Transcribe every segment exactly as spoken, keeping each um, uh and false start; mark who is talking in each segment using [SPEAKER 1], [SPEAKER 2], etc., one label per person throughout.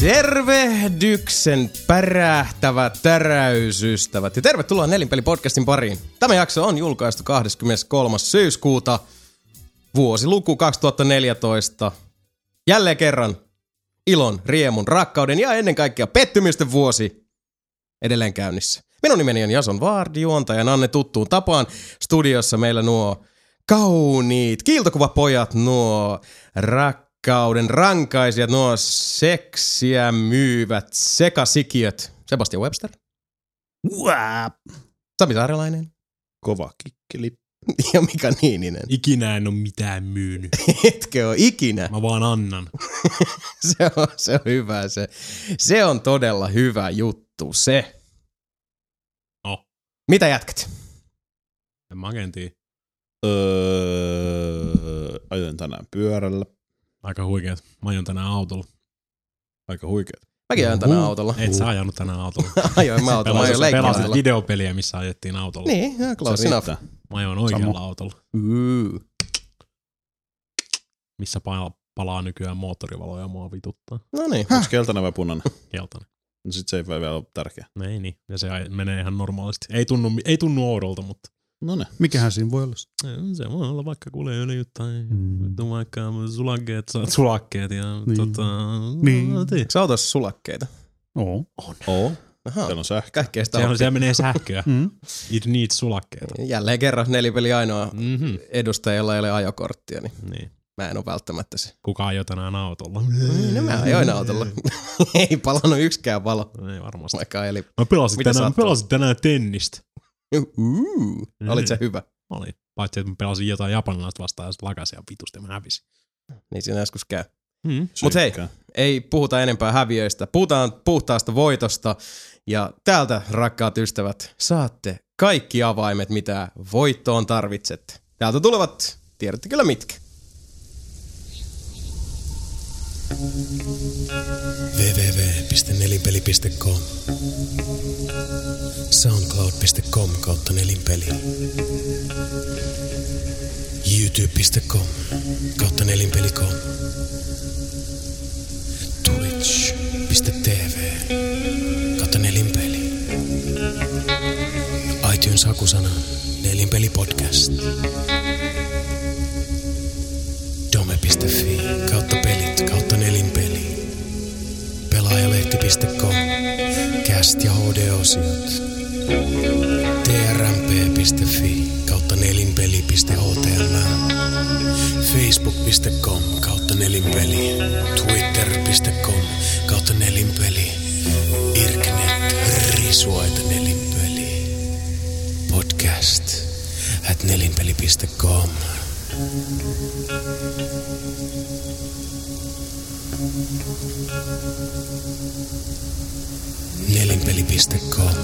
[SPEAKER 1] Tervehdyksen pärähtävät täräysystävät ja tervetuloa Nelinpeli-podcastin pariin. Tämä jakso on julkaistu kahdeskymmeneskolmas syyskuuta, vuosiluku kaksituhattaneljätoista. Jälleen kerran ilon, riemun, rakkauden ja ennen kaikkea pettymysten vuosi edelleen käynnissä. Minun nimeni on Jason Vaard, juontajan Anne tuttuun tapaan. Studiossa meillä nuo kauniit kiiltokuvapojat, nuo rakkauden rankaisijat, nuo seksiä myyvät sekasikiöt. Sebastian Webster.
[SPEAKER 2] Wap.
[SPEAKER 1] Sami Saarelainen.
[SPEAKER 2] Kova kikkeli.
[SPEAKER 1] Ja Mika Niininen.
[SPEAKER 3] Ikinä en ole mitään myynyt.
[SPEAKER 1] Etkö ole ikinä?
[SPEAKER 3] Mä vaan annan.
[SPEAKER 1] se, on, se on hyvä se. Se on todella hyvä juttu se.
[SPEAKER 3] No.
[SPEAKER 1] Mitä jätkät?
[SPEAKER 3] En mä oikein tiedä.
[SPEAKER 2] Öö, ajoin tänään pyörällä.
[SPEAKER 3] Aika huikeet. Mä ajoin tänään autolla.
[SPEAKER 2] Aika huikeet.
[SPEAKER 1] Mäkin ajan tänään autolla.
[SPEAKER 3] Et sä ajanut tänään autolla.
[SPEAKER 1] Ajoin mä autolla. Mä ajoin
[SPEAKER 3] Pelasit
[SPEAKER 1] leikkillä.
[SPEAKER 3] videopeliä, missä ajettiin autolla.
[SPEAKER 1] Niin, ja close enough.
[SPEAKER 3] Mä ajoin oikealla
[SPEAKER 2] Samo.
[SPEAKER 3] autolla.
[SPEAKER 1] Uh.
[SPEAKER 3] Missä palaa, palaa nykyään moottorivaloja mua vituttaa.
[SPEAKER 1] No niin.
[SPEAKER 2] Onko keltainen vai punainen?
[SPEAKER 3] Keltainen.
[SPEAKER 2] No sit se ei vielä ole tärkeä.
[SPEAKER 3] No ei niin. Ja se menee ihan normaalisti. Ei tunnu, ei tunnu oudolta, mutta
[SPEAKER 2] No ne.
[SPEAKER 4] Mikähän siinä voi olla?
[SPEAKER 3] se voi olla vaikka kuulee öljyt tai mm. vaikka sulakkeet, saat sulakkeet ja
[SPEAKER 4] Niin.
[SPEAKER 3] tota...
[SPEAKER 4] Niin.
[SPEAKER 3] No,
[SPEAKER 1] Sä autossa sulakkeita?
[SPEAKER 4] Oo.
[SPEAKER 2] Oo.
[SPEAKER 1] Aha.
[SPEAKER 2] Siellä on sähkö.
[SPEAKER 1] Kaikkea sitä
[SPEAKER 3] Siellä,
[SPEAKER 1] on.
[SPEAKER 3] siellä menee sähköä.
[SPEAKER 4] Mm.
[SPEAKER 3] It needs sulakkeita.
[SPEAKER 1] Jälleen kerran Nelipeli ainoa
[SPEAKER 3] Mm-hmm.
[SPEAKER 1] edustaja, jolla ei ole ajokorttia, niin
[SPEAKER 3] Niin.
[SPEAKER 1] mä en ole välttämättä se.
[SPEAKER 3] Kuka ajoi tänään autolla?
[SPEAKER 1] Niin, no mä ajoin autolla. Ei palannut yksikään valo,
[SPEAKER 3] Ei varmasti.
[SPEAKER 1] vaikka eli.
[SPEAKER 3] Mä pelasin
[SPEAKER 1] Mitä
[SPEAKER 3] tänään, mä
[SPEAKER 1] sattuu?
[SPEAKER 3] pelasin tänään tennistä.
[SPEAKER 1] Uh, olit se hyvä?
[SPEAKER 3] Oli. Paitsi, että mä pelasin jotain japanilaista vastaan ja sit lakasin ja vitusti ja mä hävisin.
[SPEAKER 1] Niin siinä joskus käy.
[SPEAKER 3] Mm.
[SPEAKER 1] Mut hei,
[SPEAKER 2] Seikkää.
[SPEAKER 1] ei puhuta enempää häviöistä. Puhutaan puhtaasta voitosta. Ja täältä, rakkaat ystävät, saatte kaikki avaimet, mitä voittoon tarvitsette. Täältä tulevat, tiedätte kyllä mitkä.
[SPEAKER 5] double-u double-u double-u piste nelinpeli piste com soundcloud piste com kautta nelinpeli youtube piste com kautta nelinpeli piste com twitch piste tv kautta nelinpeli iTunes hakusana Nelinpeli podcast dome piste fi kautta pelit kautta nelinpeli pelaajalehti piste com cast ja H D-osiot t r m p piste fi kautta nelinpeli piste h t m l facebook piste com kautta nelinpeli twitter piste com kautta nelinpeli irknet risuaita nelinpeli podcast at nelinpeli piste com nelinpeli piste com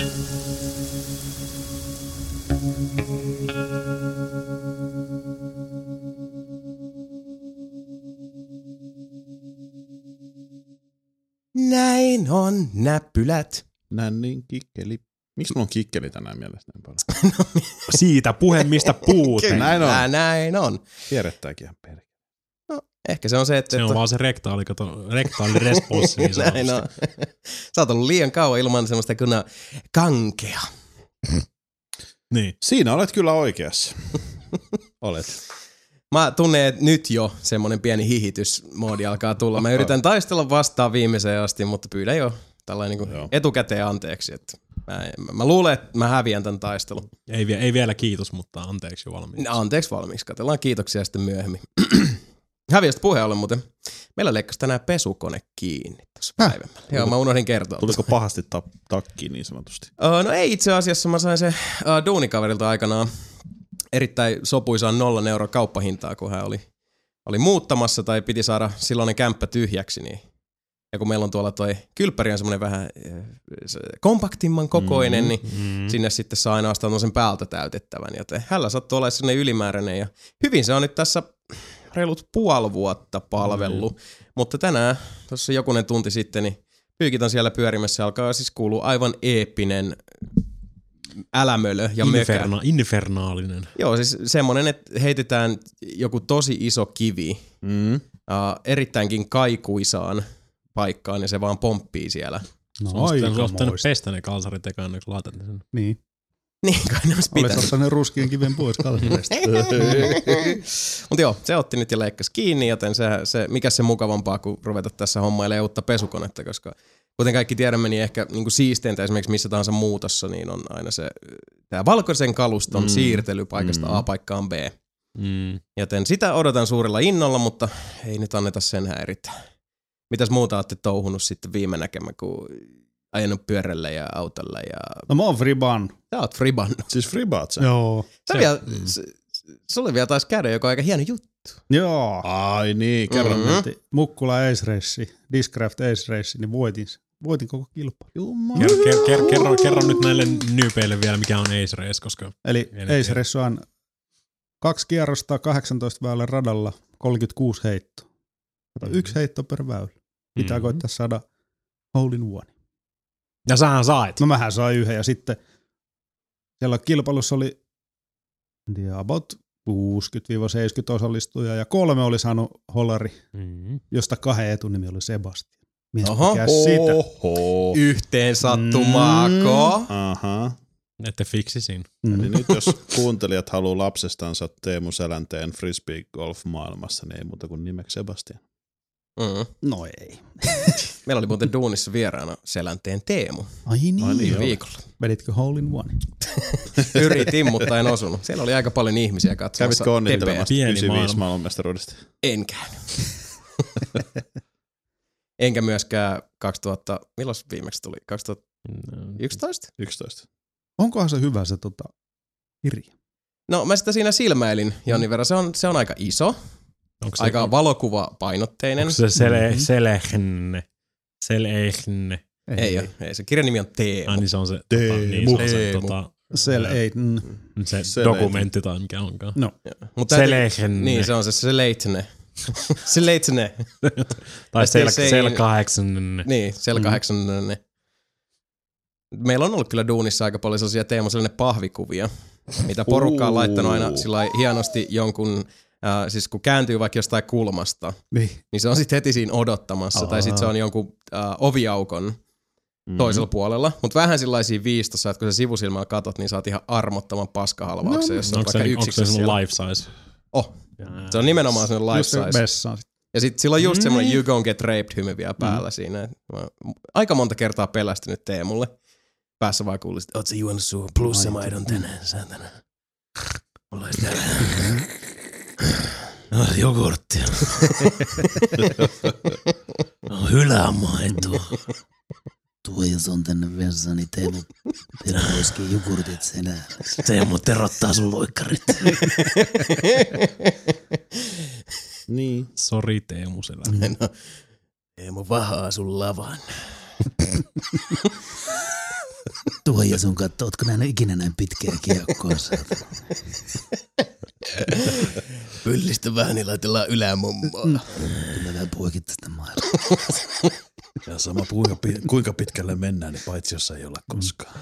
[SPEAKER 1] Näin on näppylät.
[SPEAKER 2] Nännin kikkeli. Miksi mulla on kikkeli tänään mielestäni paljon?
[SPEAKER 3] Siitä puhe, mistä puute.
[SPEAKER 1] Kyllä,
[SPEAKER 2] Näin on.
[SPEAKER 1] näin on.
[SPEAKER 2] Kierrettääkin ihan perkele.
[SPEAKER 1] No, ehkä se on se, että...
[SPEAKER 3] Se on
[SPEAKER 1] että...
[SPEAKER 3] vaan se rektaali, kato, rektaali responssi. Niin
[SPEAKER 1] näin on. Sä oot ollut liian kauan ilman semmoista kuin kankea.
[SPEAKER 3] Niin.
[SPEAKER 2] Siinä olet kyllä oikeassa. Olet.
[SPEAKER 1] Mä tunnen, että nyt jo semmonen pieni hihitysmoodi alkaa tulla. Mä yritän taistella vastaan viimeiseen asti, mutta pyydän jo tällainen niin
[SPEAKER 2] Joo.
[SPEAKER 1] etukäteen anteeksi. Että mä, mä, mä luulen, että mä häviän tämän taistelun.
[SPEAKER 3] Ei, vie- ei vielä kiitos, mutta anteeksi jo valmiiksi.
[SPEAKER 1] Anteeksi valmiiksi, katsellaan kiitoksia sitten myöhemmin. Häviöstä puheen ollen muuten. Meillä leikkasi tänään pesukone kiinni tuossa päivämällä. Joo, mä unohdin kertoa.
[SPEAKER 2] Tuliko pahasti ta- takkiin niin sanotusti?
[SPEAKER 1] Uh, no ei itse asiassa, mä sain se uh, duunikaverilta aikanaan erittäin sopuisaan nollan euron kauppahintaa, kun hän oli, oli muuttamassa tai piti saada silloinen kämppä tyhjäksi. Niin. Ja kun meillä on tuolla toi kylppäri on semmoinen vähän äh, se kompaktimman kokoinen, mm-hmm. niin
[SPEAKER 3] Mm.
[SPEAKER 1] sinne sitten saa ainoastaan sen päältä täytettävän. Joten hänellä sattuu olla sellainen ylimääräinen ja hyvin se on nyt tässä reilut puoli vuotta palvellut. Mm-hmm. Mutta tänään, tuossa jokunen tunti sitten, niin pyykit on siellä pyörimässä. Alkaa siis kuulua aivan eeppinen älämölö ja mökä.
[SPEAKER 3] Inferna- infernaalinen.
[SPEAKER 1] Joo, siis semmoinen, että heitetään joku tosi iso kivi
[SPEAKER 2] Mm.
[SPEAKER 1] uh, erittäinkin kaikuisaan paikkaan ja se vaan pomppii siellä.
[SPEAKER 4] No
[SPEAKER 3] Se on sitten
[SPEAKER 4] aika
[SPEAKER 3] ottanut
[SPEAKER 4] moista.
[SPEAKER 3] pestä ne kalsarit ekaan, ennen kuin laitat ne sen.
[SPEAKER 4] Niin.
[SPEAKER 1] Niin kai ne olisi
[SPEAKER 4] Olet
[SPEAKER 1] pitänyt.
[SPEAKER 4] ottanut ruskien kiven pois kalsareista.
[SPEAKER 1] Mutta joo, se otti nyt ja leikkasi kiinni, joten se, se, mikä se mukavampaa kuin ruveta tässä hommailemaan uutta pesukonetta, koska kuten kaikki tiedämme, niin ehkä niin kuin siisteintä esimerkiksi missä tahansa muutossa, niin on aina se tämä valkoisen kaluston mm. siirtely paikasta mm. A paikkaan B.
[SPEAKER 3] Mm.
[SPEAKER 1] Joten sitä odotan suurella innolla, mutta ei nyt anneta sen häiritä. Mitäs muuta olette touhunut sitten viime näkemä, kun ajanut pyörällä ja autolla ja...
[SPEAKER 4] No mä oon friban.
[SPEAKER 1] Sä oot fribannut.
[SPEAKER 2] Siis fribaat sä?
[SPEAKER 4] Joo.
[SPEAKER 1] Sä vielä, s- sulle vielä taas käydä, joka on aika hieno juttu.
[SPEAKER 4] Joo.
[SPEAKER 2] Ai niin, kerro.
[SPEAKER 1] Mhm.
[SPEAKER 2] Mm-hmm.
[SPEAKER 4] Mukkula Ace Race, Discraft Ace Race, niin voitin, voitin koko kilpailu. Jumala.
[SPEAKER 3] Ker, ker, ker, kerro, kerro nyt näille nyypeille vielä, mikä on Ace Race, koska...
[SPEAKER 4] Eli
[SPEAKER 3] En
[SPEAKER 4] Ace
[SPEAKER 3] tiedä.
[SPEAKER 4] Race on kaksi kierrosta kahdeksantoista väylän radalla, kolmekymmentäkuusi heittoa.
[SPEAKER 3] Mhm.
[SPEAKER 4] Yksi heitto per väylä. Pitää
[SPEAKER 3] Mhm.
[SPEAKER 4] koittaa saada hole in one.
[SPEAKER 3] Ja sähän sait.
[SPEAKER 4] No mähän sain yhden ja sitten siellä kilpailussa oli en tiedä, about kuusikymmentä seitsemänkymmentä osallistujaa ja kolme oli saanut holari,
[SPEAKER 3] Mm.
[SPEAKER 4] josta kahden etunimi oli Sebastian. Mies
[SPEAKER 1] Oho.
[SPEAKER 4] mikä siitä.
[SPEAKER 2] Oho.
[SPEAKER 1] Yhteen sattumaako?
[SPEAKER 4] Mm.
[SPEAKER 2] Aha.
[SPEAKER 3] Ette fiksisin.
[SPEAKER 4] Mm.
[SPEAKER 2] Eli nyt jos kuuntelijat haluaa lapsestansa Teemu Selänteen frisbee golf maailmassa, niin ei muuta kuin nimeksi Sebastian.
[SPEAKER 1] Mm.
[SPEAKER 4] No ei.
[SPEAKER 1] Meillä oli muuten duunissa vieraana Selänteen Teemu
[SPEAKER 4] Ai niin.
[SPEAKER 2] Ai niin,
[SPEAKER 1] viime
[SPEAKER 2] joo.
[SPEAKER 1] viikolla.
[SPEAKER 4] Veditkö hole in one?
[SPEAKER 1] Yritin, mutta en osunut. Siellä oli aika paljon ihmisiä katsomassa.
[SPEAKER 2] Kävitkö onnittelemassa
[SPEAKER 3] Pieni
[SPEAKER 2] yhdeksänkymmentäviisi
[SPEAKER 3] maailma.
[SPEAKER 2] maailmanmestaruudesta?
[SPEAKER 1] En käynyt. Enkä myöskään kaksituhatta, milloin se viimeksi tuli? kaksituhattayksitoista?
[SPEAKER 2] yksitoista.
[SPEAKER 4] Onkohan se hyvä se tota, kirja?
[SPEAKER 1] No mä sitä siinä silmäilin jonnin verran. Se on, se on aika iso,
[SPEAKER 3] Onko se,
[SPEAKER 1] aika valokuvapainotteinen.
[SPEAKER 3] onko se sele, selehne? Selehne.
[SPEAKER 1] Ei ole, ei. Se kirjan nimi on Teemu.
[SPEAKER 3] Ah, niin se on se,
[SPEAKER 2] Teemu.
[SPEAKER 3] tota, niin, se, on se,
[SPEAKER 1] Teemu.
[SPEAKER 3] tota,
[SPEAKER 4] Sel ei. Mm.
[SPEAKER 3] se
[SPEAKER 2] Sele-
[SPEAKER 3] dokumentti tai mikä onkaan.
[SPEAKER 4] No.
[SPEAKER 1] Mutta
[SPEAKER 3] Selehne.
[SPEAKER 1] Niin, se on se Seleitne. Seleitne.
[SPEAKER 3] Tai sel,
[SPEAKER 1] se ei-
[SPEAKER 3] sel kahdeksan.
[SPEAKER 1] Niin, siellä
[SPEAKER 3] Mm.
[SPEAKER 1] kahdeksan. Meillä on ollut kyllä duunissa aika paljon sellaisia Teemu sellainen pahvikuvia, mitä porukka on laittanut aina sillä lailla hienosti jonkun, äh, siis kun kääntyy vaikka jostain kulmasta,
[SPEAKER 4] Niin.
[SPEAKER 1] niin se on sitten heti siinä odottamassa,
[SPEAKER 4] Aa.
[SPEAKER 1] tai sitten se on jonkun äh, oviaukon
[SPEAKER 2] Mm.
[SPEAKER 1] toisella puolella, mutta vähän sellaisia viistossa, että kun sä sivusilmällä katot, niin saat ihan armottoman paskahalvauksen,
[SPEAKER 4] No,
[SPEAKER 1] jos on
[SPEAKER 3] Onko se,
[SPEAKER 1] vaikka
[SPEAKER 3] onko se
[SPEAKER 1] yksikössä
[SPEAKER 3] sun
[SPEAKER 1] siellä.
[SPEAKER 3] life size?
[SPEAKER 1] Oh, se on nimenomaan sellainen life
[SPEAKER 4] Just se
[SPEAKER 1] size.
[SPEAKER 4] vessaan sit.
[SPEAKER 1] Ja sitten sillä on just
[SPEAKER 3] Mm.
[SPEAKER 1] semmoinen you gon get raped hymy vielä päällä mm. siinä. Mä oon aika monta kertaa pelästynyt Teemulle. Päässä vaan kuulisi, että oot sä juonut sun plussamaidon tänään, saatana. Mulla olisi täällä no, jogurttia. No, hylämaitoa.
[SPEAKER 6] Tuo jos on tänne vessaan, niin Teemu pidä poiskin jogurtit senään.
[SPEAKER 1] Teemu terottaa sun loikkarit.
[SPEAKER 2] Niin.
[SPEAKER 3] Sori Teemu Selä.
[SPEAKER 1] No, Teemu vahaa sun lavan.
[SPEAKER 6] Tuo jos on katso, ootko nähnyt ikinä näin pitkää kiekkoa saatana?
[SPEAKER 1] Pyllistä vähän, niin laitellaan ylämummoa.
[SPEAKER 6] Kyllä vähän poikit tästä maailmaa.
[SPEAKER 2] Ja sama kuinka, kuinka pitkälle mennään, niin paitsi jos ei olla koskaan.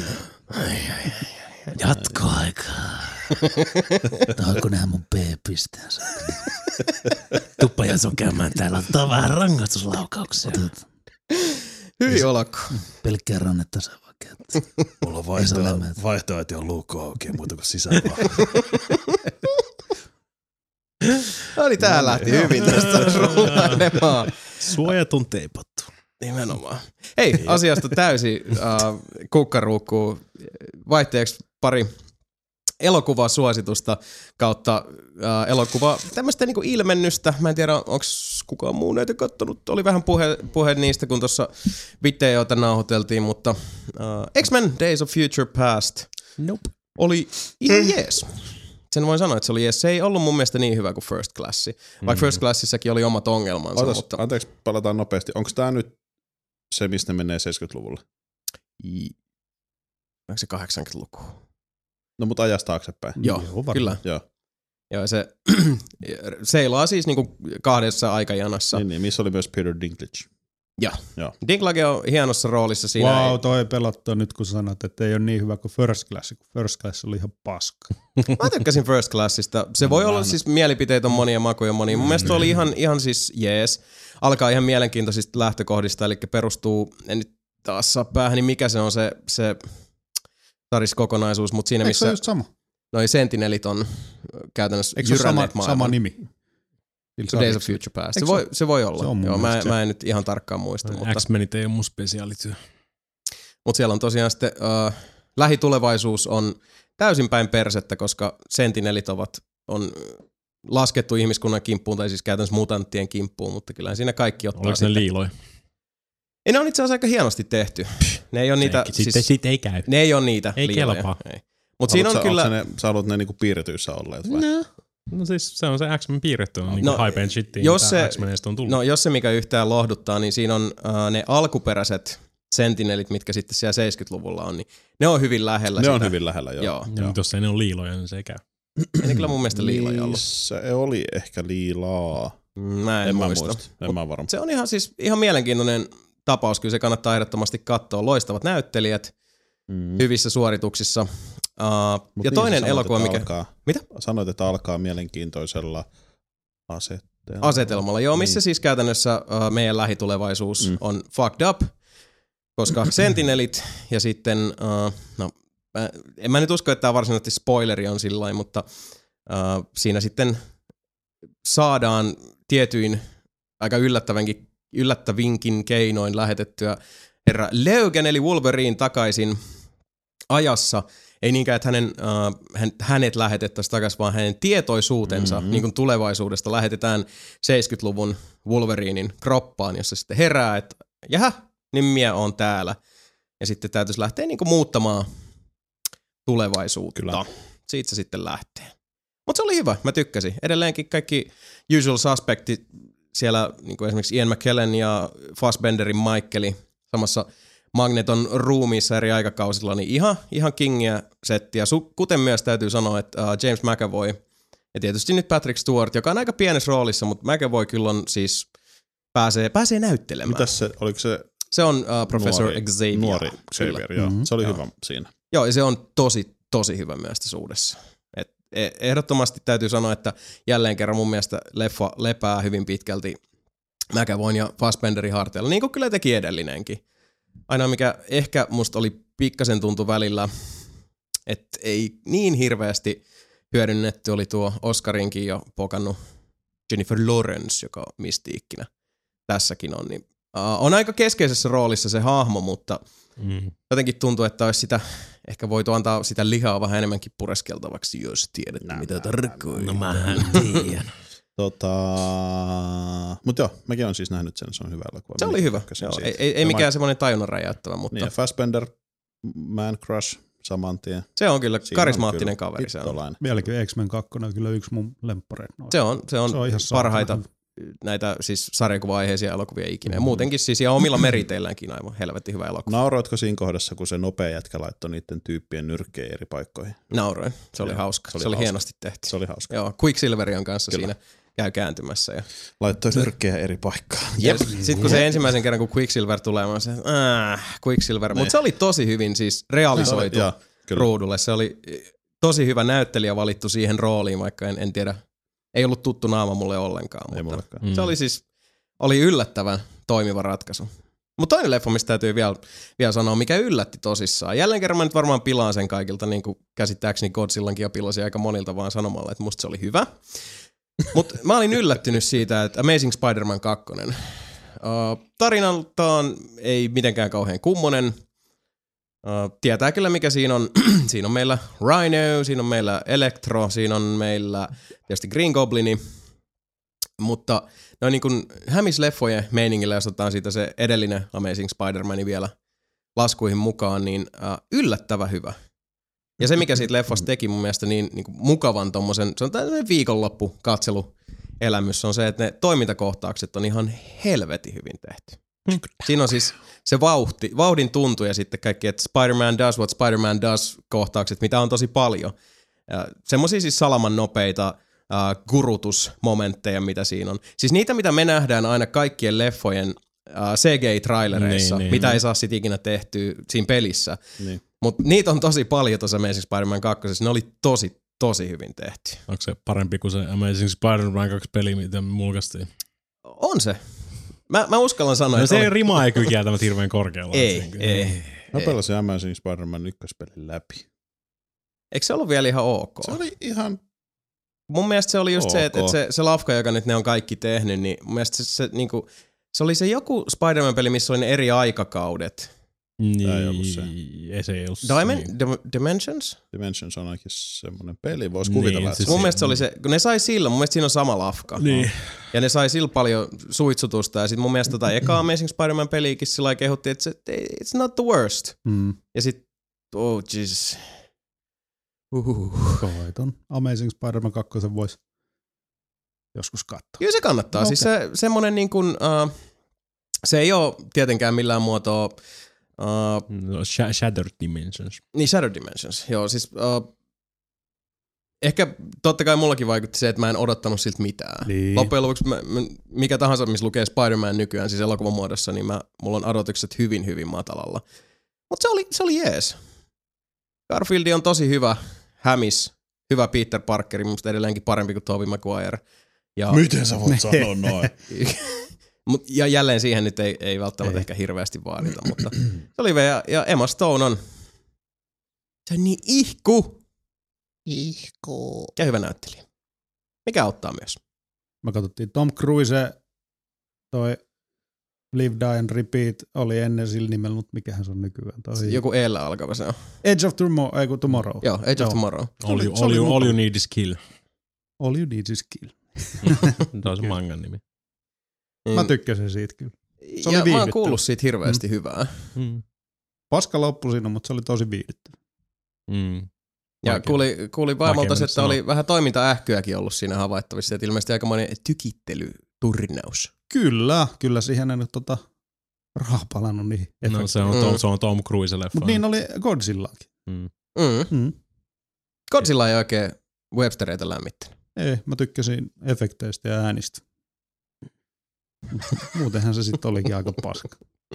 [SPEAKER 6] Jatkoaikaa. Tahotko nähdä mun P-pisteen saatana?
[SPEAKER 1] Tuppa ja sun käymään täällä. Ottaa vähän rangaistuslaukauksia.
[SPEAKER 6] Otat
[SPEAKER 1] Hyvin olako.
[SPEAKER 6] pelkkää rannetta saa vaan käyttää.
[SPEAKER 2] Mulla on
[SPEAKER 6] Ei
[SPEAKER 2] vaihtoehto,
[SPEAKER 6] se ole
[SPEAKER 2] vaihtoehto on luukko auki ja muuta kuin sisään vaan.
[SPEAKER 1] No niin, tää lähti hyvin tästä rullailemaan.
[SPEAKER 3] Suojatun teipattu.
[SPEAKER 1] Nimenomaan. Hei, asiasta täysin äh, kukkaruukkuu. Vaihteeksi pari elokuvasuositusta kautta äh, elokuva tämmöistä niinku ilmennystä. Mä en tiedä, onko kukaan muu näitä kattonut. Oli vähän puhe, puhe niistä, kun tuossa videoita nauhoiteltiin, mutta äh, X-Men Days of Future Past
[SPEAKER 3] Nope.
[SPEAKER 1] oli ihan jees. Sen voin sanoa, että se oli jees. Se ei ollut mun mielestä niin hyvä kuin First Class. Vaikka First Classissakin oli omat ongelmansa.
[SPEAKER 2] Otas,
[SPEAKER 1] mutta...
[SPEAKER 2] anteeksi, palataan nopeasti. Onko tää nyt se, mistä ne menee seitsemänkymmentäluvulle?
[SPEAKER 1] I... Onko se kahdeksankymmentäluku?
[SPEAKER 2] No mutta ajasta taaksepäin.
[SPEAKER 1] Joo,
[SPEAKER 4] Joo, varmaan.
[SPEAKER 1] kyllä.
[SPEAKER 2] Joo.
[SPEAKER 1] Joo, se seilaa siis niinku kahdessa aikajanassa.
[SPEAKER 2] Niin, niin, missä oli myös Peter Dinklage.
[SPEAKER 1] Joo.
[SPEAKER 2] Joo.
[SPEAKER 1] Dinklage on hienossa roolissa siinä.
[SPEAKER 4] Wow,
[SPEAKER 1] ei...
[SPEAKER 4] toi pelottaa nyt, kun sanot, että ei ole niin hyvä kuin First Class, kun First Class oli ihan paska.
[SPEAKER 1] Mä tykkäsin First Classista. Se voi olla siis mielipiteitä on monia, makuja monia. Mun mielestä oli ihan, ihan siis jees. Alkaa ihan mielenkiintoisista lähtökohdista, eli perustuu, en nyt taas saa päähän, niin mikä se on se, se tariskokonaisuus, mutta siinä
[SPEAKER 4] Eikö
[SPEAKER 1] missä
[SPEAKER 4] se just sama?
[SPEAKER 1] noi sentinelit on käytännössä
[SPEAKER 4] Eikö se ole sama,
[SPEAKER 1] jyränneet maailman.
[SPEAKER 4] sama nimi?
[SPEAKER 1] Days of Future Past. Se voi, se voi olla.
[SPEAKER 4] Se on mun
[SPEAKER 1] Joo, mä,
[SPEAKER 4] mielestä
[SPEAKER 1] mä en nyt ihan tarkkaan muista. Mutta,
[SPEAKER 3] X-Menit ei ole mun spesiaalityö.
[SPEAKER 1] mutta siellä on tosiaan sitten uh, lähitulevaisuus on täysin päin persettä, koska sentinelit ovat, on laskettu ihmiskunnan kimppuun, tai siis käytännössä mutanttien kimppuun, mutta kyllä siinä kaikki ottaa.
[SPEAKER 3] Oliko
[SPEAKER 1] sitten.
[SPEAKER 3] ne liiloja?
[SPEAKER 1] Ei, ne on itse asiassa aika hienosti tehty. Ne ei ole niitä,
[SPEAKER 3] Sitten
[SPEAKER 1] siis,
[SPEAKER 3] sit ei käy.
[SPEAKER 1] ne ei ole niitä
[SPEAKER 3] Ei
[SPEAKER 1] liiloja.
[SPEAKER 3] kelpaa.
[SPEAKER 1] Mutta siinä on
[SPEAKER 2] sä,
[SPEAKER 1] kyllä...
[SPEAKER 2] Sä, ne, sä haluat ne niinku piirretyissä olleet vai?
[SPEAKER 3] No. No siis se on se X-Men piirretty, on niinku
[SPEAKER 1] No,
[SPEAKER 3] hype and shittiin,
[SPEAKER 1] jos
[SPEAKER 3] mitä
[SPEAKER 1] se-
[SPEAKER 3] X-Meneistä on tullut.
[SPEAKER 1] No jos se mikä yhtään lohduttaa, niin siinä on uh, ne alkuperäiset sentinelit, mitkä sitten siellä seitsemänkymmentäluvulla on, niin ne on hyvin lähellä
[SPEAKER 2] Ne
[SPEAKER 1] sitä.
[SPEAKER 2] on hyvin lähellä, joo.
[SPEAKER 1] Joo.
[SPEAKER 3] Ja jos ei ne ole liiloja, niin se ei käy.
[SPEAKER 1] Ei ne kyllä mun mielestä liiloja ollut.
[SPEAKER 2] Se oli ehkä liilaa.
[SPEAKER 1] Mä en,
[SPEAKER 2] En mä
[SPEAKER 1] muista.
[SPEAKER 2] muista. En mä varma.
[SPEAKER 1] Se on ihan siis ihan mielenkiintoinen tapaus, kyllä se kannattaa ehdottomasti katsoa. Loistavat näyttelijät,
[SPEAKER 2] Mm.
[SPEAKER 1] hyvissä suorituksissa. Uh,
[SPEAKER 2] Mut
[SPEAKER 1] ja
[SPEAKER 2] niin
[SPEAKER 1] toinen
[SPEAKER 2] sä sanoit,
[SPEAKER 1] elokuva,
[SPEAKER 2] että
[SPEAKER 1] mikä...
[SPEAKER 2] Alkaa,
[SPEAKER 1] Mitä?
[SPEAKER 2] Sanoit, että alkaa mielenkiintoisella asetteella.
[SPEAKER 1] Asetelmalla, joo, missä
[SPEAKER 2] Niin.
[SPEAKER 1] siis käytännössä uh, meidän lähitulevaisuus
[SPEAKER 2] Mm.
[SPEAKER 1] on fucked up, koska sentinelit ja sitten, uh, no mä, en mä nyt usko, että tämä varsinaisesti spoileri on sillä lailla, mutta uh, siinä sitten saadaan tietyin aika yllättävänkin, yllättävinkin keinoin lähetettyä herra Logan eli Wolverine takaisin ajassa. Ei niinkään, että hänen, uh, hän, hänet lähetettäisiin takaisin, vaan hänen tietoisuutensa
[SPEAKER 2] Mm-hmm.
[SPEAKER 1] niin kuin tulevaisuudesta lähetetään seitsemänkymmentäluvun Wolverinin kroppaan, jossa sitten herää, että jähä, niin minä on täällä. Ja sitten täytyisi lähteä niin kuin muuttamaan tulevaisuutta.
[SPEAKER 2] Kyllä.
[SPEAKER 1] Siitä se sitten lähtee. Mutta se oli hyvä, mä tykkäsin. Edelleenkin kaikki usual suspectit siellä, niin kuin esimerkiksi Ian McKellen ja Fassbenderin Michaeli samassa Magneton ruumiissa eri aikakausilla, niin ihan, ihan kingiä settiä. Su- kuten myös täytyy sanoa, että uh, James McAvoy ja tietysti nyt Patrick Stewart, joka on aika pienessä roolissa, mutta McAvoy kyllä on siis, pääsee, pääsee näyttelemään.
[SPEAKER 2] Mitäs se, oliko se
[SPEAKER 1] Se on uh, Professor
[SPEAKER 2] nuori,
[SPEAKER 1] Xavier.
[SPEAKER 2] nuori Xavier, joo.
[SPEAKER 4] Mhm.
[SPEAKER 2] Se oli
[SPEAKER 1] Joo.
[SPEAKER 2] hyvä siinä.
[SPEAKER 1] Joo, ja se on tosi, tosi hyvä myös tässä uudessa. Et e- ehdottomasti täytyy sanoa, että jälleen kerran mun mielestä leffa lepää hyvin pitkälti McAvoyn ja Fassbenderin harteilla, niin kuin kyllä teki edellinenkin. Ainoa mikä ehkä musta oli pikkasen tuntu välillä, että ei niin hirveästi hyödynnetty, oli tuo Oscarinkin jo pokannut Jennifer Lawrence, joka on mystiikkinä tässäkin on. Niin, uh, on aika keskeisessä roolissa se hahmo, mutta
[SPEAKER 3] Mm.
[SPEAKER 1] jotenkin tuntuu, että olisi sitä, ehkä voitu antaa sitä lihaa vähän enemmänkin pureskeltavaksi, jos tiedätte,
[SPEAKER 2] Nä,
[SPEAKER 1] mitä
[SPEAKER 2] nä,
[SPEAKER 1] tarkoittaa.
[SPEAKER 3] No mähän tiedän.
[SPEAKER 2] Tota, mutta joo, mäkin olen siis nähnyt sen, se on hyvä elokuva.
[SPEAKER 1] Se oli
[SPEAKER 2] Minäkin
[SPEAKER 1] hyvä.
[SPEAKER 2] tykkäsin
[SPEAKER 1] Joo,
[SPEAKER 2] siitä.
[SPEAKER 1] ei, ei, ei
[SPEAKER 2] Ja
[SPEAKER 1] mikään
[SPEAKER 2] mä-
[SPEAKER 1] semmoinen tajunnan räjäyttävä, mutta
[SPEAKER 2] Niin, ja Fassbender, Man Crush, saman tien.
[SPEAKER 1] se on kyllä
[SPEAKER 2] Siinä
[SPEAKER 1] karismaattinen
[SPEAKER 2] on kyllä
[SPEAKER 1] kaveri. Se on.
[SPEAKER 2] hittolainen.
[SPEAKER 4] Vieläkin X-Men kaksi on kyllä yksi mun lemppareita.
[SPEAKER 1] Se on, se on,
[SPEAKER 4] Se on ihan
[SPEAKER 1] parhaita
[SPEAKER 4] saatana
[SPEAKER 1] näitä siis sarjakuva-aiheisia elokuvia ikinä. Ja muutenkin siis ihan omilla meriteilläänkin aivan helvetti hyvä elokuva.
[SPEAKER 2] Nauroitko siinä kohdassa, kun se nopea jätkä laittoi niiden tyyppien nyrkkejä eri paikkoihin?
[SPEAKER 1] Nauroin. Se oli
[SPEAKER 2] Joo,
[SPEAKER 1] hauska.
[SPEAKER 2] se oli
[SPEAKER 1] Se oli
[SPEAKER 2] hauska.
[SPEAKER 1] hienosti tehty.
[SPEAKER 2] Se oli hauska.
[SPEAKER 1] Joo, Quicksilveri on kanssa
[SPEAKER 2] Kyllä.
[SPEAKER 1] siinä käy kääntymässä. Ja
[SPEAKER 2] Laittoi nyrkkejä eri paikkaan.
[SPEAKER 1] Jep. Sitten kun se ensimmäisen kerran, kun Quicksilver tulee, mä oon se, äh, Quicksilver. Mutta se oli tosi hyvin siis realisoitu
[SPEAKER 2] Joo, kyllä.
[SPEAKER 1] ruudulle. Se oli tosi hyvä näyttelijä valittu siihen rooliin, vaikka en, en tiedä, ei ollut tuttu naama mulle ollenkaan.
[SPEAKER 2] Ei
[SPEAKER 1] Mutta
[SPEAKER 2] mullekaan.
[SPEAKER 3] Mm.
[SPEAKER 1] se oli siis, oli yllättävän toimiva ratkaisu. Mutta toinen leffa, mistä täytyy vielä, vielä sanoa, mikä yllätti tosissaan. Jälleen kerran mä nyt varmaan pilaan sen kaikilta, niin kuin käsittääkseni Godzillankin jo pilasin aika monilta vaan sanomalla, että musta se oli hyvä. Mutta mä olin yllättynyt siitä, että Amazing Spider-Man kaksi. Uh, tarinaltaan ei mitenkään kauhean kummonen. Uh, tietää kyllä mikä siinä on. Siinä on meillä Rhino, siinä on meillä Electro, siinä on meillä tietysti Green Goblini. Mutta no niin kuin hämisleffojen meiningillä, jos otetaan siitä se edellinen Amazing Spider-Man vielä laskuihin mukaan, niin uh, yllättävä hyvä. Ja se, mikä siitä leffasta teki mun mielestä niin, niin kuin mukavan tommosen, se on tämmöinen viikonloppu katseluelämys, on se, että ne toimintakohtaukset on ihan helvetin hyvin tehty. Siinä on siis se vauhti, vauhdin tuntu ja sitten kaikki, että Spider-Man does what Spider-Man does kohtaukset, mitä on tosi paljon. Semmoisia siis salaman nopeita uh, gurutusmomentteja, mitä siinä on. Siis niitä, mitä me nähdään aina kaikkien leffojen uh, C G I-trailereissa,
[SPEAKER 3] niin, niin,
[SPEAKER 1] mitä
[SPEAKER 3] niin.
[SPEAKER 1] ei saa sit ikinä tehtyä siinä pelissä.
[SPEAKER 2] Niin.
[SPEAKER 1] Mutta niitä on tosi paljon tuossa Amazing Spider-Man kaksi. Ne oli tosi, tosi hyvin tehty.
[SPEAKER 3] Onko se parempi kuin se Amazing Spider-Man kaksi peli, mitä me mulkaistiin?
[SPEAKER 1] On se. Mä, mä uskallan sanoa,
[SPEAKER 3] No
[SPEAKER 1] että
[SPEAKER 3] se
[SPEAKER 1] on...
[SPEAKER 3] rima ei kyllä kieltämättä hirveän korkealla.
[SPEAKER 1] Ei, ei.
[SPEAKER 2] Mä pelasin Amazing Spider-Man ykköspelin läpi.
[SPEAKER 1] Eikö se ollut vielä ihan ok?
[SPEAKER 2] Se oli ihan...
[SPEAKER 1] Mun mielestä se oli just
[SPEAKER 2] Ok.
[SPEAKER 1] se, että, että se, se lafka, joka nyt ne on kaikki tehnyt, niin mun mielestä se, se, niinku, se oli se joku Spider-Man-peli, missä oli ne eri aikakaudet.
[SPEAKER 3] Niin,
[SPEAKER 2] Tää ei ollut se.
[SPEAKER 3] Ei se ei ollut
[SPEAKER 1] Dimen-
[SPEAKER 3] se.
[SPEAKER 1] Dim- Dimensions?
[SPEAKER 2] Dimensions on ainakin semmoinen peli. Vois
[SPEAKER 3] Niin,
[SPEAKER 2] kuvitella, että
[SPEAKER 3] siis-
[SPEAKER 2] se
[SPEAKER 1] Mun mielestä se oli se, kun ne sai sillä, mun mielestä siinä on sama lafka.
[SPEAKER 3] Niin.
[SPEAKER 1] Ja ne sai sillä paljon suitsutusta, ja sit mun mielestä tota eka Amazing Spider-Man-peliikin sillä lailla kehuttiin, että se, it's not the worst.
[SPEAKER 4] Mm.
[SPEAKER 1] Ja sit, oh Jesus. Uhuh.
[SPEAKER 4] Koiton Amazing Spider-Man kaksi voisi joskus katsoa.
[SPEAKER 1] Kyllä se kannattaa.
[SPEAKER 4] No,
[SPEAKER 1] Siis se, semmonen niin kuin, uh, se ei ole tietenkään millään muotoa, uh,
[SPEAKER 3] No, Sh- Shattered Dimensions.
[SPEAKER 1] niin Shadow Dimensions, joo siis uh, ehkä totta kai mullakin vaikutti se, että mä en odottanut siltä mitään.
[SPEAKER 4] Niin.
[SPEAKER 1] Loppujen lopuksi mä, mä, mikä tahansa, missä lukee Spider-Man nykyään, siis elokuvan muodossa, niin mä, mulla on odotukset hyvin, hyvin matalalla. Mutta se oli, se oli jees. Garfield on tosi hyvä, hämis, hyvä Peter Parkeri, musta edelleenkin parempi kuin Tobey Maguire. Ja,
[SPEAKER 2] Miten sä voit sanoa noin?
[SPEAKER 1] Mut, ja jälleen siihen nyt ei, ei välttämättä ei. ehkä hirveästi vaadita, mutta se oli hyvä. Ja, ja Emma Stone on, se on niin ihku.
[SPEAKER 6] Ihku.
[SPEAKER 1] Ja hyvä näyttelijä. Mikä auttaa myös.
[SPEAKER 4] Me katsottiin Tom Cruise, toi Live, Die and Repeat oli ennen sillä nimellä, mutta mikähän se on nykyään? Toi
[SPEAKER 1] Joku eellä alkava se on.
[SPEAKER 4] Edge of Tomorrow, ei kun Tomorrow.
[SPEAKER 1] Joo, Age of Tomorrow.
[SPEAKER 3] All, you,
[SPEAKER 4] se
[SPEAKER 3] all,
[SPEAKER 4] oli
[SPEAKER 3] you, all
[SPEAKER 4] mukava.
[SPEAKER 3] you need is kill.
[SPEAKER 4] All You Need Is Kill.
[SPEAKER 3] Tämä on se mangan nimi.
[SPEAKER 4] Mä tykkäsin siitä kyllä. Se oli
[SPEAKER 1] ja mä oon
[SPEAKER 4] viihdyttävä.
[SPEAKER 1] kuullut siitä hirveästi mm. hyvää.
[SPEAKER 3] Mm.
[SPEAKER 4] Paska loppu siinä, mutta se oli tosi viihdyttävä.
[SPEAKER 3] Mm.
[SPEAKER 1] Ja
[SPEAKER 3] Vaikea.
[SPEAKER 1] kuuli, kuuli vaimolta,
[SPEAKER 3] Vaikea
[SPEAKER 1] että oli vähän toimintaähkyäkin ollut siinä havaittavissa, että ilmeisesti aikamoinen tykittelyturnaus.
[SPEAKER 4] Kyllä, kyllä siihen ei nyt tota rahaa palannut niihin.
[SPEAKER 3] No se on,
[SPEAKER 1] Mm.
[SPEAKER 3] Tom, se on Tom Cruise-leffa.
[SPEAKER 4] Mutta niin oli Godzillaakin.
[SPEAKER 3] Mm.
[SPEAKER 1] Mm.
[SPEAKER 4] Mm.
[SPEAKER 1] Godzilla ei oikein Webstereitä lämmittänyt.
[SPEAKER 4] Ei, mä tykkäsin efekteistä ja äänistä. Muutenhan se sitten olikin aika paska.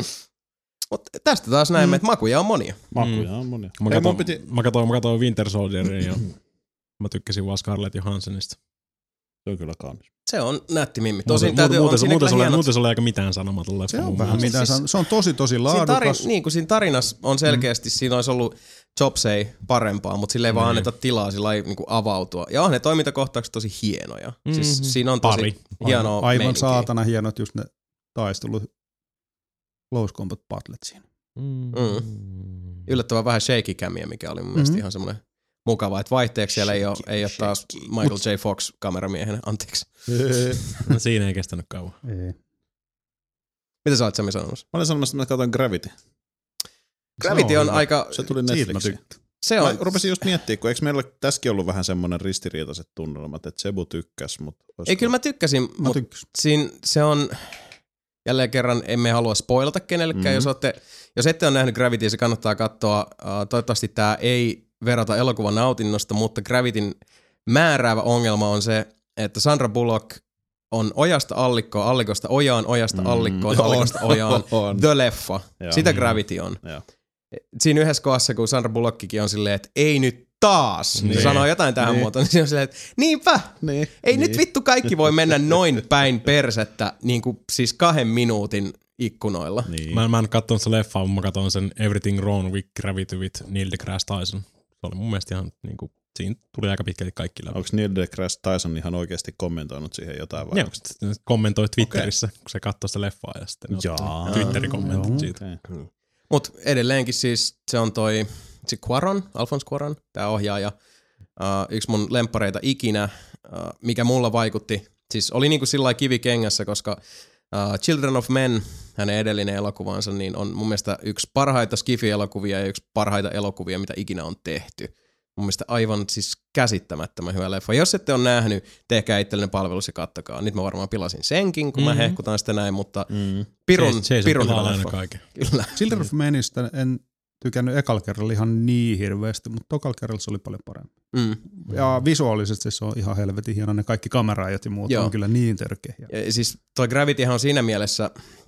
[SPEAKER 1] Mutta tästä taas näemme,
[SPEAKER 4] Mm.
[SPEAKER 1] että makuja on monia.
[SPEAKER 2] Makuja on monia.
[SPEAKER 3] Mä
[SPEAKER 2] Ei,
[SPEAKER 3] katsoin,
[SPEAKER 2] mun piti...
[SPEAKER 3] mä katsoin, mä katsoin Winter Soldierin ja mä tykkäsin vaan Scarlett Johanssonista.
[SPEAKER 2] Se on kyllä kaunis.
[SPEAKER 1] Se on nätti mimmi.
[SPEAKER 3] Tosin
[SPEAKER 1] Tosin täytyy,
[SPEAKER 3] muuten,
[SPEAKER 1] on siinä
[SPEAKER 3] muuten, se oli,
[SPEAKER 1] hienot-
[SPEAKER 3] muuten se oli aika mitään sanomaton leffa.
[SPEAKER 4] Se on
[SPEAKER 3] mun
[SPEAKER 4] vähän
[SPEAKER 3] mielestä.
[SPEAKER 4] mitä
[SPEAKER 1] siis-
[SPEAKER 4] siis, se on tosi tosi
[SPEAKER 1] Siinä,
[SPEAKER 4] laadukas.
[SPEAKER 1] tarin, niin kuin siinä tarinassa on selkeästi, mm. siinä olisi ollut Jobsei parempaa, mutta sille ei vaan
[SPEAKER 3] Mm.
[SPEAKER 1] anneta tilaa sillä lailla niin kuin avautua. Ja on ne toimintakohtaukset tosi hienoja. Mm-hmm. Siis siinä on tosi
[SPEAKER 3] Pari.
[SPEAKER 1] hienoa
[SPEAKER 4] Aivan
[SPEAKER 1] meininkiä.
[SPEAKER 4] saatana hienot just ne taistelut. Close Combat Battlet siinä.
[SPEAKER 1] Mm. Yllättävän vähän shaky camia, mikä oli mun mm-hmm. mielestä ihan semmoinen mukava, että vaihteeksi siellä ei ole, ei ole taas Michael J. Fox kameramiehenä, anteeksi.
[SPEAKER 3] No, siinä ei kestänyt kauan.
[SPEAKER 4] Ei.
[SPEAKER 1] Mitä sä olet Sami sanomassa?
[SPEAKER 2] Mä olin sanomassa, että mä katsoin Gravity.
[SPEAKER 1] Gravity on
[SPEAKER 4] hyvä.
[SPEAKER 1] aika,
[SPEAKER 2] Se tuli
[SPEAKER 4] Siitä mä
[SPEAKER 2] Netflixiin.
[SPEAKER 4] tykkään.
[SPEAKER 1] se
[SPEAKER 2] Mä
[SPEAKER 1] on,
[SPEAKER 2] rupesin just miettimään, kun eikö meillä ole tässäkin ollut vähän semmoinen ristiriitaiset tunnelmat, että Sebu tykkäs, mutta...
[SPEAKER 1] ei kyllä mä tykkäsin,
[SPEAKER 4] Mä
[SPEAKER 1] mutta
[SPEAKER 4] tykkäsin.
[SPEAKER 1] siinä se on, jälleen kerran emme halua spoilata kenellekään,
[SPEAKER 2] Mhm.
[SPEAKER 1] jos, olette, jos ette ole nähnyt Gravity, se kannattaa katsoa. Uh, toivottavasti tämä ei verrata elokuvan nautinnosta, mutta Gravityn määräävä ongelma on se, että Sandra Bullock on ojasta allikkoon, allikosta ojaan, ojasta
[SPEAKER 2] Mm.
[SPEAKER 1] allikoon,
[SPEAKER 2] On,
[SPEAKER 1] allikosta ojaan.
[SPEAKER 2] on.
[SPEAKER 1] The leffa.
[SPEAKER 2] Joo.
[SPEAKER 1] Sitä Gravity on.
[SPEAKER 2] Joo.
[SPEAKER 1] Siinä yhdessä kohdassa, kun Sandra Bullockikin on silleen, että ei nyt taas, niin.
[SPEAKER 3] Niin.
[SPEAKER 1] sanoo jotain tähän
[SPEAKER 2] Niin.
[SPEAKER 1] muotoon, niin se on silleen, että niinpä,
[SPEAKER 2] Niin.
[SPEAKER 1] ei
[SPEAKER 2] niin.
[SPEAKER 1] nyt vittu kaikki voi mennä noin päin persettä, niin kuin siis kahden minuutin ikkunoilla.
[SPEAKER 2] Niin.
[SPEAKER 3] Mä, mä en katsonut se leffaa, mutta mä katson sen Everything Wrong with Gravity with Neil deGrasse Tyson. Se oli mun mielestä ihan niinku, siinä tuli aika pitkälti kaikki läpi.
[SPEAKER 2] Onko Neil deGrasse Tyson ihan oikeasti kommentoinut siihen jotain vai?
[SPEAKER 3] Joo, se kommentoi Twitterissä, okay. kun se katsoi sitä leffaa ja sitten ne otti
[SPEAKER 2] Jaa.
[SPEAKER 3] Twitteri kommentit
[SPEAKER 4] Joo.
[SPEAKER 3] siitä.
[SPEAKER 2] Okay.
[SPEAKER 1] Mutta edelleenkin siis se on toi se Cuarón, Alfonso Cuarón, tää ohjaaja. Uh, yksi mun lemppareita ikinä, uh, mikä mulla vaikutti. Siis oli niinku sillä lailla kivikengässä, koska uh, Children of Men, hänen edellinen elokuvansa, niin on mun mielestä yksi parhaita Skifi-elokuvia ja yksi parhaita elokuvia, mitä ikinä on tehty. Mun mielestä aivan siis käsittämättömän hyvä leffa. Jos ette ole nähnyt, tehkää itsellinen palvelus ja kattokaa. Nyt mä varmaan pilasin senkin, kun mm-hmm. mä hehkutan sitä näin, mutta
[SPEAKER 2] Mm.
[SPEAKER 1] pirun,
[SPEAKER 3] Jason
[SPEAKER 1] pirun
[SPEAKER 3] pilaa
[SPEAKER 1] hyvä
[SPEAKER 3] aina
[SPEAKER 1] leffa.
[SPEAKER 3] kaiken.
[SPEAKER 1] Kyllä.
[SPEAKER 4] Children of Menistä en tykännyt ekalla kerralla ihan niin hirveästi, mutta tokalla kerralla se oli paljon parempi.
[SPEAKER 1] Mm.
[SPEAKER 4] Ja visuaalisesti se on ihan helvetin hieno. Ne kaikki kameraajat ja muut
[SPEAKER 1] Joo.
[SPEAKER 4] on kyllä niin törkeä.
[SPEAKER 1] Ja siis toi Gravityhan on siinä mielessä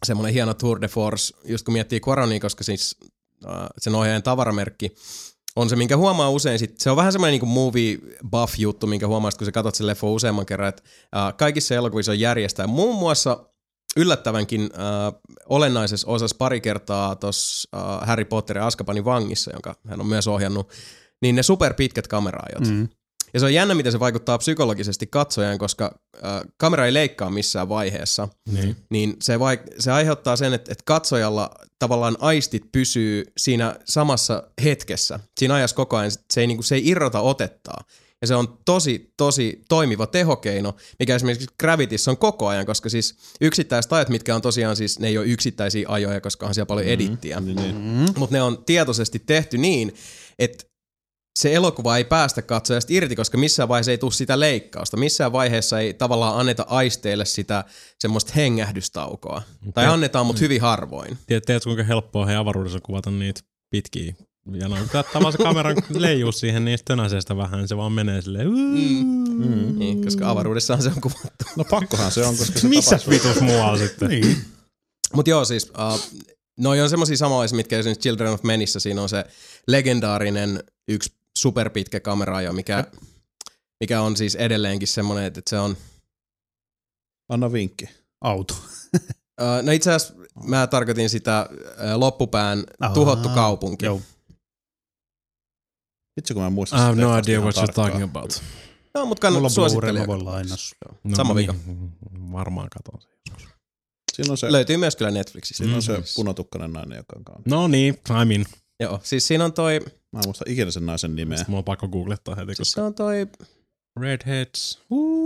[SPEAKER 1] semmoinen hieno tour de force, just kun miettii Quaronia, koska siis uh, sen ohjaajan tavaramerkki on se, minkä huomaa usein. Sit, se on vähän semmoinen niinku movie buff juttu, minkä huomaa, kun sä katsot sen leffon useamman kerran, että uh, kaikissa elokuvissa on järjestää. Muun muassa yllättävänkin uh, olennaisessa osassa pari kertaa tuossa uh, Harry Potter ja Azkabanin vangissa, jonka hän on myös ohjannut, niin ne superpitkät kameraajot. Mm. Ja se on jännä, miten se vaikuttaa psykologisesti katsojaan, koska äh, kamera ei leikkaa missään vaiheessa. Niin, niin se, vaik- se aiheuttaa sen, että, että katsojalla tavallaan aistit pysyy siinä samassa hetkessä, siinä ajassa koko ajan. Se ei, niin kuin, se ei irrota otettaa. Ja se on tosi, tosi toimiva tehokeino, mikä esimerkiksi Gravityssä on koko ajan, koska siis yksittäiset ajat, mitkä on tosiaan siis, ne ei ole yksittäisiä ajoja, koska on siellä paljon edittiä. Mm-hmm. Mutta ne on tietoisesti tehty niin, että se elokuva ei päästä katsojasta irti, koska missään vaiheessa ei tule sitä leikkausta. Missään vaiheessa ei tavallaan anneta aisteille sitä semmoista hengähdystaukoa. Tai annetaan, mutta hyvin harvoin.
[SPEAKER 3] Tiedätkö, kuinka helppoa he avaruudessa kuvata niitä pitkiä? Ja no, kattaa vaan se kameran leijuu siihen niistä tönäseestä vähän, niin se vaan menee silleen.
[SPEAKER 1] Mm. Mm. Niin, koska avaruudessahan se on kuvattu.
[SPEAKER 2] No pakkohan se on, koska se
[SPEAKER 3] missäs vitus muualla sitten?
[SPEAKER 1] Niin. Mut joo siis, uh, noi on semmosia samanlaisia, mitkä esimerkiksi Children of Menissä, siinä on se legendaarinen yksi superpitkä kameraajo, mikä, mikä on siis edelleenkin semmoinen, että se on...
[SPEAKER 2] Anna vinkki.
[SPEAKER 4] Auto.
[SPEAKER 1] uh, no itse asiassa mä tarkoitin sitä uh, loppupään Aha, tuhottu kaupunki.
[SPEAKER 2] Joo. Itse kun mä muistan...
[SPEAKER 3] I have no idea what you're talking about.
[SPEAKER 1] No, mutta kannattaa suosittelen.
[SPEAKER 4] Mulla on lainassa.
[SPEAKER 3] No,
[SPEAKER 1] Sama
[SPEAKER 3] niin,
[SPEAKER 1] vika.
[SPEAKER 3] Varmaan katon se joskus.
[SPEAKER 2] On se,
[SPEAKER 1] löytyy myös kyllä Netflixissä.
[SPEAKER 2] Siinä on se punatukkainen nainen, joka on...
[SPEAKER 3] No niin, I'm in.
[SPEAKER 1] Joo, siis siinä on toi...
[SPEAKER 2] Mä en muista ikinä sen naisen nimeä.
[SPEAKER 3] Sitten mulla on pakko googlettaa heti,
[SPEAKER 1] siis
[SPEAKER 3] koska...
[SPEAKER 1] se on toi...
[SPEAKER 3] Redheads.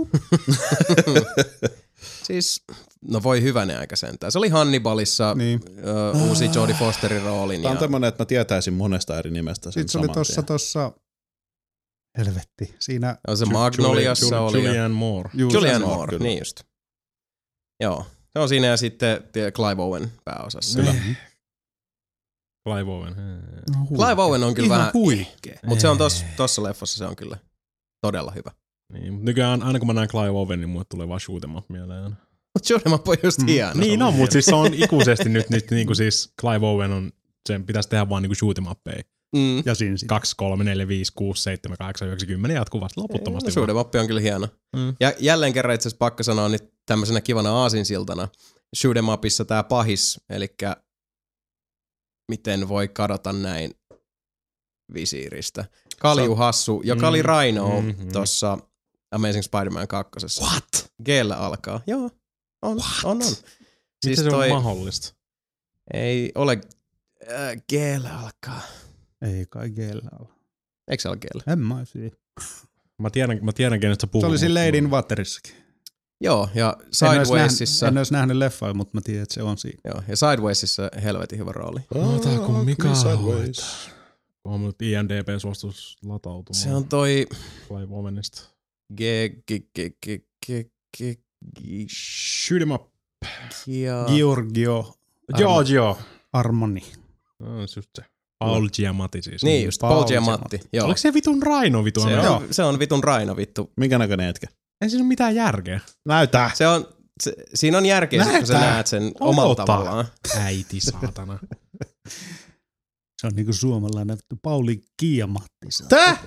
[SPEAKER 1] Siis, no voi hyvänen aika sentään. Se oli Hannibalissa niin. uh, uusi Jodie Fosterin roolin.
[SPEAKER 2] Tämä on
[SPEAKER 1] ja...
[SPEAKER 2] tämmönen, että mä tietäisin monesta eri nimestä sen
[SPEAKER 4] Sitten se oli tossa, tossa... Helvetti. Siinä...
[SPEAKER 1] No, se Magnoliassa
[SPEAKER 3] Julian,
[SPEAKER 1] oli.
[SPEAKER 3] Julian Moore.
[SPEAKER 1] Julian, Julian Moore, Moore niin just. Joo. Se on siinä ja sitten Clive Owen pääosassa.
[SPEAKER 3] Kyllä. Clive Owen.
[SPEAKER 1] No, Clive Owen on kyllä
[SPEAKER 4] ihan
[SPEAKER 1] vähän
[SPEAKER 4] huikea.
[SPEAKER 1] Mutta se on tossa, tossa leffassa se on kyllä todella hyvä.
[SPEAKER 3] Niin, nykyään aina kun mä näen Clive Owen, niin mulle tulee vaan shoot 'em up mieleen.
[SPEAKER 1] Mutta shoot 'em up on just hieno.
[SPEAKER 3] Mm. Niin on, mutta siis se on ikuisesti nyt, nyt niin kuin siis Clive Owen on, sen pitäisi tehdä vaan niin kuin shoot 'em uppeja.
[SPEAKER 1] Mm.
[SPEAKER 4] Ja siinä
[SPEAKER 3] kaksi, kolme, neljä, viisi, kuusi, seitsemän, kahdeksan, yhdeksän, kymmenen jatkuvasti loputtomasti.
[SPEAKER 1] No, shoot 'em up on kyllä hieno. Mm. Ja jälleen kerran itse asiassa pakko sanoa nyt tämmöisenä kivana aasinsiltana. Shoot 'em upissa tää pahis, elikkä miten voi kadota näin visiiristä. Kalju Hassu, joka mm, oli Rhino mm-hmm. tuossa Amazing Spider-Man kakkosessa.
[SPEAKER 3] What?
[SPEAKER 1] G-llä alkaa. Joo, on, What? on, on.
[SPEAKER 3] Siis
[SPEAKER 1] siis
[SPEAKER 3] se
[SPEAKER 1] toi,
[SPEAKER 3] on mahdollista?
[SPEAKER 1] Ei ole, äh, G-llä alkaa.
[SPEAKER 4] Ei kai G-llä ole.
[SPEAKER 1] Eikö se ole G-llä?
[SPEAKER 4] En mä siinä.
[SPEAKER 3] Mä tiedän, mä tiedän kenestä sä puhut.
[SPEAKER 4] Se oli siinä Lady in Waterissakin.
[SPEAKER 1] Joo, ja Sidewaysissa...
[SPEAKER 4] En olisi nähnyt leffaa, mutta mä tiedän, että se on siinä.
[SPEAKER 1] Joo, ja Sidewaysissa helvetin hyvä rooli.
[SPEAKER 3] Oh, tää kun Mika hoitaa. Onhan mun nyt I N D B-suostus latautumaan.
[SPEAKER 1] Se on toi...
[SPEAKER 3] Clive Owenista.
[SPEAKER 1] G... G... G... G... G... G... G...
[SPEAKER 3] Shoot 'em up.
[SPEAKER 4] Giorgio...
[SPEAKER 3] Giorgio.
[SPEAKER 4] Armani.
[SPEAKER 3] No, just se. Paul Giamatti siis.
[SPEAKER 1] Niin just, Paul, Paul Giamatti.
[SPEAKER 3] Giamatti. Oliko se vitun Rhino vitu?
[SPEAKER 1] Se on, se on vitun Rhino vittu.
[SPEAKER 2] Minkä näköinen etkä?
[SPEAKER 3] Ei siinä ole mitään järkeä.
[SPEAKER 2] Näytä.
[SPEAKER 1] Se on, se, siinä on järkeä, kun sä näet sen omalla tavallaan.
[SPEAKER 3] Äiti saatana.
[SPEAKER 4] Se on niinku suomalainen Pauli Giamatti.
[SPEAKER 2] Tää?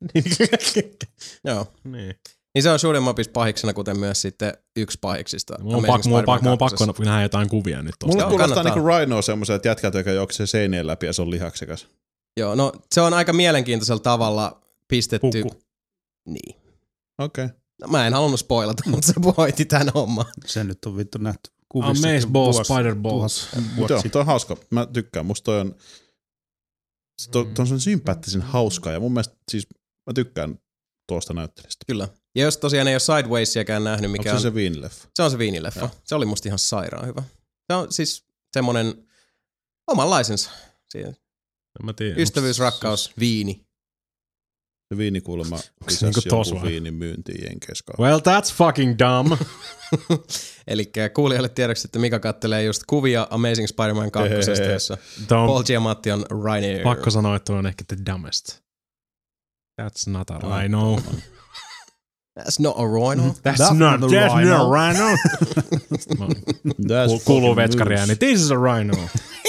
[SPEAKER 1] Joo.
[SPEAKER 3] Niin.
[SPEAKER 1] Niin se on Shoot 'em upissa pahiksena, kuten myös sitten yksi pahiksista.
[SPEAKER 3] Mulla on, pak, mulla, pak, mulla on pakko nähdä jotain kuvia nyt tosta.
[SPEAKER 2] Mulla kuulostaa niinku Rhino semmoisen, että jätkät, joka juoksee seinien läpi ja se on lihaksekas.
[SPEAKER 1] Joo, no se on aika mielenkiintoisella tavalla pistetty.
[SPEAKER 3] Pukku.
[SPEAKER 1] Niin.
[SPEAKER 2] Okei. Okay.
[SPEAKER 1] No, mä en halunnut spoilata, mutta se voitti tämän homman.
[SPEAKER 4] Se nyt on vittu nähty kuvissa.
[SPEAKER 3] Amaze Balls, Spider Balls.
[SPEAKER 2] Joo, toi on hauska. Mä tykkään. Musta toi on, toi, toi on sympaattisen hauskaa ja mun mielestä siis mä tykkään tuosta näyttelijästä.
[SPEAKER 1] Kyllä. Ja jos tosiaan ei ole Sidewaysiäkään nähnyt, mikä
[SPEAKER 2] Onko
[SPEAKER 1] on...
[SPEAKER 2] se se viinileffa?
[SPEAKER 1] Se on se viinileffa. Joo. Se oli musta ihan sairaan hyvä. Se on siis semmonen omanlaisensa. Siihen. Ystävyys, rakkaus, viini.
[SPEAKER 2] Se viinikuulemma lisäsi
[SPEAKER 3] niinku
[SPEAKER 2] joku viinin myyntiin jenkeissä.
[SPEAKER 3] Well, that's fucking dumb.
[SPEAKER 1] Elikkä kuulijoille tiedoksi, että Mika kattelee just kuvia Amazing Spider-Man kakkosesta, jossa Paul Giamatti on Rhino.
[SPEAKER 3] Pakko sanoa, että on ehkä the dumbest. That's not a Rhino.
[SPEAKER 1] That's not a rhino.
[SPEAKER 3] That's,
[SPEAKER 4] That's
[SPEAKER 3] not,
[SPEAKER 4] not a
[SPEAKER 3] that's
[SPEAKER 4] rhino.
[SPEAKER 3] not a rhino.
[SPEAKER 2] That's
[SPEAKER 3] Kuuluu
[SPEAKER 2] fucking
[SPEAKER 3] vetskari ääni.
[SPEAKER 2] moose.
[SPEAKER 3] This is a rhino.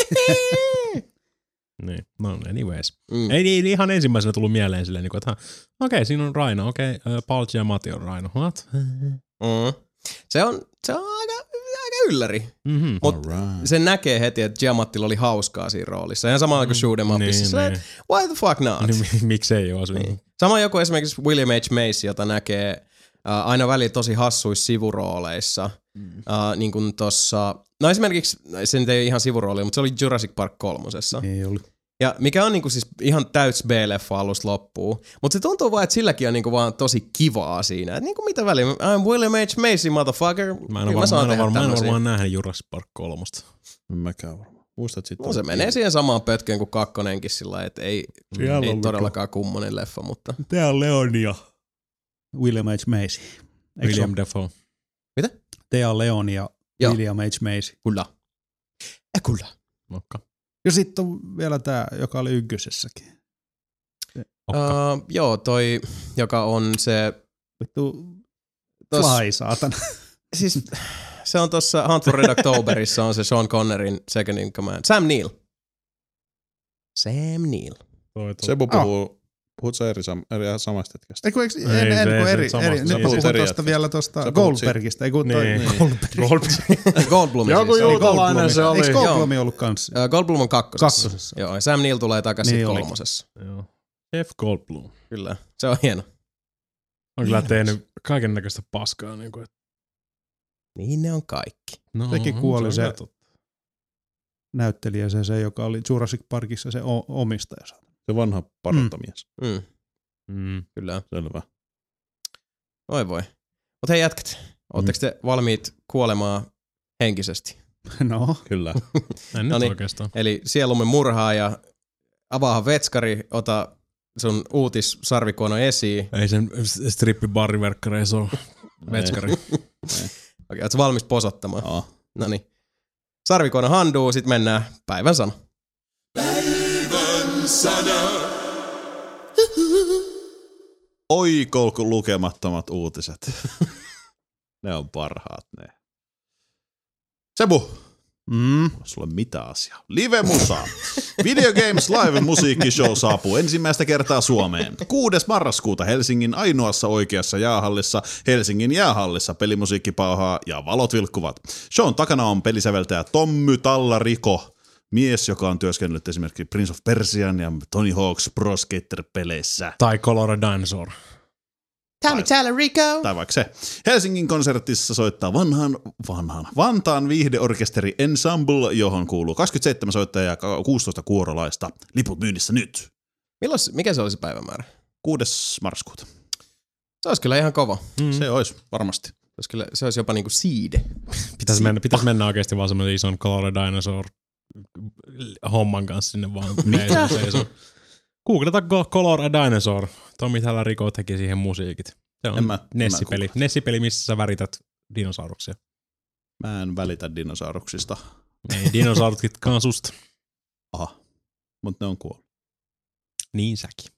[SPEAKER 3] Niin, no anyways.
[SPEAKER 1] Mm.
[SPEAKER 3] Ei niin ihan ensimmäisenä tullut mieleen silleen, niin että okei, okay, siinä on Rhino, okei, okay, uh, Paul Giamatti on Rhino, what?
[SPEAKER 1] Mm. Se on, se on aika, aika ylläri.
[SPEAKER 3] Mm-hmm.
[SPEAKER 1] Mut
[SPEAKER 2] Alright.
[SPEAKER 1] sen näkee heti, että Giamattilla oli hauskaa siinä roolissa. Ihan samalla kuin Shoot 'em Upissa.
[SPEAKER 3] Niin,
[SPEAKER 1] Niin, why the fuck not?
[SPEAKER 3] niin. Miksei oo siinä?
[SPEAKER 1] Niin. Sama joku esimerkiksi William H. Macy, jota näkee äh, aina välillä tosi hassuissa sivurooleissa. Mm. Äh, niin kuin tossa, no esimerkiksi, se nyt ei ihan sivurooli, mutta se oli Jurassic Park kolmosessa.
[SPEAKER 4] Ei oli.
[SPEAKER 1] Ja mikä on niinku siis ihan täys B-leffa alusta loppuun. Mutta se tuntuu vaan, että silläkin on niinku vaan tosi kivaa siinä. Et niinku mitä väliä, I'm William H. Macy, motherfucker.
[SPEAKER 3] Mä en ole
[SPEAKER 1] saan
[SPEAKER 3] varmaan,
[SPEAKER 1] tehdä
[SPEAKER 3] varma,
[SPEAKER 1] tämmösiä.
[SPEAKER 3] varmaan nähnyt Jurassic Park kolmosta.
[SPEAKER 2] En mäkään varmaan. Muistat sit?
[SPEAKER 1] No se menee siihen samaan pötköön kuin kakkonenkin sillä että ei,
[SPEAKER 4] Siellä
[SPEAKER 1] ei
[SPEAKER 4] on
[SPEAKER 1] todellakaan kummonen leffa, mutta...
[SPEAKER 4] Tää on Leonia. William H. Macy. Eikö
[SPEAKER 3] William
[SPEAKER 4] se
[SPEAKER 3] Dafoe.
[SPEAKER 4] Thea Leon ja
[SPEAKER 1] Joo.
[SPEAKER 4] William H. Macy.
[SPEAKER 1] Kyllä. Äh, kyllä.
[SPEAKER 3] Okka.
[SPEAKER 4] Ja sitten on vielä tää, joka oli ykkösessäkin.
[SPEAKER 3] Okka.
[SPEAKER 1] Uh, joo, toi, joka on se...
[SPEAKER 4] Vittu
[SPEAKER 1] Tos,
[SPEAKER 4] fly, saatana.
[SPEAKER 1] siis se on tossa Hunt for Red Octoberissa on se Sean Connerin second in command. Sam Neill. Sam Neill.
[SPEAKER 3] Toi, toi.
[SPEAKER 2] Sebu puhuu, puhut sä eri, sam, eri samasta hetkestä?
[SPEAKER 4] Eiku, eikö,
[SPEAKER 3] Ei,
[SPEAKER 4] en, en,
[SPEAKER 3] se-
[SPEAKER 4] kun
[SPEAKER 3] se
[SPEAKER 4] eri,
[SPEAKER 3] samasta.
[SPEAKER 4] eri, nyt
[SPEAKER 2] Sä
[SPEAKER 4] mä
[SPEAKER 2] puhut
[SPEAKER 4] puhun
[SPEAKER 2] eri
[SPEAKER 4] tosta
[SPEAKER 2] jätkästä.
[SPEAKER 4] vielä tosta
[SPEAKER 2] Sä puhut
[SPEAKER 4] Goldbergista. Eiku, toi,
[SPEAKER 3] Niin.
[SPEAKER 1] Goldblum.
[SPEAKER 3] Joku
[SPEAKER 1] siis.
[SPEAKER 3] juutalainen se oli.
[SPEAKER 4] Eikö Goldblum ollut kanssa?
[SPEAKER 1] Uh, Goldblum on kakkosessa.
[SPEAKER 4] Kakkosessa.
[SPEAKER 1] Joo, ja Sam Neill tulee takaisin
[SPEAKER 4] Niin
[SPEAKER 1] niin
[SPEAKER 4] olikin.
[SPEAKER 1] kolmosessa.
[SPEAKER 3] Joo. Jeff Goldblum.
[SPEAKER 1] Kyllä, se on hieno.
[SPEAKER 3] On kyllä tehnyt kaiken näköistä paskaa. Niin, kuin, että
[SPEAKER 1] Niin ne on kaikki.
[SPEAKER 3] no,
[SPEAKER 4] Sekin kuoli
[SPEAKER 3] on
[SPEAKER 4] se-
[SPEAKER 3] kyllä totta.
[SPEAKER 4] Näyttelijä se, se, joka oli Jurassic Parkissa se o- omistaja.
[SPEAKER 2] Se vanha parantamies.
[SPEAKER 1] Mm,
[SPEAKER 3] Mm.
[SPEAKER 1] kyllä.
[SPEAKER 2] Selvä.
[SPEAKER 1] Oi voi. Mut hei jätkät, ootteko te valmiit kuolemaan henkisesti?
[SPEAKER 4] No,
[SPEAKER 2] Kyllä.
[SPEAKER 3] En nyt
[SPEAKER 1] Noniin.
[SPEAKER 3] oikeastaan.
[SPEAKER 1] Eli sielumme murhaa ja avaahan vetskari, ota sun uutissarvikuono esiin.
[SPEAKER 3] Ei sen strippibarriverkkareissa ole vetskari.
[SPEAKER 1] Okei, ootko valmis posottamaan?
[SPEAKER 2] Joo.
[SPEAKER 1] Noniin. Sarvikuono handuu, sit mennään päivän sana.
[SPEAKER 2] Oi kolku lukemattomat uutiset. Ne on parhaat ne. Sebu,
[SPEAKER 4] mm.
[SPEAKER 2] sulla on mitä asiaa? Live Musa. Video Games Live musiikkishow saapuu ensimmäistä kertaa Suomeen. kuudes marraskuuta Helsingin ainoassa oikeassa jäähallissa, Helsingin jäähallissa pelimusiikki pauhaa ja valot vilkkuvat. Shown takana on pelisäveltäjä Tommy Tallariko, mies, joka on työskennellyt esimerkiksi Prince of Persian ja Tony Hawk's Pro Skater-peleissä.
[SPEAKER 3] Tai Color Dinosaur.
[SPEAKER 1] Tommy Tallarico.
[SPEAKER 2] Tai vaikka se. Helsingin konsertissa soittaa vanhan, vanhan, Vantaan viihdeorkesteri Ensemble, johon kuuluu kaksikymmentäseitsemän soittajaa ja kuusitoista kuorolaista. Liput myynnissä nyt.
[SPEAKER 1] Milloin, mikä se olisi päivämäärä?
[SPEAKER 2] kuudes marraskuuta.
[SPEAKER 1] Se olisi kyllä ihan kova.
[SPEAKER 3] Mm.
[SPEAKER 2] Se olisi varmasti.
[SPEAKER 1] Se olisi, kyllä, se olisi jopa niinku seed.
[SPEAKER 3] Pitäisi mennä, pitäisi mennä oikeasti vaan semmoinen ison Color Dinosaur homman kanssa sinne vaan. Mitä? Googleta Color a Dinosaur. Tommy Tallarico teki siihen musiikit. Se on
[SPEAKER 2] En mä- en mä
[SPEAKER 3] Nessi-peli. Nessi-peli, missä sä värität dinosauruksia.
[SPEAKER 2] Mä en välitä dinosauruksista.
[SPEAKER 3] Ei dinosaurukitkaan susta.
[SPEAKER 2] Aha, mutta ne on kuollut.
[SPEAKER 3] Niin säkin.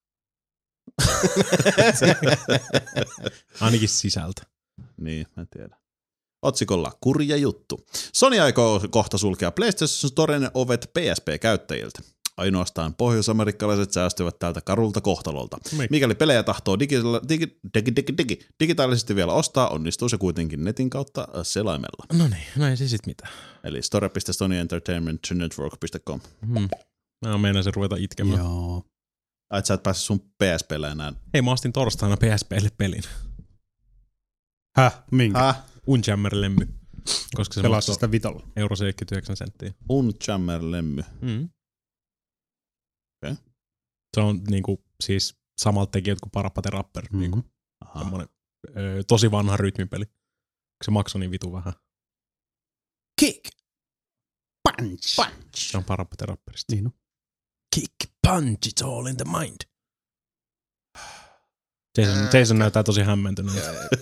[SPEAKER 3] Ainakin sisältä.
[SPEAKER 2] Niin, mä tiedän. Otsikolla kurja juttu. Sony aikoo kohta sulkea PlayStation Storen ovet P S P-käyttäjiltä. Ainoastaan pohjoisamerikkalaiset säästyvät tältä karulta kohtalolta.
[SPEAKER 3] Mik?
[SPEAKER 2] Mikäli pelejä tahtoo digi, digi, digi, digi, digi, digitaalisesti vielä ostaa, onnistuu se kuitenkin netin kautta selaimella.
[SPEAKER 3] No niin, no ei se sit mitään.
[SPEAKER 2] Eli store piste sony entertainment network piste com.
[SPEAKER 3] Hmm. Mä meinasin ruveta itkemään.
[SPEAKER 4] Joo.
[SPEAKER 2] Ai, et sä et pääse sun P S P:llä enää.
[SPEAKER 3] Hei, mä ostin torstaina P S P:lle pelin.
[SPEAKER 4] Häh? Minkä?
[SPEAKER 2] Häh?
[SPEAKER 3] Unjammer-lemmy. Koska se
[SPEAKER 4] Pelasi
[SPEAKER 3] maksoi
[SPEAKER 4] sitä vitolla.
[SPEAKER 3] euro seitsemänkymmentäyhdeksän senttiä.
[SPEAKER 2] Unjammer-lemmy.
[SPEAKER 3] Mm.
[SPEAKER 2] Okei.
[SPEAKER 3] Se on niinku siis samalta tekijät kuin Parappa the Rapper.
[SPEAKER 4] Mm-hmm.
[SPEAKER 3] Niinku,
[SPEAKER 2] Aha.
[SPEAKER 3] semmonen ö, tosi vanha rytmipeli. Se maksoi niin vitu vähän.
[SPEAKER 1] Kick.
[SPEAKER 4] Punch.
[SPEAKER 1] Punch.
[SPEAKER 3] Se on Parappa the Rapperista.
[SPEAKER 4] Niin on.
[SPEAKER 3] Kick, punch, it's all in the mind. Jason, Jason näyttää tosi hämmentynyt.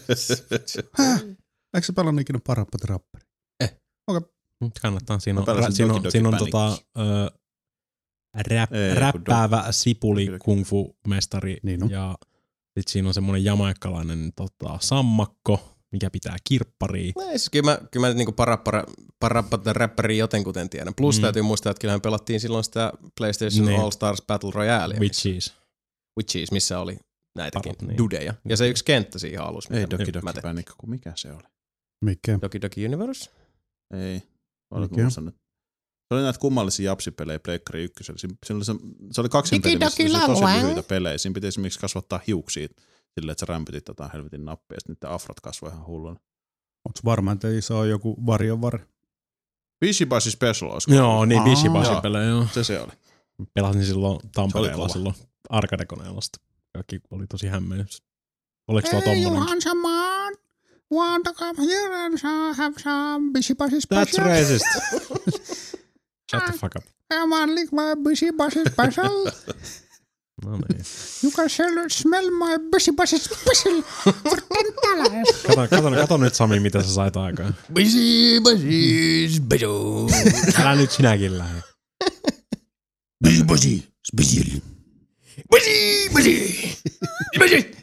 [SPEAKER 4] Eikö se pelannut ikinä Parappat Rapperi?
[SPEAKER 3] Kannattaa. Siinä on,
[SPEAKER 2] Mä pelasin
[SPEAKER 3] ra, siinä on,
[SPEAKER 2] Doki Doki
[SPEAKER 3] siinä on
[SPEAKER 2] Panic.
[SPEAKER 3] tota, ö, rap,
[SPEAKER 2] Ei, kun
[SPEAKER 3] räppäävä sipuli
[SPEAKER 2] Doki Doki.
[SPEAKER 3] kung fu mestari
[SPEAKER 4] Niin on.
[SPEAKER 3] ja Sitten siinä on semmoinen jamaikkalainen tota, sammakko, mikä pitää kirpparia.
[SPEAKER 1] No, siis kyllä mä, kyllä mä niinku parappara, parappata räppäriä jotenkuten tiedän. Plus mm. täytyy muistaa, että kyllähän pelattiin silloin sitä PlayStation
[SPEAKER 3] niin.
[SPEAKER 1] All Stars Battle Royale.
[SPEAKER 3] Witches.
[SPEAKER 1] Witches, missä oli näitäkin
[SPEAKER 3] Parat, niin.
[SPEAKER 1] dudeja. Ja se yksi kenttä siihen alussa.
[SPEAKER 2] Ei Doki Doki Panic, kun mikä se oli?
[SPEAKER 4] Mikä?
[SPEAKER 1] Doki Doki Universe?
[SPEAKER 2] Ei. Oliko muistanut? Se oli näitä kummallisia japsipelejä Pleikkari ykkösellä. Se oli, se, se oli kaksin peli, missä se oli tosi lyhyitä pelejä. Siinä piti esimerkiksi kasvattaa hiuksia silleen, että sä rämpytit jotain helvetin nappia, ja sitten niiden afrat kasvoi ihan hulluna.
[SPEAKER 4] Onko varma, että ei saa joku varjovar?
[SPEAKER 2] Bishi Bashi Special olisiko?
[SPEAKER 3] Joo, niin Bishi Bashi pelejä, joo.
[SPEAKER 2] Se se oli.
[SPEAKER 3] Pelasin silloin
[SPEAKER 2] Se
[SPEAKER 3] Tampereella
[SPEAKER 2] oli
[SPEAKER 3] silloin arcade-koneella. Kaikki oli tosi hämmennys. Oliko tuo tommonenkin?
[SPEAKER 4] Saman. Want to come here and have some Bishi Bashi special?
[SPEAKER 3] That's racist. Shut the fuck up.
[SPEAKER 4] Come on, lick my Bishi Bashi special.
[SPEAKER 3] No niin.
[SPEAKER 4] You can smell my Bishi Bashi special for ten dollars.
[SPEAKER 3] Kato, kato, kato nyt Sami, mitä sä sait aikaan.
[SPEAKER 1] Bishi Bashi Special.
[SPEAKER 3] Älä nyt sinäkin lähde.
[SPEAKER 6] Bishi Bashi special.
[SPEAKER 1] Bishi Bashi Special.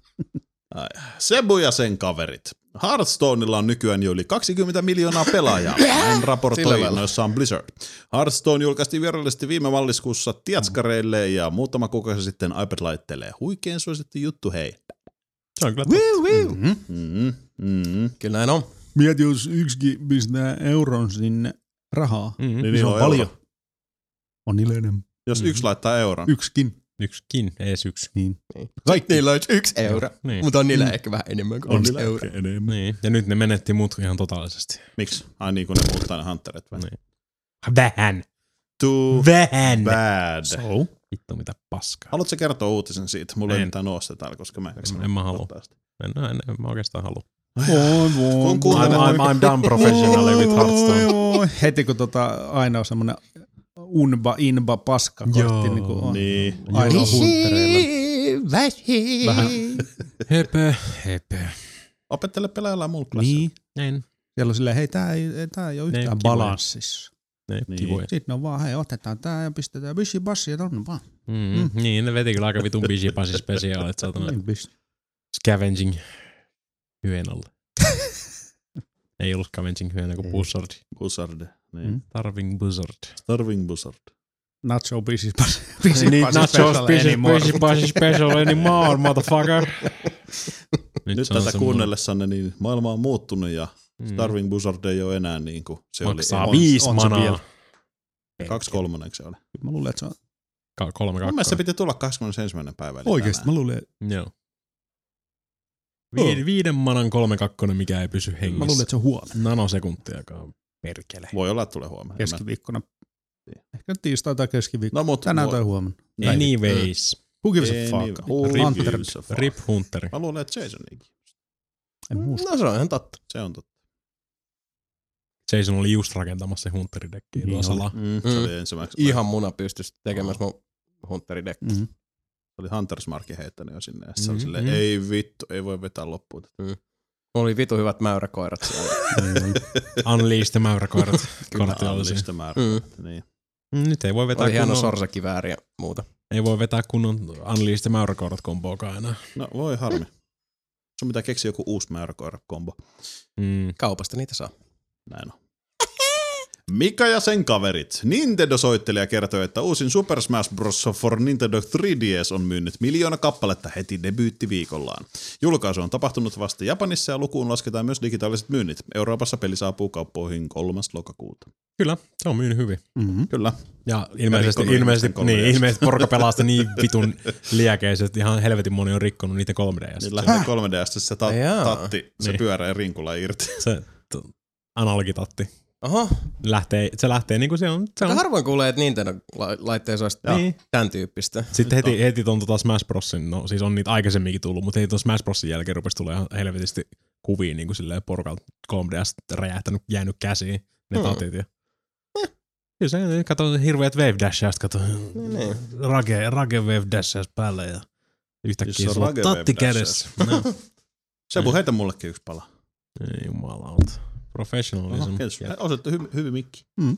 [SPEAKER 2] Sebu ja sen kaverit. Hearthstoneilla on nykyään jo yli kaksikymmentä miljoonaa pelaajaa. Näin raportoi noissaan Blizzard. Hearthstone julkaistiin virallisesti viime maaliskuussa tiatskareille ja muutama kuukausi sitten iPad-laitteelle. Huikein suosittu juttu, hei.
[SPEAKER 3] Se on kyllä totta.
[SPEAKER 2] Mm-hmm. Mm-hmm. Mm-hmm.
[SPEAKER 1] Kyllä näin on.
[SPEAKER 4] Mieti, jos yksikin pistää euron sinne rahaa.
[SPEAKER 3] Mm-hmm.
[SPEAKER 2] Niin
[SPEAKER 4] Se on
[SPEAKER 2] on
[SPEAKER 4] paljon.
[SPEAKER 2] euro.
[SPEAKER 4] On iloinen.
[SPEAKER 2] Jos
[SPEAKER 3] Mm-hmm.
[SPEAKER 2] yksi laittaa euron.
[SPEAKER 4] Yksikin.
[SPEAKER 3] Yksikin, ees yksi.
[SPEAKER 4] Niin.
[SPEAKER 1] Kaikki niillä olisi yksi euro,
[SPEAKER 3] Niin.
[SPEAKER 1] mutta on niillä mm. ehkä vähän enemmän kuin
[SPEAKER 2] On
[SPEAKER 1] yksi
[SPEAKER 2] niillä
[SPEAKER 1] euro.
[SPEAKER 2] enemmän.
[SPEAKER 3] Niin. Ja nyt ne menetti mut ihan totaalisesti.
[SPEAKER 2] Miksi? Ai niin kuin ne muuttaa ne hunterit vai?
[SPEAKER 3] Niin. Vähän.
[SPEAKER 2] Too
[SPEAKER 3] Vähän.
[SPEAKER 2] bad.
[SPEAKER 3] So? Vittu mitä paskaa.
[SPEAKER 2] Haluatko kertoa uutisen siitä? Mulla ei
[SPEAKER 3] En.
[SPEAKER 2] mitään noosta täällä, koska mä en
[SPEAKER 3] En, en mä halua. En, en, en, en mä oikeastaan halua.
[SPEAKER 4] Voi, voi,
[SPEAKER 2] Kun kuuntelet-
[SPEAKER 3] I'm, I'm, I'm done professionally with Hearthstone.
[SPEAKER 4] Voi. Heti kun tota aina on semmonen unba, inba, paska kortti,
[SPEAKER 3] Joo,
[SPEAKER 4] niin kuin on
[SPEAKER 3] niin.
[SPEAKER 4] aina huntereilla. Vähän.
[SPEAKER 3] Höpö, höpö.
[SPEAKER 2] Opettele pelaajalla mulla klassilla.
[SPEAKER 4] Niin.
[SPEAKER 3] Näin.
[SPEAKER 4] Siellä on silleen, hei, tää ei, tää ei ole
[SPEAKER 3] Ne
[SPEAKER 4] yhtään
[SPEAKER 3] kivoja.
[SPEAKER 4] balanssissa.
[SPEAKER 3] Ne,
[SPEAKER 2] Niin.
[SPEAKER 3] kivoja.
[SPEAKER 4] Sitten on vaan, hei, otetaan tää ja pistetään bishi bassi ja tonne vaan.
[SPEAKER 3] Mm, mm. Niin, ne veti kyllä aika vitun busy pasi spesiaalit, saatana
[SPEAKER 4] Niin pisti.
[SPEAKER 3] scavenging hyenalle. Ei ollut scavenging hyönä kuin buzzard.
[SPEAKER 2] Buzzard. Niin.
[SPEAKER 4] Mm.
[SPEAKER 3] Starving buzzard.
[SPEAKER 2] Starving Buzzard.
[SPEAKER 4] Nacho bishi bassi. Bishi
[SPEAKER 3] Niin,
[SPEAKER 4] bassi
[SPEAKER 3] not so
[SPEAKER 4] special anymore.
[SPEAKER 3] busy pasi special anymore, motherfucker.
[SPEAKER 2] Nyt
[SPEAKER 3] se on
[SPEAKER 2] tätä
[SPEAKER 3] semmoinen-
[SPEAKER 2] kuunnellessanne, niin maailma on muuttunut ja
[SPEAKER 3] Mm.
[SPEAKER 2] Starving Buzzard ei ole enää niin kuin se
[SPEAKER 3] Maksaa
[SPEAKER 2] oli.
[SPEAKER 3] viisi
[SPEAKER 4] on se
[SPEAKER 3] manaa.
[SPEAKER 4] vielä.
[SPEAKER 2] Kaksi kolmoneksi se oli.
[SPEAKER 4] Mä luulen, että se on
[SPEAKER 3] Ka- kolme
[SPEAKER 2] Mun mielestä se
[SPEAKER 3] kakkoa.
[SPEAKER 2] piti tulla kahdeskymmenesensimmäinen päivä. eli
[SPEAKER 4] oikeesti. Mä
[SPEAKER 2] tänään.
[SPEAKER 4] luulen,
[SPEAKER 3] Joo. Vi- viiden manan kolme kakkonen, mikä ei pysy hengissä.
[SPEAKER 4] mä luulen, että se on huomenna.
[SPEAKER 3] Nanosekuntiakaan. Perkele.
[SPEAKER 2] Voi olla, että tulee huomenna.
[SPEAKER 4] Keskiviikkona. Ehkä tiistai tai keskiviikko.
[SPEAKER 2] No mut
[SPEAKER 4] Tänään
[SPEAKER 2] voi-
[SPEAKER 4] tai huomenna.
[SPEAKER 3] Anyways.
[SPEAKER 4] Who gives a
[SPEAKER 2] Any-
[SPEAKER 4] fuck?
[SPEAKER 2] who
[SPEAKER 4] Hunter.
[SPEAKER 2] gives a fuck?
[SPEAKER 3] Rip Hunteri.
[SPEAKER 2] Mä luulen, että Jasonikin.
[SPEAKER 4] En muista.
[SPEAKER 1] No se on ihan totta.
[SPEAKER 2] Se on totta.
[SPEAKER 3] Jason oli just rakentamassa se Hunteridekkiä
[SPEAKER 4] Niin
[SPEAKER 3] tuossa
[SPEAKER 4] oli.
[SPEAKER 3] salaa.
[SPEAKER 2] Mm, se
[SPEAKER 1] Mm.
[SPEAKER 2] oli ensimmäiseksi.
[SPEAKER 1] Ihan muna pystyisi tekemässä mun Hunteridekki.
[SPEAKER 4] Mm-hmm.
[SPEAKER 2] Se oli Hunters Markin heittänyt jo sinne. Ja se oli
[SPEAKER 3] Mm,
[SPEAKER 2] silleen,
[SPEAKER 3] mm.
[SPEAKER 2] ei vittu, ei voi vetää loppuun.
[SPEAKER 1] Mulla oli vitu hyvät mäyräkoirat siellä.
[SPEAKER 3] Unleashed the mäyräkoirat. Kortti oli siinä.
[SPEAKER 2] Allista määrä.
[SPEAKER 1] Mm.
[SPEAKER 2] Niin.
[SPEAKER 3] Mm, Nyt ei voi vetää
[SPEAKER 1] Oli hieno
[SPEAKER 3] kunnon,
[SPEAKER 1] sorsakivääri ja muuta.
[SPEAKER 3] ei voi vetää kunnon Unleashed the mäyräkoirat komboakaan enää.
[SPEAKER 2] No voi harmi. Sun pitää keksiä joku uusi määräkoira-kombo.
[SPEAKER 3] Mm.
[SPEAKER 1] Kaupasta niitä saa.
[SPEAKER 2] Näin on. Mika ja sen kaverit. Nintendo-soittelija kertoi, että uusin Super Smash Bros. For Nintendo three D S on myynyt miljoona kappaletta heti debyyttiviikollaan. Julkaisu on tapahtunut vasta Japanissa ja lukuun lasketaan myös digitaaliset myynnit. Euroopassa peli saapuu kauppoihin kolmas lokakuuta.
[SPEAKER 3] Kyllä, se on myynyt hyvin.
[SPEAKER 4] Mm-hmm.
[SPEAKER 2] Kyllä.
[SPEAKER 3] Ja ilmeisesti,
[SPEAKER 2] rikkonut
[SPEAKER 3] ilmeisesti,
[SPEAKER 2] ihmisten kolme D S.
[SPEAKER 3] niin, ilmeisesti porukka pelaa sitä niin vitun liekeisesti, ihan helvetin moni on rikkonut niiden kolme D S.
[SPEAKER 2] Niin lähtee kolme D S, se ta-
[SPEAKER 1] Jaa.
[SPEAKER 2] tatti, se
[SPEAKER 3] Niin.
[SPEAKER 2] pyörää rinkulla irti.
[SPEAKER 3] Se t- analogitatti.
[SPEAKER 1] Oho,
[SPEAKER 3] Lähtee, se lähtee niinku se on. Se
[SPEAKER 1] aika
[SPEAKER 3] on.
[SPEAKER 1] harvoin kuulee, että Nintendo-laitteessa olisi
[SPEAKER 3] Niin.
[SPEAKER 1] tämän tyyppistä.
[SPEAKER 3] Sitten heti, heti ton tota Smash Brosin, no siis on niitä aikaisemminkin tullut, mutta heti ton Smash Brosin jälkeen rupesi tulee ihan helvetisti kuviin niin kuin silleen porukalta kolme D S räjähtänyt, jäänyt käsiin, ne
[SPEAKER 1] Hmm.
[SPEAKER 3] tatit ja... Kyllä se, kato hirveät wave dashia, kato
[SPEAKER 1] Niin.
[SPEAKER 3] rage, rage wave dashia päälle ja yhtäkkiä
[SPEAKER 2] Siis
[SPEAKER 3] sulla on
[SPEAKER 2] rage
[SPEAKER 3] tatti
[SPEAKER 2] wave
[SPEAKER 3] kädessä. No.
[SPEAKER 2] Sebu, heitä mullekin yksi pala.
[SPEAKER 3] Ei jumalauta.
[SPEAKER 2] Oho,
[SPEAKER 3] Professionalism.
[SPEAKER 2] kiitos.
[SPEAKER 3] Ja
[SPEAKER 2] Osoitte hy- hyvin mikki.
[SPEAKER 4] Mm.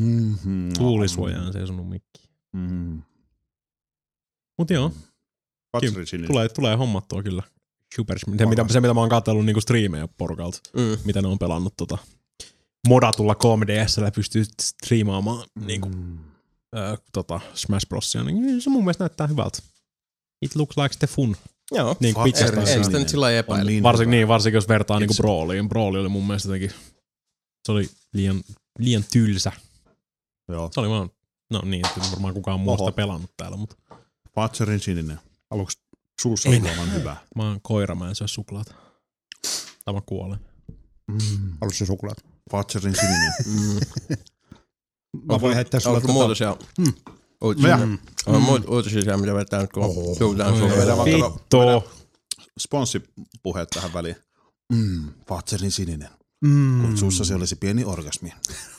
[SPEAKER 2] Mm-hmm.
[SPEAKER 3] tuulisuojaan seisonut mikki.
[SPEAKER 2] Mm-hmm.
[SPEAKER 3] Mut joo,
[SPEAKER 2] Patserin sininen.
[SPEAKER 3] Tulee, tulee hommattua kyllä. Super, se, mitä, se, mitä mä oon katsellut niinku striimejä porukalta,
[SPEAKER 1] Mm.
[SPEAKER 3] mitä ne on pelannut tota, modatulla kolme D S:llä pystyy striimaamaan mm. niinku, äh, tota, Smash Brosia, niin se mun mielestä näyttää hyvältä. It looks like the fun.
[SPEAKER 1] Joo,
[SPEAKER 3] Niin kuin pitchasta.
[SPEAKER 1] ei, ei sitä nyt sillä lailla epäile.
[SPEAKER 2] Niin
[SPEAKER 3] Varsinkin,
[SPEAKER 2] hyvä.
[SPEAKER 3] niin, varsinkin jos vertaa niinku Brawliin. Brawli oli mun mielestä jotenkin, se oli liian, liian tylsä.
[SPEAKER 2] Joo.
[SPEAKER 3] Se oli vaan, no niin, että varmaan kukaan muusta pelannut täällä, mutta
[SPEAKER 2] Patserin sininen.
[SPEAKER 4] Aluksi
[SPEAKER 2] Suussa on olevan hyvä.
[SPEAKER 3] mä oon koira, mä en syö suklaata. Tai mä kuolen.
[SPEAKER 2] Mm.
[SPEAKER 4] Haluatko se suklaat?
[SPEAKER 2] Patserin sininen.
[SPEAKER 1] Mm.
[SPEAKER 4] Mä voin heittää sulle
[SPEAKER 1] Onko
[SPEAKER 4] tota...
[SPEAKER 1] muutosia?
[SPEAKER 4] Mm.
[SPEAKER 1] Uutisia.
[SPEAKER 4] Mm.
[SPEAKER 1] On muut uutisia, mitä vetää nyt, kun
[SPEAKER 4] Oho.
[SPEAKER 1] suutaan sulle.
[SPEAKER 2] Vedä vaikka
[SPEAKER 3] Vittu.
[SPEAKER 2] sponssipuheet tähän väliin. Mm, Patserin sininen.
[SPEAKER 4] Mm.
[SPEAKER 2] Kun suussasi olisi pieni orgasmi.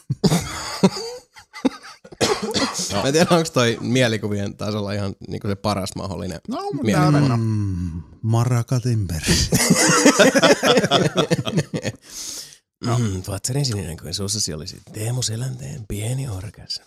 [SPEAKER 1] Mä en tiedä, onko toi mielikuvien tasolla ihan niinku se paras mahdollinen
[SPEAKER 2] No, mutta
[SPEAKER 1] mielikuva.
[SPEAKER 4] Mm. Marakatimber.
[SPEAKER 1] No. Mm, Patserin sininen, kun suussasi olisi Teemu Selänteen pieni orgasmi.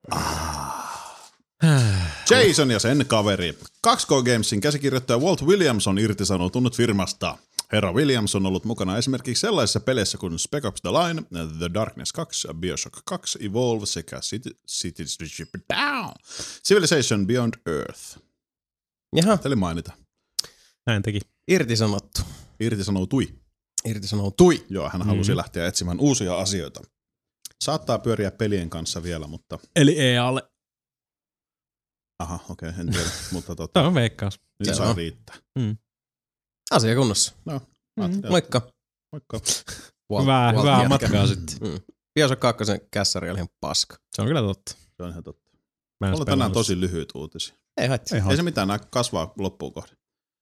[SPEAKER 2] Jason ja sen kaveri. kaksi K Gamesin käsikirjoittaja Walt Williams on irtisanoutunut firmasta. Herra Williams on ollut mukana esimerkiksi sellaisissa peleissä kuin Spec Ops The Line, The Darkness kaksi, Bioshock kaksi, Evolve sekä City, Cities Down, Civilization Beyond Earth.
[SPEAKER 1] Jaha,
[SPEAKER 2] Eli mainita.
[SPEAKER 3] Näin teki.
[SPEAKER 1] irtisanottu.
[SPEAKER 2] Irtisanoutui.
[SPEAKER 1] Irtisanoutui.
[SPEAKER 2] Joo, hän halusi mm-hmm. lähteä etsimään uusia asioita. Saattaa pyöriä pelien kanssa vielä, mutta...
[SPEAKER 3] Eli E A:lle.
[SPEAKER 2] Aha, okei, okay, en tiedä, mutta totta.
[SPEAKER 3] Tämä on veikkaus.
[SPEAKER 2] Nyt
[SPEAKER 1] Se
[SPEAKER 2] saa
[SPEAKER 1] on.
[SPEAKER 2] riittää.
[SPEAKER 1] Asia kunnossa.
[SPEAKER 2] No,
[SPEAKER 3] Mm.
[SPEAKER 1] Moikka.
[SPEAKER 2] Moikka.
[SPEAKER 1] Walt-
[SPEAKER 3] Hyvää,
[SPEAKER 1] Walt
[SPEAKER 3] hyvää
[SPEAKER 1] jätkä.
[SPEAKER 3] matkaa sitten.
[SPEAKER 1] Mm. Bioshock kakkosen kässäri oli ihan paska.
[SPEAKER 3] Se on kyllä totta.
[SPEAKER 2] Se on ihan totta.
[SPEAKER 3] Mä en
[SPEAKER 2] Mulla on
[SPEAKER 3] pelannut
[SPEAKER 2] tänään
[SPEAKER 3] sitä.
[SPEAKER 2] tosi lyhyt uutisia.
[SPEAKER 1] Ei haittaa.
[SPEAKER 4] Ei
[SPEAKER 2] Ei se mitään, nämä kasvaa loppuun kohden.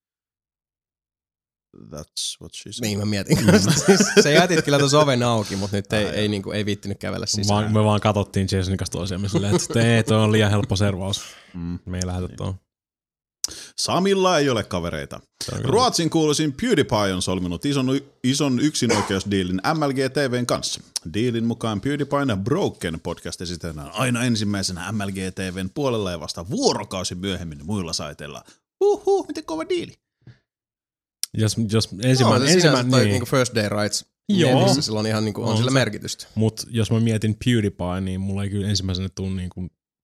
[SPEAKER 2] That's what she said.
[SPEAKER 1] Niin mä mietin kanssa. Siis se jätit kyllä tuossa oven auki, mutta nyt ei, ei, niinku, ei viittinyt kävellä sisään.
[SPEAKER 3] Vaan, me vaan katsottiin Jasonin kanssa toisiamme silleen, että ei, toi on liian helppo servaus.
[SPEAKER 2] Mm.
[SPEAKER 3] Me ei lähdetä tuohon.
[SPEAKER 2] Samilla ei ole kavereita.
[SPEAKER 3] Se on kyllä
[SPEAKER 2] Ruotsin kuuluisin PewDiePie on solminut ison, ison yksinoikeusdiilin M L G T V:n kanssa. Diilin mukaan PewDiePien Broken podcast esitellään aina ensimmäisenä M L G T V:n puolella ja vasta vuorokausi myöhemmin muilla saiteilla. Huhhuh, miten kova diili.
[SPEAKER 3] Jos, jos
[SPEAKER 1] No,
[SPEAKER 3] ensimmäinen,
[SPEAKER 1] se sinänsä
[SPEAKER 3] ensimmäinen
[SPEAKER 1] toi
[SPEAKER 3] niin.
[SPEAKER 1] niinku First Day Rights.
[SPEAKER 3] Joo.
[SPEAKER 1] Netissä sillä on ihan niinku, on,
[SPEAKER 3] On
[SPEAKER 1] sillä
[SPEAKER 3] se.
[SPEAKER 1] merkitystä.
[SPEAKER 3] Mut jos mä mietin PewDiePie, niin mulla ei kyllä ensimmäisenä tuu niinku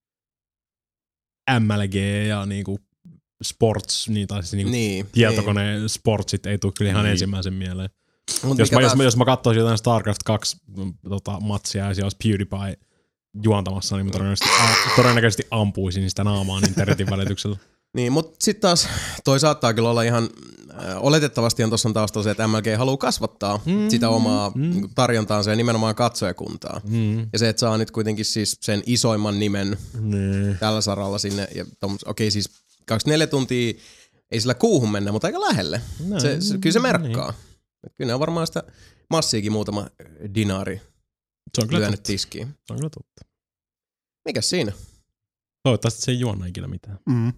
[SPEAKER 3] M L G ja niinku sports, niin, tai siis niinku
[SPEAKER 1] Niin.
[SPEAKER 3] tietokone sportsit ei tuu kyllä ihan
[SPEAKER 2] Niin.
[SPEAKER 3] ensimmäisen mieleen.
[SPEAKER 1] Mut
[SPEAKER 3] Jos
[SPEAKER 1] mikä
[SPEAKER 3] mä, jos,
[SPEAKER 1] taas-
[SPEAKER 3] mä, jos mä katsoisin jotain StarCraft kaksi mm, tota, matsia ja siellä olisi PewDiePie juontamassa, niin mä todennäköisesti, a, todennäköisesti ampuisin sitä naamaan internetin välityksellä.
[SPEAKER 1] Niin, mutta sitten taas toi saattaa kyllä olla ihan, äh, oletettavasti on tuossa taustalla se, että M L G haluaa kasvattaa mm, sitä omaa
[SPEAKER 3] mm.
[SPEAKER 1] mm. tarjontaansa ja nimenomaan katsojakuntaa.
[SPEAKER 3] Mm.
[SPEAKER 1] Ja se, että saa nyt kuitenkin siis sen isoimman nimen
[SPEAKER 3] Niin.
[SPEAKER 1] tällä saralla sinne. Ja tommos, okei siis kaksikymmentäneljä tuntia ei sillä kuuhun mennä, mutta aika lähelle.
[SPEAKER 3] No,
[SPEAKER 1] Se, se, kyllä se merkkaa. Niin. Kyllä ne on varmaan sitä massiikin muutama dinaari
[SPEAKER 3] Se on kyllä
[SPEAKER 1] lyönyt
[SPEAKER 3] totta.
[SPEAKER 1] tiskiin.
[SPEAKER 3] Se on kyllä totta.
[SPEAKER 1] Mikäs siinä?
[SPEAKER 3] Toivottavasti se ei juonna ikinä mitään.
[SPEAKER 4] Mm.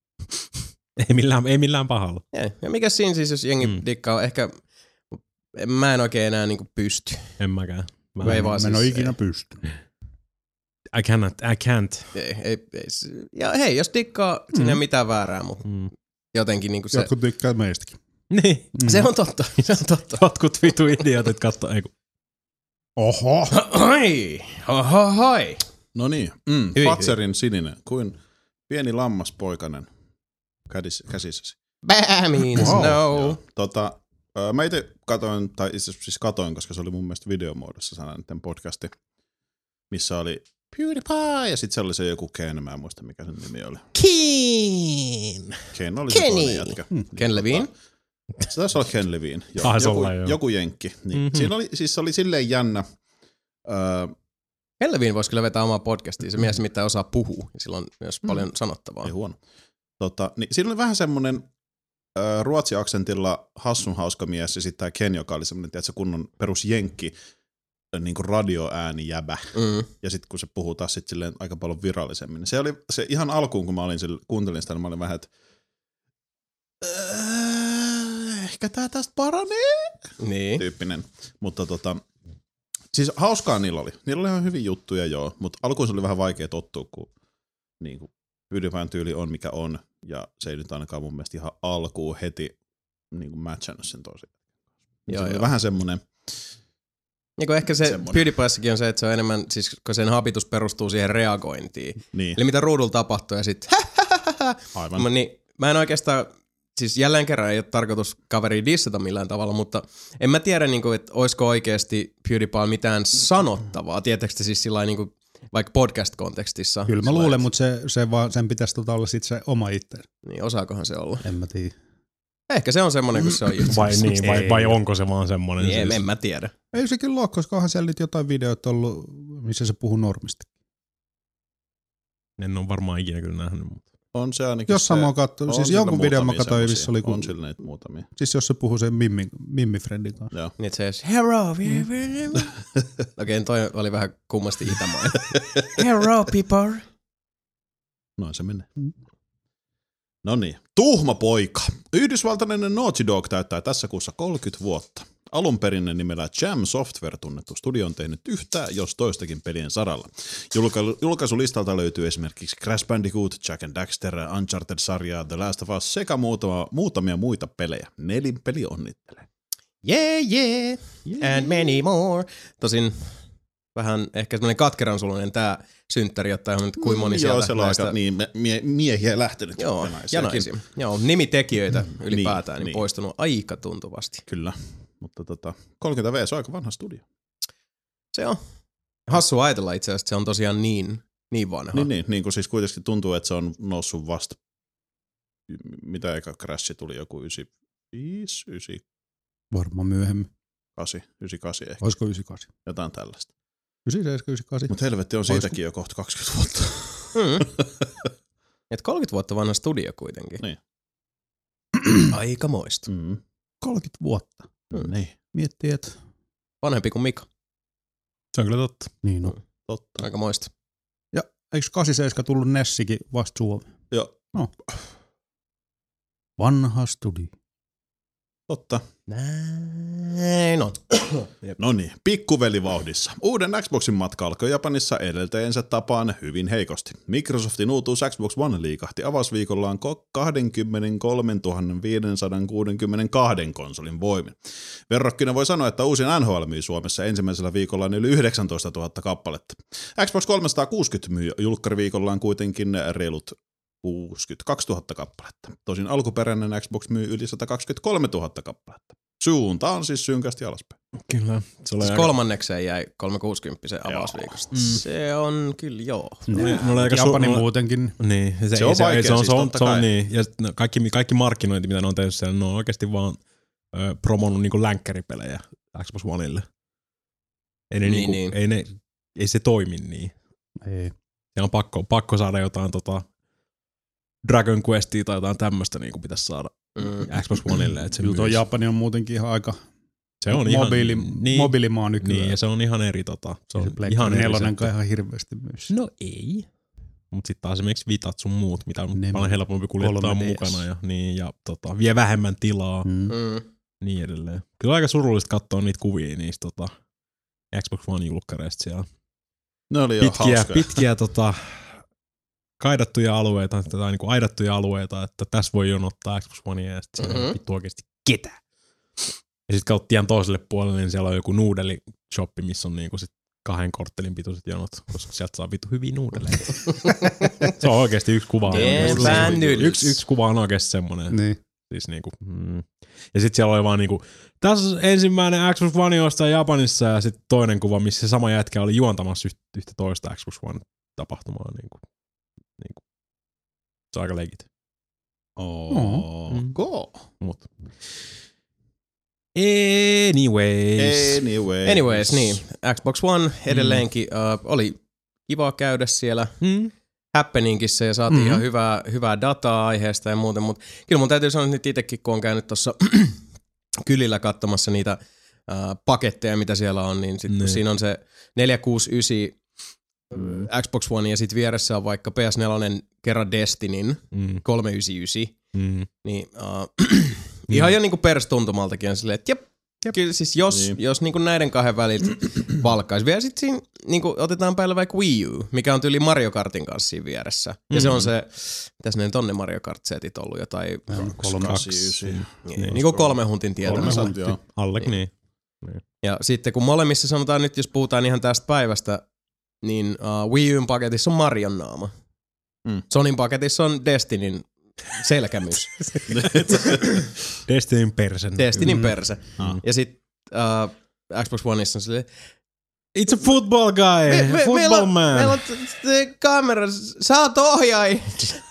[SPEAKER 3] Ei millään, ei millään pahalla.
[SPEAKER 1] Ei. Ja mikäs siinä siis, jos jengi
[SPEAKER 3] Mm.
[SPEAKER 1] mm. dikkaa, ehkä mä en oikein enää niinku pysty.
[SPEAKER 3] En mäkään. Mä
[SPEAKER 1] Ei
[SPEAKER 3] en,
[SPEAKER 1] vaan
[SPEAKER 4] Mä en ole
[SPEAKER 1] siis-
[SPEAKER 4] ikinä pystynyt.
[SPEAKER 3] I cannot, I can't.
[SPEAKER 1] Ei, ei, ei, s- ja hei, jos dikkaa, siinä ei ole mitään väärää, mutta
[SPEAKER 3] Mm.
[SPEAKER 1] jotenkin niinku se,
[SPEAKER 4] Jotkut tykkää meistäkin.
[SPEAKER 3] Niin.
[SPEAKER 4] Mm.
[SPEAKER 1] se on totta, se on totta.
[SPEAKER 3] Jotkut vitu idiotit kattoo. Ei kun.
[SPEAKER 4] Oho!
[SPEAKER 1] Ai, oho, hoi.
[SPEAKER 2] No niin, mm,
[SPEAKER 1] Hyi,
[SPEAKER 2] Patserin sininen, kuin pieni lammaspoikainen kädis, käsissäsi.
[SPEAKER 1] Bää means
[SPEAKER 4] Wow.
[SPEAKER 1] no.
[SPEAKER 2] Joo. Tota, ö, mä itse katoin, tai itse asiassa siis katoin, koska se oli mun mielestä videomuodossa sellainen podcasti, missä oli PewDiePie, ja sitten se oli se joku Ken, mä en muista mikä sen nimi oli.
[SPEAKER 1] Keen.
[SPEAKER 2] Ken oli se
[SPEAKER 1] Kenny.
[SPEAKER 2] toinen jätkä. Niin,
[SPEAKER 1] Ken Levine?
[SPEAKER 2] Se taisi olla Ken Levine. Joo,
[SPEAKER 3] Taisi
[SPEAKER 2] joku,
[SPEAKER 3] olla, joo.
[SPEAKER 2] joku jenkki. Niin.
[SPEAKER 3] Mhm.
[SPEAKER 2] Siinä oli, siis se oli silleen jännä. Öö,
[SPEAKER 1] Ken Levine voisi kyllä vetää omaa podcastia. Se mies nimittäin osaa puhua ja sillä on myös paljon sanottavaa.
[SPEAKER 2] ei huono. Tota, niin siinä oli vähän semmonen ö, ruotsi-aksentilla hassun hauska mies, ja sitten tämä Ken, joka oli semmoinen, tiedätkö, kunnon perusjenkki, niin kuin radioääni jäbä.
[SPEAKER 1] Mm.
[SPEAKER 2] Ja sitten kun se puhuu taas sit silleen aika paljon virallisemmin. Niin se oli se ihan alkuun, kun mä olin sille, kuuntelin sitä, niin mä olin vähän, että "Öö, ehkä tää tästä paranee.
[SPEAKER 1] Niin.
[SPEAKER 2] Tyyppinen. Mutta tota, siis hauskaa niillä oli. Niillä oli ihan hyviä juttuja joo, mutta alkuun se oli vähän vaikea tottua, kun niin kuin PewDiePien tyyli on mikä on. ja se ei nyt ainakaan mun mielestä ihan alkuun heti niin kuin matchannut sen tosiaan.
[SPEAKER 1] Joo,
[SPEAKER 2] se
[SPEAKER 1] joo.
[SPEAKER 2] vähän semmoinen.
[SPEAKER 1] Niin ehkä se
[SPEAKER 2] semmoinen.
[SPEAKER 1] PewDiePiessakin on se, että se on enemmän, siis kun sen habitus perustuu siihen reagointiin.
[SPEAKER 2] Niin.
[SPEAKER 1] Eli mitä ruudulla tapahtuu ja sitten
[SPEAKER 2] Aivan.
[SPEAKER 1] Mä, niin, mä en oikeastaan, siis jälleen kerran ei ole tarkoitus kaveria dissata millään tavalla, mutta en mä tiedä, niin kuin, että olisiko oikeasti PewDiePie mitään sanottavaa. Tiedättekö te siis sillä niin kuin, vaikka podcast-kontekstissa?
[SPEAKER 4] Kyllä mä
[SPEAKER 1] sillä,
[SPEAKER 4] luulen,
[SPEAKER 1] että,
[SPEAKER 4] mutta se, se vaan, sen pitäisi tota olla sit se oma itse.
[SPEAKER 1] Niin, osaakohan se olla?
[SPEAKER 4] En mä tiedä.
[SPEAKER 1] Ehkä se on semmoinen, kun se on just.
[SPEAKER 3] Vai, niin, vai, vai onko se vaan semmoinen?
[SPEAKER 1] Niin,
[SPEAKER 3] siis?
[SPEAKER 1] en, en mä tiedä.
[SPEAKER 4] Ei se kyllä ole, koska onhan siellä nyt jotain videoita ollut, missä se puhuu normista.
[SPEAKER 3] En ole varmaan ikinä kyllä nähnyt. Mutta.
[SPEAKER 2] On se ainakin
[SPEAKER 4] Jossain
[SPEAKER 2] se,
[SPEAKER 4] mä oon kattonut,
[SPEAKER 2] on
[SPEAKER 4] siis
[SPEAKER 2] sillä
[SPEAKER 4] jonkun videon mä
[SPEAKER 2] muutamia
[SPEAKER 4] katsoin,
[SPEAKER 2] semmosia.
[SPEAKER 4] missä oli kun,
[SPEAKER 2] On sillä niitä muutamia.
[SPEAKER 4] siis jos se puhuu sen Mimmi, Mimmi-friendin kanssa.
[SPEAKER 2] Joo.
[SPEAKER 1] Niin, että se olisi, hello. Okei, toi oli vähän kummasti itämainen. Hello, people.
[SPEAKER 2] Noin se menee. No niin. Tuhma poika. Yhdysvaltainen Naughty Dog täyttää tässä kuussa kolmekymmentä vuotta. Alun perin nimellä Jam Software tunnettu studio on tehnyt yhtä, jos toistakin pelien saralla. Julka- julkaisulistalta löytyy esimerkiksi Crash Bandicoot, Jack and Daxter, Uncharted-sarjaa, The Last of Us sekä muutama, muutamia muita pelejä. Nelinpeli onnittelee.
[SPEAKER 1] Yeah, yeah, and many more. Tosin vähän ehkä semmoinen katkeran sulunen tää synttäri, ottaa ihan nyt kuin moni
[SPEAKER 2] Joo,
[SPEAKER 1] sieltä
[SPEAKER 2] siellä on
[SPEAKER 1] näistä.
[SPEAKER 2] aika niin, mie- miehiä lähtenyt.
[SPEAKER 1] Joo,
[SPEAKER 2] ja
[SPEAKER 1] ja
[SPEAKER 2] naisiakin.
[SPEAKER 1] naisia. Joo, nimitekijöitä ylipäätään niin,
[SPEAKER 2] niin.
[SPEAKER 1] poistunut aika tuntuvasti.
[SPEAKER 2] Kyllä, mutta tota, kolmekymmentä vuotta se on aika vanha studio.
[SPEAKER 1] Se on hassu ajatella itse asiassa, että se on tosiaan niin, niin vanha.
[SPEAKER 2] Niin, niin, niin kuin siis kuitenkin tuntuu, että se on noussut vasta, mitä eka Crash tuli, joku yhdeksänkymmentäviisi, yhdeksänkymmentäkahdeksan,
[SPEAKER 4] Varmaan myöhemmin.
[SPEAKER 2] yhdeksänkymmentäkahdeksan ehkä,
[SPEAKER 4] Olisiko yhdeksänkymmentäkahdeksan?
[SPEAKER 2] jotain tällaista.
[SPEAKER 4] yhdeksänkymmentäseitsemän, yhdeksänkymmentäkahdeksan.
[SPEAKER 2] Mutta helvetti on siitäkin jo kohta kaksikymmentä vuotta.
[SPEAKER 1] Mm. Et kolmekymmentä vuotta vanha studio kuitenkin.
[SPEAKER 2] Niin.
[SPEAKER 1] Aika moista.
[SPEAKER 2] Mm.
[SPEAKER 4] kolmekymmentä vuotta.
[SPEAKER 1] Mm.
[SPEAKER 2] Niin,
[SPEAKER 4] Miettii, että
[SPEAKER 1] Vanhempi kuin Mika.
[SPEAKER 3] Se on kyllä totta.
[SPEAKER 4] niin no.
[SPEAKER 2] totta.
[SPEAKER 1] Aika moista.
[SPEAKER 4] Ja eikö kahdeksankymmentäseitsemän tullut Nessikin vasta Suomeen?
[SPEAKER 2] Joo,
[SPEAKER 4] Vanha studio.
[SPEAKER 2] totta.
[SPEAKER 1] Näin on.
[SPEAKER 2] No niin, pikkuveli vauhdissa. Uuden Xboxin matka alkoi Japanissa edeltäjensä tapaan hyvin heikosti. Microsoftin uutuus Xbox One liikahti avausviikollaan kaksikymmentäkolmetuhatta viisisataakuusikymmentäkaksi konsolin voimin. Verrokkina voi sanoa, että uusin N H L myi Suomessa ensimmäisellä viikollaan yli yhdeksäntoistatuhatta kappaletta. Xbox kolmesataakuusikymmentä myy julkkariviikollaan kuitenkin reilut kuusikymmentäkaksituhatta kappaletta. Tosin alkuperäinen Xbox myy yli sata kaksikymmentäkolmetuhatta kappaletta. Suunta on siis synkästi alaspäin.
[SPEAKER 3] Kyllä. Se oli
[SPEAKER 1] Siis
[SPEAKER 3] aika,
[SPEAKER 1] kolmannekseen jäi kolmesataakuusikymmentä avausviikosta.
[SPEAKER 3] Mm.
[SPEAKER 1] Se on kyllä joo.
[SPEAKER 3] mulla, mulla aika
[SPEAKER 4] Japani
[SPEAKER 3] su- mulla-
[SPEAKER 4] muutenkin.
[SPEAKER 3] Niin, se,
[SPEAKER 2] Se on
[SPEAKER 3] se,
[SPEAKER 2] vaikea
[SPEAKER 3] se on,
[SPEAKER 2] siis,
[SPEAKER 3] se on,
[SPEAKER 2] totta
[SPEAKER 3] se on
[SPEAKER 2] kai.
[SPEAKER 3] niin. Ja sit, no, kaikki, kaikki markkinointi, mitä ne on tehnyt siellä, ne on oikeasti vaan ö, promonnut niinku länkkäripelejä Xbox Oneille. Ei, ne
[SPEAKER 1] Niin,
[SPEAKER 3] niinku,
[SPEAKER 1] niin.
[SPEAKER 3] ei, ne, ei se toimi niin.
[SPEAKER 4] Ei.
[SPEAKER 3] Se on pakko, pakko saada jotain tota Dragon Questia tai jotain tämmöistä niinku pitäisi saada
[SPEAKER 1] Mm.
[SPEAKER 3] Xbox Oneille, että se
[SPEAKER 4] Kyllä tuo
[SPEAKER 3] myisi.
[SPEAKER 4] Japani on muutenkin ihan aika
[SPEAKER 3] Se on
[SPEAKER 4] mobiili,
[SPEAKER 3] ihan, niin,
[SPEAKER 4] mobiilimaa nykyään.
[SPEAKER 3] niin, ja se on ihan eri tota. Se on
[SPEAKER 4] Se
[SPEAKER 3] ihan
[SPEAKER 4] ihan
[SPEAKER 3] eri
[SPEAKER 4] nelonen
[SPEAKER 3] setti.
[SPEAKER 4] kai ihan hirveästi myös.
[SPEAKER 3] No ei. Mutta sitten taas esimerkiksi Vitat sun muut, mitä on
[SPEAKER 4] Ne
[SPEAKER 3] paljon helpompi kuljettaa
[SPEAKER 4] kolme D S.
[SPEAKER 3] mukana ja, niin, ja tota, vie vähemmän tilaa.
[SPEAKER 4] Mm.
[SPEAKER 1] Mm.
[SPEAKER 3] Niin edelleen. Kyllä aika surullista katsoa niitä kuvia niistä tota, Xbox One-julkkareista siellä.
[SPEAKER 2] Ne oli jo
[SPEAKER 3] Pitkiä,
[SPEAKER 2] hauskoja.
[SPEAKER 3] pitkiä tota, kaidattuja alueita, tai niinku aidattuja alueita, että tässä voi jonottaa Xbox Onea ja sitten
[SPEAKER 1] Mhm.
[SPEAKER 3] mm-hmm. vittu oikeasti ketä. Ja sitten kautta tien toiselle puolelle, niin siellä on joku nuudelishoppi, missä on niinku sit kahden korttelin pituiset jonot, koska sieltä saa vittu hyviä nuudeleita. Se on oikeasti yksi kuva. on
[SPEAKER 1] Tee
[SPEAKER 3] oikeasti-
[SPEAKER 1] vähän nylys.
[SPEAKER 3] yksi, yksi kuva on oikeasti semmoinen.
[SPEAKER 4] Niin.
[SPEAKER 3] Siis niinku, mm. Ja sitten siellä oli vaan niinku, tässä on ensimmäinen Xbox One jostain Japanissa ja sitten toinen kuva, missä se sama jätkä oli juontamassa yhtä, yhtä toista Xbox One tapahtumaa. Niinku, niinku. Se on aika legit.
[SPEAKER 2] Oh.
[SPEAKER 3] Mm.
[SPEAKER 2] Go.
[SPEAKER 3] Mut. Anyways.
[SPEAKER 2] Anyway.
[SPEAKER 1] Anyways, niin. Xbox One edelleenkin uh, oli kiva käydä siellä
[SPEAKER 3] Mm.
[SPEAKER 1] happeningissä ja saatiin
[SPEAKER 4] Mhm.
[SPEAKER 1] ihan hyvää, hyvää dataa aiheesta ja muuten, mutta kyllä mun täytyy sanoa, että nyt itsekin kun on käynyt tuossa kylillä katsomassa niitä uh, paketteja, mitä siellä on, niin sit,
[SPEAKER 3] Niin.
[SPEAKER 1] siinä on se neljäsataakahdeksankymmentäyhdeksän mm. Xbox One ja sitten vieressä on vaikka P S neljä kerran Destinyn
[SPEAKER 3] Mm.
[SPEAKER 1] kolmesataayhdeksänkymmentäyhdeksän,
[SPEAKER 3] Mm.
[SPEAKER 1] niin uh, ihan jo niinku perstuntumaltakin on silleen, että jep, Kyllä siis jos, niin. jos niinku näiden kahden väliltä valkkaisi. Vielä sit siinä niinku otetaan päälle vaikka Wii U, mikä on tyyli Mario Kartin kanssa siinä vieressä. Mm-hmm. Ja se on se, mitäs ne nyt on ne Mario Kart-setit ollut jotain...
[SPEAKER 2] kolme kahdeksankymmentäyhdeksän.
[SPEAKER 1] Niin, niinku kolme huntin tietämässä.
[SPEAKER 3] Kolme huntia. Allekin niin.
[SPEAKER 1] niin. Ja sitten kun molemmissa sanotaan nyt, jos puhutaan ihan tästä päivästä, niin uh, Wii U:n paketissa on Marion naama. Mm. Sonyn paketissa on Destinyn selkämys.
[SPEAKER 3] Destinyn perse.
[SPEAKER 1] Destinyn mm. perse. Mm. Ja sit uh, Xbox Oneissa on silleen,
[SPEAKER 3] it's a football guy, me, me, football meillä man.
[SPEAKER 1] Meillä on kamera, sä oot ohjain.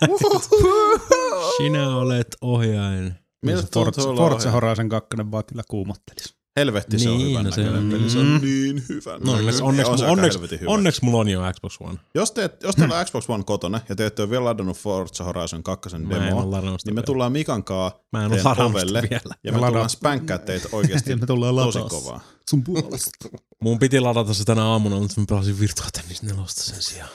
[SPEAKER 3] Sinä olet ohjain.
[SPEAKER 4] Forza, Forza Horizon kaksi vaan kyllä kuumottelis.
[SPEAKER 2] Helvetti se niin, on hyvän no näköinen mm. peli, se on niin hyvän no,
[SPEAKER 3] näköinen. Onneksi, on onneksi, onneksi mulla on jo Xbox One.
[SPEAKER 2] Jos, teet, jos teillä on Xbox One kotona ja te ette ole vielä ladannut Forza Horizon kaksi demoa, niin me vielä. tullaan Mikan kaa teidän ovelle vielä. Ja me, me tullaan spänkkää teitä oikeasti tosi kovaa.
[SPEAKER 4] Sun puolesta.
[SPEAKER 3] Mun piti ladata se tänä aamuna, mutta mä pelasin Virtua Tennis nelosta sen sijaan.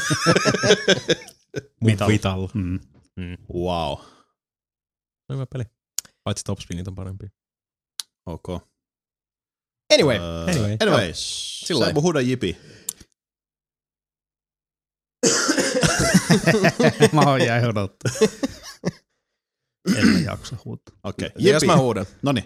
[SPEAKER 3] Mun Vital. Vital. Mm.
[SPEAKER 2] Mm. Wow.
[SPEAKER 3] Se on hyvä peli. Paitsi Top Spinit on parempi.
[SPEAKER 2] Ok.
[SPEAKER 1] Anyway.
[SPEAKER 2] Uh, anyway. Anyways. Sä puhuda jipi.
[SPEAKER 4] Mä oon jäi odottaa. En mä jaksa huutaa.
[SPEAKER 2] Okei.
[SPEAKER 1] Okay. Jos mä huudan.
[SPEAKER 2] Noniin.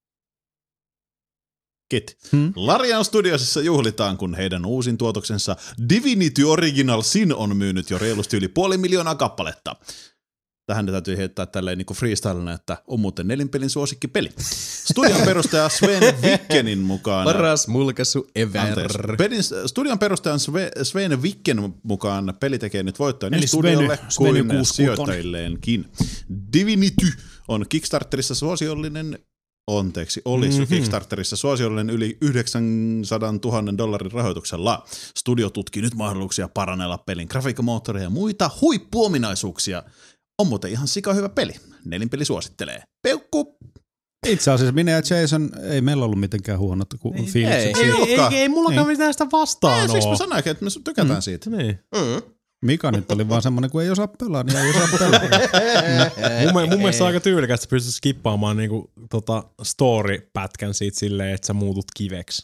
[SPEAKER 2] Kit. Hmm? Larian Studiosissa juhlitaan, kun heidän uusin tuotoksensa Divinity Original Sin on myynyt jo reilusti yli puoli miljoonaa kappaletta. Tähän täytyy heittää tälleen niin kuin freestylena, että on muuten nelinpelin suosikkipeli. Studion perustaja Sven Vikkenin mukaan...
[SPEAKER 1] Paras mulkaisu ever.
[SPEAKER 2] Pelin, studion perustajan Sven Vikken mukaan peli tekee nyt voittoa niin studiolle Sveny, kuin sijoittajilleenkin. Divinity on Kickstarterissa suosiollinen... Onteeksi, olisi mm-hmm. Kickstarterissa suosiollinen yli yhdeksänsataa dollarin rahoituksella. Studio tutkii nyt mahdollisuuksia parannella pelin grafiikkamoottoreja ja muita huippuominaisuuksia. On muuten ihan sika hyvä peli. Nelinpeli suosittelee. Peukku!
[SPEAKER 4] Itse asiassa minä ja Jason ei meillä ollut mitenkään huonot fiilikset.
[SPEAKER 3] Ei, ei, ei, ei, ei mullakaan niin. mitään sitä vastaan
[SPEAKER 2] ole. Siksi mä sanoinkin, että me tykätään mm. siitä.
[SPEAKER 3] Niin.
[SPEAKER 2] Mm.
[SPEAKER 4] Mika nyt oli vaan semmonen, kun ei osaa pelaa, niin ei osaa pelaa.
[SPEAKER 3] mun, mun mielestä on aika tyylikästä, että pystyt skippaamaan niinku, tota, story-pätkän siitä silleen, että sä muutut kiveksi.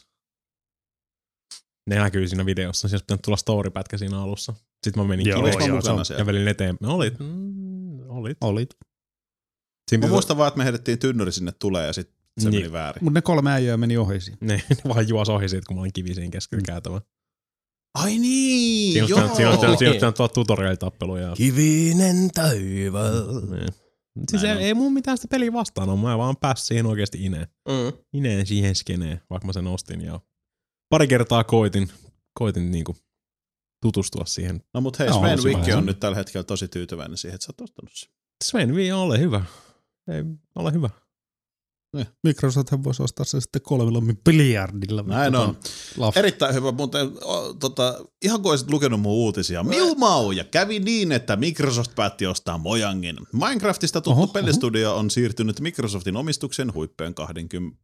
[SPEAKER 3] Ne näkyy siinä videossa, siis pitää tulla story-pätkä siinä alussa. Sitten mä menin
[SPEAKER 2] joo,
[SPEAKER 3] kiveksi
[SPEAKER 2] joo,
[SPEAKER 3] ja velin eteenpäin. Olit. Mm, olit.
[SPEAKER 4] Olit.
[SPEAKER 2] Mä muistan vaan, että me heitettiin tynnyri sinne tulee ja sitten se niin. meni väärin.
[SPEAKER 4] Mutta ne kolme äijää meni ohi siinä.
[SPEAKER 3] Ne, ne vaan juos ohi siitä, kun mä olin kivi siinä keskellä käytävää.
[SPEAKER 2] Ai niin,
[SPEAKER 3] siinä
[SPEAKER 2] joo.
[SPEAKER 3] Siinä on tuolla tutorial-tappeluja.
[SPEAKER 1] Kivinen taivaalla.
[SPEAKER 3] Niin. Siis ei, ei mun mitään sitä peliä vastaan ole, mä vaan päässyt siihen oikeasti ineen. Mm. Ineen siihen skeneen, vaikka mä sen ostin ja pari kertaa koitin, koitin niinku tutustua siihen.
[SPEAKER 2] No mut hei, Sven Vikke on nyt tällä hetkellä tosi tyytyväinen siihen, että sä oot ostanut sen.
[SPEAKER 3] Sven Vikke, ole hyvä. Ei, ole hyvä.
[SPEAKER 4] Microsofthan voisi ostaa se sitten kolmella miljardilla.
[SPEAKER 2] Näin on. Laf. Erittäin hyvä, mutta o, tota, ihan kun olisit lukenut mun uutisia. Milmau, ja kävi niin, että Microsoft päätti ostaa Mojangin. Minecraftista tuttu oho, pelistudio oho. on siirtynyt Microsoftin omistuksen huippeen kaksikymmentä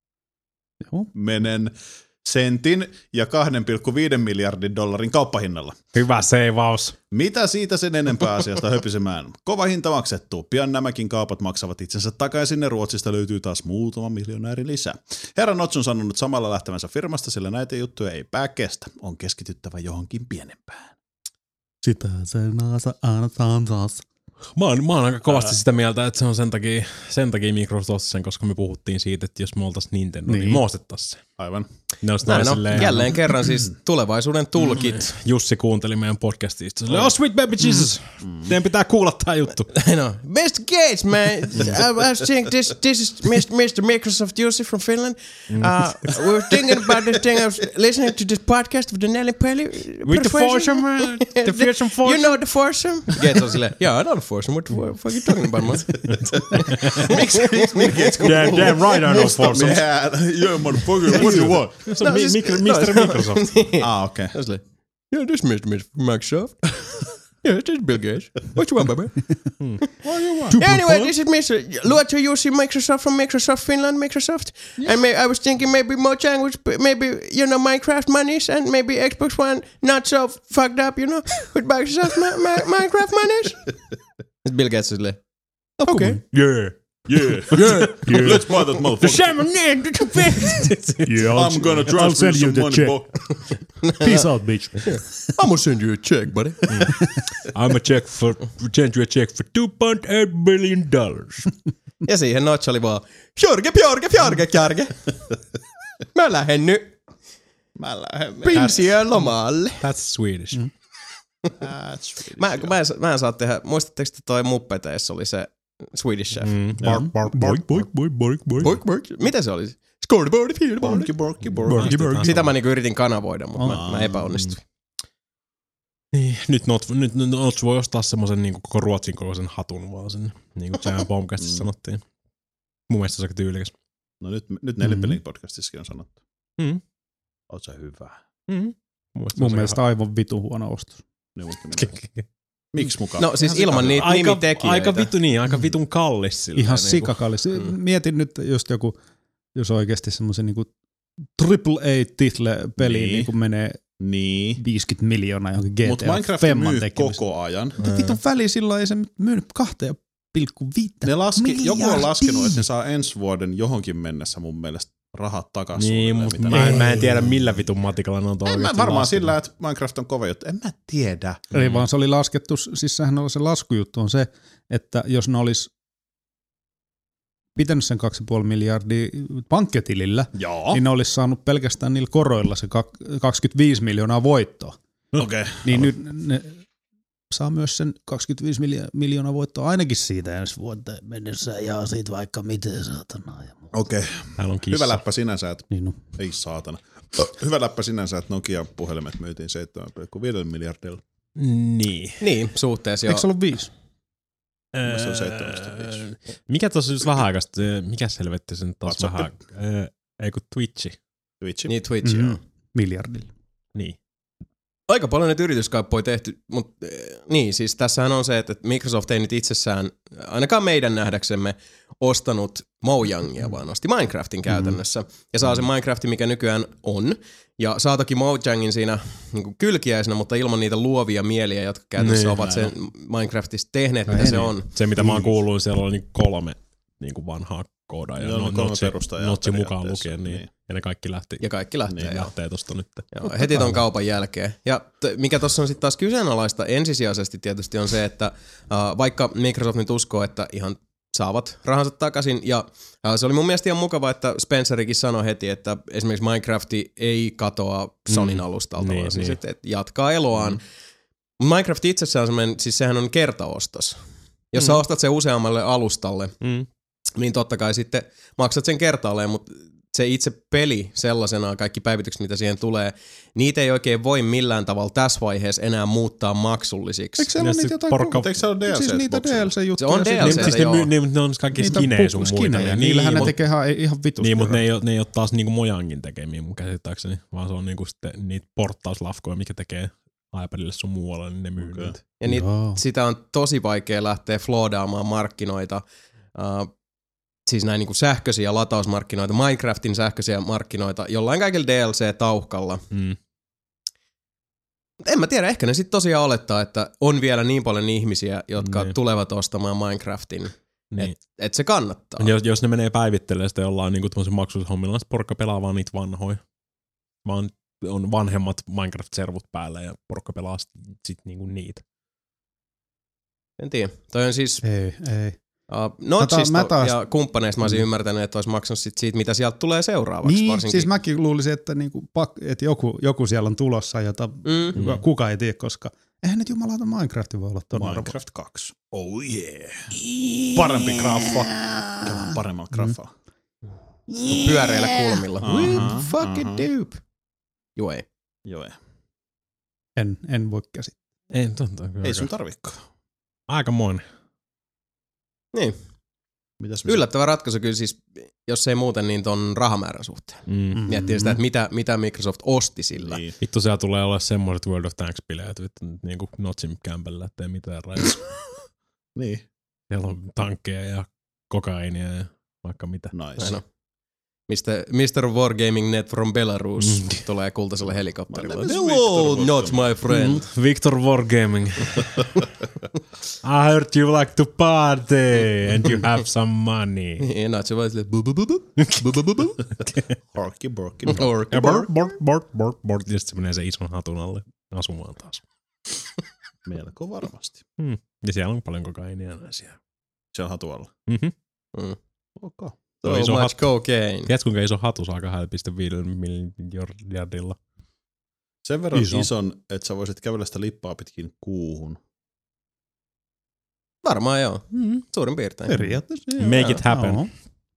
[SPEAKER 2] menen sentin ja kaksi pilkku viisi miljardin dollarin kauppahinnalla.
[SPEAKER 3] Hyvä seivaus.
[SPEAKER 2] Mitä siitä sen enempää asiasta höpisemään? Kova hinta maksettu. Pian nämäkin kaupat maksavat itsensä takaisin ja Ruotsista löytyy taas muutama miljonääri lisää. Herra Notch on sanonut samalla lähtevänsä firmasta, sillä näitä juttuja ei pää kestä. On keskityttävä johonkin pienempään.
[SPEAKER 4] Sitä se naasa annetaan taas.
[SPEAKER 3] Mä oon, mä oon aika kovasti sitä mieltä, että se on sen takia, sen takia Microsoft sen, koska me puhuttiin siitä, että jos me oltais Nintendo, niin, niin me ostettaisiin se.
[SPEAKER 2] Aivan.
[SPEAKER 1] Näin on, silleen, jälleen kerran siis tulevaisuuden tulkit.
[SPEAKER 3] Jussi kuunteli meidän podcastista. Oh, sweet baby Jesus, mm. teidän pitää kuulla tää juttu.
[SPEAKER 1] No, mister Gates, man, I was thinking this, this is mister Microsoft Jussi from Finland. Uh, we were thinking about this thing, I was listening to this podcast with the Nelly Pelli.
[SPEAKER 3] With the foursome, uh, the fearsome foursome.
[SPEAKER 1] You know the foursome? Gates on silleen, yeah, I know the foursome, what the fuck are you talking about, man?
[SPEAKER 2] Miksi Gates kuuluu?
[SPEAKER 3] Damn, damn right I know foursome.
[SPEAKER 2] Yeah, motherfucker, what do you want?
[SPEAKER 3] Se on mister Microsoft.
[SPEAKER 2] Ah, okei.
[SPEAKER 1] Okay. Yeah, this is mister Microsoft. Yeah, this is Bill Gates. What you want, baby?
[SPEAKER 3] hmm. What do you want?
[SPEAKER 1] Anyway, this is mister Luoto Jussi Microsoft from Microsoft Finland, Microsoft. Yeah. And may, I was thinking maybe Mojang was maybe, you know, Minecraft monies and maybe Xbox One not so fucked up, you know, with Microsoft ma- ma- Minecraft monies. Bill Gates is like, okay.
[SPEAKER 3] Yeah.
[SPEAKER 2] Yeah.
[SPEAKER 3] Yeah.
[SPEAKER 2] Let's buy that motherfucker.
[SPEAKER 3] Yeah,
[SPEAKER 2] I'm gonna
[SPEAKER 4] I'll
[SPEAKER 2] transfer
[SPEAKER 4] send
[SPEAKER 2] some
[SPEAKER 4] you the
[SPEAKER 2] money,
[SPEAKER 4] check.
[SPEAKER 2] boy.
[SPEAKER 4] Peace out, bitch.
[SPEAKER 1] I'm gonna send you a check, buddy.
[SPEAKER 3] I'm a check for, send you a check for two point eight billion dollars.
[SPEAKER 1] Ja siihen Notch oli vaan, fjorge, fjorge, fjorge, fjorge. Mä lähden nyt
[SPEAKER 2] Mä lähden.
[SPEAKER 1] prinsiä lomalle.
[SPEAKER 3] That's Swedish. Mm.
[SPEAKER 1] Mä, kun mä, en, mä en saa tehdä, muistatteko te toi Muppeteissa oli se Swedish Chef?
[SPEAKER 3] Mm. Bark, bark, boik, boik, boik, boik, boik.
[SPEAKER 1] Bork, bork. Miten se oli? Scoreboard, fieldboard.
[SPEAKER 2] Borky, borky, borky.
[SPEAKER 1] Sitä mä niinku yritin kanavoida, mutta mä, mä epäonnistuin.
[SPEAKER 3] Niin, nyt Notch, nyt Notch voi ostaa semmosen niinku koko Ruotsin kokoisen hatun vaan sinne. Niinku Jam Bombcastissa sanottiin. Mun mielestä se on aika tyylikäs.
[SPEAKER 2] No nyt, nyt Nelinpelin podcastissakin on sanottu.
[SPEAKER 3] Mm.
[SPEAKER 2] Oot sä hyvä?
[SPEAKER 3] Mm. Mun
[SPEAKER 4] Mun mielestä aivan vitu huono ostos.
[SPEAKER 2] Niin, miksi mukaan?
[SPEAKER 1] No siis ilman niitä
[SPEAKER 3] aika,
[SPEAKER 1] nimitekijöitä.
[SPEAKER 3] aika vitu niin, aika vitun kallis sillä.
[SPEAKER 4] Ihan
[SPEAKER 3] niinku.
[SPEAKER 4] sikakallis. Mietin nyt just joku, jos oikeasti semmoisen niinku triple A-title-peli
[SPEAKER 2] Niin.
[SPEAKER 4] niin. niin menee
[SPEAKER 2] Niin.
[SPEAKER 4] viisikymmentä miljoonaa johonkin G T A
[SPEAKER 2] Mutta Minecraft
[SPEAKER 4] Femman
[SPEAKER 2] myy
[SPEAKER 4] tekemiseen.
[SPEAKER 2] koko ajan.
[SPEAKER 4] Mutta vitun väli silloin ei se myynyt kahteen pilkku viittä
[SPEAKER 2] Ne laski, joku on
[SPEAKER 4] miljardia.
[SPEAKER 2] laskenut, että ne saa ensi vuoden johonkin mennessä mun mielestä rahat takaisin.
[SPEAKER 3] Niin, mutta mä, en- mä en tiedä millä vitun matikalla ne on
[SPEAKER 2] En mä
[SPEAKER 3] oikeasti
[SPEAKER 2] varmaan
[SPEAKER 3] laskenut.
[SPEAKER 2] sillä, että Minecraft on kova juttu. En mä tiedä.
[SPEAKER 4] Ei vaan se oli laskettu, siis sehän oli se laskujuttu on se, että jos ne olisi pitänyt sen kaksi pilkku viisi miljardia pankketilillä,
[SPEAKER 2] Joo.
[SPEAKER 4] niin ne olisi saanut pelkästään niillä koroilla se kak- kaksikymmentäviisi miljoonaa voittoa.
[SPEAKER 2] Okei. Okay.
[SPEAKER 4] Niin nyt ne saa myös sen kaksikymmentäviisi miljo- miljoonaa voittoa ainakin siitä ensi vuoteen mennessä.
[SPEAKER 6] Ja siitä vaikka miten saatana ja muuta.
[SPEAKER 2] Okei.
[SPEAKER 3] Täällä on kissa.
[SPEAKER 2] Hyvä läppä sinänsä, että
[SPEAKER 4] Niin no.
[SPEAKER 2] ei saatana. Hyvä läppä sinänsä, että Nokia-puhelimet myytiin seitsemän pilkku viisi miljardilla.
[SPEAKER 3] Niin.
[SPEAKER 1] Niin, suhteessa
[SPEAKER 4] Eikö
[SPEAKER 1] joo.
[SPEAKER 4] se ollut viisi?
[SPEAKER 2] Mielestäni se on seitsemän pilkku viisi.
[SPEAKER 3] Mikä tuossa just vähän aikaista, mikä selvetti sen taas
[SPEAKER 2] WhatsApp.
[SPEAKER 3] vähän, äh, ei kun Twitchi.
[SPEAKER 2] Twitchi.
[SPEAKER 1] Niin Twitch,
[SPEAKER 4] Mm-hmm.
[SPEAKER 1] joo.
[SPEAKER 4] Miljardilla.
[SPEAKER 3] Niin.
[SPEAKER 1] Aika paljon näitä yrityskauppoja tehty, mutta niin, siis tässähän on se, että Microsoft ei nyt itsessään, ainakaan meidän nähdäksemme, ostanut Mojangia, vaan osti Minecraftin käytännössä. Ja saa sen Minecraftin, mikä nykyään on. Ja saa toki Mojangin siinä niin kuin kylkiäisenä, mutta ilman niitä luovia mieliä, jotka käytännössä
[SPEAKER 3] Niin,
[SPEAKER 1] ovat sen Minecraftista tehneet,
[SPEAKER 4] No
[SPEAKER 1] mitä
[SPEAKER 4] ei
[SPEAKER 1] se
[SPEAKER 4] niin.
[SPEAKER 1] on.
[SPEAKER 3] Se mitä mä oon kuullut, siellä oli niinku kolme niinku vanhaa koodaajaa.
[SPEAKER 2] Joo,
[SPEAKER 3] No,
[SPEAKER 2] kolme
[SPEAKER 3] Notchi,
[SPEAKER 2] perustajaa
[SPEAKER 3] Notchi mukaan
[SPEAKER 2] periaatteessa,
[SPEAKER 3] lukien, niin.
[SPEAKER 2] niin.
[SPEAKER 3] Ja ne kaikki lähti.
[SPEAKER 1] Ja kaikki lähtee,
[SPEAKER 2] Niin,
[SPEAKER 1] joo.
[SPEAKER 3] lähtee tosta nyt.
[SPEAKER 1] Joo, heti ton kaupan jälkeen. Ja t- mikä tuossa on sitten taas kyseenalaista ensisijaisesti tietysti on se, että uh, vaikka Microsoft nyt uskoo, että ihan saavat rahansa takaisin, ja uh, se oli mun mielestä ihan mukava, että Spencerikin sanoi heti, että esimerkiksi Minecrafti ei katoa Sonyn
[SPEAKER 3] Mm.
[SPEAKER 1] alustalta,
[SPEAKER 3] Niin,
[SPEAKER 1] vaan siis,
[SPEAKER 3] niin.
[SPEAKER 1] että et jatkaa eloaan. Mm. Minecraft itsessään on semmoinen, siis sehän on kertaostos. Jos mm. sä ostat sen useammalle alustalle,
[SPEAKER 3] Mm.
[SPEAKER 1] niin totta kai sitten maksat sen kertaalleen, mutta se itse peli sellaisenaan, kaikki päivitykset, mitä siihen tulee, niitä ei oikein voi millään tavalla tässä vaiheessa enää muuttaa maksullisiksi.
[SPEAKER 4] Eikö siellä
[SPEAKER 3] Ja
[SPEAKER 4] ole niitä
[SPEAKER 3] sit
[SPEAKER 4] jotain
[SPEAKER 3] porkka-
[SPEAKER 2] Mutta eikö se ole D L C?
[SPEAKER 4] Siis niitä D L C-juttuja.
[SPEAKER 1] Se on D L C.
[SPEAKER 3] Niin, siis ne,
[SPEAKER 1] joo.
[SPEAKER 3] myy, ne, ne on kaikki skinejä sun muita.
[SPEAKER 4] Skinejä.
[SPEAKER 3] Niin,
[SPEAKER 4] Niillähän ne
[SPEAKER 3] mut-
[SPEAKER 4] tekee ihan, ihan vitusti.
[SPEAKER 3] Niin, mutta ne ei, oo, ne ei ole taas niinku Mojangin tekemiä mun käsittääkseni, vaan se on niinku sitten niitä porttauslafkoja, mikä tekee iPadille sun muualle, niin ne myy
[SPEAKER 2] Okei.
[SPEAKER 3] niitä.
[SPEAKER 1] Ja niitä,
[SPEAKER 4] Joo.
[SPEAKER 1] sitä on tosi vaikea lähteä floodaamaan markkinoita, uh, siis näin niinku sähköisiä latausmarkkinoita, Minecraftin sähköisiä markkinoita, jollain kaikilla D L C-tauhkalla.
[SPEAKER 3] Mm.
[SPEAKER 1] En mä tiedä, ehkä ne sitten tosiaan olettaa, että on vielä niin paljon ihmisiä, jotka
[SPEAKER 3] Niin.
[SPEAKER 1] tulevat ostamaan Minecraftin,
[SPEAKER 3] Niin.
[SPEAKER 1] että et se kannattaa.
[SPEAKER 3] Jos, jos ne menee päivittelemään sitä jollain niinku tämmöisen maksullisen hommilla, niin porukka pelaa vaan niitä vanhoja. Vaan on vanhemmat Minecraft-servut päällä ja porukka pelaa sit, sit niinku niitä.
[SPEAKER 1] En tiedä. Toi on siis
[SPEAKER 4] Ei, ei.
[SPEAKER 1] uh, Notchista
[SPEAKER 4] mä taas-
[SPEAKER 1] ja kumppaneista mä olisin
[SPEAKER 4] Mm.
[SPEAKER 1] ymmärtänyt, että olisi maksanut sit siitä, mitä sieltä tulee seuraavaksi.
[SPEAKER 4] Niin,
[SPEAKER 1] varsinkin.
[SPEAKER 4] siis mäkin luulisin, että, niinku, pak- että joku, joku siellä on tulossa, jota
[SPEAKER 1] Mm.
[SPEAKER 4] kuka, kuka ei tiedä, koska eihän nyt jumalauta Minecraft voi olla ton arvo.
[SPEAKER 2] Minecraft kaksi. Oh yeah. Parempi graffa. Käydään paremmalla graffalla.
[SPEAKER 1] Pyöreillä kulmilla.
[SPEAKER 2] Aha,
[SPEAKER 1] With fucking
[SPEAKER 2] aha.
[SPEAKER 1] dupe. Joo ei.
[SPEAKER 2] Joo.
[SPEAKER 4] En, en voi käsittää.
[SPEAKER 3] Ei, totta,
[SPEAKER 2] Ei sun tarvikaan.
[SPEAKER 3] aikamoinen.
[SPEAKER 1] Niin.
[SPEAKER 2] Mitäs me
[SPEAKER 1] Yllättävä ratkaisu kyllä siis, jos ei muuten, niin ton rahamäärän suhteen.
[SPEAKER 3] Mm.
[SPEAKER 1] Miettii sitä, että mitä, mitä Microsoft osti sillä.
[SPEAKER 2] Niin.
[SPEAKER 3] Vittu siellä tulee olla semmoiset World of Tanks-bileet, vittu niinku Notchin kämpellä, ettei mitään rajaa.
[SPEAKER 2] Niin.
[SPEAKER 3] Siellä on tankkeja ja kokainia ja vaikka mitä.
[SPEAKER 2] Nice.
[SPEAKER 1] Näin on. Mistä mister Wargaming Net from Belarus mm. tulee kultaisella helikopterilla.
[SPEAKER 2] Hello,
[SPEAKER 1] not my friend.
[SPEAKER 3] Mm. Victor Wargaming. I heard you like to party and you have some money.
[SPEAKER 1] Ja Nacho vaan silleen bu bu bu bu bu bu bu bu.
[SPEAKER 2] Horkki, borkki,
[SPEAKER 1] Orkki,
[SPEAKER 3] Bort, bort, bort, bort, bort. Ja sitten se menee sen ison hatun alle asumaan taas.
[SPEAKER 2] Melko varmasti.
[SPEAKER 3] Mm. Ja siellä on paljon kokainia siellä.
[SPEAKER 2] Se on hatu alla.
[SPEAKER 3] Mm-hmm.
[SPEAKER 1] Mm.
[SPEAKER 2] Okay.
[SPEAKER 1] So
[SPEAKER 3] iso
[SPEAKER 1] much
[SPEAKER 3] hat-
[SPEAKER 1] cocaine.
[SPEAKER 3] Tiedätkö kuinka iso hatu saa kahdella pilkku viidellä miljardilla?
[SPEAKER 2] Sen verran
[SPEAKER 3] Iso.
[SPEAKER 2] ison, että sä voisit kävellä sitä lippaa pitkin kuuhun.
[SPEAKER 1] Varmaan joo. Mm. Suurin piirtein.
[SPEAKER 4] Periaatteessa.
[SPEAKER 3] Make it happen.
[SPEAKER 4] Joo.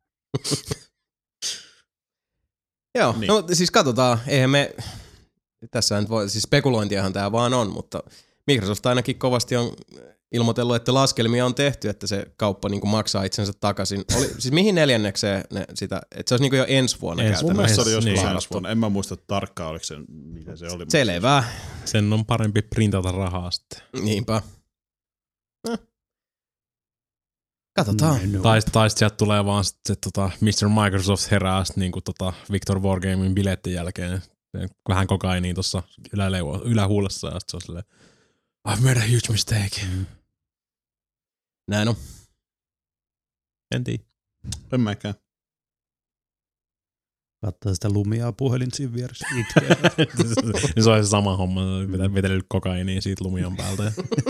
[SPEAKER 1] Joo,
[SPEAKER 2] Niin.
[SPEAKER 1] no siis katsotaan. Eihän me, tässä nyt voi, siis spekulointiahan tää vaan on, mutta Microsoft ainakin kovasti on ilmoitellut, että laskelmia on tehty, että se kauppa niin kuin maksaa itsensä takaisin. Oli, siis mihin neljännekseen ne sitä, että se olisi niin kuin jo ensi vuonna
[SPEAKER 3] Ensi
[SPEAKER 1] käytännössä.
[SPEAKER 2] Mun mielestä se oli
[SPEAKER 3] Niin.
[SPEAKER 2] joskus ensi vuonna. En mä muista tarkkaan, oliko se, mitä se oli.
[SPEAKER 1] Selvä.
[SPEAKER 3] Sen on parempi printata rahaa sitten.
[SPEAKER 1] Niinpä. Eh. Katsotaan.
[SPEAKER 4] No.
[SPEAKER 3] Tai, tai sit sieltä tulee vaan sit, se, tota, mister Microsoft herää sit, niinku, tota, Victor Wargaming biletten jälkeen. Vähän kokainia tuossa yläleu- ylähuulessa ja sit se on silleen, I've made a huge mistake. Mm.
[SPEAKER 1] Näin on.
[SPEAKER 3] En tiedä.
[SPEAKER 2] En mäkään.
[SPEAKER 4] Kattaa sitä lumia puhelin siinä vieressä. Itkee.
[SPEAKER 3] Se on se sama homma, vetellyt kokainia siitä lumion päältä.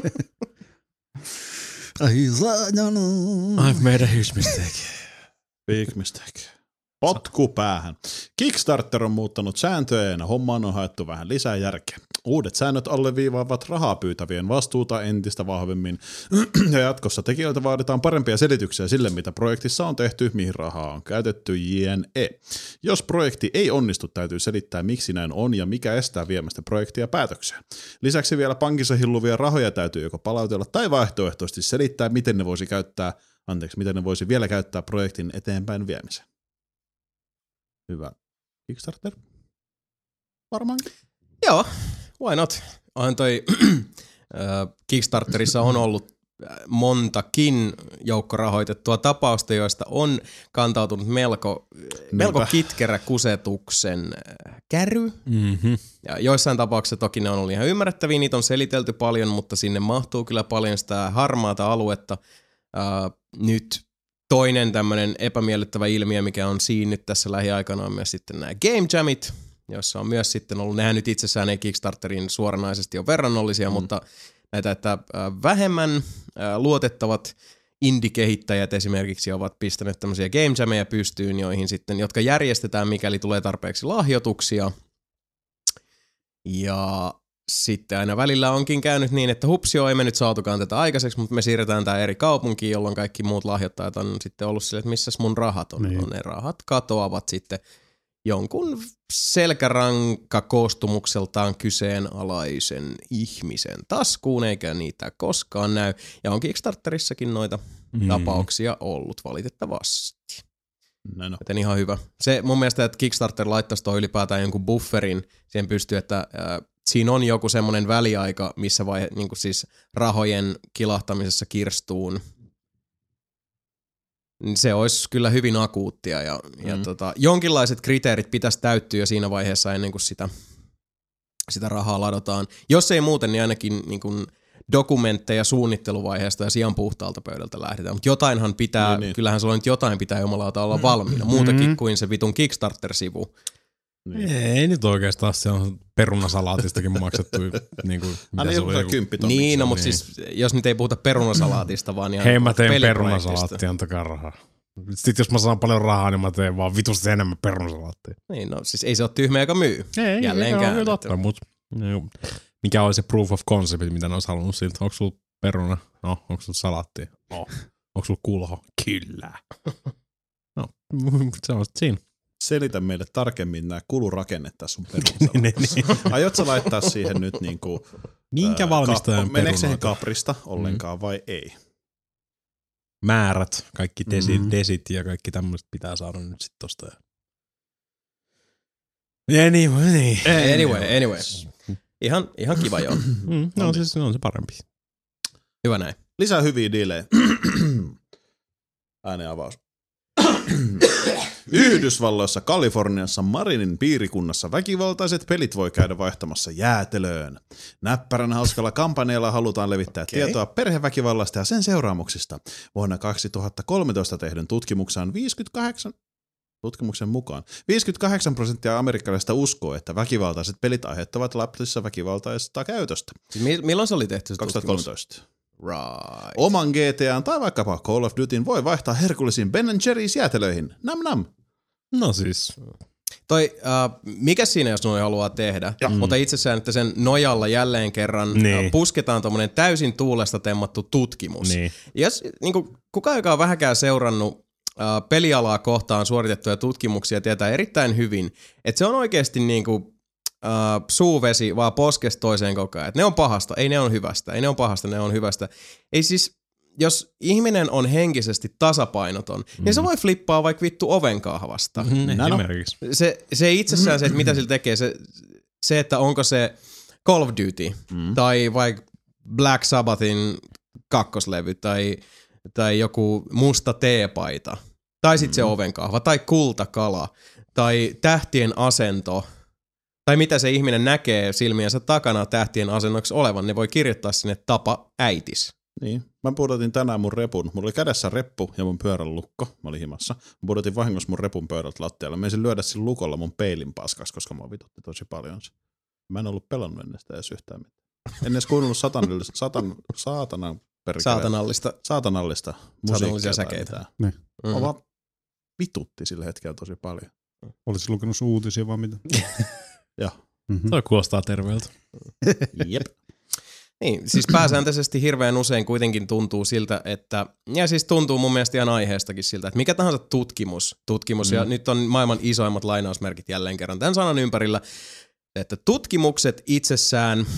[SPEAKER 3] I've made a huge mistake.
[SPEAKER 2] Big mistake. Potku päähän. Kickstarter on muuttanut sääntöjä ja hommaan on haettu vähän lisää järkeä. Uudet säännöt alleviivaavat rahaa pyytävien vastuuta entistä vahvemmin ja jatkossa tekijöiltä vaaditaan parempia selityksiä sille, mitä projektissa on tehty, mihin rahaa on käytetty, jne. Jos projekti ei onnistu, täytyy selittää, miksi näin on ja mikä estää viemästä projektia päätökseen. Lisäksi vielä pankissa hilluvia rahoja täytyy joko palautella tai vaihtoehtoisesti selittää, miten ne voisi käyttää, anteeksi, miten ne voisi vielä käyttää projektin eteenpäin viemiseen. Hyvä. Kickstarter? Varmaankin.
[SPEAKER 1] Joo, why not? On toi Kickstarterissa on ollut montakin joukkorahoitettua tapausta, joista on kantautunut melko, melko kitkerä kusetuksen käry.
[SPEAKER 3] Mm-hmm.
[SPEAKER 1] Ja joissain tapauksissa toki ne on ollut ihan ymmärrettäviä, niitä on selitelty paljon, mutta sinne mahtuu kyllä paljon sitä harmaata aluetta. Ää, nyt toinen tämmöinen epämiellyttävä ilmiö, mikä on siinnyt tässä lähiaikana, on myös sitten nämä Game Jamit, jossa on myös sitten ollut, nehän nyt itsessään ei Kickstarterin suoranaisesti ole verrannollisia, mm. mutta näitä, että vähemmän luotettavat indie-kehittäjät esimerkiksi ovat pistäneet tämmöisiä Game Jameja pystyyn, joihin sitten, jotka järjestetään, mikäli tulee tarpeeksi lahjoituksia. Ja sitten aina välillä onkin käynyt niin, että hupsio, ei me nyt saatukaan tätä aikaiseksi, mutta me siirretään tämä eri kaupunkiin, jolloin kaikki muut lahjoittajat on sitten ollut silleen, että missäs mun rahat on. Niin. Ne rahat katoavat sitten jonkun selkäranka koostumukseltaan kyseenalaisen ihmisen taskuun, eikä niitä koskaan näy. Ja on Kickstarterissakin noita mm. tapauksia ollut valitettavasti.
[SPEAKER 2] Näin on.
[SPEAKER 1] Joten ihan hyvä. Se mun mielestä, että Kickstarter laittaisi tuohon ylipäätään jonkun bufferin, siihen pystyy, että äh, siinä on joku semmoinen väliaika, missä vaihe, niin kuin siis rahojen kilahtamisessa kirstuun, se olisi kyllä hyvin akuuttia ja, mm. ja tota, jonkinlaiset kriteerit pitäisi täyttyä jo siinä vaiheessa ennen kuin sitä, sitä rahaa ladotaan. Jos ei muuten, niin ainakin niin kuin dokumentteja suunnitteluvaiheesta ja sijan puhtaalta pöydältä lähdetään. Mutta jotainhan pitää, niin, niin. kyllähän sulla nyt jotain pitää jumalauta olla valmiina, muutakin mm. kuin se vitun Kickstarter-sivu.
[SPEAKER 3] Niin. Ei nyt oikeastaan, se on perunasalaatistakin maksettu. niin kuin,
[SPEAKER 2] Aina joku kymppitonniksi.
[SPEAKER 1] Niin, no mutta niin. siis jos nyt ei puhuta perunasalaatista, vaan ihan
[SPEAKER 3] hei, mä teen perunasalaattia, antakaa rahaa. Sitten jos mä saan paljon rahaa, niin mä teen vaan vitusti enemmän perunasalaattia.
[SPEAKER 1] Niin, no siis ei se ole tyhmä, joka myy.
[SPEAKER 3] Ei,
[SPEAKER 1] jälleenkään.
[SPEAKER 3] Ei, totta, mutta mikä oli se proof of concept, mitä ne olisi halunnut siltä? Onko sulla peruna? No, onko sulla salaattia? No. Onko sulla kulho? Kyllä. No, se on sitten siinä.
[SPEAKER 2] Selitä meille tarkemmin nämä kulurakennetta sun perunasalaatissa. Aiotko sä laittaa siihen nyt niinku...
[SPEAKER 3] Minkä valmistajan perunoita?
[SPEAKER 2] Meneekö siihen kaprista ollenkaan mm. vai ei?
[SPEAKER 3] Määrät, kaikki desit,
[SPEAKER 2] Mm-hmm.
[SPEAKER 3] desit ja kaikki tämmöiset pitää saada nyt sitten tosta. Anyway.
[SPEAKER 1] Anyway, anyway. Ihan, ihan kiva joo.
[SPEAKER 3] Mm, no siis on se parempi.
[SPEAKER 1] Hyvä näin.
[SPEAKER 2] Lisää hyviä diilejä. Äänenavaus. Yhdysvalloissa Kaliforniassa Marinin piirikunnassa väkivaltaiset pelit voi käydä vaihtamassa jäätelöön. Näppärän hauskalla kampanjalla halutaan levittää okay. tietoa perheväkivallasta ja sen seuraamuksista. Vuonna kaksituhattakolmetoista tehdyn tutkimuksen viisikymmentäkahdeksan Tutkimuksen mukaan viisikymmentäkahdeksan prosenttia amerikkalaisista uskoo, että väkivaltaiset pelit aiheuttavat lapsissa väkivaltaista käytöstä.
[SPEAKER 1] Siis milloin se oli tehty se
[SPEAKER 2] kaksituhattakolmetoista.
[SPEAKER 1] Right.
[SPEAKER 2] Oman G T A:n tai vaikkapa Call of Dutyn voi vaihtaa herkullisiin Ben and Jerry's jäätelöihin. Nam nam.
[SPEAKER 3] No siis.
[SPEAKER 1] Toi, uh, mikä siinä, jos noin haluaa tehdä?
[SPEAKER 2] Ja.
[SPEAKER 1] Mutta itsessään, että sen nojalla jälleen kerran
[SPEAKER 3] niin.
[SPEAKER 1] uh, pusketaan tommonen täysin tuulesta temmattu tutkimus.
[SPEAKER 3] Niin.
[SPEAKER 1] Jos niin kukaan, joka on vähäkään seurannut uh, pelialaa kohtaan suoritettuja tutkimuksia, tietää erittäin hyvin, että se on oikeasti niinku uh, suuvesi vaan poskesta toiseen koko ajan. Et ne on pahasta, ei ne on hyvästä, ei ne on pahasta, ne on hyvästä. Ei siis, jos ihminen on henkisesti tasapainoton, mm. niin se voi flippaa vaikka vittu ovenkahvasta.
[SPEAKER 3] Mm, esimerkiksi.
[SPEAKER 1] Se, se itsessään se, että mitä sillä tekee, se, se, että onko se Call of Duty mm. tai vaikka Black Sabbathin kakkoslevy tai, tai joku musta teepaita tai sitten mm. se ovenkahva tai kultakala tai tähtien asento tai mitä se ihminen näkee silmiensä takana tähtien asennoksi olevan, ne voi kirjoittaa sinne tapa äitis.
[SPEAKER 2] Niin. Mä pudotin tänään mun repun. Mulla oli kädessä reppu ja mun pyörän lukko. Mä olin himassa. Mä pudotin vahingossa mun repun pöydältä lattialle. Mä menisin lyödä sillä lukolla mun peilin paskas, koska mä vitutti tosi paljon se. Mä en ollut pelannut ennen sitä edes yhtään mitään. En edes kuunnellut satanallista, satan, saatanan perkele.
[SPEAKER 1] Saatanallista.
[SPEAKER 2] Saatanallista
[SPEAKER 1] musiikkia. säkeitä.
[SPEAKER 2] Niin. Mm-hmm. Mä vitutti sillä hetkellä tosi paljon.
[SPEAKER 4] Oletko lukenut uutisia vai mitä?
[SPEAKER 2] Joo.
[SPEAKER 3] Mm-hmm. Toi kuulostaa terveeltä.
[SPEAKER 2] Jep.
[SPEAKER 1] Niin, siis pääsääntöisesti hirveän usein kuitenkin tuntuu siltä, että, ja siis tuntuu mun mielestä ihan aiheestakin siltä, että mikä tahansa tutkimus, tutkimus mm. ja nyt on maailman isoimmat lainausmerkit jälleen kerran tämän sanan ympärillä, että tutkimukset itsessään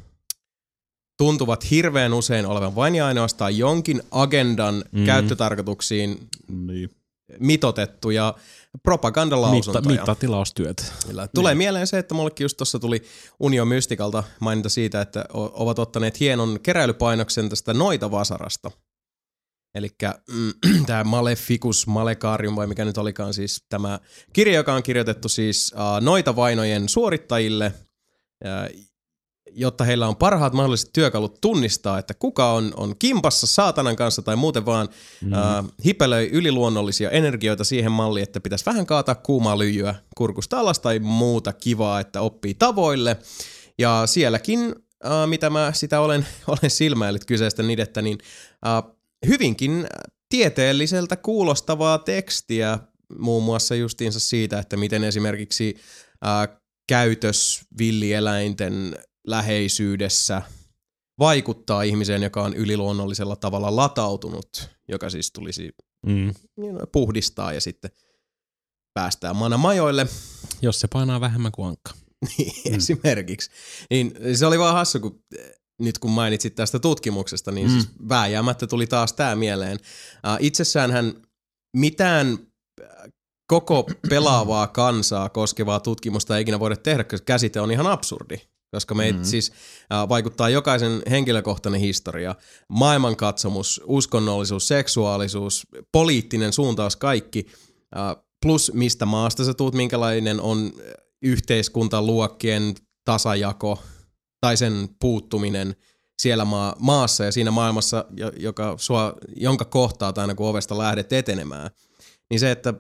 [SPEAKER 1] tuntuvat hirveän usein olevan vain ja ainoastaan jonkin agendan mm. käyttötarkoituksiin niin. mitotettuja propagandalausuntoja.
[SPEAKER 3] Mitta, mittatilaustyöt.
[SPEAKER 1] Tulee niin. mieleen se, että mullekin just tuossa tuli Unio Mysticalta maininta siitä, että o- ovat ottaneet hienon keräilypainoksen tästä Noita-vasarasta. Elikkä mm, tämä Maleficus Malekarium, vai mikä nyt olikaan siis tämä kirja, joka on kirjoitettu siis uh, Noita-vainojen suorittajille, uh, jotta heillä on parhaat mahdolliset työkalut tunnistaa, että kuka on, on kimpassa saatanan kanssa tai muuten vaan mm. äh, hipelöi yliluonnollisia energioita siihen malliin, että pitäisi vähän kaataa kuumaa lyijyä kurkusta alas tai muuta kivaa, että oppii tavoille. Ja sielläkin, äh, mitä mä sitä olen, olen silmäillyt kyseistä nidettä, niin äh, hyvinkin tieteelliseltä kuulostavaa tekstiä muun muassa justiinsa siitä, että miten esimerkiksi äh, käytös villieläinten läheisyydessä vaikuttaa ihmiseen, joka on yliluonnollisella tavalla latautunut, joka siis tulisi mm. puhdistaa ja sitten päästää mana majoille.
[SPEAKER 3] Jos se painaa vähemmän kuin ankka.
[SPEAKER 1] Niin, mm. esimerkiksi. Niin, se oli vaan hassu, kun nyt kun mainitsit tästä tutkimuksesta, niin mm. siis vääjäämättä tuli taas tämä mieleen. Uh, itsessäänhän mitään koko pelaavaa kansaa koskevaa tutkimusta ei ikinä voida tehdä, koska käsite on ihan absurdi. Koska meitä mm-hmm. siis äh, vaikuttaa jokaisen henkilökohtainen historia, maailmankatsomus, uskonnollisuus, seksuaalisuus, poliittinen suuntaus, kaikki, äh, plus mistä maasta sä tuut, minkälainen on yhteiskuntaluokkien tasajako tai sen puuttuminen siellä maa, maassa ja siinä maailmassa, joka sua, jonka kohtaat aina kun ovesta lähdet etenemään. Niin se, että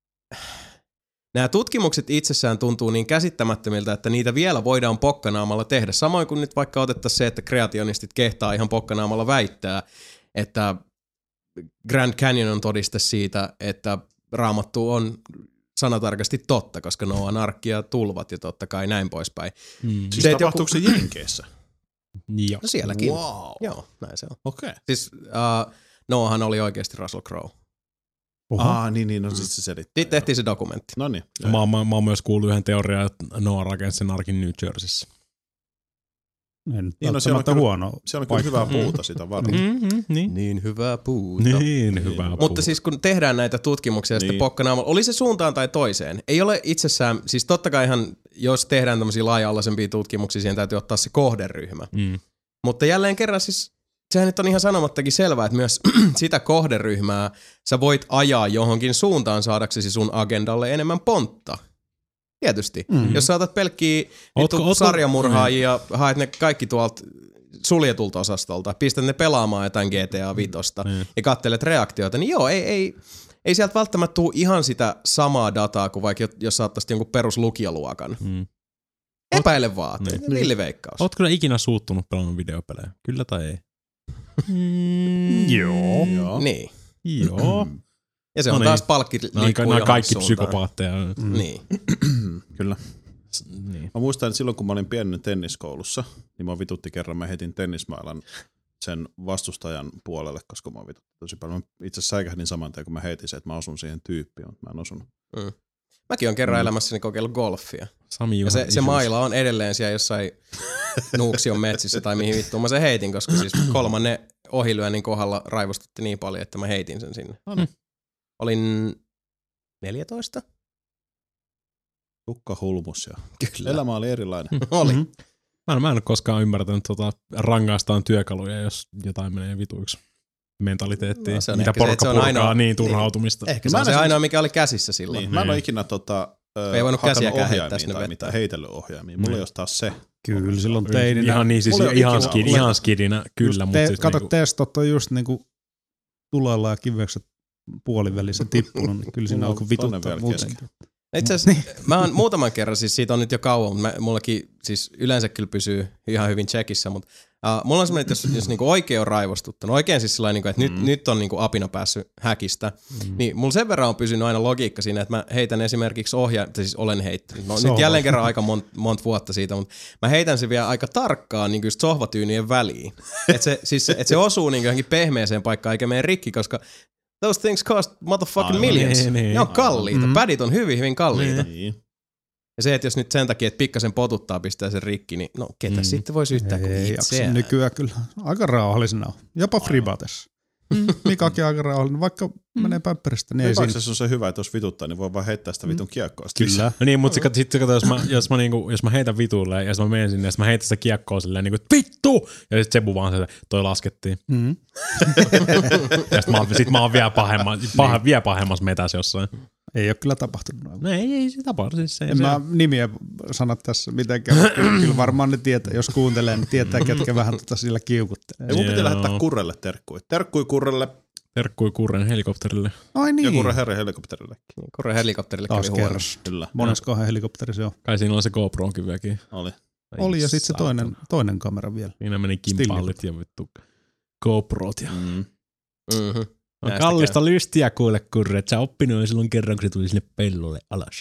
[SPEAKER 1] nämä tutkimukset itsessään tuntuu niin käsittämättömiltä, että niitä vielä voidaan pokkanaamalla tehdä. Samoin kuin nyt vaikka otettaisiin se, että kreationistit kehtaa ihan pokkanaamalla väittää, että Grand Canyon on todiste siitä, että Raamattu on sanatarkasti totta, koska Noan arkki ja tulvat ja totta kai näin poispäin.
[SPEAKER 2] Mm. Siis tapahtuuko joku... se Jenkeissä?
[SPEAKER 3] Joo.
[SPEAKER 1] No sielläkin.
[SPEAKER 2] Wow.
[SPEAKER 1] Joo, näin se on.
[SPEAKER 2] Okei. Okay.
[SPEAKER 1] Siis uh, Noahan oli oikeasti Russell Crowe.
[SPEAKER 2] Ah, niin, niin, no siis se selittää.
[SPEAKER 1] Sitten tehtiin se dokumentti.
[SPEAKER 2] No niin.
[SPEAKER 3] Mä, mä, mä oon myös kuullut yhden teorian, että Noah rakensi sen arkin New Jerseyssä.
[SPEAKER 4] Ei nyt
[SPEAKER 2] niin, no, siellä on kyllä, huono siellä on kyllä hyvää puuta sitä varmaan.
[SPEAKER 1] Mm-hmm, niin. niin hyvää puuta.
[SPEAKER 3] Niin, niin hyvää puuta.
[SPEAKER 1] Mutta siis kun tehdään näitä tutkimuksia ja niin. sitten pokkanaamalla, oli se suuntaan tai toiseen. Ei ole itsessään, siis totta kai ihan, jos tehdään tämmöisiä laaja-alaisempia tutkimuksia, siihen täytyy ottaa se kohderyhmä. Mm. Mutta jälleen kerran siis sehän nyt on ihan sanomattakin selvää, että myös sitä kohderyhmää sä voit ajaa johonkin suuntaan saadaksesi sun agendalle enemmän pontta. Tietysti. Mm. Jos sä otat pelkkiä
[SPEAKER 3] Ootko-
[SPEAKER 1] sarjamurhaajia ja haet ne kaikki tuolta suljetulta osastolta, pistät ne pelaamaan jotain G T A viitosta mm. ja kattelet reaktioita, niin joo, ei, ei, ei sieltä välttämättä tule ihan sitä samaa dataa kuin vaikka jos sä ottaisit jonkun peruslukioluokan. Mm. Epäile vaan, niin. Villiveikkaus.
[SPEAKER 3] Ootko kyllä ikinä suuttunut pelannut videopelejä? Kyllä tai ei?
[SPEAKER 1] Mm, joo. joo. Niin.
[SPEAKER 3] Joo.
[SPEAKER 1] Ja se on no taas niin. Palkki liikkuu johonkin
[SPEAKER 3] Nämä kaikki
[SPEAKER 1] suuntaan.
[SPEAKER 3] psykopaatteja.
[SPEAKER 1] Mm. Niin.
[SPEAKER 2] Kyllä. Niin. Mä muistan, että silloin kun mä olin pienen tenniskoulussa, niin mä vitutti kerran, mä heitin tennismailan sen vastustajan puolelle, koska mä vitutti tosi paljon. Mä itse asiassa säikähdin saman tien, kun mä heitin se, että mä osun siihen tyyppiin, mutta mä en osunut.
[SPEAKER 1] Mm. Mäkin on kerran mm. elämässäni kokeillut golfia.
[SPEAKER 3] Sami
[SPEAKER 1] ja se, se maila on edelleen siellä jossain Nuuksion metsissä tai mihin vittuun mä sen heitin, koska siis kolmannen ohilyönnin kohdalla raivostutti niin paljon, että mä heitin sen sinne.
[SPEAKER 2] No niin.
[SPEAKER 1] Olin neljätoista.
[SPEAKER 2] Tukka hulmus ja
[SPEAKER 1] Kyllä.
[SPEAKER 2] Elämä oli erilainen.
[SPEAKER 1] Oli.
[SPEAKER 3] Mm-hmm. Mä, en, mä en ole koskaan ymmärtänyt tota, rangaistaan työkaluja, jos jotain menee vituiksi mentaliteettiin. No, mitä porukka se, purkaa ainoa, niin turhautumista.
[SPEAKER 1] Niin, ehkä se on se ainoa, mikä oli käsissä silloin.
[SPEAKER 2] Niin, mä en ole ikinä tota,
[SPEAKER 1] ei voinut käsiä
[SPEAKER 2] ohjaimia tai mitään heitellyt ohjaimia. Mulla ei olisi taas se.
[SPEAKER 4] Kyllä, silloin teininä.
[SPEAKER 3] Ihan, niin, siis ihan, skid, ihan skidinä, kyllä.
[SPEAKER 4] Te,
[SPEAKER 3] siis
[SPEAKER 4] kato,
[SPEAKER 3] niinku,
[SPEAKER 4] testot on just niinku tulella ja kivekset puolivälissä tippunut, niin kyllä siinä alkoi vituttaa muutenkin.
[SPEAKER 1] Itse asiassa mä oon muutaman kerran, siis siitä on nyt jo kauan, mutta mä, mullakin siis yleensä kyllä pysyy ihan hyvin checkissä, mutta uh, mulla on semmoinen, että jos, jos niinku oikein on raivostuttanut, oikein siis sellainen, että nyt, mm. nyt on niinku apina päässyt häkistä, mm. niin mulla sen verran on pysynyt aina logiikka siinä, että mä heitän esimerkiksi ohjaa, siis olen heittänyt, no nyt jälleen kerran aika monta mont vuotta siitä, mutta mä heitän sen vielä aika tarkkaan niin just sohvatyynien väliin, että se, siis, et se osuu niin johonkin pehmeeseen paikkaan eikä mene rikki, koska those things cost motherfucking millions. Niin, niin. Ne on kalliita. Mm-hmm. Padit on hyvin, hyvin kalliita. Niin. Ja se, että jos nyt sen takia, että pikkasen potuttaa, pistää sen rikki, niin no ketä mm. sitten voisi yhtään kuin itseään.
[SPEAKER 4] Nykyään kyllä aika rauhallisena on. Jopa fribatessa. Mikakin aika rauhallinen. Vaikka mm. menee päppäristä, niin ei siinä.
[SPEAKER 2] Se on se hyvä, että jos vituttaa, niin voi vaan heittää sitä vitun kiekkoa.
[SPEAKER 3] Kyllä. No niin, mutta sitten kato, jos mä, jos, mä niinku, jos mä heitän vitulle ja jos mä menen sinne ja mä heitän sitä kiekkoa silleen niin kuin, vittu! Ja sitten Sebu vaan se, toi laskettiin. Mm. ja sitten mä, sit mä oon vielä, pahemma, pah, niin. vielä pahemmassa metässä jossain.
[SPEAKER 4] Ei ole kyllä tapahtunut.
[SPEAKER 3] No ei, ei se tapahdu. Siis se,
[SPEAKER 4] en
[SPEAKER 3] se
[SPEAKER 4] mä
[SPEAKER 3] on.
[SPEAKER 4] nimiä sano tässä mitenkään. Kyllä varmaan ne tietää, jos kuuntelee, niin tietää, ketkä vähän tota sillä kiukuttelee.
[SPEAKER 2] Ja mun piti lähettää Kurrelle terkkui. Terkkui Kurrelle.
[SPEAKER 3] Terkkui Kurren helikopterille.
[SPEAKER 4] Ai niin.
[SPEAKER 2] Ja Kurren herran helikopterille.
[SPEAKER 1] Kurren helikopterille kävi huono.
[SPEAKER 2] Kyllä.
[SPEAKER 4] Moneskohan helikopteri se on?
[SPEAKER 3] Kai siinä oli se GoProonkin vieläkin.
[SPEAKER 2] Oli.
[SPEAKER 4] Ei Oli ja sitten se toinen, toinen kamera vielä.
[SPEAKER 3] Siinä meni kimpaallit ja vittu GoProt. Ja. Mm.
[SPEAKER 1] Mm-hmm.
[SPEAKER 3] No, kallista lystiä kuule Kurre, että sä oppinut jo silloin kerran, kun se tuli sinne pellolle alas.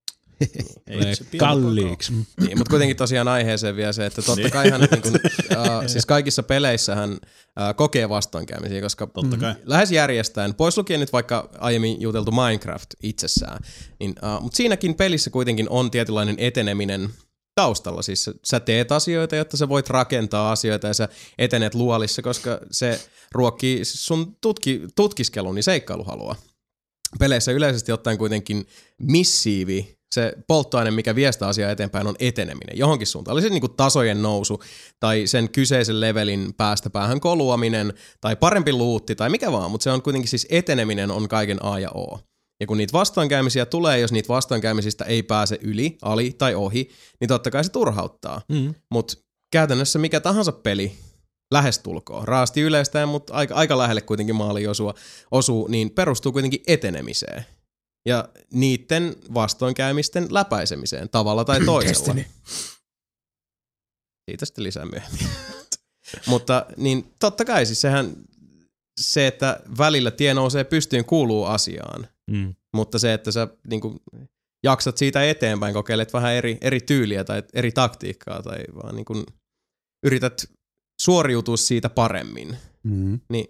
[SPEAKER 3] Ei, kalliiksi.
[SPEAKER 1] Niin, mutta kuitenkin tosiaan aiheeseen vielä se, että totta kai hän niin kuin, uh, siis kaikissa peleissä hän uh, kokee vastoinkäymisiä, koska totta kai. lähes järjestäen, pois lukien nyt vaikka aiemmin juteltu Minecraft itsessään, niin, uh, mutta siinäkin pelissä kuitenkin on tietynlainen eteneminen taustalla. Siis sä teet asioita, jotta sä voit rakentaa asioita ja sä etenet luolissa, koska se ruokkii sun tutki, tutkiskelun, niin seikkailuhalua. Peleissä yleisesti ottaen kuitenkin missiivi, se polttoaine, mikä vie sitä asiaa eteenpäin, on eteneminen johonkin suuntaan. Oli se niin kuin tasojen nousu tai sen kyseisen levelin päästä päähän koluaminen tai parempi luutti tai mikä vaan, mutta se on kuitenkin siis eteneminen on kaiken A ja O. Ja kun niitä vastoinkäymisiä tulee, jos niitä vastoinkäymisistä ei pääse yli, ali tai ohi, niin totta kai se turhauttaa. Mm. Mutta käytännössä mikä tahansa peli, lähestulkoon, raasti yleistäen, mutta aika, aika lähelle kuitenkin maaliin osua, osuu, niin perustuu kuitenkin etenemiseen. Ja niiden vastoinkäymisten läpäisemiseen tavalla tai toisella. Destiny. Siitä sitten lisää myöhemmin. Mutta niin totta kai siis sehän, se, että välillä tie nousee pystyyn, kuuluu asiaan. Mm. Mutta se, että sä niin kuin, jaksat siitä eteenpäin, kokeilet vähän eri, eri tyyliä tai eri taktiikkaa tai vaan niin kuin, yrität suoriutua siitä paremmin, mm. niin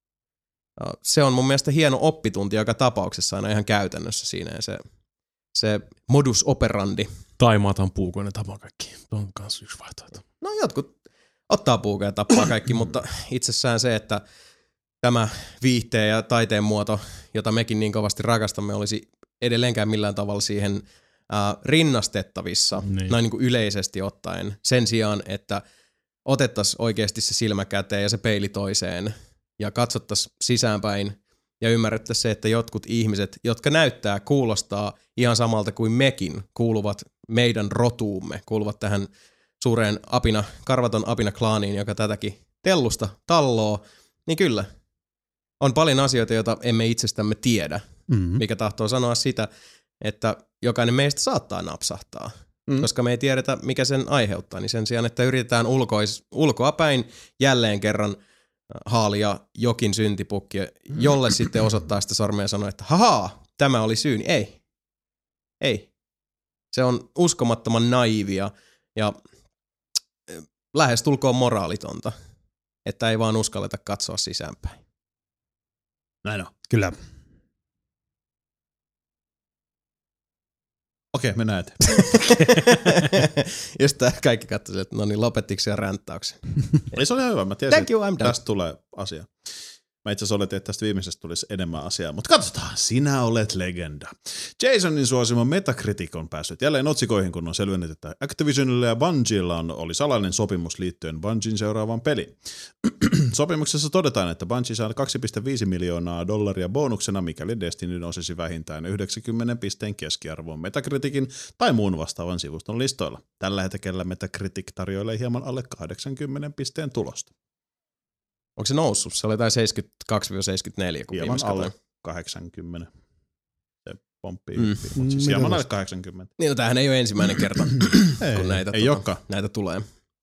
[SPEAKER 1] se on mun mielestä hieno oppitunti joka tapauksessa aina ihan käytännössä siinä ja se, se modus operandi.
[SPEAKER 3] Tai maataan puukoinen tapaa kaikki. On kanssa yksi vaihtoehto.
[SPEAKER 1] No jotkut ottaa puukoja ja tappaa kaikki, mutta itsessään se, että tämä viihteen ja taiteen muoto, jota mekin niin kovasti rakastamme, olisi edelleenkään millään tavalla siihen äh, rinnastettavissa, niin. Näin niin kuin yleisesti ottaen. Sen sijaan, että otettaisiin oikeasti se silmä käteen ja se peili toiseen ja katsottaisiin sisäänpäin ja ymmärrettäisiin se, että jotkut ihmiset, jotka näyttää, kuulostaa ihan samalta kuin mekin, kuuluvat meidän rotuumme, kuuluvat tähän suureen apina, karvaton apina-klaaniin, joka tätäkin tellusta talloo, niin kyllä, on paljon asioita, joita emme itsestämme tiedä, mm-hmm. mikä tahtoo sanoa sitä, että jokainen meistä saattaa napsahtaa, mm. koska me ei tiedetä, mikä sen aiheuttaa, niin sen sijaan, että yritetään ulkois, ulkoapäin jälleen kerran haalia jokin syntipukki, jolle sitten osoittaa sitä sormea ja sanoa, että hahaa, tämä oli syyni. Ei. Ei. Se on uskomattoman naivia ja lähestulkoon moraalitonta, että ei vaan uskalleta katsoa sisäänpäin.
[SPEAKER 2] Näin on.
[SPEAKER 4] Kyllä.
[SPEAKER 2] Okei, mennään eteenpäin.
[SPEAKER 1] Just tää kaikki katsoivat, että no niin, lopettiko se ränttäyksen?
[SPEAKER 2] Ei, se oli ihan hyvä. Mä tiesin,
[SPEAKER 1] Thank you, I'm
[SPEAKER 2] että
[SPEAKER 1] done.
[SPEAKER 2] tästä tulee asia. Mä itse asiassa oletin, että tästä viimeisestä tulisi enemmän asiaa, mutta katsotaan, sinä olet legenda. Jasonin suosima Metacritic on päässyt jälleen otsikoihin, kun on selvinnyt, että Activisionilla ja Bungiella on, oli salainen sopimus liittyen Bungien seuraavaan peliin. Sopimuksessa todetaan, että Bungie saa kaksi pilkku viisi miljoonaa dollaria bonuksena, mikäli Destiny nosisi vähintään yhdeksänkymmentä pisteen keskiarvoon Metacriticin tai muun vastaavan sivuston listoilla. Tällä hetkellä Metacritic tarjoilee hieman alle kahdeksankymmentä pisteen tulosta.
[SPEAKER 1] Onko se noussut? Se oli jotain seitsemänkymmentäkaksi seitsemänkymmentäneljä, kun
[SPEAKER 2] Hieman
[SPEAKER 1] viimeksi
[SPEAKER 2] alle
[SPEAKER 1] katsoin.
[SPEAKER 2] kahdeksankymmentä. Se pomppii,
[SPEAKER 1] Mm.
[SPEAKER 2] mm. mutta siis
[SPEAKER 4] Mm,
[SPEAKER 2] hieman
[SPEAKER 4] mitä
[SPEAKER 2] alle kahdeksankymmentä.
[SPEAKER 1] Niin, no tämähän ei ole ensimmäinen kerta, kun näitä,
[SPEAKER 2] Ei
[SPEAKER 1] tota,
[SPEAKER 2] olekaan.
[SPEAKER 1] näitä tulee.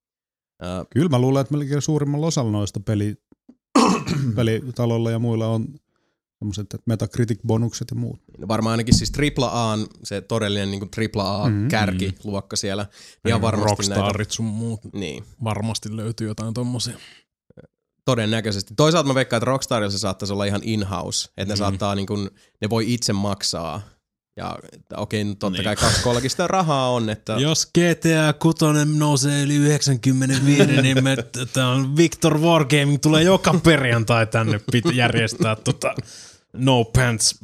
[SPEAKER 1] Uh,
[SPEAKER 4] Kyllä mä luulen, että melkein suurimmalla osalla noista peli, pelitaloilla ja muilla on semmoiset Metacritic-bonukset ja muut.
[SPEAKER 1] varmaan ainakin siis tripla A, se todellinen niin tripla A-kärkiluokka siellä. Ihan varmasti
[SPEAKER 3] Rockstarit
[SPEAKER 1] näitä.
[SPEAKER 3] sun muut.
[SPEAKER 1] Niin,
[SPEAKER 3] Varmasti löytyy jotain tommosia.
[SPEAKER 1] todennäköisesti. Toisaalta mä veikkaan, että Rockstarilla se saattaisi olla ihan in-house, että ne
[SPEAKER 3] Mm.
[SPEAKER 1] saattaa niin kuin, ne voi itse maksaa. Ja okei, okay, totta
[SPEAKER 2] Niin.
[SPEAKER 1] kai kaksi kollekin sitä rahaa on, että
[SPEAKER 3] Jos G T A kuusi nousee yli yhdeksänkymmentäviisi, niin me, tää on Victor Wargaming tulee joka perjantai tänne pit järjestää tota No Pants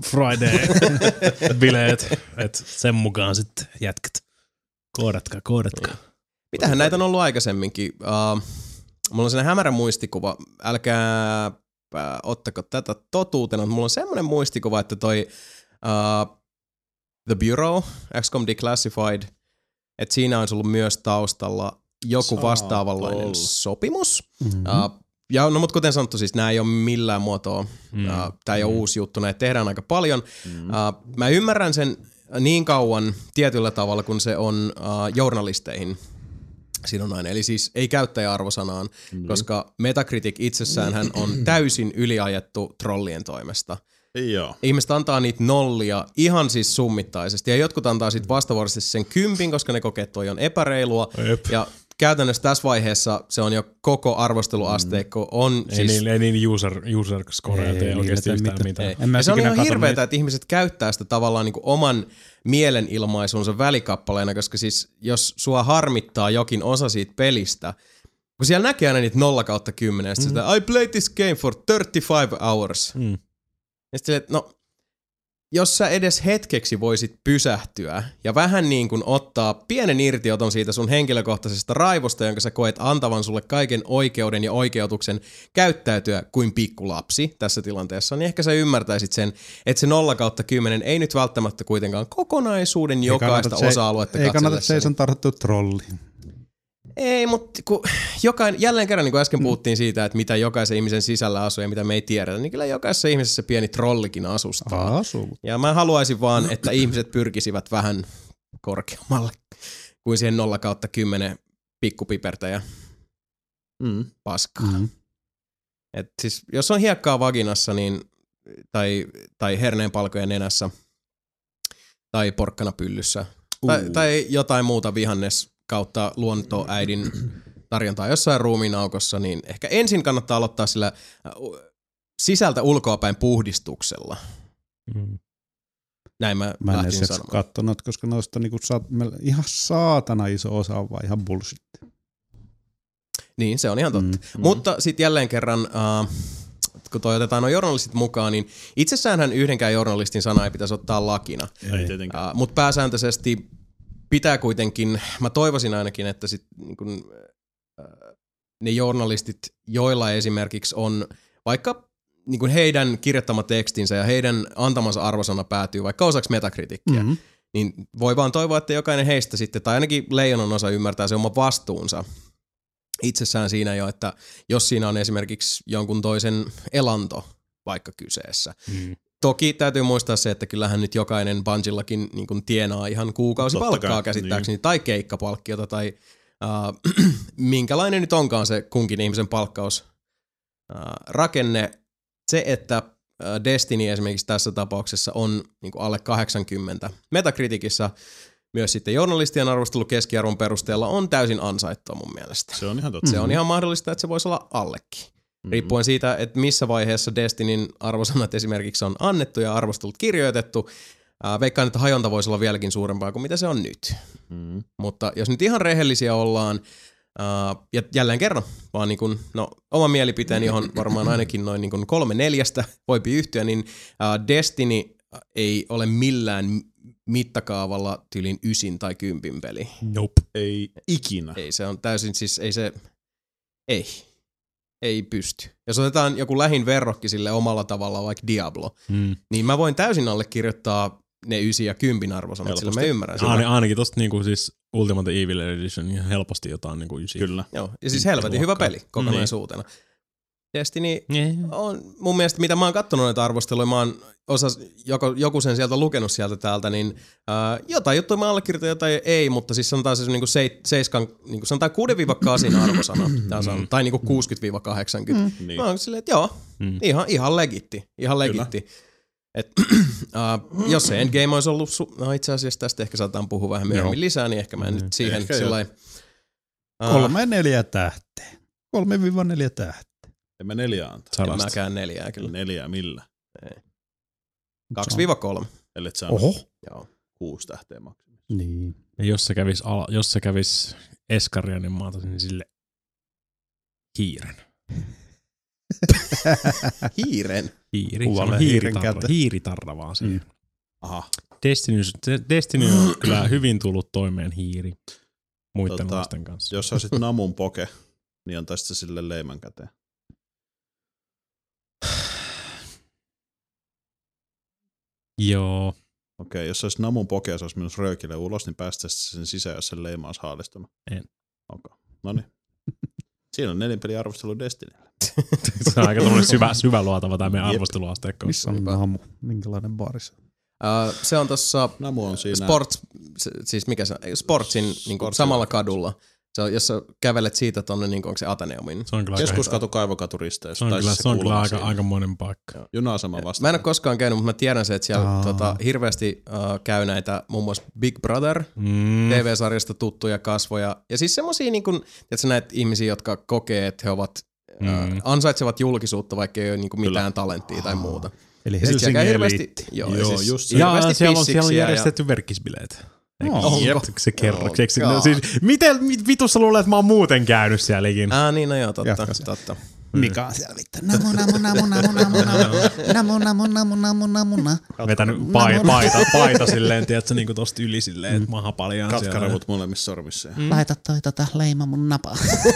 [SPEAKER 3] Friday-bileet. Et sen mukaan sitten jätkät. Koodatkaa, koodatkaa.
[SPEAKER 1] mitähän näitä on ollut aikaisemminkin. Uh, mulla on sellainen hämärä muistikuva, älkää äh, ottako tätä totuutena, mutta mulla on semmoinen muistikuva, että toi uh, The Bureau, X COM Declassified, että siinä olisi ollut myös taustalla joku
[SPEAKER 2] Saat
[SPEAKER 1] vastaavanlainen
[SPEAKER 2] olla.
[SPEAKER 1] sopimus.
[SPEAKER 4] Mm-hmm.
[SPEAKER 1] Uh, ja no, mutta kuten sanottu, siis nämä ei ole millään muotoa,
[SPEAKER 3] Mm.
[SPEAKER 1] uh, tämä ei ole
[SPEAKER 3] Mm.
[SPEAKER 1] uusi juttu, näitä tehdään aika paljon.
[SPEAKER 2] Mm.
[SPEAKER 1] Uh, mä ymmärrän sen niin kauan tietyllä tavalla, kun se on uh, journalisteihin sidonnainen, eli siis ei käyttäjäarvosanaan,
[SPEAKER 2] Mm.
[SPEAKER 1] koska Metacritic itsessään hän on täysin yliajettu trollien toimesta.
[SPEAKER 2] Joo.
[SPEAKER 1] Ihmiset antaa niitä nollia ihan siis summittaisesti, ja jotkut antaa sitten vastavuoroisesti sen kympin, koska ne kokee, että toi on epäreilua,
[SPEAKER 3] Jep.
[SPEAKER 1] ja käytännössä tässä vaiheessa se on jo koko arvosteluasteikko on
[SPEAKER 3] Ei,
[SPEAKER 1] siis...
[SPEAKER 3] niin, ei niin user, user scorea
[SPEAKER 4] Ei,
[SPEAKER 3] tee
[SPEAKER 4] ei
[SPEAKER 3] oikeasti
[SPEAKER 4] niillä tee
[SPEAKER 3] yhtään
[SPEAKER 4] mitään.
[SPEAKER 3] mitään.
[SPEAKER 1] Ei.
[SPEAKER 4] En mä
[SPEAKER 1] Ja se on
[SPEAKER 4] ikinä
[SPEAKER 1] ihan
[SPEAKER 4] katsonut
[SPEAKER 1] hirveetä,
[SPEAKER 4] niitä.
[SPEAKER 1] että ihmiset käyttää sitä tavallaan niin kuin oman mielenilmaisunsa välikappaleena, koska siis jos sua harmittaa jokin osa siitä pelistä, kun siellä näkee aina niitä nolla kautta kymmenen, ja sitten
[SPEAKER 3] Mm.
[SPEAKER 1] sitä, I played this game for thirty-five hours.
[SPEAKER 3] Mm.
[SPEAKER 1] Ja sitten että no, jos sä edes hetkeksi voisit pysähtyä ja vähän niin kuin ottaa pienen irtioton siitä sun henkilökohtaisesta raivosta, jonka sä koet antavan sulle kaiken oikeuden ja oikeutuksen käyttäytyä kuin pikkulapsi tässä tilanteessa, niin ehkä sä ymmärtäisit sen, että se nolla kautta kymmenen ei nyt välttämättä kuitenkaan kokonaisuuden jokaista
[SPEAKER 4] kannata se-
[SPEAKER 1] osa-aluetta
[SPEAKER 4] Ei kannata
[SPEAKER 1] katsellessa,
[SPEAKER 4] Jason tarttua trolli.
[SPEAKER 1] ei, mutta kun jokainen, jälleen kerran niin kuin äsken puhuttiin siitä, että mitä jokaisen ihmisen sisällä asuu ja mitä me ei tiedetä, niin kyllä jokaisessa ihmisessä se pieni trollikin asustaa.
[SPEAKER 4] Asuu.
[SPEAKER 1] Ja mä haluaisin vaan, että ihmiset pyrkisivät vähän korkeammalle kuin siihen nolla kautta kymmenen pikkupipertäjä
[SPEAKER 2] Mm.
[SPEAKER 1] paskaa.
[SPEAKER 4] Mm.
[SPEAKER 1] Et siis, jos on hiekkaa vaginassa niin, tai, tai herneen palkojen nenässä tai porkkana pyllyssä tai,
[SPEAKER 2] Uh.
[SPEAKER 1] tai jotain muuta vihannes kautta luontoäidin tarjontaa jossain ruumiinaukossa, niin ehkä ensin kannattaa aloittaa sillä äh, sisältä ulkoapäin puhdistuksella.
[SPEAKER 3] Mm.
[SPEAKER 1] Näin mä,
[SPEAKER 4] Mä en
[SPEAKER 1] lähtin
[SPEAKER 4] edes
[SPEAKER 1] sanomaan.
[SPEAKER 4] kattonut, koska noista niinku saat, ihan saatana iso osa on vaan ihan bullshit.
[SPEAKER 1] Niin, se on ihan totta.
[SPEAKER 4] Mm,
[SPEAKER 1] Mm, Mutta sitten jälleen kerran, uh, kun toi otetaan nuo journalistit mukaan, niin itsessäänhän yhdenkään journalistin sana ei pitäisi ottaa lakina.
[SPEAKER 2] Ei tietenkään.
[SPEAKER 1] Uh, Mutta pääsääntöisesti pitää kuitenkin, mä toivoisin ainakin, että sit, niin kun, uh, ne journalistit, joilla esimerkiksi on vaikka niin kuin heidän kirjoittama tekstinsä ja heidän antamansa arvosana päätyy vaikka osaksi metakritikkiä, mm-hmm. niin voi vaan toivoa, että jokainen heistä sitten, tai ainakin leijonan osa ymmärtää se oma vastuunsa itsessään siinä jo, että jos siinä on esimerkiksi jonkun toisen elanto vaikka kyseessä. Mm. Toki täytyy muistaa se, että kyllähän nyt jokainen Bungiellakin niin kuin tienaa ihan kuukausipalkkaa käsittääkseni, niin. tai keikkapalkkiota, tai äh, minkälainen nyt onkaan se kunkin ihmisen palkkaus äh, rakenne. Se, että Destiny esimerkiksi tässä tapauksessa on niin kuin alle kahdeksankymmentä. Metacriticissa myös sitten journalistien arvostelu keskiarvon perusteella on täysin ansaittua mun mielestä.
[SPEAKER 2] Se on ihan totta.
[SPEAKER 1] Se on ihan mahdollista, että se voisi olla allekin. Mm-hmm. Riippuen siitä, että missä vaiheessa Destinyn arvosanat esimerkiksi on annettu ja arvostelut kirjoitettu. Veikkaan, että hajonta voisi olla vieläkin suurempaa kuin mitä se on nyt. Mm-hmm. Mutta jos nyt ihan rehellisiä ollaan, Uh, ja jälleen kerran, vaan niin kun, no, oma mielipiteeni, johon varmaan ainakin noin niin kun kolme neljästä voipi yhtyä, niin uh, Destiny ei ole millään mittakaavalla tyylin ysin tai kympin peli.
[SPEAKER 3] Nope.
[SPEAKER 2] Ei ikinä.
[SPEAKER 1] Ei, se on täysin siis, ei se, ei, ei pysty. Jos otetaan joku lähin verrokki sille omalla tavalla, vaikka Diablo, hmm. niin mä voin täysin allekirjoittaa ne ysi ja kympin arvosanat, sillä mä ymmärrän sitä.
[SPEAKER 3] Ain, ainakin tosta niinku siis Ultimate Evil Edition ihan helposti jotain niinku ysi.
[SPEAKER 2] Kyllä.
[SPEAKER 1] Joo, ja siis helvetin hyvä peli kokonaisuutena. Mm. Destiny mm. on mun mielestä, mitä mä oon kattonut näitä arvosteluja, mä oon osas, joku, joku sen sieltä lukenut sieltä täältä, niin äh, jotain juttuja mä allekirjoitan, jotain ei, mutta siis sanotaan se niinku se, seiskan, niinku sanotaan kuusi kahdeksan arvosana, mm. tai niinku kuusikymmentä kahdeksankymmentä. Mm. Mä oon silleen, että joo, mm. ihan, ihan legitti, ihan legitti. Et, uh, jos se Endgame olisi ollut, su- no itse asiassa tästä ehkä saataan puhua vähän myöhemmin Joo. lisää, niin ehkä mä en mm. nyt siihen sillai... Uh,
[SPEAKER 4] Kolme neljä tähteä. Kolme viiva neljä tähteä.
[SPEAKER 2] En mä neljä antaa.
[SPEAKER 1] En mäkään neljää kyllä.
[SPEAKER 2] Neljää millä?
[SPEAKER 1] Ei. Kaksi viiva kolme.
[SPEAKER 2] Ellet sä
[SPEAKER 4] Oho.
[SPEAKER 2] Joo. Kuusi tähteä maksimissa.
[SPEAKER 4] Niin.
[SPEAKER 3] Ja jos se kävis, ala, jos se kävis eskaria, niin mä ottaisin sille hiiren.
[SPEAKER 1] Hiiren?
[SPEAKER 3] Hiiri.
[SPEAKER 4] Kuvalle
[SPEAKER 3] se on hiiritarra,
[SPEAKER 4] hiiren
[SPEAKER 3] hiiritarra vaan se. Mm.
[SPEAKER 2] Aha.
[SPEAKER 3] Destiny, Destiny on kyllä hyvin tullut toimeen hiiri muiden tota, lasten kanssa.
[SPEAKER 2] Jos olisit Namun poke, niin antaisit se sille leimän käteen.
[SPEAKER 3] Joo.
[SPEAKER 2] Okei, okay, jos olisi Namun poke ja se olisi mennyt röökille ulos, niin päästäisiin sen sisään, jos sen leima olisi haalistunut.
[SPEAKER 3] En.
[SPEAKER 2] Okei, okay. Noniin. Siinä on nelinpeli arvostelu Destinylle.
[SPEAKER 3] Se on aika tommoinen syvä, syvä luotava tämä meidän arvosteluasteikko.
[SPEAKER 4] Missä on Namu? Minkälainen baari se on?
[SPEAKER 1] Uh, se on tossa
[SPEAKER 2] Namu on siinä.
[SPEAKER 1] Sports, siis mikä se on? Sportsin niin kuin samalla kadulla. Se on, jos sä kävelet siitä tonne, niin onko se Ateneumin?
[SPEAKER 2] Keskuskatu, Kaivokatu risteys.
[SPEAKER 3] Se on kyllä, se on kyllä aika, aikamoinen paikka.
[SPEAKER 2] Juna-asema vastaan.
[SPEAKER 1] Mä en ole koskaan käynyt, mutta mä tiedän se, että siellä tota, hirveästi uh, käy näitä muun muassa Big Brother, mm. T V-sarjasta tuttuja kasvoja. Ja siis semmosia niin kuin, tiedätkö, näitä ihmisiä, jotka kokee, että he ovat, mm. uh, ansaitsevat julkisuutta, vaikka ei ole niin kuin mitään talenttia tai muuta.
[SPEAKER 4] Eli Helsingin eliitti.
[SPEAKER 1] Joo,
[SPEAKER 2] joo
[SPEAKER 1] siis
[SPEAKER 2] just
[SPEAKER 3] ja siellä on, siellä on järjestetty ja... verkkisbileet.
[SPEAKER 1] No,
[SPEAKER 3] Jep, se kerro. No, siis, miten vitussa luulet, että mä oon muuten käynyt sielläkin?
[SPEAKER 1] Ah niin, no joo, totta. totta.
[SPEAKER 4] Mikä on siellä vittu? Namu, namu, namu, namu, namu, namu, namu, namu, namu, namu, namu.
[SPEAKER 3] Vetänyt paita, paita, paita silleen, tiedätkö, niinku tosta yli silleen, että maha paljaan siellä.
[SPEAKER 2] Katkarevut molemmissa sormissa.
[SPEAKER 6] Mm. Laita toi tota leima mun napaa.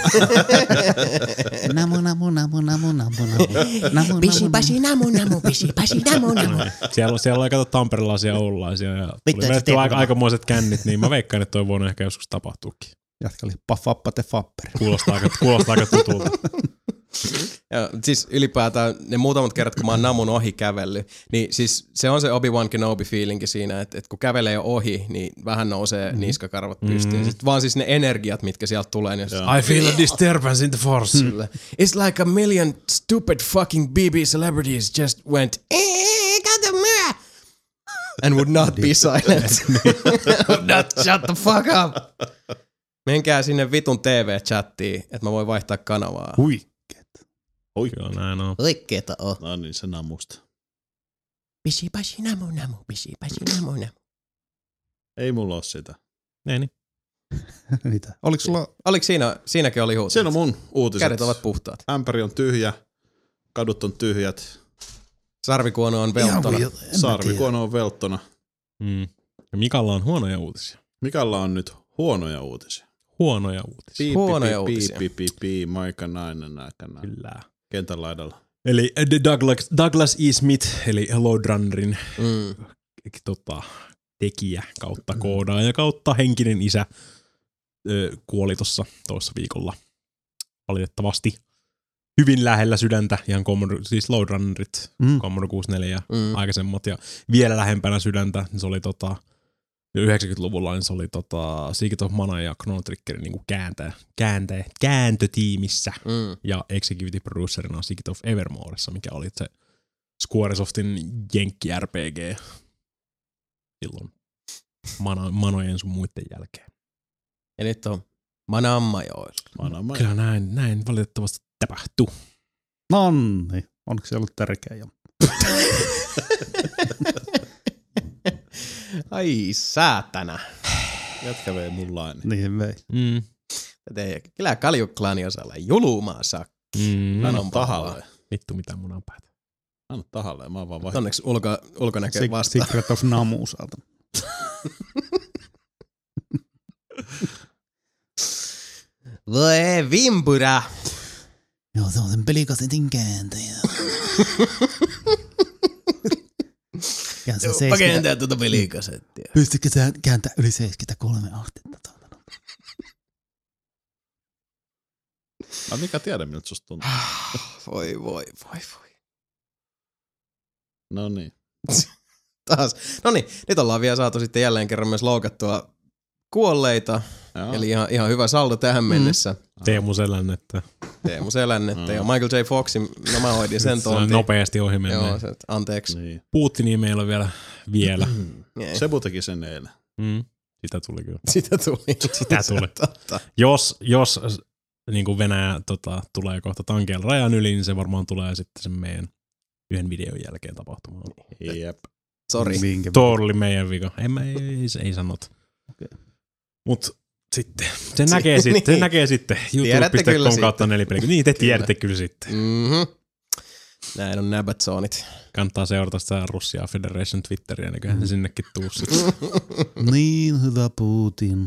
[SPEAKER 6] Namu, namu, namu, namu, namu, namu.
[SPEAKER 7] Pisi, pasi, namu, namu, pisi, pasi, namu, namu.
[SPEAKER 3] Siellä, siellä on kato tamperelaisia oululaisia ja tuli vedetty aika, aikamoiset kännit, niin mä veikkaan, että toi voinut ehkä joskus tapahtuukin.
[SPEAKER 4] Jatka oli pafappa te fapper.
[SPEAKER 3] Kuulostaa aika, kuulostaa aika tutulta.
[SPEAKER 1] Ja, siis ylipäätään ne muutamat kerrat, kun mä oon Namun ohi kävellyt, niin siis se on se Obi-Wan Kenobi-feelinki siinä, että, että kun kävelee ohi, niin vähän nousee mm. niskakarvat pystyyn. Mm. Sitten vaan siis ne energiat, mitkä sieltä tulee. Niin
[SPEAKER 3] I feel a disturbance in the force.
[SPEAKER 1] It's like a million stupid fucking B B celebrities just went and would not be silent. Would not shut the fuck up. Menkää sinne vitun T V-chattiin, että mä voin vaihtaa kanavaa.
[SPEAKER 4] Hui.
[SPEAKER 3] Kyllä näin on.
[SPEAKER 6] Oikeeta on.
[SPEAKER 2] No niin, se Namusta.
[SPEAKER 7] Pisi, pasi, namu, namu, pisi, pasi, namu, namu.
[SPEAKER 2] Ei mulla ole sitä.
[SPEAKER 3] Ei niin.
[SPEAKER 4] Mitä? Oliko sulla...
[SPEAKER 1] Oliko siinä, siinäkin oli uutiset?
[SPEAKER 2] Siinä on mun uutiset.
[SPEAKER 1] Kädet ovat puhtaat.
[SPEAKER 2] Ämpäri on tyhjä, kadut on tyhjät.
[SPEAKER 1] Sarvikuono on velttona.
[SPEAKER 2] Sarvikuono on velttona.
[SPEAKER 3] Mm. Ja Mikalla on huonoja uutisia.
[SPEAKER 2] Mikalla on nyt huonoja uutisia.
[SPEAKER 3] Huonoja uutisia.
[SPEAKER 2] Piip,
[SPEAKER 1] Huonoja
[SPEAKER 2] piip,
[SPEAKER 1] uutisia.
[SPEAKER 2] piip, piip, piip, Maikanainen aikana.
[SPEAKER 3] Kyllä.
[SPEAKER 2] Kentän laidalla.
[SPEAKER 3] Eli Douglas, Douglas E. Smith, eli Loadrunnerin
[SPEAKER 1] Mm.
[SPEAKER 3] tota, tekijä kautta koodaaja kautta henkinen isä ö, kuoli tuossa toissa viikolla. Valitettavasti hyvin lähellä sydäntä, ihan Commodore, siis Loadrunnerit,
[SPEAKER 4] Mm.
[SPEAKER 3] Commodore kuusikymmentäneljä ja
[SPEAKER 1] Mm.
[SPEAKER 3] aikaisemmat, ja vielä lähempänä sydäntä, niin se oli tota, yhdeksänkymmentäluvulla, niin se oli tota, Secret of Mana ja Chrono Triggerin niin kääntä, kääntä, kääntötiimissä,
[SPEAKER 1] Mm.
[SPEAKER 3] ja executive producerina Secret of Evermoressa, mikä oli se Squaresoftin jenkki R P G silloin mana, manojen sun muiden jälkeen.
[SPEAKER 1] Ja nyt on Manammajoilla.
[SPEAKER 2] Manama.
[SPEAKER 3] Kyllä näin, näin valitettavasti tapahtuu.
[SPEAKER 4] Nonni. Onko se ollut tärkeä jo?
[SPEAKER 1] Ai saatana.
[SPEAKER 2] Jätkä vei mun laini.
[SPEAKER 4] Niin vei.
[SPEAKER 3] Mm.
[SPEAKER 1] Tätä kyllä Kaljuklaani osalla julmaa saa.
[SPEAKER 3] Mm.
[SPEAKER 2] Anna
[SPEAKER 1] on
[SPEAKER 2] tahalle.
[SPEAKER 3] Vittu mitään munanpäätä.
[SPEAKER 2] Anna tahalle. Mä oon vaan vaihtanut.
[SPEAKER 1] Onneksi ulko, ulkonäkö
[SPEAKER 4] Se-
[SPEAKER 1] vastaa.
[SPEAKER 4] Secret of Namu saata.
[SPEAKER 1] Voi vimpura.
[SPEAKER 6] Joo, se on sen pelikasetin kääntäjä. Ja se
[SPEAKER 1] Joppa
[SPEAKER 6] seitsemänkymmentä...
[SPEAKER 1] kääntää tuota pelikasettia.
[SPEAKER 6] Pystytkö sä kääntämään yli seitsemänkymmentäkolme astetta? Tuota?
[SPEAKER 2] Mä mikä tiedä, miltä susta tuntuu.
[SPEAKER 1] Voi voi voi voi.
[SPEAKER 2] No niin.
[SPEAKER 1] Taas. No niin, nyt ollaan vielä saatu sitten jälleen kerran myös loukattua kuolleita.
[SPEAKER 2] Joo.
[SPEAKER 1] Eli ihan, ihan hyvä saldo tähän mennessä.
[SPEAKER 3] Teemu Selännettä.
[SPEAKER 1] Teemu Selännettä
[SPEAKER 2] Mm.
[SPEAKER 1] ja Michael J. Foxin, no mä hoidin sen
[SPEAKER 3] Se on
[SPEAKER 1] tontin.
[SPEAKER 3] nopeasti ohi
[SPEAKER 1] Joo,
[SPEAKER 3] menneen.
[SPEAKER 1] se, anteeksi.
[SPEAKER 2] Niin.
[SPEAKER 3] Putinia meillä on vielä. vielä.
[SPEAKER 1] Ei.
[SPEAKER 2] Sebu teki sen eilen.
[SPEAKER 3] Mm. Sitä tuli kyllä.
[SPEAKER 1] Sitä tuli.
[SPEAKER 3] Sitä tuli.
[SPEAKER 1] Totta.
[SPEAKER 3] Jos, jos niin kuin Venäjä tota, tulee kohta tankeella rajan yli, niin se varmaan tulee sitten sen meidän yhden videon jälkeen tapahtumaan.
[SPEAKER 2] Jep.
[SPEAKER 1] Sori.
[SPEAKER 4] Minkä
[SPEAKER 3] Totally meidän vika. En mä, ei, ei, ei sanot.
[SPEAKER 4] Okei.
[SPEAKER 3] Mut sitten, se näkee sitten, se
[SPEAKER 1] Niin.
[SPEAKER 3] näkee sitten.
[SPEAKER 1] Tiedätte
[SPEAKER 3] youtube
[SPEAKER 1] kyllä
[SPEAKER 3] piste com kautta
[SPEAKER 1] sitten.
[SPEAKER 3] nelipeli. Niin te tiedätte kyllä sitten.
[SPEAKER 1] Mhm. Näin on Nabatzonit.
[SPEAKER 3] Kannattaa seurata sitä Russia Federation Twitteriä, näköhän se sinnekin tuu sitten.
[SPEAKER 6] Niin hyvä Putin.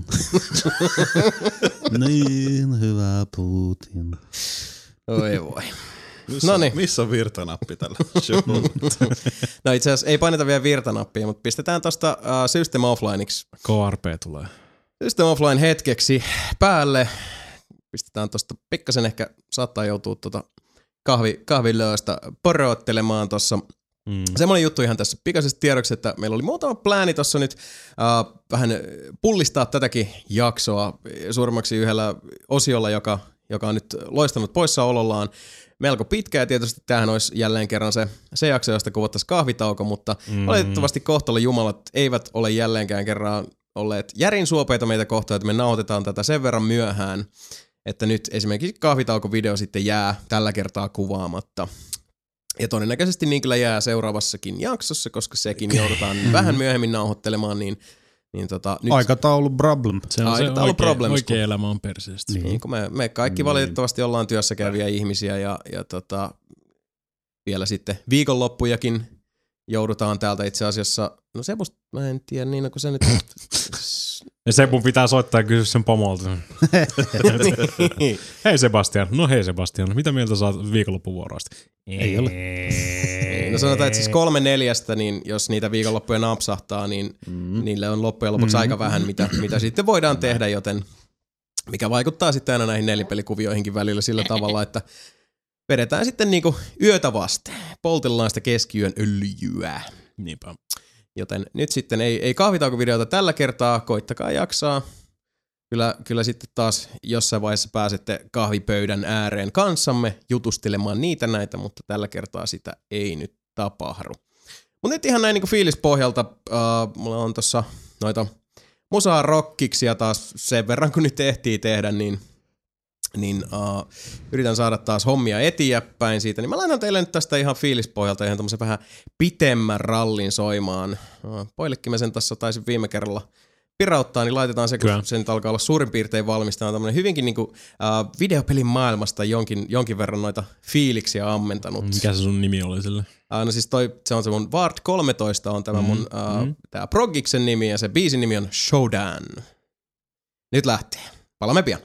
[SPEAKER 6] niin hyvä Putin.
[SPEAKER 1] Oi voi.
[SPEAKER 2] Missä,
[SPEAKER 1] Noniin.
[SPEAKER 2] missä on virtanappi tällä showlla?
[SPEAKER 1] No itse asiassa ei paineta vielä virtanappia, mutta pistetään tosta uh, System Offlineiksi.
[SPEAKER 3] K R P tulee.
[SPEAKER 1] System Offline hetkeksi päälle. Pistetään tosta pikkasen ehkä saattaa joutua tota kahvi, kahvilööstä poroottelemaan tossa.
[SPEAKER 3] Mm.
[SPEAKER 1] Semmoinen juttu ihan tässä pikaisesti tiedoksi, että meillä oli muutama plääni tuossa nyt uh, vähän pullistaa tätäkin jaksoa suurimmaksi yhdellä osiolla, joka, joka on nyt loistanut poissaolollaan melko pitkä, ja tietysti tämähän olisi jälleen kerran se, se jakso, josta kuvattaisiin kahvitauko, mutta mm. valitettavasti kohtalon jumalat eivät ole jälleenkään kerran olleet järin suopeita meitä kohtaan, että me nauhoitetaan tätä sen verran myöhään, että nyt esimerkiksi kahvitauko-video sitten jää tällä kertaa kuvaamatta. Ja todennäköisesti niin kyllä jää seuraavassakin jaksossa, koska sekin joudutaan vähän myöhemmin nauhoittelemaan, niin, niin tota, nyt
[SPEAKER 4] Aikataulu problem.
[SPEAKER 3] Se on se
[SPEAKER 1] Aikataulu
[SPEAKER 3] oikea,
[SPEAKER 1] problems,
[SPEAKER 3] oikea elämä on perseestä.
[SPEAKER 4] Niin.
[SPEAKER 1] niin kun me, me kaikki valitettavasti ollaan työssä käyviä ihmisiä ja, ja tota, vielä sitten viikonloppujakin joudutaan täältä itse asiassa, no se musta, mä en tiedä, niin onko se nyt...
[SPEAKER 3] Ja Sebun pitää soittaa ja kysyä sen pomolta.
[SPEAKER 1] Niin.
[SPEAKER 3] Hei Sebastian. No hei Sebastian. Mitä mieltä saat viikonloppuvuoroista?
[SPEAKER 4] Ei ole.
[SPEAKER 1] No sanotaan, että siis kolme neljästä, niin jos niitä viikonloppuja napsahtaa, niin mm. niille on loppujen lopuksi mm. aika vähän, mitä, mitä sitten voidaan tehdä, joten mikä vaikuttaa sitten aina näihin nelipelikuvioihinkin välillä sillä tavalla, että vedetään sitten niinku yötä vasten. Poltellaan sitä keskiyön öljyä.
[SPEAKER 3] Niinpä.
[SPEAKER 1] Joten nyt sitten ei, ei kahvitaukovideota tällä kertaa, koittakaa jaksaa. Kyllä, kyllä sitten taas jossain vaiheessa pääsette kahvipöydän ääreen kanssamme jutustelemaan niitä näitä, mutta tällä kertaa sitä ei nyt tapahdu. Mutta nyt ihan näin niin kuin fiilispohjalta, äh, mulla on tossa noita musaa rockiksia taas sen verran, kun nyt ehtii tehdä, niin, niin uh, yritän saada taas hommia eteenpäin siitä. Niin mä laitan teille nyt tästä ihan fiilispohjalta ihan tommosen vähän pitemmän rallin soimaan. Uh, Poillekin mä sen tässä taisin viime kerralla pirauttaa, niin laitetaan se, kun
[SPEAKER 3] Kyllä.
[SPEAKER 1] se nyt alkaa olla suurin piirtein valmis. Tämä on tämmönen hyvinkin niinku, uh, videopelin maailmasta jonkin, jonkin verran noita fiiliksiä ammentanut.
[SPEAKER 3] Mikä se sun nimi oli sille?
[SPEAKER 1] Uh, no siis toi, se on se mun Vard kolmetoista on tämä mm, mun uh, mm. tää Proggiksen nimi ja se biisin nimi on Showdown. Nyt lähtee. Palaamme pian.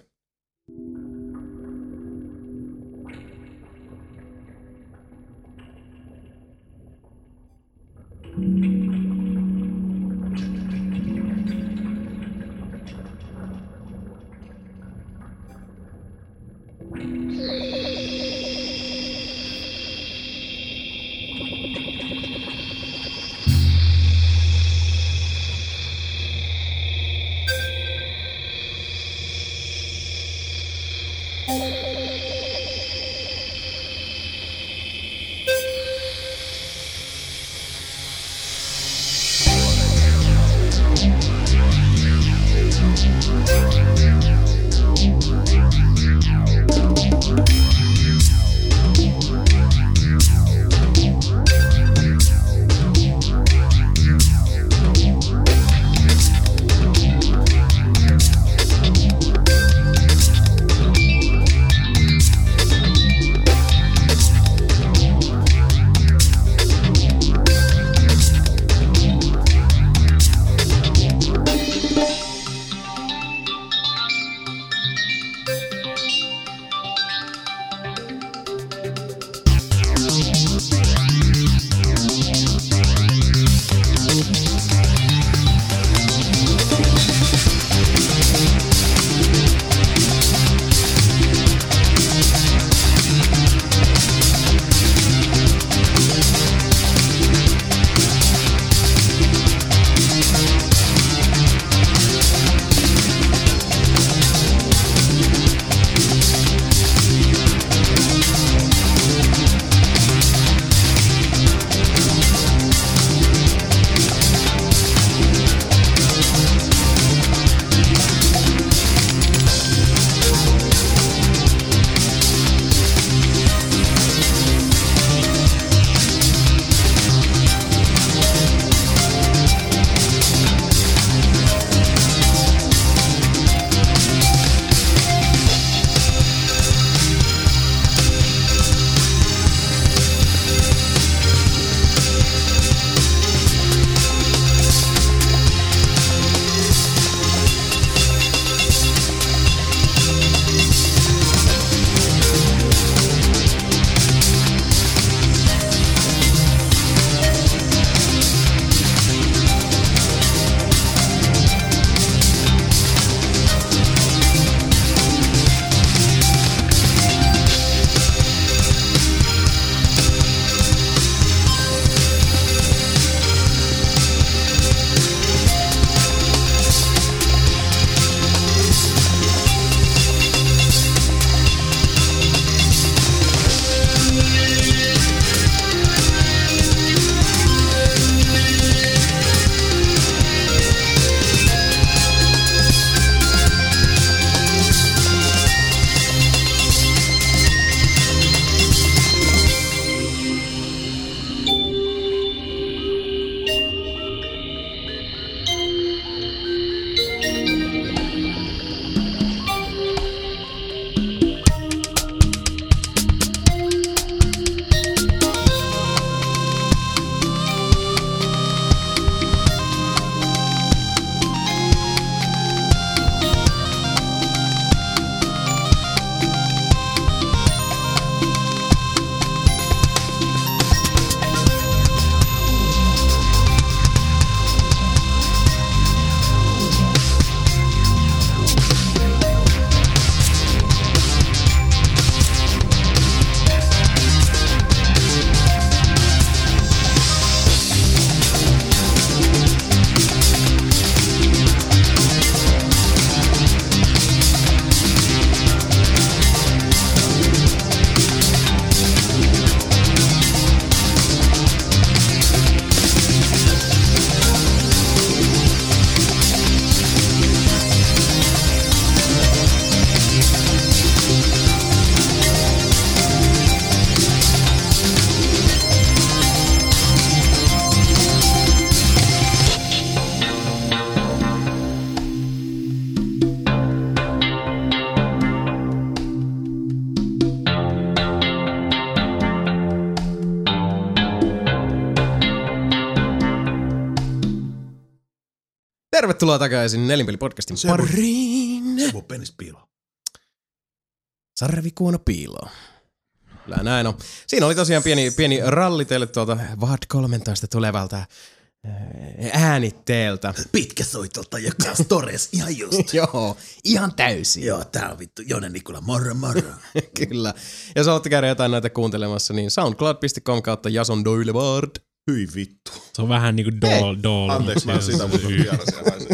[SPEAKER 1] Tervetuloa takaisin Nelinpeli-podcastin pariin.
[SPEAKER 2] Mun penis piiloon.
[SPEAKER 1] Sarvikuono piiloon. Kyllä näin on. Siinä oli tosiaan pieni, pieni ralli teille tuolta V A D kolmetoista tulevalta äänitteeltä.
[SPEAKER 6] Pitkä soitolta joka stores ihan just.
[SPEAKER 1] Joo, ihan täysin.
[SPEAKER 6] Joo, tää on vittu Jone Nikula, moro moro.
[SPEAKER 1] Kyllä. Jos haluatte käydä jotain näitä kuuntelemassa, niin soundcloud piste com kautta Jason Doilevard.
[SPEAKER 2] Hyi vittu.
[SPEAKER 3] Se on vähän niinku doll, doll.
[SPEAKER 2] Anteeksi, mä sitä mun vierasia haisin.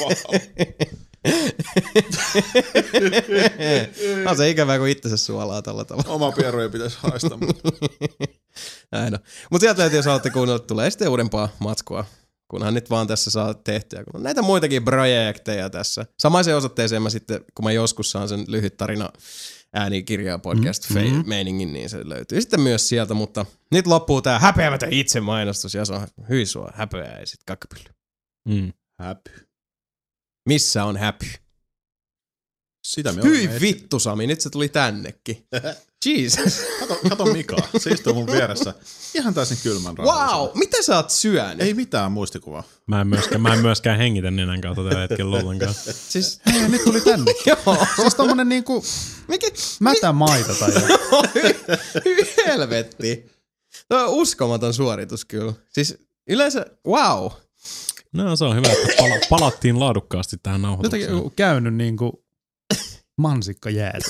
[SPEAKER 1] On se ikävää, kun itsensä suolaa tällä tavalla.
[SPEAKER 2] Oma pieru ei pitäisi haista.
[SPEAKER 1] Näin on. Mutta sieltä löytyy, jos haluatte kuunnella, tulee sitten uudempaa matskua, kunhan nyt vaan tässä saa tehtyä. Kun on näitä muitakin projekteja tässä. Samaiseen osoitteeseen mä sitten, kun mä joskus saan sen lyhyt tarina äänikirjaa podcast-meiningin, niin se löytyy sitten myös sieltä. Mutta nyt loppuu tää häpeämätön itsemainostus ja se on hyi sua häpeää ja sit kakkapylly.
[SPEAKER 3] Mm.
[SPEAKER 2] Häpy.
[SPEAKER 1] Missä on häpy?
[SPEAKER 2] Sitä me
[SPEAKER 1] Hyi
[SPEAKER 2] olemme
[SPEAKER 1] vittu Sami, nyt se tuli tännekin. Jesus.
[SPEAKER 2] Kato, kato Mikaa, se istuu mun vieressä. Ihan täysin kylmän rauhallisen.
[SPEAKER 1] Wow, mitä sä oot syönyt?
[SPEAKER 2] Ei mitään muistikuvaa.
[SPEAKER 3] Mä en myöskään, mä en myöskään hengitä nenän kautta tällä hetkellä ollenkaan.
[SPEAKER 1] Siis,
[SPEAKER 4] Hei, nyt tuli tänne.
[SPEAKER 1] joo.
[SPEAKER 4] Siis tommonen niinku
[SPEAKER 1] Mikä?
[SPEAKER 4] mätä maito tai joku.
[SPEAKER 1] Hyi helvetti. Tuo on uskomaton suoritus kyllä. Siis yleensä, wow.
[SPEAKER 3] No se on hyvä, että pala- palattiin laadukkaasti tähän nauhoitukseen.
[SPEAKER 4] Jotenkin käynyt niinku mansikka jäätä.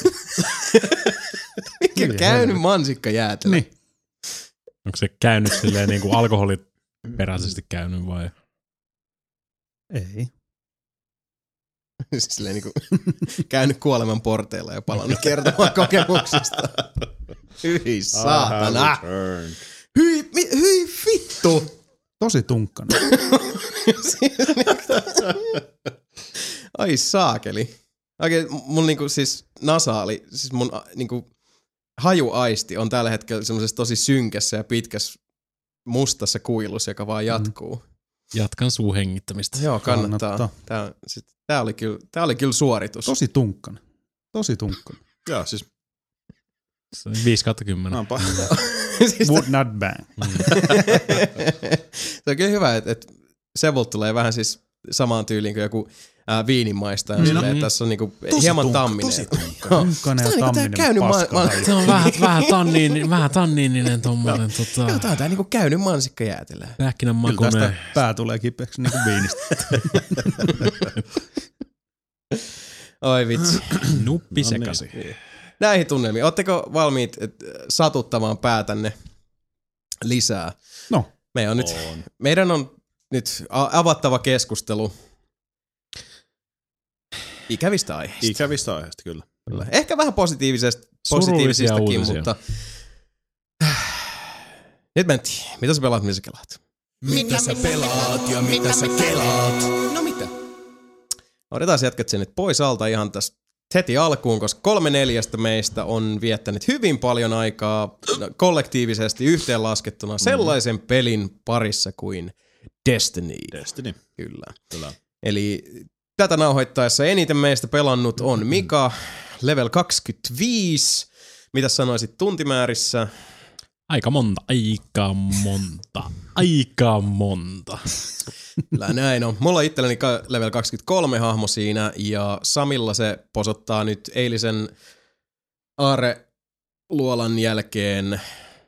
[SPEAKER 1] Mikä käynyt mansikka jäätelö?
[SPEAKER 4] Niin.
[SPEAKER 3] Onko se käynyt silleen niin kuin alkoholiperäisesti käynyt vai?
[SPEAKER 4] Ei.
[SPEAKER 1] Siis silleen niinku käynyt kuoleman porteilla ja palannut kertomaan kokemuksista. Hyi saatana. Hyi, mi, hyi vittu.
[SPEAKER 4] Tosi tunkkana.
[SPEAKER 1] Ai saakeli. Oikein mun niinku siis nasaali, siis mun niinku hajuaisti on tällä hetkellä semmoisessa tosi synkässä ja pitkässä mustassa kuilussa, joka vaan jatkuu.
[SPEAKER 3] Jatkan suuhengittämistä.
[SPEAKER 1] Joo, kannattaa.
[SPEAKER 4] Kannattaa.
[SPEAKER 1] Tää, sit, tää, oli kyllä, tää oli kyllä suoritus.
[SPEAKER 4] Tosi tunkkana. Tosi tunkkana.
[SPEAKER 2] Joo, siis
[SPEAKER 3] Se on viisi kautta kymmenen.
[SPEAKER 2] naanpa.
[SPEAKER 1] siis
[SPEAKER 4] Would not bang.
[SPEAKER 1] se on kyllä hyvä, että et Sevult tulee vähän siis samaan tyyliin kuin joku ää, viinimaistaja.
[SPEAKER 3] Niin,
[SPEAKER 1] Silleen,
[SPEAKER 3] mm.
[SPEAKER 1] että tässä on niinku
[SPEAKER 2] Tosi
[SPEAKER 1] hieman
[SPEAKER 2] tunkka-
[SPEAKER 1] tamminen.
[SPEAKER 2] tosi tunkka.
[SPEAKER 4] Tunkkana ja
[SPEAKER 1] Tää on niinku tää
[SPEAKER 4] tamminen
[SPEAKER 1] käynyt ma-
[SPEAKER 4] paska.
[SPEAKER 1] ma-
[SPEAKER 3] Se on vähän, vähän, tanniin, vähän tanniininen tommonen
[SPEAKER 1] Joo,
[SPEAKER 3] tota,
[SPEAKER 1] tää on tää niinku käynyt mansikka jäätelö.
[SPEAKER 3] pähkinän
[SPEAKER 4] Kyllä tästä
[SPEAKER 3] makuinen.
[SPEAKER 4] pää tulee kipeäksi niinku viinistä.
[SPEAKER 1] Oi vitsi.
[SPEAKER 3] Nuppi
[SPEAKER 2] No niin.
[SPEAKER 3] sekasi.
[SPEAKER 1] Näihin tunnelmiin. Ootteko valmiit et, satuttamaan päätänne lisää?
[SPEAKER 4] No.
[SPEAKER 1] Me on nyt,
[SPEAKER 2] On.
[SPEAKER 1] meidän on nyt a- avattava keskustelu ikävistä aiheista.
[SPEAKER 2] Ikävistä aiheista kyllä.
[SPEAKER 1] Kyllä. Ehkä vähän positiivisesta,
[SPEAKER 3] Surullisia
[SPEAKER 1] positiivisistakin,
[SPEAKER 3] uutisia.
[SPEAKER 1] mutta nyt mentiin. Mitä sä pelaat, mitä sä kelaat?
[SPEAKER 5] Mitä sä pelaat ja mitä sä kelaat?
[SPEAKER 7] No mitä?
[SPEAKER 1] Otetaan jätkät sen nyt pois alta ihan tästä heti alkuun, koska kolme neljästä meistä on viettänyt hyvin paljon aikaa kollektiivisesti yhteenlaskettuna sellaisen pelin parissa kuin Destiny.
[SPEAKER 2] Destiny.
[SPEAKER 1] Kyllä.
[SPEAKER 2] Kyllä.
[SPEAKER 1] Eli tätä nauhoittaessa eniten meistä pelannut on Mika, level kaksikymmentäviisi. Mitä sanoisit tuntimäärissä?
[SPEAKER 3] Aika monta, aika monta, aika monta.
[SPEAKER 1] Kyllä näin on. Mulla on itselleni ka- level kaksikymmentäkolme hahmo siinä ja Samilla se posottaa nyt eilisen Aare-luolan jälkeen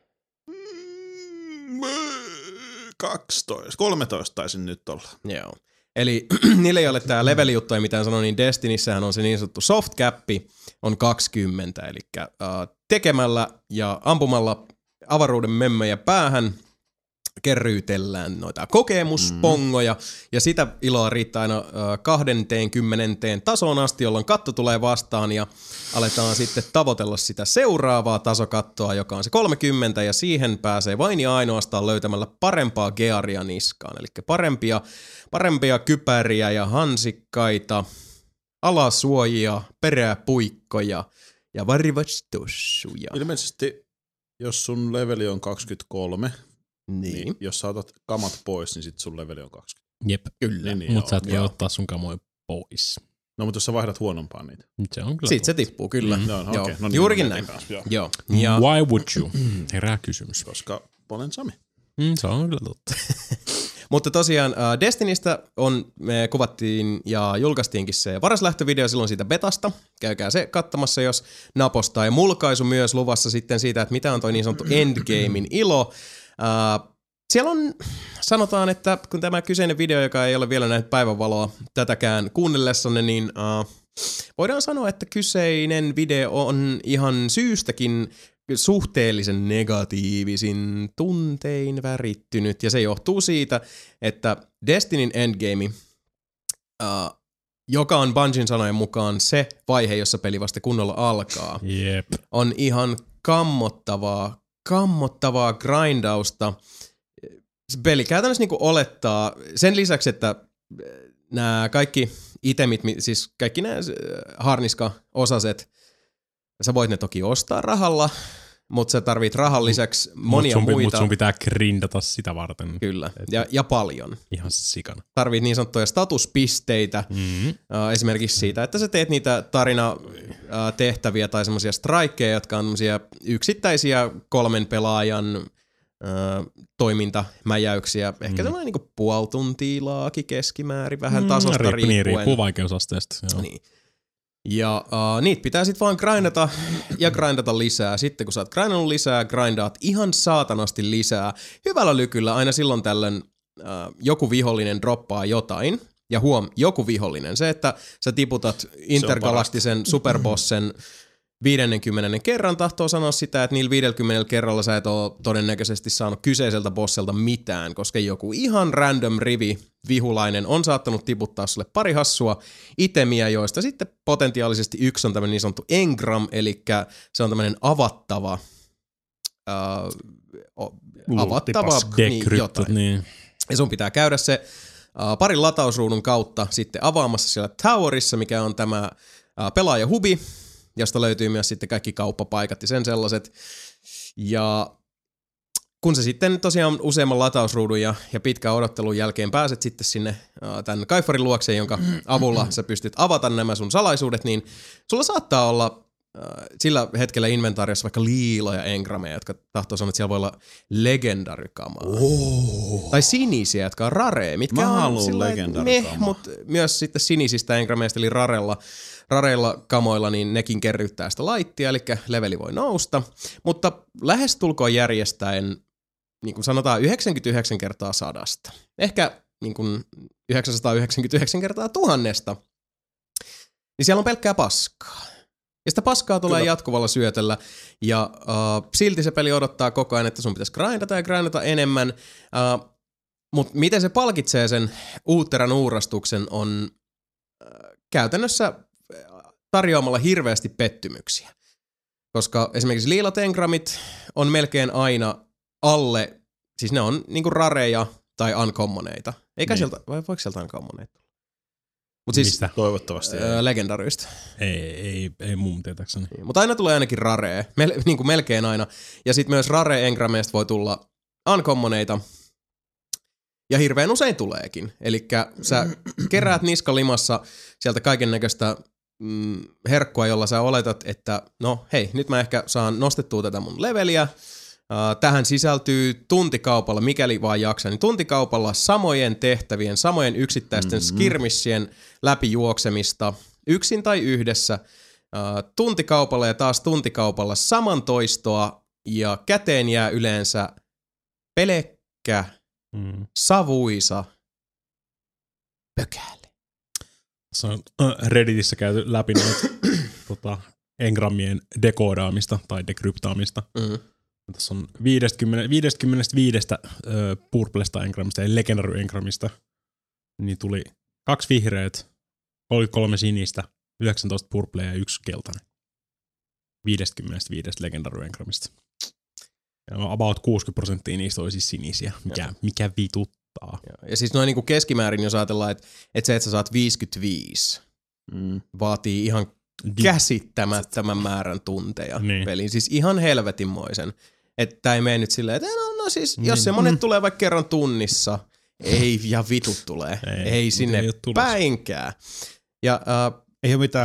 [SPEAKER 2] kaksitoista, kolmetoista taisin nyt olla.
[SPEAKER 1] Joo. Eli niille, joille tämä leveli-juttu ei mitään sano, niin Destinissähän on se niin sanottu soft cappi on kaksikymmentä, eli äh, tekemällä ja ampumalla avaruuden memmejä päähän kerrytellään noita kokemuspongoja, mm. ja sitä iloa riittää aina äh, kaksikymmentä tasoon asti, jolloin katto tulee vastaan, ja aletaan sitten tavoitella sitä seuraavaa tasokattoa, joka on se kolmekymmentä, ja siihen pääsee vain ja ainoastaan löytämällä parempaa gearia niskaan, eli parempia, parempia kypäriä ja hansikkaita, alasuojia, peräpuikkoja ja varivastossuja.
[SPEAKER 2] Ilmeisesti, jos sun leveli on kaksikymmentäkolme,
[SPEAKER 1] Niin.
[SPEAKER 2] niin jos sä otat kamat pois, niin sit sun leveli on kaksikymmentä.
[SPEAKER 3] Jep,
[SPEAKER 1] Kyllä.
[SPEAKER 2] Niin, niin,
[SPEAKER 3] mutta sä et voi
[SPEAKER 1] joo.
[SPEAKER 3] ottaa sun kamoja pois.
[SPEAKER 2] No, mutta jos sä vaihdat huonompaan niitä.
[SPEAKER 3] Nyt se on kyllä
[SPEAKER 1] Sitten se
[SPEAKER 3] totta.
[SPEAKER 1] tippuu, kyllä.
[SPEAKER 2] Mm,
[SPEAKER 1] Mm,
[SPEAKER 2] joo,
[SPEAKER 1] joo.
[SPEAKER 2] okei. No niin,
[SPEAKER 1] Juurikin
[SPEAKER 2] no
[SPEAKER 1] näin.
[SPEAKER 2] niin, kanssa, joo.
[SPEAKER 1] Joo. Ja
[SPEAKER 3] Why would you? Herää kysymys.
[SPEAKER 2] Koska olen Sami.
[SPEAKER 3] Mm, se on kyllä totta.
[SPEAKER 1] Mutta tosiaan uh, Destinystä on, me kuvattiin ja julkaistiinkin se paras lähtövideo silloin siitä betasta. Käykää se kattamassa, jos napostaa. Ja mulkaisu myös luvassa sitten siitä, että mitä on toi niin sanottu endgamein ilo. Uh, siellä on, sanotaan, että kun tämä kyseinen video, joka ei ole vielä nähnyt päivänvaloa tätäkään kuunnellessanne, niin uh, voidaan sanoa, että kyseinen video on ihan syystäkin suhteellisen negatiivisin tuntein värittynyt, ja se johtuu siitä, että Destinyn Endgame, uh, joka on Bungien sanojen mukaan se vaihe, jossa peli vasta kunnolla alkaa,
[SPEAKER 3] Jep.
[SPEAKER 1] on ihan kammottavaa, kammottavaa grindausta. Peli käytännössä niinku olettaa, sen lisäksi, että nämä kaikki itemit, siis kaikki nämä harniska-osaset, sä voit ne toki ostaa rahalla, mutta sä tarvit rahan lisäksi monia
[SPEAKER 3] mut sun,
[SPEAKER 1] muita.
[SPEAKER 3] Mutta sun pitää grindata sitä varten.
[SPEAKER 1] Kyllä, ja, ja paljon.
[SPEAKER 3] Ihan sikana.
[SPEAKER 1] Tarvit niin sanottuja statuspisteitä, mm-hmm. uh, esimerkiksi siitä, että sä teet niitä tarinatehtäviä tai semmoisia strikeja, jotka on semmoisia yksittäisiä kolmen pelaajan uh, toimintamäjäyksiä. Ehkä mm-hmm. semmoinen niinku puoli tuntia laaki keskimäärin, vähän mm, tasosta
[SPEAKER 3] riippu,
[SPEAKER 1] riippuen.
[SPEAKER 3] Niin, riippuu vaikeusasteesta. Joo.
[SPEAKER 1] Niin. Ja uh, niitä pitää sitten vaan grindata ja grindata lisää. Sitten kun sä oot grindannut lisää, grindaat ihan saatanasti lisää. Hyvällä lykyllä aina silloin tällöin uh, joku vihollinen droppaa jotain. Ja huom, joku vihollinen. Se, että sä tiputat intergalaktisen superbossen viidenkymmenen kerran tahtoo sanoa sitä, että niillä viidelläkymmenellä kerralla sä et ole todennäköisesti saanut kyseiseltä bosselta mitään, koska joku ihan random rivi vihulainen on saattanut tiputtaa sulle pari hassua itemiä, joista sitten potentiaalisesti yksi on tämmöinen niin sanottu engram, eli se on tämmöinen avattava, uh, avattava niin, jotain. Niin. Ja sun pitää käydä se uh, parin latausruudun kautta sitten avaamassa siellä Towerissa, mikä on tämä uh, pelaajahubi, josta löytyy myös sitten kaikki kauppapaikat ja sen sellaiset. Ja kun sä sitten tosiaan useamman latausruudun ja, ja pitkän odottelun jälkeen pääset sitten sinne uh, tämän Kaifarin luokse, jonka avulla sä pystyt avata nämä sun salaisuudet, niin sulla saattaa olla uh, sillä hetkellä inventaarissa vaikka liiloja engrameja, jotka tahtoo sanoa, että siellä voi olla legendarikamaa. Oh. Tai sinisiä, jotka on rare, mitkä
[SPEAKER 2] Mä
[SPEAKER 1] on sillä meh, mutta myös sitten sinisistä engrameista, eli rarella. Rareilla kamoilla, niin nekin kerryttää sitä laittia, eli leveli voi nousta, mutta lähestulkoon järjestäen, niin kuin sanotaan yhdeksänkymmentäyhdeksän kertaa sadasta, ehkä niin kuin yhdeksänsataayhdeksänkymmentäyhdeksän kertaa tuhannesta, niin siellä on pelkkää paskaa. Ja sitä paskaa tulee Kyllä. jatkuvalla syötöllä, ja uh, silti se peli odottaa koko ajan, että sun pitäisi grindata ja grindata enemmän, uh, mutta miten se palkitsee sen uutteran uurastuksen on uh, käytännössä tarjoamalla hirveästi pettymyksiä. Koska esimerkiksi liilat engramit on melkein aina alle, siis ne on niinku rareja tai uncommoneita. Eikä niin. sieltä, vai voiko sieltä uncommoneita? Mut siis,
[SPEAKER 2] Mistä? Toivottavasti.
[SPEAKER 1] Öö, legendaryistä.
[SPEAKER 3] Ei, ei, ei mun tietääkseni.
[SPEAKER 1] Niin, mutta aina tulee ainakin rare, Mel, niinku melkein aina. Ja sitten myös rare engrameista voi tulla uncommoneita. Ja hirveän usein tuleekin. Elikkä sä keräät niskalimassa sieltä kaiken näköistä mm, herkkua, jolla sä oletat, että no hei, nyt mä ehkä saan nostettua tätä mun leveliä. Uh, tähän sisältyy tuntikaupalla, mikäli vaan jaksaa, niin tuntikaupalla samojen tehtävien, samojen yksittäisten mm-hmm. skirmissien läpijuoksemista, yksin tai yhdessä, uh, tuntikaupalla ja taas tuntikaupalla saman toistoa, ja käteen jää yleensä pelkkä mm. savuisa pökäle.
[SPEAKER 3] Se on Redditissä käyty läpi noita tota, engrammien dekoodaamista tai dekryptaamista. Mm. Tässä on viisikymmentä, viisikymmentäviisi ö, purplesta engramista eli legendary engramista. Niin tuli kaksi vihreät, kolmekymmentäkolme sinistä, yhdeksäntoista purplea ja yksi keltainen. viisikymmentäviisi legendary engramista. Ja about kuusikymmentä prosenttia niistä oli siis sinisiä, mikä, mikä vituttaa.
[SPEAKER 1] Ja, ja siis noin niinku keskimäärin, jos ajatellaan, että et se, että sä saat viisikymmentäviisi, mm. vaatii ihan käsittämättömän määrän tunteja niin. peliin. Siis ihan helvetinmoisen. Että ei mene nyt silleen, että no, no siis, niin. jos semmonen mm. tulee vaikka kerran tunnissa, ei ja vitut tulee. Ei, ei sinne ei päinkään. Ja, uh,
[SPEAKER 4] ei ole mitään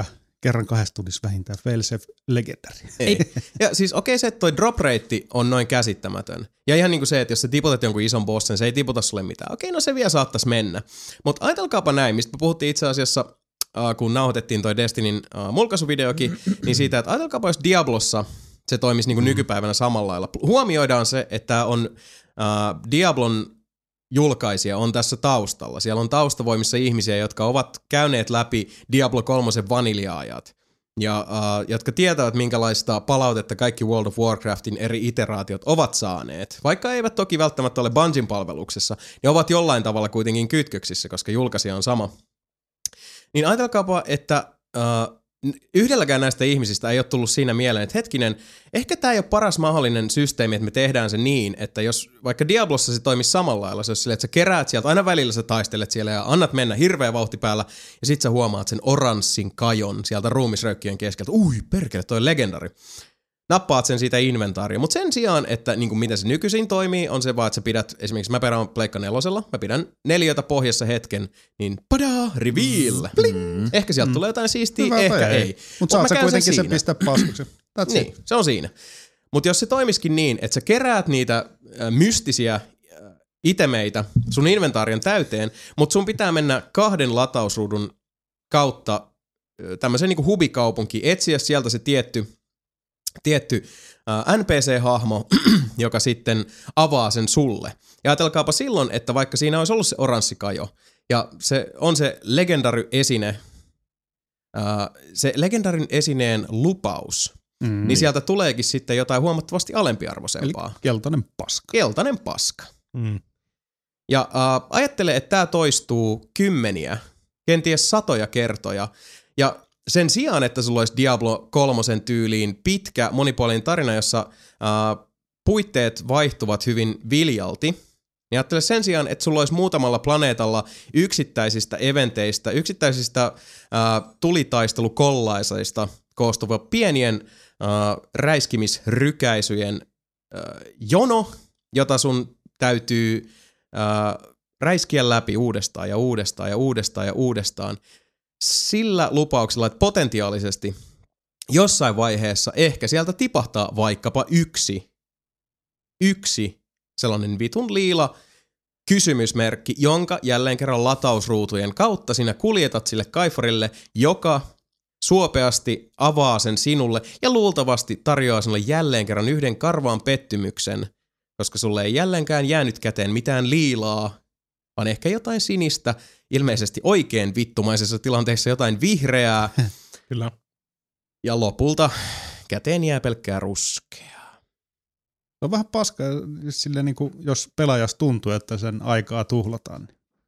[SPEAKER 4] kerran kahdessa tunnissa vähintään Failsafe Legendary.
[SPEAKER 1] Ei. Ja siis okei okay, se, että toi drop rate on noin käsittämätön. Ja ihan niin kuin se, että jos sä tiputat jonkun ison bossen, se ei tiputa sulle mitään. Okei, okay, no se vielä saattaisi mennä. Mutta ajatelkaapa näin, mistä me puhuttiin itse asiassa, äh, kun nauhoitettiin toi Destinyn äh, mulkaisuvideokin, niin siitä, että ajatelkaapa jos Diablossa se toimisi niin kuin nykypäivänä samalla lailla. Huomioidaan se, että on äh, Diablon julkaisija on tässä taustalla. Siellä on taustavoimissa ihmisiä, jotka ovat käyneet läpi Diablo kolme vanilja-ajat ja uh, jotka tietävät, minkälaista palautetta kaikki World of Warcraftin eri iteraatiot ovat saaneet. Vaikka eivät toki välttämättä ole Bungien palveluksessa, ne ovat jollain tavalla kuitenkin kytköksissä, koska julkaisija on sama. Niin ajatelkaapa, että uh, yhdelläkään näistä ihmisistä ei ole tullut siinä mieleen, että hetkinen, ehkä tämä ei ole paras mahdollinen systeemi, että me tehdään se niin, että jos vaikka Diablossa se toimisi samalla lailla, se olisi silleen, että sä keräät sieltä, aina välillä sä taistelet siellä ja annat mennä hirveä vauhti päällä, ja sit sä huomaat sen oranssin kajon sieltä ruumisröykkien keskeltä. Ui, perkele, toi legendari. Nappaat sen siitä inventaaria, mutta sen sijaan, että niin kuin miten se nykyisin toimii, on se vaan, että sä pidät, esimerkiksi mä perään Pleikka nelosella, mä pidän neliötä pohjassa hetken, niin padaa, reveal, mm. Ehkä sieltä mm. tulee jotain siistiä,
[SPEAKER 4] hyvä
[SPEAKER 1] ehkä ei.
[SPEAKER 4] ei. Mutta saat sä kuitenkin sen pistää paskaksi.
[SPEAKER 1] Niin, it. Se on siinä. Mutta jos se toimisikin niin, että sä keräät niitä äh, mystisiä äh, itemeitä sun inventaarion täyteen, mutta sun pitää mennä kahden latausruudun kautta äh, tämmöiseen niinku hubikaupunkiin, etsiä sieltä se tietty tietty äh, N P C-hahmo, joka sitten avaa sen sulle. Ja ajatelkaapa silloin, että vaikka siinä olisi ollut se oranssikajo, ja se on se legendary esine, äh, se legendarin esineen lupaus, mm. niin sieltä tuleekin sitten jotain huomattavasti alempiarvoisempaa.
[SPEAKER 4] Eli keltainen paska.
[SPEAKER 1] Keltainen paska.
[SPEAKER 3] Mm.
[SPEAKER 1] Ja äh, ajattele, että tämä toistuu kymmeniä, kenties satoja kertoja, ja sen sijaan, että sulla olisi Diablo kolmosen tyyliin pitkä monipuolinen tarina, jossa äh, puitteet vaihtuvat hyvin viljalti, niin ajattele sen sijaan, että sulla olisi muutamalla planeetalla yksittäisistä eventeistä, yksittäisistä äh, tulitaistelukollaisaista koostuva pienien äh, räiskimisrykäisyjen äh, jono, jota sun täytyy äh, räiskiä läpi uudestaan ja uudestaan ja uudestaan ja uudestaan. Sillä lupauksella, että potentiaalisesti jossain vaiheessa ehkä sieltä tipahtaa vaikkapa yksi, yksi sellainen vitun liila kysymysmerkki, jonka jälleen kerran latausruutujen kautta sinä kuljetat sille kaifarille, joka suopeasti avaa sen sinulle ja luultavasti tarjoaa sinulle jälleen kerran yhden karvaan pettymyksen, koska sulle ei jälleenkään jäänyt käteen mitään liilaa, vaan ehkä jotain sinistä, ilmeisesti oikein vittumaisessa tilanteessa jotain vihreää.
[SPEAKER 3] Kyllä.
[SPEAKER 1] Ja lopulta käteen jää pelkkää ruskeaa.
[SPEAKER 4] Se on vähän paskaa, silleen niin kuin, jos pelaajasta tuntuu, että sen aikaa tuhlataan.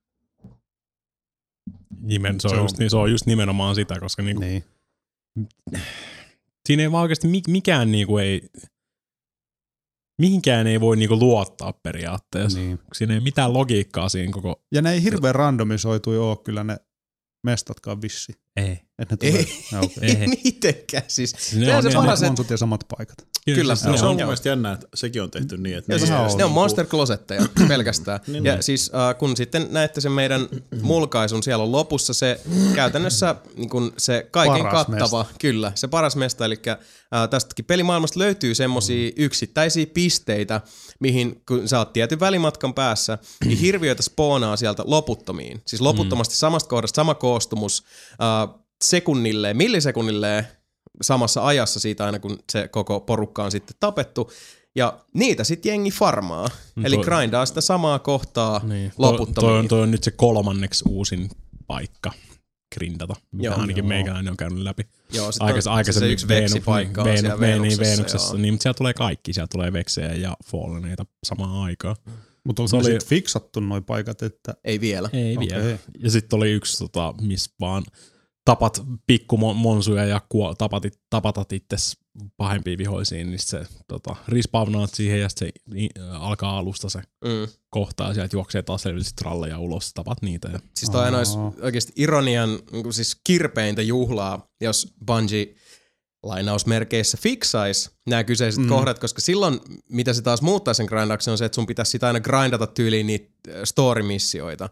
[SPEAKER 3] Nimen, se, on
[SPEAKER 4] se, on,
[SPEAKER 3] just, niin, se on just nimenomaan sitä, koska niinku,
[SPEAKER 4] niin.
[SPEAKER 3] siinä ei vaan oikeasti mikään niinku ei... Mihinkään ei voi niinku luottaa periaatteessa. Niin. Siinä ei mitään logiikkaa siinä koko...
[SPEAKER 4] Ja ne ei hirveän randomisoitui ole kyllä ne mestatkaan vissi.
[SPEAKER 3] Ei.
[SPEAKER 4] Että ne tulee...
[SPEAKER 1] Ei, okay. ei niitenkään. Siis,
[SPEAKER 3] ne
[SPEAKER 1] se
[SPEAKER 3] on
[SPEAKER 1] se
[SPEAKER 4] samat
[SPEAKER 1] paras,
[SPEAKER 4] monsut ja samat paikat.
[SPEAKER 1] Kyllä. kyllä
[SPEAKER 2] se, se on mun mielestä jännä, että sekin on tehty niin. Että
[SPEAKER 1] ne,
[SPEAKER 2] ne,
[SPEAKER 1] se,
[SPEAKER 2] on,
[SPEAKER 1] ne on monster closetteja pelkästään.
[SPEAKER 2] niin,
[SPEAKER 1] ja
[SPEAKER 2] niin.
[SPEAKER 1] siis äh, kun sitten näette sen meidän mulkaisun, siellä on lopussa se käytännössä niin kun se kaiken
[SPEAKER 4] paras
[SPEAKER 1] kattava,
[SPEAKER 4] mesta.
[SPEAKER 1] Kyllä, se paras mesta. Eli äh, tästäkin pelimaailmasta löytyy semmosia mm. yksittäisiä pisteitä, mihin kun sä oot tietyn välimatkan päässä, niin hirviöitä spoonaa sieltä loputtomiin. Siis loputtomasti mm. samasta kohdasta sama koostumus, äh, sekunnilleen, millisekunnilleen samassa ajassa siitä aina, kun se koko porukka on sitten tapettu. Ja niitä sitten jengi farmaa. No eli grindaa sitä samaa kohtaa niin. loputtomiin.
[SPEAKER 3] Toi, toi, on, toi on nyt se kolmanneksi uusin paikka grindata, mitä joo, ainakin joo. meikäläinen on käynyt läpi.
[SPEAKER 1] Joo, sitten on se yksi veksipaikka on siellä
[SPEAKER 3] Venuksessa. Niin, mutta siellä tulee kaikki. Siellä tulee veksejä ja falleneita samaan aikaan.
[SPEAKER 4] Mutta onko oli... sitten fiksattu noi paikat, että...
[SPEAKER 1] Ei vielä.
[SPEAKER 3] Ei okay. vielä. Ja sitten oli yksi, tota, missä vaan tapat pikkumonsuja ja kuo, tapatit, tapatat itses pahempia vihoisiin, niin se tota, respawnaat siihen ja se äh, alkaa alusta se mm. kohta ja sieltä juoksee taas levelliset tralleja ulos, tapat niitä. Ja...
[SPEAKER 1] Siis toi aina olisi oikeasti ironian, siis kirpeintä juhlaa, jos Bungie lainausmerkeissä fiksaisi nämä kyseiset mm. kohdat, koska silloin, mitä se taas muuttaa sen grindauksen, on se, että sun pitäisi sitä aina grindata tyyliin niitä story-missioita.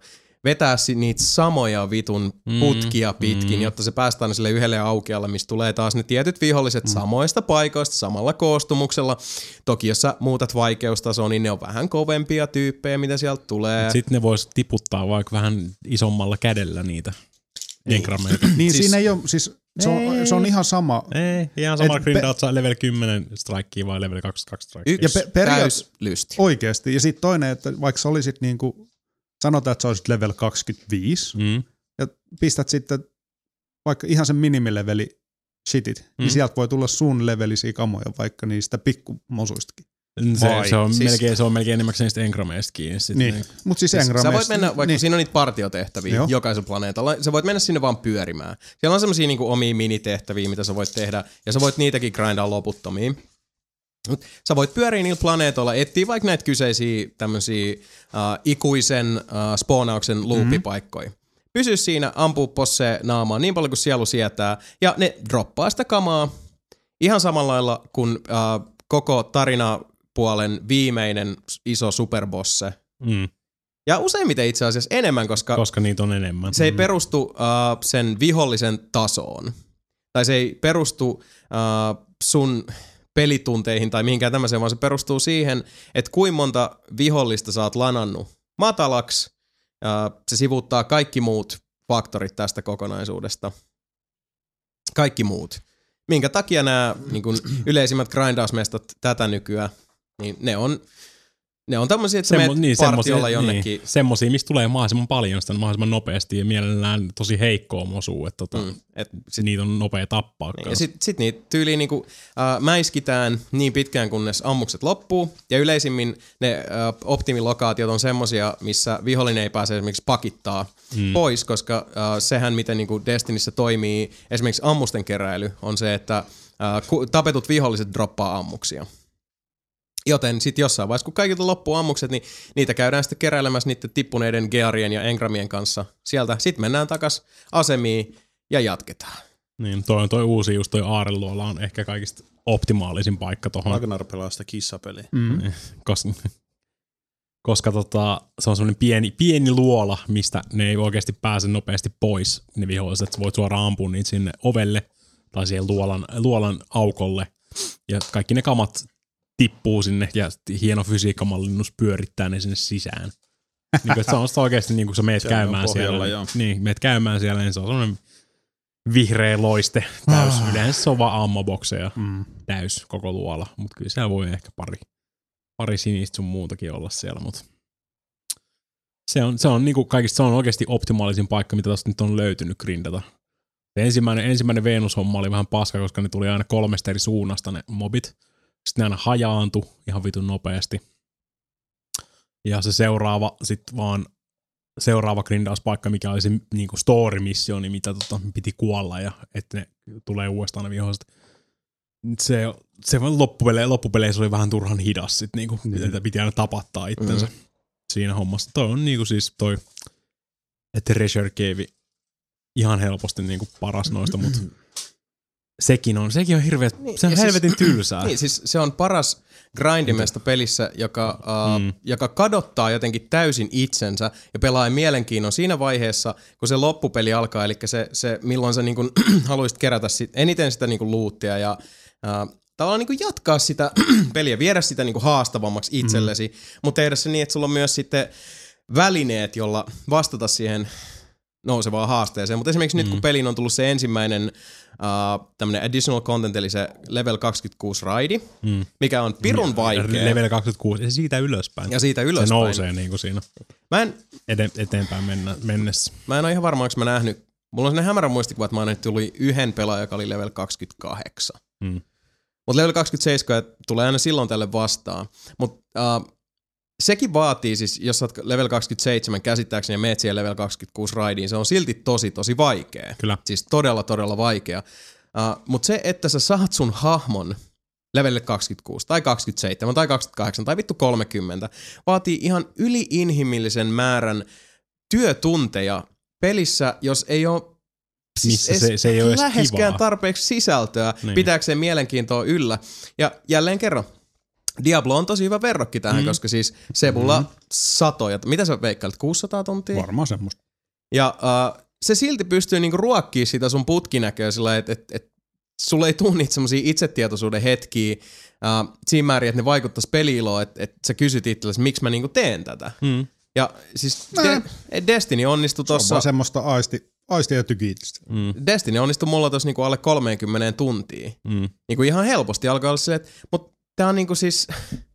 [SPEAKER 1] vetää niitä samoja vitun putkia pitkin, mm. jotta se päästään aina sille yhdelle aukealle, missä tulee taas ne tietyt viholliset mm. samoista paikoista, samalla koostumuksella. Toki jos sä muutat vaikeustasoa, niin ne on vähän kovempia tyyppejä, mitä sieltä tulee.
[SPEAKER 3] Sitten ne vois tiputtaa vaikka vähän isommalla kädellä niitä engrameita.
[SPEAKER 4] Niin siis, siinä ei ole, siis se on, se on ihan sama.
[SPEAKER 3] Ei, ihan sama grindaat saa level kymmenen strikea vai level kaksikymmentäkaksi strikea.
[SPEAKER 1] Yksi ja pe- täys lysti.
[SPEAKER 4] Oikeesti. Ja sitten toinen, että vaikka sä olisit niinku, sanotaan, että sä olisit level kaksikymmentäviisi, mm. ja pistät sitten vaikka ihan sen minimileveli shitit, mm. niin sieltä voi tulla sun levelisiä kamoja, vaikka niistä pikkumosuistakin.
[SPEAKER 3] Se, se, on siis, melkein, se on melkein enimmäkseen niistä engrameista kiinni.
[SPEAKER 4] Niin, niin. Mutta siis engrameista.
[SPEAKER 1] Sä voit mennä, vaikka niin. Siinä on niitä partiotehtäviä Joo. jokaisella planeetalla, sä voit mennä sinne vaan pyörimään. Siellä on semmosia niinku omia minitehtäviä, mitä sä voit tehdä, ja sä voit niitäkin grindaa loputtomiin. Mut sä voit pyöriä niillä planeetoilla, etsiä vaikka näitä kyseisiä tämmösiä uh, ikuisen uh, spawnauksen loopipaikkoja. Mm-hmm. Pysy siinä, ampuu posse naamaan niin paljon kuin sielu sietää, ja ne droppaa sitä kamaa ihan samalla lailla kuin uh, koko tarinapuolen viimeinen iso superbosse. Mm. Ja useimmiten itse asiassa enemmän, koska,
[SPEAKER 3] koska niitä on enemmän.
[SPEAKER 1] Se ei perustu uh, sen vihollisen tasoon. Tai se ei perustu uh, sun pelitunteihin tai mihinkään tämmöiseen, vaan se perustuu siihen, että kuinka monta vihollista sä oot lanannut matalaksi. Uh, se sivuuttaa kaikki muut faktorit tästä kokonaisuudesta. Kaikki muut. Minkä takia nämä niin kun yleisimmät grindausmestat tätä nykyään, niin ne on, ne on tämmöisiä, että sä Semmo, menet niin, partiolla jonnekin.
[SPEAKER 3] Niin, semmosia, mistä tulee mahdollisimman paljon sitä mahdollisimman nopeasti ja mielellään tosi heikkoa mosua, että tota, mm, et sit, niitä on nopea tappaa.
[SPEAKER 1] Niin, ja sit, sit niitä tyyliin niinku, äh, mäiskitään niin pitkään, kunnes ammukset loppuu. Ja yleisimmin ne äh, optimilokaatiot on semmosia, missä vihollinen ei pääse esimerkiksi pakittaa mm. pois, koska äh, sehän, miten niinku Destinissä toimii esimerkiksi ammusten keräily, on se, että äh, tapetut viholliset droppaa ammuksia. Joten sitten jossain vaiheessa, kun kaikilta loppuu ammukset, niin niitä käydään sitten keräilemässä niiden tippuneiden gearien ja engramien kanssa sieltä. Sitten mennään takas asemiin ja jatketaan.
[SPEAKER 3] Niin, toi on toi uusi, just toi Aareluola on ehkä kaikista optimaalisin paikka tohon.
[SPEAKER 2] Ragnar pelaa sitä kissapeliä.
[SPEAKER 3] Mm. Koska, koska tota, se on semmoinen pieni, pieni luola, mistä ne ei oikeasti pääse nopeasti pois, ne viholliset. Että voit suoraan ampua niitä sinne ovelle tai siihen luolan, luolan aukolle. Ja kaikki ne kamat tippuu sinne ja hieno fysiikkamallinnus pyörittää ne sinne sisään. Niin kuin, se on oikeasti niin kuin sä meet käymään pohjalla, siellä. Niin, meet käymään siellä, niin se on semmoinen vihreä loiste täys. Oh. Yleensä se on vaan ammobokseja mm. täys koko luola, mutta kyllä siellä voi ehkä pari, pari sinistä sun muutakin olla siellä, mutta se on, se on niin kuin kaikista, se on oikeasti optimaalisin paikka, mitä tosta nyt on löytynyt grindata. Ensimmäinen, ensimmäinen Venus-homma oli vähän paska, koska ne tuli aina kolmesta eri suunnasta ne mobit. Sitten ne aina hajaantui ihan vitun nopeasti. Ja se seuraava sitten vaan, seuraava grindauspaikka, mikä oli se niinku story-missioni, mitä tota, piti kuolla ja että ne tulee uudestaan ne viholliset. Se, se loppupele, loppupeleissä oli vähän turhan hidas sit niinku, mm. että piti aina tapattaa itsensä mm. siinä hommassa. Toi on niinku siis toi Treasure Cave ihan helposti niinku paras noista, mutta Sekin on, sekin on hirveä, niin, se on helvetin siis, tylsää.
[SPEAKER 1] Niin, siis se on paras grindimesta pelissä, joka, uh, mm. joka kadottaa jotenkin täysin itsensä ja pelaa mielenkiinnon siinä vaiheessa, kun se loppupeli alkaa, eli se, se milloin sä niin kun haluaisit kerätä sit, eniten sitä niin kun loottia ja uh, tavallaan niin kun jatkaa sitä peliä, viedä sitä niin kun haastavammaksi itsellesi, mm. mutta tehdä se niin, että sulla on myös sitten välineet, jolla vastata siihen nousevaan haasteeseen. Mutta esimerkiksi mm. nyt kun peliin on tullut se ensimmäinen uh, tämmönen additional content, eli se level kaksikymmentäkuusi raidi, mm. mikä on pirun vaikea.
[SPEAKER 3] Level kaksikymmentäkuusi, ja siitä ylöspäin.
[SPEAKER 1] Ja siitä ylöspäin.
[SPEAKER 3] Se nousee niin kuin siinä
[SPEAKER 1] mä en,
[SPEAKER 3] Eten, eteenpäin mennä, mennessä.
[SPEAKER 1] Mä en ole ihan varma, onko mä nähnyt. Mulla on sellainen hämärä muistikuva, että mä aina tuli yhden pelaajan, joka oli level kaksikymmentäkahdeksan. Mm. Mutta level kaksikymmentäseitsemän tulee aina silloin tälle vastaan. Mutta uh, sekin vaatii siis, jos sä oot level kaksikymmentäseitsemän käsittääkseni ja meet siihen level kaksikymmentäkuusi raidiin, se on silti tosi tosi vaikea.
[SPEAKER 3] Kyllä.
[SPEAKER 1] Siis todella todella vaikea. Uh, Mutta se, että sä saat sun hahmon levelle kaksikymmentäkuusi tai kaksikymmentäseitsemän tai kaksikymmentäkahdeksan tai vittu kolmekymmentä, vaatii ihan yliinhimillisen määrän työtunteja pelissä, jos ei ole siis
[SPEAKER 3] se, se ei ole
[SPEAKER 1] läheskään tarpeeksi sisältöä, niin. Pitääkseen mielenkiintoa yllä. Ja jälleen kerran, Diablo on tosi hyvä verrokki tähän, mm. koska siis Sebulla
[SPEAKER 4] Mm.
[SPEAKER 1] satoja, mitä sä veikkailet, kuusisataa tuntia?
[SPEAKER 4] Varmaan semmoista.
[SPEAKER 1] Ja uh, se silti pystyy niinku ruokkimaan sitä sun putkinäköä sillä, että et, et, sulla ei tule niitä semmosia itsetietoisuuden hetkiä uh, siinä määrin, että ne vaikuttaisi peli-iloon, että et sä kysyt itsellesi, miksi mä niinku teen tätä.
[SPEAKER 3] Mm.
[SPEAKER 1] Ja siis De- Destiny onnistui tossa...
[SPEAKER 4] Se on vaan semmoista aisti, aisti ja tykiitistä.
[SPEAKER 1] Mm. Destiny onnistui mulla tossa niinku alle kolmekymmentä tuntia.
[SPEAKER 3] Mm.
[SPEAKER 1] Niinku ihan helposti alkaa olla silleen, että mut tää on niinku siis...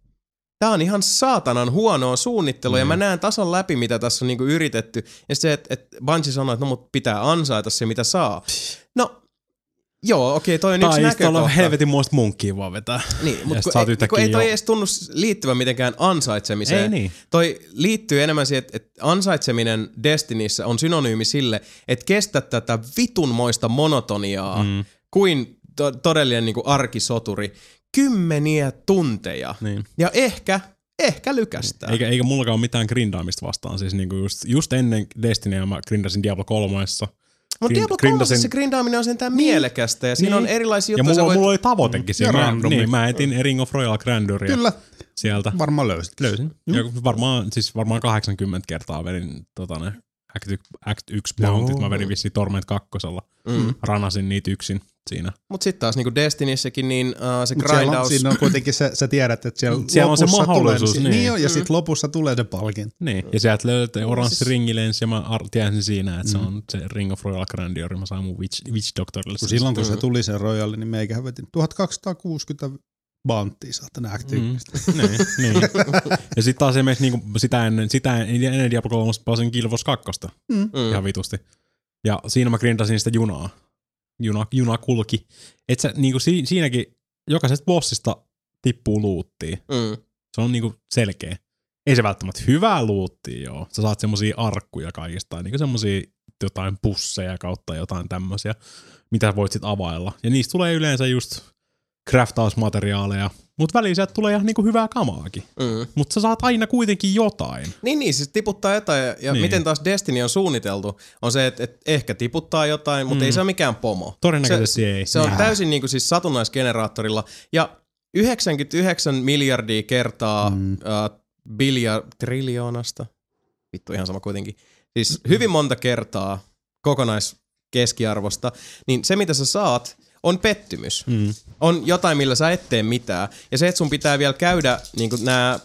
[SPEAKER 1] Tää on ihan saatanan huonoa suunnittelua, mm. ja mä näen tasan läpi, mitä tässä on niinku yritetty. Ja se, että et Bungie sanoo, että no mut pitää ansaita se, mitä saa. No, joo, okei, toi on
[SPEAKER 3] tai
[SPEAKER 1] yksi näkökohta.
[SPEAKER 3] Tai helvetin muista munkkiä vaan vetää.
[SPEAKER 1] Niin, mutta kun, ei, kun ei toi jo. edes tunnu liittyvän mitenkään ansaitsemiseen.
[SPEAKER 3] Ei niin.
[SPEAKER 1] Toi liittyy enemmän siihen, että, että ansaitseminen Destinissä on synonyymi sille, että kestä tätä vitunmoista monotoniaa mm. kuin to- todellinen niin kuin arkisoturi. Kymmeniä tunteja. Niin. Ja ehkä, ehkä lykästää.
[SPEAKER 3] Eikä, eikä mullakaan ole mitään grindaamista vastaan. Siis niinku just, just ennen Destinyä mä grindasin Diablo kolmessa.
[SPEAKER 1] Mutta Diablo kolmessa se grindaaminen on sentään niin. mielekästä ja siinä niin. on erilaisia juttuja.
[SPEAKER 3] Ja mulla,
[SPEAKER 1] voit...
[SPEAKER 3] mulla oli tavoitekin siellä. Mä, niin, mä etin Ring of Royal Granduria.
[SPEAKER 4] Kyllä.
[SPEAKER 3] Sieltä.
[SPEAKER 4] Varmaan löysit.
[SPEAKER 3] Löysin. Ja varmaan, siis varmaan kahdeksankymmentä kertaa vedin tota ne Act yksi Bountit. Mä vedin vissiin Torment kakkosella. Mm. Ranasin niitä yksin siinä.
[SPEAKER 1] Mut sit taas niinku Destinissäkin niin uh, se
[SPEAKER 4] Mut
[SPEAKER 1] grindaus...
[SPEAKER 4] Siinä on kuitenkin se, sä tiedät, että siellä,
[SPEAKER 3] siellä on se mahdollisuus.
[SPEAKER 4] Tulee,
[SPEAKER 3] niin.
[SPEAKER 4] niin on, ja sit lopussa tulee se palkinto.
[SPEAKER 3] Niin, ja sieltä löydät oranssi siis... ringilens ja mä ar- tiesin siinä, että mm. se on se Ring of Royal Grandeur. Mä sain mun Witch, Witch Doctorille.
[SPEAKER 4] Kun silloin kun mm. se tuli se Royal, niin meikähän vetin tuhatkaksisataakuusikymmentä bountia saatana aktiivista.
[SPEAKER 3] Mm. niin, niin. Ja sit taas esimerkiksi niinku sitä ennen, sitä ennen Diablo kolme pääsin Guild Wars kaksi. Mm. Ihan vitusti. Ja siinä mä grindasin sitä junaa. Juna, juna kulki. Et sä niinku si, siinäkin jokaisesta bossista tippuu luuttia. Mm. Se on niinku selkeä. Ei se välttämättä hyvää luuttia, joo. Sä saat semmosia arkkuja kaikista, niinku semmosia jotain pusseja kautta jotain tämmösiä, mitä voit sit availla. Ja niistä tulee yleensä just craftausmateriaaleja, mut väliin sieltä tulee ihan niinku hyvää kamaakin. Mm. Mut sä saat aina kuitenkin jotain.
[SPEAKER 1] Niin, niin, siis tiputtaa jotain. Ja, ja niin. Miten taas Destiny on suunniteltu, on se, että et ehkä tiputtaa jotain, mutta mm. ei se ole mikään pomo.
[SPEAKER 3] Todennäköisesti
[SPEAKER 1] se,
[SPEAKER 3] ei.
[SPEAKER 1] Se on täysin niinku siis satunnaisgeneraattorilla. Ja yhdeksänkymmentäyhdeksän miljardia kertaa mm. uh, bilja, triljoonasta, vittu ihan sama kuitenkin, siis hyvin monta kertaa kokonaiskeskiarvosta, niin se mitä sä saat, on pettymys. Mm. On jotain, millä sä et tee mitään. Ja se, että sun pitää vielä käydä niin nämä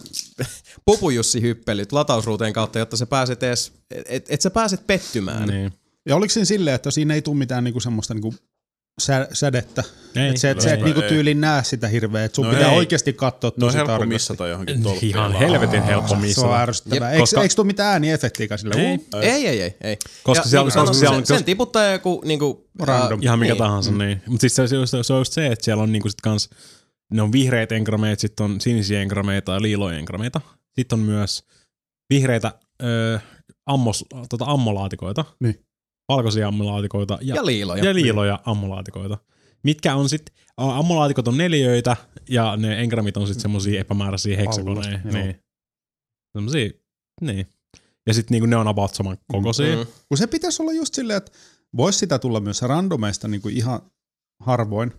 [SPEAKER 1] pupujussi-hyppelyt latausruuteen kautta, jotta sä pääset edes, et, et sä pääset pettymään.
[SPEAKER 3] Niin.
[SPEAKER 4] Ja oliko siinä silleen, että siinä ei tule mitään niinku semmoista niinku sä, sädettä?
[SPEAKER 3] Ei.
[SPEAKER 4] Et se, et sä et niinku tyyliin näe sitä hirveä, että sun no pitää ei. oikeasti katsoa tosi tarkasti.
[SPEAKER 2] No helppo missata johonkin tolppeen.
[SPEAKER 3] Ihan helvetin helppo missata.
[SPEAKER 4] Se on ärsyttävää. Eikö, koska... eikö tule mitään ääniefektiä sille?
[SPEAKER 1] Ei. Ei, ei, ei, ei.
[SPEAKER 3] Koska siellä,
[SPEAKER 1] niin,
[SPEAKER 3] koska siellä
[SPEAKER 1] on... Sen, sen tiputtaa joku niinku...
[SPEAKER 4] Random.
[SPEAKER 3] Uh, ihan mikä
[SPEAKER 1] niin.
[SPEAKER 3] tahansa, mm. niin. Mutta siis se, se, se on just se, että siellä on niinku sit kans, ne on vihreitä engrameita, sitten on sinisiä engrameita ja liiloja engrameita. Sitten on myös vihreitä ö, ammos, tota, ammolaatikoita,
[SPEAKER 4] niin.
[SPEAKER 3] valkoisia ammolaatikoita ja,
[SPEAKER 1] ja liiloja,
[SPEAKER 3] ja liiloja ammolaatikoita. Mitkä on sitten, ammolaatikot on neljöitä ja ne engramit on sitten semmosia epämääräisiä heksagoneja. Niin. Semmosia, niin. Ja sitten niinku ne on about saman kokoisia.
[SPEAKER 4] Mm. Kun se pitäisi olla just silleen, että vois sitä tulla myös randomeista niinku ihan harvoin.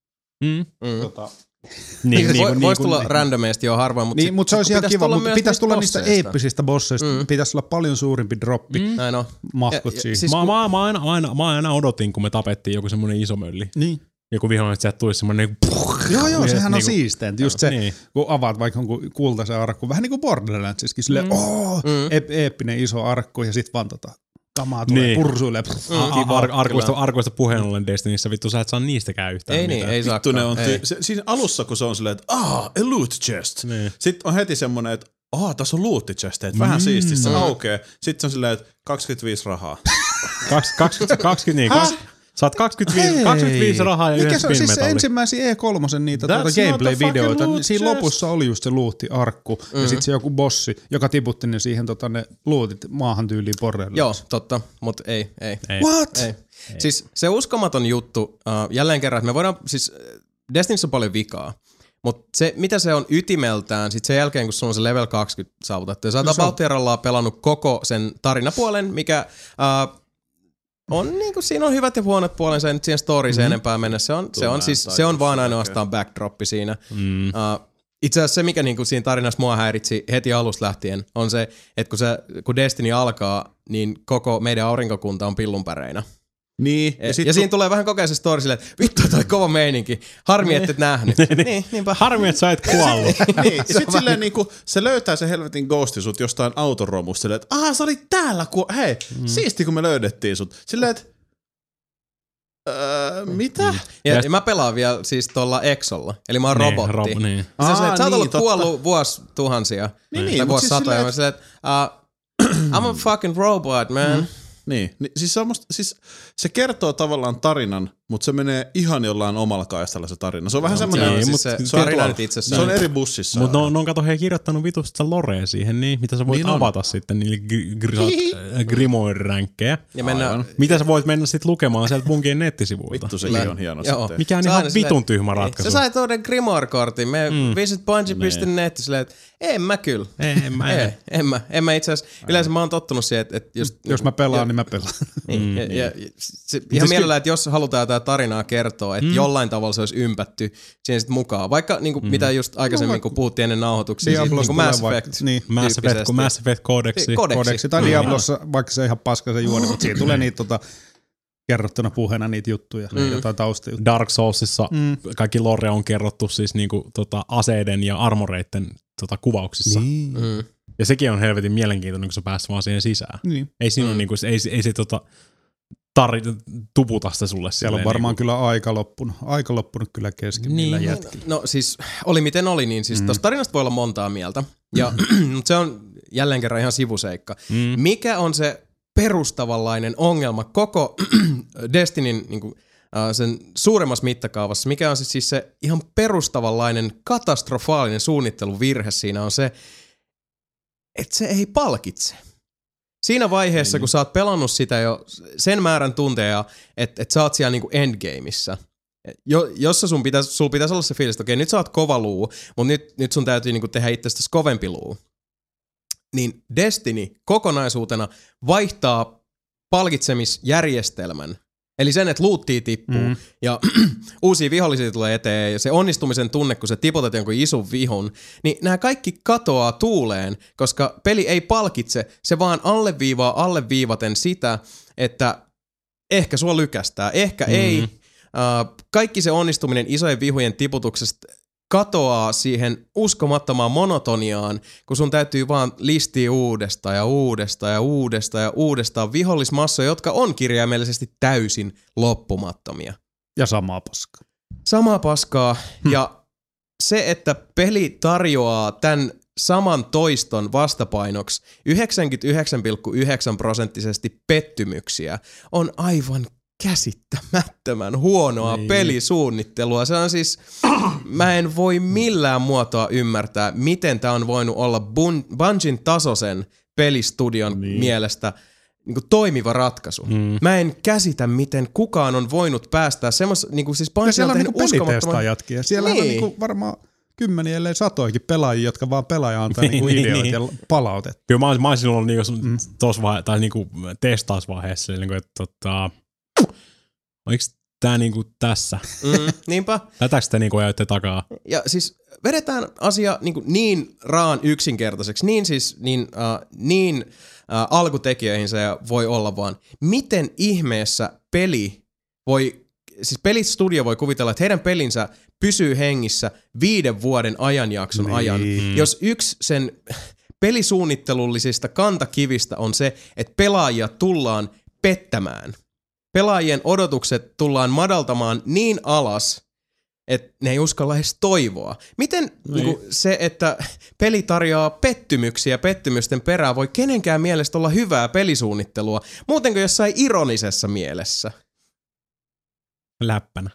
[SPEAKER 3] Mm.
[SPEAKER 1] Mm.
[SPEAKER 4] Tota,
[SPEAKER 1] niin, niin, niin, Voisi tulla niin, randomeista jo harvoin, mutta
[SPEAKER 4] niin, mut se olisi ihan kiva, mutta pitäisi tulla niistä eeppisistä bosseista. Mm. Pitäisi olla paljon suurimpi droppi.
[SPEAKER 1] Mm. Näin on.
[SPEAKER 4] Mahkut siihen.
[SPEAKER 3] Siis mä, mä, mä, aina, aina, mä aina odotin, kun me tapettiin joku semmoinen iso mölli.
[SPEAKER 4] Niin.
[SPEAKER 3] Joku vihollinen, että sieltä tulisi semmoinen...
[SPEAKER 4] Joo, joo, sehän on
[SPEAKER 3] niinku,
[SPEAKER 4] siisteintä. Just se, niin. Kun avaat vaikka jonkun kultaisen arkku, vähän niin kuin Borderlandsiskin, silleen, mm. ooo, mm. eeppinen iso arkku, ja sit vaan tota, kamaa tulee niin. pursuille.
[SPEAKER 3] Mm. Ar- arkuista, arkuista puheen ollen Destinissä, vittu sä et saa niistäkään yhtään
[SPEAKER 1] ei
[SPEAKER 3] mitään.
[SPEAKER 1] Niin, ei
[SPEAKER 2] vittu ne on ty- se, siinä alussa, kun se on silleen, että aah, a loot chest. Niin. Sitten on heti semmonen, että aah, tässä on loot chest, että vähän mm. siistiä, se aukeaa. Sitten se on silleen, että kaksikymmentäviisi rahaa.
[SPEAKER 3] kaksikymmentä, kaksikymmentä, niin, saat kaksikymmentäviisi, kaksikymmentäviisi rahaa ja
[SPEAKER 4] mikä
[SPEAKER 3] yhden
[SPEAKER 4] se on siis
[SPEAKER 3] spin-metalli.
[SPEAKER 4] Se ensimmäisiä E kolme niitä tuota gameplay-videoita. Niin siinä lopussa oli just se luutti-arkku mm. ja sitten se joku bossi, joka tiputti ne siihen tota, ne luutit maahan tyyliin porreille.
[SPEAKER 1] Joo, totta, mutta ei, ei.
[SPEAKER 3] ei.
[SPEAKER 4] What?
[SPEAKER 1] Ei. Ei. Siis se uskomaton juttu, uh, jälleen kerran, että me voidaan, siis Destinissä on paljon vikaa, mutta se, mitä se on ytimeltään, sit sen jälkeen, kun sulla on se level kaksikymmentä saavutettu, ja sä oot no, about pelannut koko sen tarinapuolen, mikä... Uh, On niinku, siinä on hyvät ja huonot puolensa, ja nyt siihen storieseen mm-hmm. enempää mennä. Se on, se on, siis, se on vaan ainoastaan backdroppi siinä. Mm. Uh, Itse asiassa se, mikä niinku siinä tarinassa mua häiritsi heti alusta lähtien, on se, että kun, se, kun Destiny alkaa, niin koko meidän aurinkokunta on pillunpäreinä.
[SPEAKER 2] Niin.
[SPEAKER 1] Ja, ja, sit ja siinä tulee vähän kokea se story silleen, että vittu, toi kova meininki. Harmi, että et nähnyt. niin, niinpä.
[SPEAKER 3] Harmi, että sä et kuollut.
[SPEAKER 2] niin. Sitten silleen niinku, se löytää se helvetin ghosti sut jostain autoromusta silleen, että aha, sä olit täällä, ku... hei, mm. siisti kun me löydettiin sut. Silleen, että öö, mitä?
[SPEAKER 1] Ja, ja, ja mä pelaan vielä siis tuolla Exolla, eli mä oon niin, robotti. Rob, niin. Se on silleen, että sä oot ollut kuollut vuosi tuhansia,
[SPEAKER 2] niin,
[SPEAKER 1] tai
[SPEAKER 2] niin,
[SPEAKER 1] vuosi
[SPEAKER 2] siis
[SPEAKER 1] satoja,
[SPEAKER 2] silleen,
[SPEAKER 1] mä silleen, että uh, I'm a fucking robot, man. Mm.
[SPEAKER 2] Niin, niin siis, se musta, siis se kertoo tavallaan tarinan, mutta se menee ihan jollain omalla kaistalla se tarina. Se on vähän no, semmoinen,
[SPEAKER 1] niin,
[SPEAKER 2] siis
[SPEAKER 1] se,
[SPEAKER 2] se, on tuolla,
[SPEAKER 1] itse
[SPEAKER 2] se on eri bussissa.
[SPEAKER 3] Mutta no, no on kato he kirjoittanut vitusta lorea siihen, niin mitä sä voit niin avata on. Sitten niille grimoire-ränkkejä. Mitä sä voit mennä sitten lukemaan sieltä Bunkien nettisivuilta.
[SPEAKER 2] Vittu sekin on hieno sitten.
[SPEAKER 3] Mikä on ihan vitun tyhmä ratkaisu.
[SPEAKER 1] Sä sait uuden grimoire-kortin. Me mm. visit bungie piste net silleen, että en mä kyllä.
[SPEAKER 3] En mä.
[SPEAKER 1] En, en mä. En mä itse asiassa. Yleensä mä oon tottunut siihen, että et just...
[SPEAKER 4] Jos mä pelaan, niin mä pelaan.
[SPEAKER 1] Niin, ja, ja, se, ihan mielellään, että jos halutaan jotain tarinaa kertoa, että mm. jollain tavalla se olisi ympätty siihen sitten mukaan. Vaikka niin kuin, mm. mitä just aikaisemmin, no, kun puhuttiin ennen nauhoituksia, siis, niin kuin Mass Effect.
[SPEAKER 3] Niin. Mass Effect, kun Mass Effect Codeksi.
[SPEAKER 1] Kodeksi.
[SPEAKER 4] Kodeksi. Tai Diablossa, vaikka se ihan paska se juoni, mutta siinä tulee niitä tota, kerrottuna puheena niitä juttuja, mm. jotain taustajuttuja.
[SPEAKER 3] Dark Soulsissa mm. kaikki lore on kerrottu siis niinku, tota, aseiden ja armoreiden tota, kuvauksissa.
[SPEAKER 4] Niin.
[SPEAKER 1] Mm.
[SPEAKER 3] Ja sekin on helvetin mielenkiintoinen, kun sä pääst vaan siihen sisään.
[SPEAKER 4] Niin.
[SPEAKER 3] Ei siinä mm. ole niinku, ei, ei se tota, tar- tuputa sitä sulle.
[SPEAKER 4] Siellä on varmaan niinku... kyllä aika loppunut. Aika loppunut kyllä kesken
[SPEAKER 1] niin.
[SPEAKER 4] niillä jätkillä.
[SPEAKER 1] No siis, oli miten oli, niin siis mm. tuosta tarinasta voi olla montaa mieltä. Ja mutta se on jälleen kerran ihan sivuseikka. Mm. Mikä on se perustavanlainen ongelma koko Destinyn niin kuin, äh, sen suuremmassa mittakaavassa, mikä on se, siis se ihan perustavanlainen katastrofaalinen suunnitteluvirhe siinä on se, että se ei palkitse. Siinä vaiheessa, ei. kun sä oot pelannut sitä jo sen määrän tunteja, että et sä oot siellä niinku endgameissa, jo, jossa sun pitäisi, sul pitäisi olla se fiilis, että okei, nyt sä oot kova luu, mutta nyt, nyt sun täytyy niinku tehdä itsestäsi kovempi luu. Niin Destiny kokonaisuutena vaihtaa palkitsemisjärjestelmän. Eli sen, että luuttia tippuu mm. ja uusia vihollisia tulee eteen ja se onnistumisen tunne, kun sä tiputat jonkun isun vihun, niin nämä kaikki katoaa tuuleen, koska peli ei palkitse, se vaan alleviivaa alleviivaten sitä, että ehkä sua lykästää, ehkä mm. ei. Uh, kaikki se onnistuminen isojen vihujen tiputuksesta katoaa siihen uskomattomaan monotoniaan, kun sun täytyy vaan listiä uudestaan ja uudestaan ja uudestaan ja uudestaan vihollismassoja, jotka on kirjaimellisesti täysin loppumattomia.
[SPEAKER 4] Ja samaa paskaa.
[SPEAKER 1] Samaa paskaa. Hm. Ja se, että peli tarjoaa tämän saman toiston vastapainoksi yhdeksänkymmentäyhdeksän pilkku yhdeksän prosenttisesti pettymyksiä, on aivan käsittämättömän huonoa niin. pelisuunnittelua. Se on siis, mä en voi millään muotoa ymmärtää, miten tää on voinut olla Bun- Bungien tasoisen pelistudion niin. mielestä niin kuin toimiva ratkaisu. Mm. Mä en käsitä, miten kukaan on voinut päästää semmos, niin kuin siis Bungie
[SPEAKER 4] siellä on
[SPEAKER 1] niinku
[SPEAKER 4] pelitestaajatkin. Siellä niin. on niinku varmaan kymmeniä, ellei satoikin pelaajia, jotka vaan pelaaja antaa niinku ideoita niin. ja palautetta.
[SPEAKER 3] Kyllä mä, mä olisin ollut niinku mm. tuossa vaihe- tai niinku testausvaiheessa, niinku, että tota, oliko tää niinku tässä?
[SPEAKER 1] Mm, niinpä.
[SPEAKER 3] Tätäkö te niinku ajatte takaa?
[SPEAKER 1] Ja siis vedetään asia niinku niin raan yksinkertaiseksi, niin siis niin, uh, niin uh, alkutekijöihin se voi olla vaan. Miten ihmeessä peli voi, siis pelistudio voi kuvitella, että heidän pelinsä pysyy hengissä viiden vuoden ajanjakson niin. ajan. Jos yksi sen pelisuunnittelullisista kantakivistä on se, että pelaajia tullaan pettämään. Pelaajien odotukset tullaan madaltamaan niin alas, että ne ei uskalla edes toivoa. Miten niin. Niin kuin se, että peli tarjoaa pettymyksiä pettymysten perään, voi kenenkään mielestä olla hyvää pelisuunnittelua, muuten kuin jossain ironisessa mielessä?
[SPEAKER 3] Läppänä.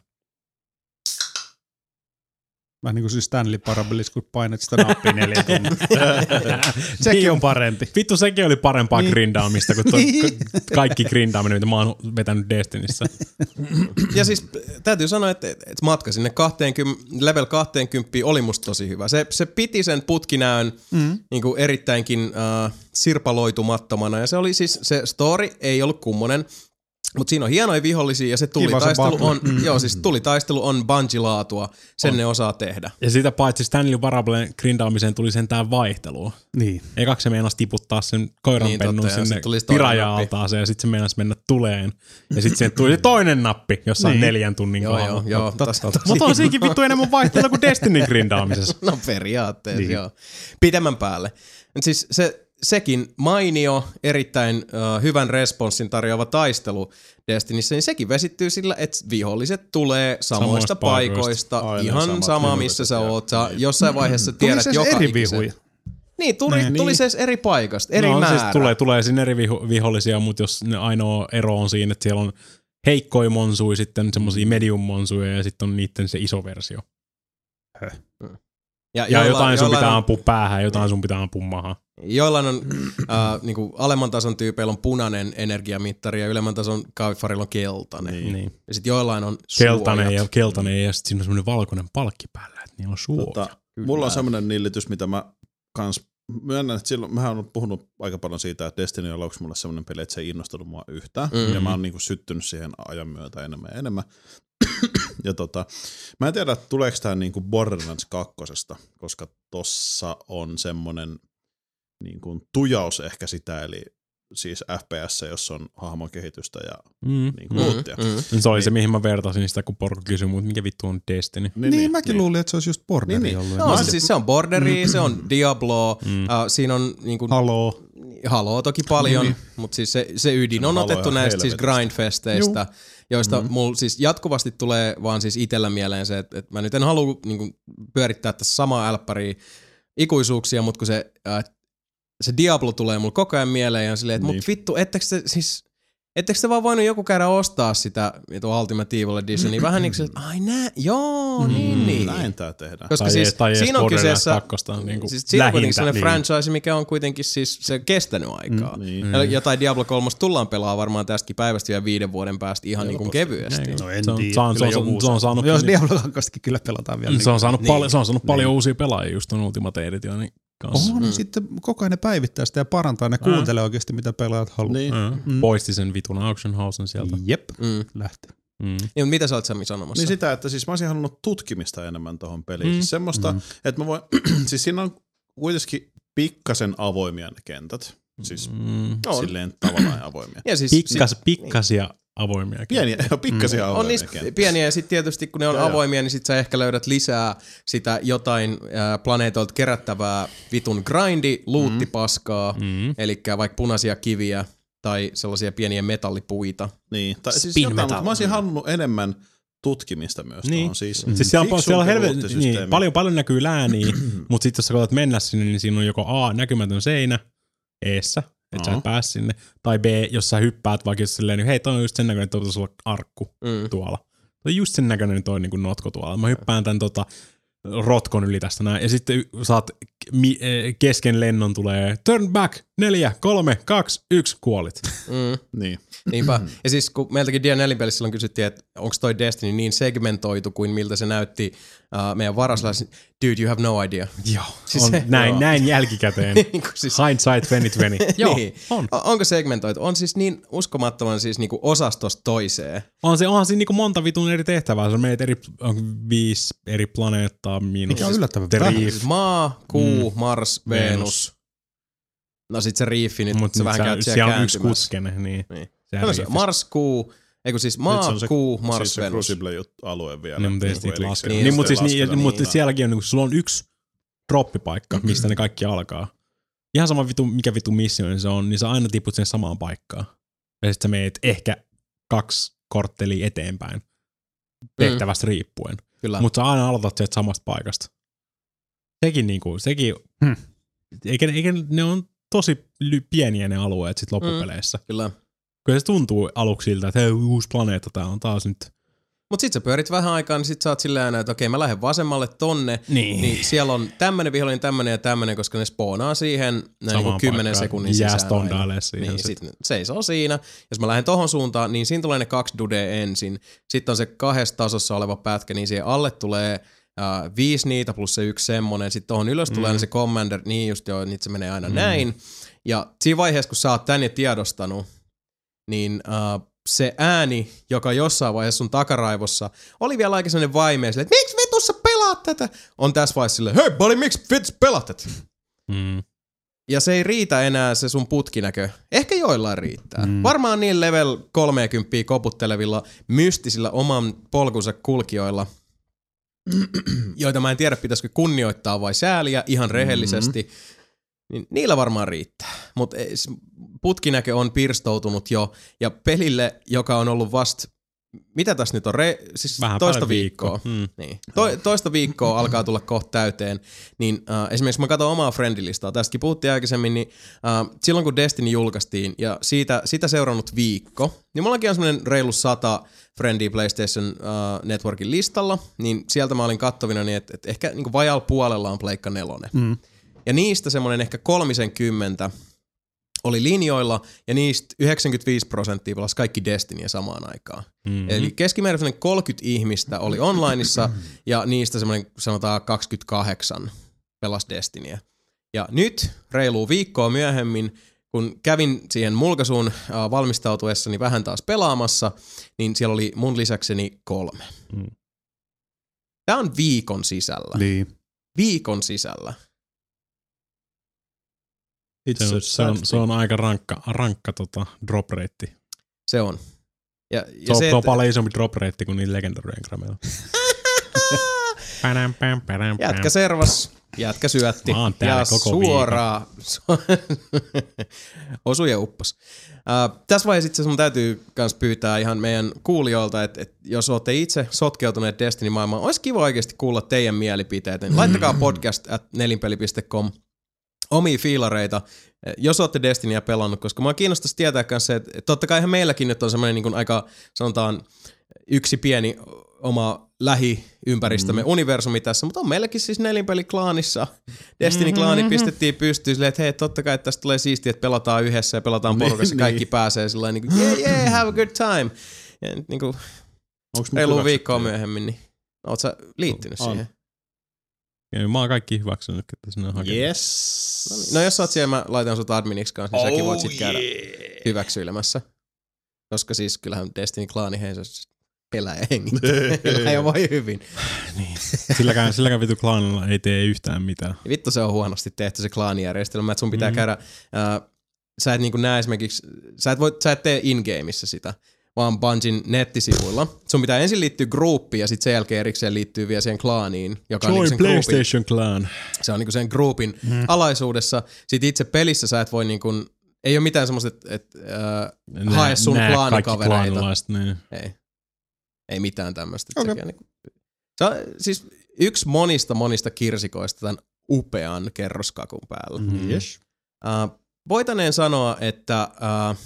[SPEAKER 4] Vähän niin kuin siis Stanley Parabilis, kun painat sitä nappia neljä tuntia. Sekin on parempi.
[SPEAKER 3] Vittu, sekin oli parempaa niin. grindaamista kuin toi kaikki grindaaminen, mitä mä oon vetänyt Destinissä.
[SPEAKER 1] Ja siis täytyy sanoa, että, että matka sinne kaksikymmentä, level kaksikymmentä oli musta tosi hyvä. Se, se piti sen putkinäön mm. niin kuin erittäinkin uh, sirpaloitumattomana. Ja se oli siis, se story ei ollut kummonen. Mutta siinä on hienoja vihollisia ja se tulitaistelu on, mm. joo, siis tulitaistelu on Bungie-laatua, sen on. Ne osaa tehdä.
[SPEAKER 3] Ja sitä paitsi Stanley Parablen grindaamiseen tuli sentään vaihtelua.
[SPEAKER 4] Niin.
[SPEAKER 3] Ekaksi se meinasi tiputtaa sen koiranpennun niin, sinne piraja-altaaseen ja sitten se meinasi mennä tuleen. Ja sitten siihen tuli toinen nappi, jossa niin. on neljän tunnin
[SPEAKER 1] joo,
[SPEAKER 3] kohdalla.
[SPEAKER 1] Joo, joo.
[SPEAKER 3] Mutta on siinkin vittu enemmän vaihtelua kuin Destiny grindaamisessa.
[SPEAKER 1] No periaatteessa, niin. joo. Pidemmän päälle. Siis se... Sekin mainio, erittäin uh, hyvän responssin tarjoava taistelu Destinissä, niin sekin vesittyy sillä, että viholliset tulee samoista, samoista paikoista, paikoista ihan sama missä sä oot. Sä jossain vaiheessa tiedät joka
[SPEAKER 4] eri
[SPEAKER 1] ikisen. Niin, tuli, niin. tuli se eri paikasta, eri
[SPEAKER 3] no,
[SPEAKER 1] määrä.
[SPEAKER 3] Siis tulee, tulee sinne eri viho- vihollisia, mutta jos ne ainoa ero on siinä, että siellä on heikkoja monsuja, sitten semmosia medium monsuja ja sitten on niiden se iso versio.
[SPEAKER 1] Höh.
[SPEAKER 3] Ja, ja jolla, jotain sun pitää on, ampua päähän, jotain sun pitää ampua maahan.
[SPEAKER 1] Joillain on, äh, niinku, alemman tason tyypeillä on punainen energiamittari ja ylemmän tason kaufarilla on keltainen.
[SPEAKER 3] Niin. Niin.
[SPEAKER 1] Ja sit joillain on
[SPEAKER 3] keltainen
[SPEAKER 1] suojat.
[SPEAKER 3] ja keltainen ja sit siinä on semmoinen valkoinen palkki päällä, että niillä on suoja. Tota,
[SPEAKER 2] mulla on semmoinen nillitys, mitä mä kans myönnän, että silloin, mähän on puhunut aika paljon siitä, että Destiny on aluksi mulle semmoinen peli, että se ei innostunut mua yhtään. Mm-hmm. Ja mä oon niinku syttynyt siihen ajan myötä enemmän ja enemmän. Ja tota, mä en tiedä, tuleeko tää niinku Borderlands kakkosesta, koska tossa on semmonen niinku tujaus ehkä sitä, eli siis F P S, jossa on hahmon kehitystä ja mm. niinku luuttia.
[SPEAKER 3] Mm. Mm. Se oli niin. Se, mihin mä vertasin sitä, kun Porko kysyi, mutta mikä vittu on Destiny?
[SPEAKER 4] Niin, niin, niin mäkin niin. luulin, että se olisi just Borderi niin, ollut.
[SPEAKER 1] No, se, siis se on Borderi, se on Diablo, mm. uh, siinä on niinku...
[SPEAKER 4] Halo.
[SPEAKER 1] Halo toki paljon, mm. mutta siis se, se ydin on otettu näistä siis grindfesteistä, joista mm. mulla siis jatkuvasti tulee vaan siis itellä mieleen se, että, että mä nyt en halua niinku pyörittää tässä samaa älppäriä ikuisuuksia, mutta kun se, äh, se Diablo tulee mulla koko ajan mieleen ja silleen, että niin. mut vittu, ettekö te siis... Ettekö te vaan voinut joku käydä ostaa sitä Ultimate Evil Editionia? Vähän niin kuin, että ai nää, joo, mm, niin, niin.
[SPEAKER 2] Näin tää tehdään.
[SPEAKER 1] Koska
[SPEAKER 3] tai
[SPEAKER 1] siis
[SPEAKER 3] tai
[SPEAKER 1] siinä on kyseessä,
[SPEAKER 3] niin
[SPEAKER 1] siis siinä on kuitenkin sellainen niin. franchise, mikä on kuitenkin siis se kestänyt aikaa. Mm, niin. Ja jotain Diablo kolme tullaan pelaa varmaan tästäkin päivästä vielä viiden vuoden päästä ihan niin kuin kevyesti.
[SPEAKER 4] No en
[SPEAKER 3] tiedä. Se on saanut...
[SPEAKER 4] Jos Diablo kaksi kyllä pelataan vielä.
[SPEAKER 3] Se on saanut paljon uusia pelaajia just ton Ultimate Editionin.
[SPEAKER 4] Oho, niin mm. sitten koko ajan ne päivittää sitä ja parantaa, ne kuuntelee mm. oikeasti mitä pelaajat haluaa.
[SPEAKER 3] Niin. Mm. Poisti sen vitun auction housen sieltä.
[SPEAKER 4] Jep, mm. lähti.
[SPEAKER 1] Mm. Niin, mutta mitä sä oot Sami sanomassa?
[SPEAKER 2] Niin sitä, että siis mä olisin halunnut tutkimista enemmän tohon peliin. Mm. Siis semmoista, mm. että mä voin, siis siinä on kuitenkin pikkasen avoimia ne kentät. Siis mm. silleen tavallaan avoimia.
[SPEAKER 3] Ja siis, Pikkas, si- pikkasia niin. avoimia.
[SPEAKER 2] Pieniä, pikkasia mm. avoimia
[SPEAKER 1] on niistä
[SPEAKER 2] kenttää.
[SPEAKER 1] Pieniä ja sitten tietysti kun ne on ja avoimia, niin sit sä ehkä löydät lisää sitä jotain äh, planeetoilta kerättävää vitun grindi, luuttipaskaa, mm. eli vaikka punaisia kiviä tai sellaisia pieniä metallipuita.
[SPEAKER 2] Niin, tai siis jotain, mutta mä olisin halunnut enemmän tutkimista myös.
[SPEAKER 3] Niin.
[SPEAKER 2] Siis,
[SPEAKER 3] siis siellä on, siellä on helvet, niin, paljon, paljon näkyy lääniä, mutta sitten jos sä koetat mennä sinne, niin siinä on joko A, näkymätön seinä eessä, että sä et pääs sinne, tai B, jos sä hyppäät vaikka jos silleen, niin hei, toi on just sen näköinen, että tuossa olla arkku mm. tuolla. Toi just sen näköinen toi niin kuin notko tuolla. Mä hyppään tän tota rotkon yli tästä näin, ja sitten saat mi- kesken lennon tulee turn back, neljä, kolme, kaksi, yksi, kuolit.
[SPEAKER 1] Mm. Niin. Niinpä. Ja siis kun meiltäkin D N L-pelissä silloin kysyttiin, että onko toi Destiny niin segmentoitu kuin miltä se näytti uh, meidän varaslaisen, dude, you have no idea.
[SPEAKER 3] Joo, siis on se, näin, joo. näin jälkikäteen. niin, siis, hindsight twenty twenty. Joo,
[SPEAKER 1] niin. on. Onko segmentoitu? On siis niin uskomattoman siis niinku osastosta toiseen.
[SPEAKER 3] On se, onhan siinä niinku monta vitun eri tehtävää. Se on meitä eri, on viisi eri planeettaa, miinus.
[SPEAKER 4] Mikä on yllättävän
[SPEAKER 1] Riif. Maa, Kuu, mm. Mars, Venus. No sit se riifi nyt,
[SPEAKER 3] mut
[SPEAKER 1] se vähän käy siellä kääntymässä.
[SPEAKER 3] Siellä on yksi kuskene, niin. niin.
[SPEAKER 1] Se Mars, Kuu, eikö siis Maa,
[SPEAKER 2] se,
[SPEAKER 1] Kuu, Mars,
[SPEAKER 2] siis
[SPEAKER 1] Venus.
[SPEAKER 2] Siis se Crucible-alue vielä.
[SPEAKER 3] Niin, mutta niin, niin, niin, niin, mutta siis niin, mut niin. Sielläkin on, niin, sulla on yksi droppipaikka, mistä ne kaikki alkaa. Ihan sama vitu, mikä vitu missio se on, niin sä aina tiput sen samaan paikkaan. Ja sit sä meet ehkä kaksi korttelia eteenpäin tehtävästä mm. riippuen. Mutta sä aina aloitat sieltä samasta paikasta. Sekin niinku, sekin, hmm. eikä, eikä ne on tosi pieniä ne alueet sit loppupeleissä.
[SPEAKER 1] Mm, kyllä.
[SPEAKER 3] Kyllä se tuntuu aluksi siltä, että hei, uusi planeetta tää on taas nyt.
[SPEAKER 1] Mut sit sä pyörit vähän aikaa, niin sit sä oot silleen aina, että okei, mä lähden vasemmalle tonne, niin, niin siellä on tämmönen vihollinen, tämmönen ja tämmönen, koska ne spoonaa siihen näin niin kymmenen sekunnin sisään.
[SPEAKER 3] Jää siihen.
[SPEAKER 1] Niin, sit. sit seisoo siinä. Jos mä lähden tohon suuntaan, niin siinä tulee ne kaksi dudea ensin. Sitten on se kahdessa tasossa oleva pätkä, niin siihen alle tulee Uh, viisi niitä plus se yksi semmonen. Sitten tuohon ylös tulee mm. se commander, niin just joo, niin se menee aina mm. näin. Ja siinä vaiheessa, kun sä oot tän jo tiedostanut, niin uh, se ääni, joka jossain vaiheessa sun takaraivossa oli vielä aika sellainen vaimea, silleen, että miksi vitussa pelaat tätä? On tässä vaiheessa silleen, hei buddy, miksi vitussa pelaat tätä?
[SPEAKER 3] Mm.
[SPEAKER 1] Ja se ei riitä enää se sun putkinäkö. Ehkä joillain riittää. Mm. Varmaan niin level kolmekymmentä koputtelevilla, mystisillä oman polkunsa kulkijoilla, joita mä en tiedä, pitäisikö kunnioittaa vai sääliä ihan rehellisesti, mm-hmm. niin niillä varmaan riittää. Mutta putkinäkö on pirstoutunut jo, ja pelille, joka on ollut vasta, mitä tässä nyt on, Re, siis
[SPEAKER 3] Vähän
[SPEAKER 1] toista viikkoa, viikkoa. Mm. Niin. To, toista viikkoa alkaa tulla kohta täyteen, niin äh, esimerkiksi mä katson omaa friendilistaa, tästäkin puhuttiin aikaisemmin, niin äh, silloin kun Destiny julkaistiin ja siitä, sitä seurannut viikko, niin mullakin on semmoinen reilu sata friendia PlayStation äh, Networkin listalla, niin sieltä mä olin kattovina niin, että et ehkä niin vajal puolella on Pleikka nelonen. Mm. Ja niistä semmoinen ehkä kolmisenkymmentä oli linjoilla, ja niistä yhdeksänkymmentäviisi prosenttia pelasi kaikki Destinyä samaan aikaan. Mm-hmm. Eli keskimäärin kolmekymmentä ihmistä oli onlineissa, ja niistä semmoinen sanotaan kaksikymmentäkahdeksan pelasi Destinyä. Ja nyt, reilu viikkoa myöhemmin, kun kävin siihen mulkaisuun äh, valmistautuessani vähän taas pelaamassa, niin siellä oli mun lisäkseni kolme. Mm. Tää on viikon sisällä.
[SPEAKER 4] Niin.
[SPEAKER 1] Viikon sisällä.
[SPEAKER 3] Se on, se, on, se on aika rankka, rankka tota, drop rate.
[SPEAKER 1] Se on. Ja, ja
[SPEAKER 3] se, on,
[SPEAKER 1] se,
[SPEAKER 3] se on
[SPEAKER 1] että...
[SPEAKER 3] paljon isompi drop rate kuin niin legendary engrameilla.
[SPEAKER 1] Jätkä servas, jätkä syötti ja suoraan osui ja uppos. Uh, tässä vaiheessa itse asiassa mun täytyy myös pyytää ihan meidän kuulijoilta, että, että jos olette itse sotkeutuneet Destiny-maailmaan, olisi kiva oikeasti kuulla teidän mielipiteitä. Mm. Laittakaa podcast at nelinpeli piste com omia fiilareita, jos olette Destinyä pelannut, koska mua kiinnostaisi tietää myös se, että totta kai ihan meilläkin nyt on semmoinen niin kuin aika, sanotaan, yksi pieni oma lähiympäristömme mm. universumi tässä, mutta on meilläkin siis nelinpeli-klaanissa. Destiny-klaani mm-hmm. pistettiin pystyyn silleen, että hei, totta kai tästä tulee siistiä, että pelataan yhdessä ja pelataan porukassa, kaikki niin. pääsee sillä niin kuin yeah, yeah, have a good time. Ja niin kuin reilu viikkoa myöhemmin, niin oot sä liittynyt on. siihen?
[SPEAKER 3] Ja mä oon kaikki hyväksynyt, että sinne on hakenut.
[SPEAKER 2] Yes.
[SPEAKER 1] No, niin. No jos sä oot siellä, mä laitan sut adminiksi kanssa, niin oh, säkin voit sit käydä yeah. hyväksyilemässä. Koska siis kyllähän Destiny-klaani hei, se elää ja hengittää. elää ja voi hyvin.
[SPEAKER 3] niin. Silläkään, silläkään vitu klaanilla ei tee yhtään mitään.
[SPEAKER 1] Ja vittu se on huonosti tehty se klaanijärjestelmä, että sun pitää mm-hmm. käydä, äh, sä et niinku näe esimerkiksi, sä et, voi, sä et tee in-gameissa sitä, vaan Bungien nettisivuilla. Sun pitää ensin liittyä gruppiin ja sitten sen jälkeen erikseen liittyy vielä siihen klaaniin, joka
[SPEAKER 3] Join
[SPEAKER 1] on niinku sen
[SPEAKER 3] PlayStation
[SPEAKER 1] groupin,
[SPEAKER 3] Clan.
[SPEAKER 1] Se on niinku sen groupin mm. alaisuudessa. Sitten itse pelissä sä et voi niinku, ei ole mitään semmoista, että et, äh, hae sun
[SPEAKER 3] nää
[SPEAKER 1] klaanikavereita.
[SPEAKER 3] Niin.
[SPEAKER 1] Ei. Ei mitään tämmöistä.
[SPEAKER 3] Okay.
[SPEAKER 1] Niinku, se on siis yksi monista monista kirsikoista tämän upean kerroskakun päällä.
[SPEAKER 3] Mm.
[SPEAKER 2] Yes.
[SPEAKER 1] Uh, voitaneen sanoa, että uh,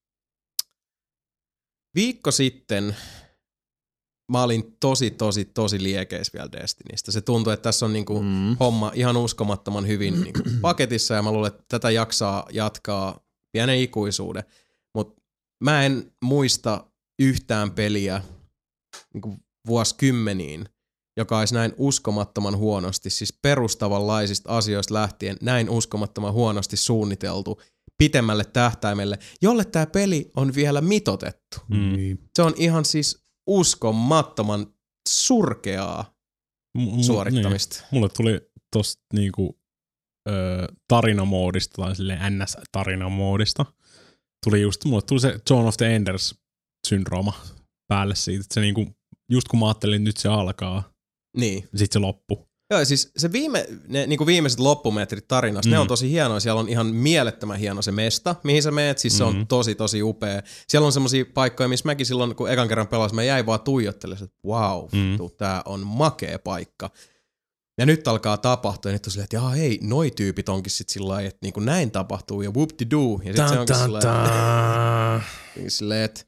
[SPEAKER 1] viikko sitten mä olin tosi, tosi, tosi liekeis vielä Destinystä. Se tuntui, että tässä on niinku mm. homma ihan uskomattoman hyvin niinku paketissa ja mä luulen, että tätä jaksaa jatkaa pienen ikuisuuden. Mutta mä en muista yhtään peliä niinku vuosikymmeniin, joka olisi näin uskomattoman huonosti, siis perustavanlaisista asioista lähtien näin uskomattoman huonosti suunniteltu pitemmälle tähtäimelle, jolle tämä peli on vielä mitotettu.
[SPEAKER 3] Mm.
[SPEAKER 1] Se on ihan siis uskomattoman surkeaa
[SPEAKER 3] M-
[SPEAKER 1] suorittamista.
[SPEAKER 3] Niin. Mulle tuli tosta niinku ö, tarinamoodista tai silleen N S-tarinamoodista. Tuli just, mulle tuli se Zone of the Enders-syndrooma päälle siitä, että se niinku, just kun mä ajattelin, että nyt se alkaa,
[SPEAKER 1] niin.
[SPEAKER 3] sit se loppu.
[SPEAKER 1] Joo, siis se viime, ne niinku viimeiset loppumetrit tarinasta, mm. ne on tosi hienoja. Siellä on ihan mielettömän hieno se mesta, mihin sä meet. Siis se on mm. tosi, tosi upea. Siellä on semmosia paikkoja, missä mäkin silloin, kun ekan kerran pelasin, mä jäin vaan tuijottelemaan, että wow, mm. tää on makea paikka. Ja nyt alkaa tapahtua, ja nyt on silleen, että jaa hei, noi tyypit onkin sit sillä lailla, että niinku näin tapahtuu, ja whoop-de-doo. Ja sit se onkin silleen, että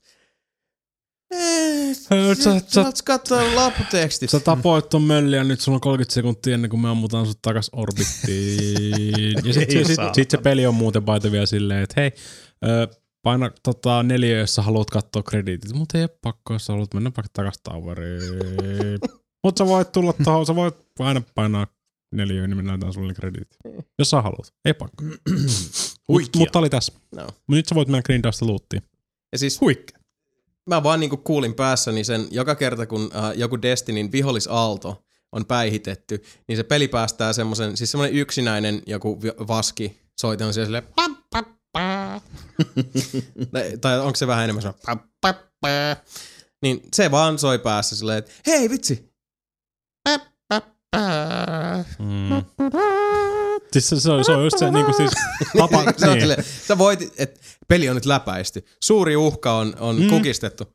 [SPEAKER 1] Saat katsoa laputekstit.
[SPEAKER 3] Sä tapoit ton mölli ja nyt sulla on kolmekymmentä sekuntia ennen kuin me ammutaan sut takas orbittiin. Ja sit, sit, sit, sit se peli on muuten paita vielä silleen, että hei, paina tota neljä, jos sä haluat katsoa krediitit. Mut ei oo pakko, jos sä haluat mennä vaikka takas toweriin. Mut sä voit tulla tohon, sä voit aina painaa neljä, niin me näytään sulle krediitit. Jos sä haluat, ei pakko. Mut, mutta oli tässä. No. Mut nyt sä voit mennä grindausta luuttiin.
[SPEAKER 1] Ja siis
[SPEAKER 3] huikea.
[SPEAKER 1] mä vaan niinku kuulin päässäni sen joka kerta, kun äh, joku Destinyn vihollisaalto on päihitetty, niin se peli päästää semmoisen, siis semmoinen yksinäinen joku vaski soite on siellä silleen pam, pam, pam. Tai onko se vähän enemmän semmoinen pam, pam, pam. Niin se vaan soi päässä silleen, että hei vitsi.
[SPEAKER 3] Mm. Siis se, se, on, se on just se niinku siis papa,
[SPEAKER 1] niin, se on
[SPEAKER 3] niin.
[SPEAKER 1] silleen, sä voit, että peli on nyt läpäisty. Suuri uhka on, on mm. kukistettu.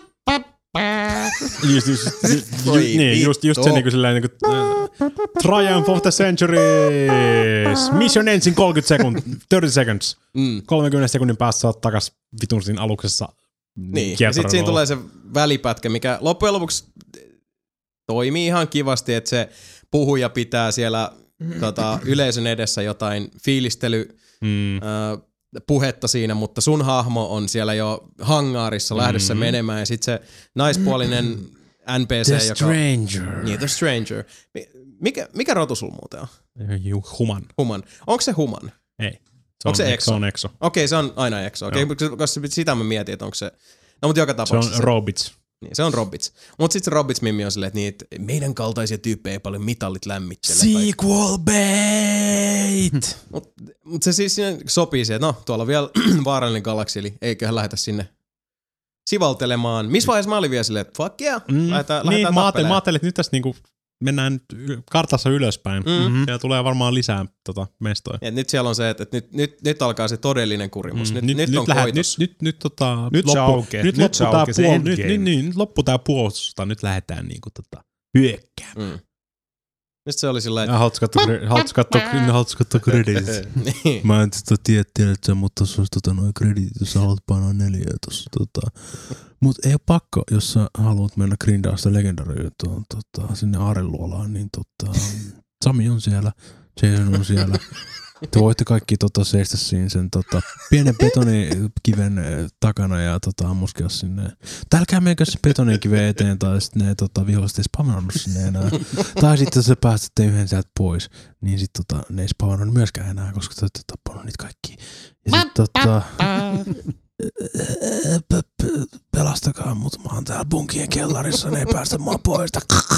[SPEAKER 3] Just, just, just, ju, niin, just, just se niinku silleen niinku uh, Triumph of the Centuries. Mission ensin kolmekymmentä sekuntia, thirty seconds. Mm. kolmenkymmenen sekunnin päästä sä oot takas vitun siinä aluksessa.
[SPEAKER 1] Niin, ja sit siinä tulee se välipätkä, mikä loppujen lopuksi toimii ihan kivasti, että se puhuja pitää siellä tota, yleisön edessä jotain fiilistely mm. äh, puhetta siinä, mutta sun hahmo on siellä jo hangaarissa lähdössä mm. menemään ja sit se naispuolinen N P C,
[SPEAKER 3] The
[SPEAKER 1] joka...
[SPEAKER 3] Stranger.
[SPEAKER 1] Niin, The Stranger. Mikä, mikä rotu sulla muuten on?
[SPEAKER 3] Human.
[SPEAKER 1] Human. Onko se human?
[SPEAKER 3] Ei. Se
[SPEAKER 1] onko
[SPEAKER 3] on,
[SPEAKER 1] se exo?
[SPEAKER 3] Se on exo.
[SPEAKER 1] Okei, se on aina exo. Okei, koska sitä mä mietin, että onko se... No, mutta joka tapauksessa...
[SPEAKER 3] Se on Robits.
[SPEAKER 1] Niin, se on Robbits. Mutta sitten se Robbits-mimmi on silleen, että, niin, että meidän kaltaisia tyyppejä ei paljon mitallit lämmittele.
[SPEAKER 3] Sequel bait!
[SPEAKER 1] Mutta mut se siis siinä sopii siihen, että no, tuolla on vielä vaarallinen galaksi, eli eiköhän lähetä sinne sivaltelemaan. Missä vaiheessa mä olin vielä silleen, että fuck yeah,
[SPEAKER 3] mm,
[SPEAKER 1] lähdetään,
[SPEAKER 3] niin,
[SPEAKER 1] lähdetään
[SPEAKER 3] mä ajattelin, mä ajattelin, että nyt tässä niinku mennään kartassa ylöspäin. Mm-hmm. Siellä tulee varmaan lisää tota, mestoja.
[SPEAKER 1] Ja nyt siellä on se, että, että nyt, nyt, nyt alkaa se todellinen kurimus. Mm, nyt,
[SPEAKER 3] nyt,
[SPEAKER 1] nyt, nyt on
[SPEAKER 3] lähdet,
[SPEAKER 1] koitos.
[SPEAKER 3] Nyt, nyt, nyt, tota,
[SPEAKER 4] nyt
[SPEAKER 3] loppu,
[SPEAKER 4] se aukee.
[SPEAKER 3] Nyt,
[SPEAKER 4] nyt
[SPEAKER 3] loppu
[SPEAKER 4] se
[SPEAKER 3] tää
[SPEAKER 4] aukee,
[SPEAKER 3] puol,
[SPEAKER 4] se
[SPEAKER 3] nyt, nyt, nyt, nyt loppu tää puolustusta. Nyt lähdetään niinku tota hyökkäämään. Mm.
[SPEAKER 1] Nyt se oli sillä
[SPEAKER 3] että... Haluatko katsoa kreditit?
[SPEAKER 1] Niin.
[SPEAKER 5] Mä en tota tiedä, tiedätkö, mutta tossa olisi tota noin kreditit, jos sä haluat painaa neljää tossa. Tota. Mut ei ole pakko, jos sä haluat mennä grindaa sitä legendaria tuon tota, sinne Aareluolaan, niin tota, Sami on siellä, Jason on siellä. Te voitte kaikki tota, seistä siinä sen tota, pienen betonikiven takana ja tota, ammuskea sinne. Tälkää menkö se betonikiven eteen tai sitten ne tota, viholliset ei spamannut sinne enää. Tai sitten sä päästätte yhden sieltä pois, niin sitten tota, ne ei spamannut myöskään enää, koska te olette tappanut niitä kaikki. Ja sitten tota... Pelastakaa mut, mä oon täällä bunkien kellarissa, ne ei päästä mua pois.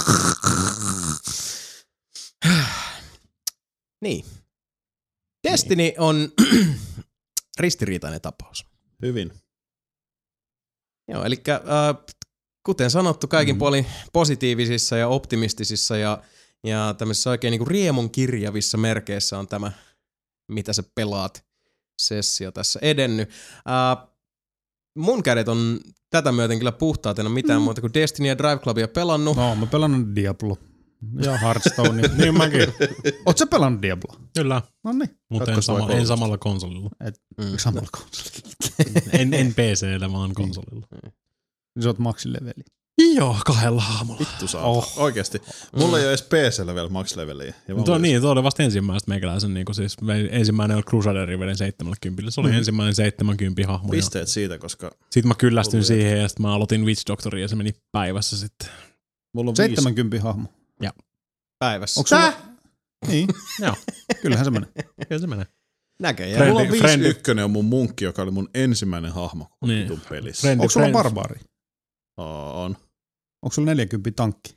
[SPEAKER 1] Niin. Destiny on ristiriitainen tapaus.
[SPEAKER 2] Hyvin.
[SPEAKER 1] Joo, eli äh, kuten sanottu, kaikin mm-hmm. puolin positiivisissa ja optimistisissa ja, ja tämmöisissä oikein niinku riemun kirjavissa merkeissä on tämä, mitä sä pelaat sessio tässä edennyt. Äh, mun kädet on tätä myöten kyllä puhtaat, en ole mitään mm. muuta kuin Destiny ja Drive Clubia pelannut.
[SPEAKER 4] No, mä pelannut Diablo. Ja Hearthstone.
[SPEAKER 3] Niin mäkin.
[SPEAKER 4] Oot sä pelannut Diablo?
[SPEAKER 3] Kyllä.
[SPEAKER 4] No niin.
[SPEAKER 3] Mutta en, sama, en samalla konsolilla.
[SPEAKER 4] Et, mm. Samalla konsolilla.
[SPEAKER 3] en, en P C:llä, vaan konsolilla.
[SPEAKER 4] Mm. Sä oot maksileveli.
[SPEAKER 3] Joo, kahdella aamulla.
[SPEAKER 2] Vittu saa. Oh. Oikeesti. Mulla mm. ei ole edes P C:llä vielä maksileveliä.
[SPEAKER 3] Tuo niin, tuo oli vasta ensimmäistä meikäläisen. Niin siis ensimmäinen oli Crusaderin veden seitsemänkymmentä. Se oli mm. ensimmäinen seitsemänkymmentä hahmo.
[SPEAKER 2] Pisteet siitä, koska...
[SPEAKER 3] Sitten mä kyllästyin siihen ja sitten mä aloitin Witch Doctoria ja se meni päivässä sitten.
[SPEAKER 2] Mulla on
[SPEAKER 4] seitsemänkymmentä viisi... hahmo.
[SPEAKER 3] Joo.
[SPEAKER 1] Päivässä.
[SPEAKER 4] Onko sulla... Niin.
[SPEAKER 3] Joo.
[SPEAKER 4] Kyllähän se menee.
[SPEAKER 3] Kyllä se menee.
[SPEAKER 1] Näköjään.
[SPEAKER 2] Mulla on viisi ykkönen on mun munkki, joka oli mun ensimmäinen hahmo niin. pelissä.
[SPEAKER 4] Friendly, onko sulla friend. barbaari?
[SPEAKER 2] On.
[SPEAKER 4] Onko sulla neljäkymmentä tankki?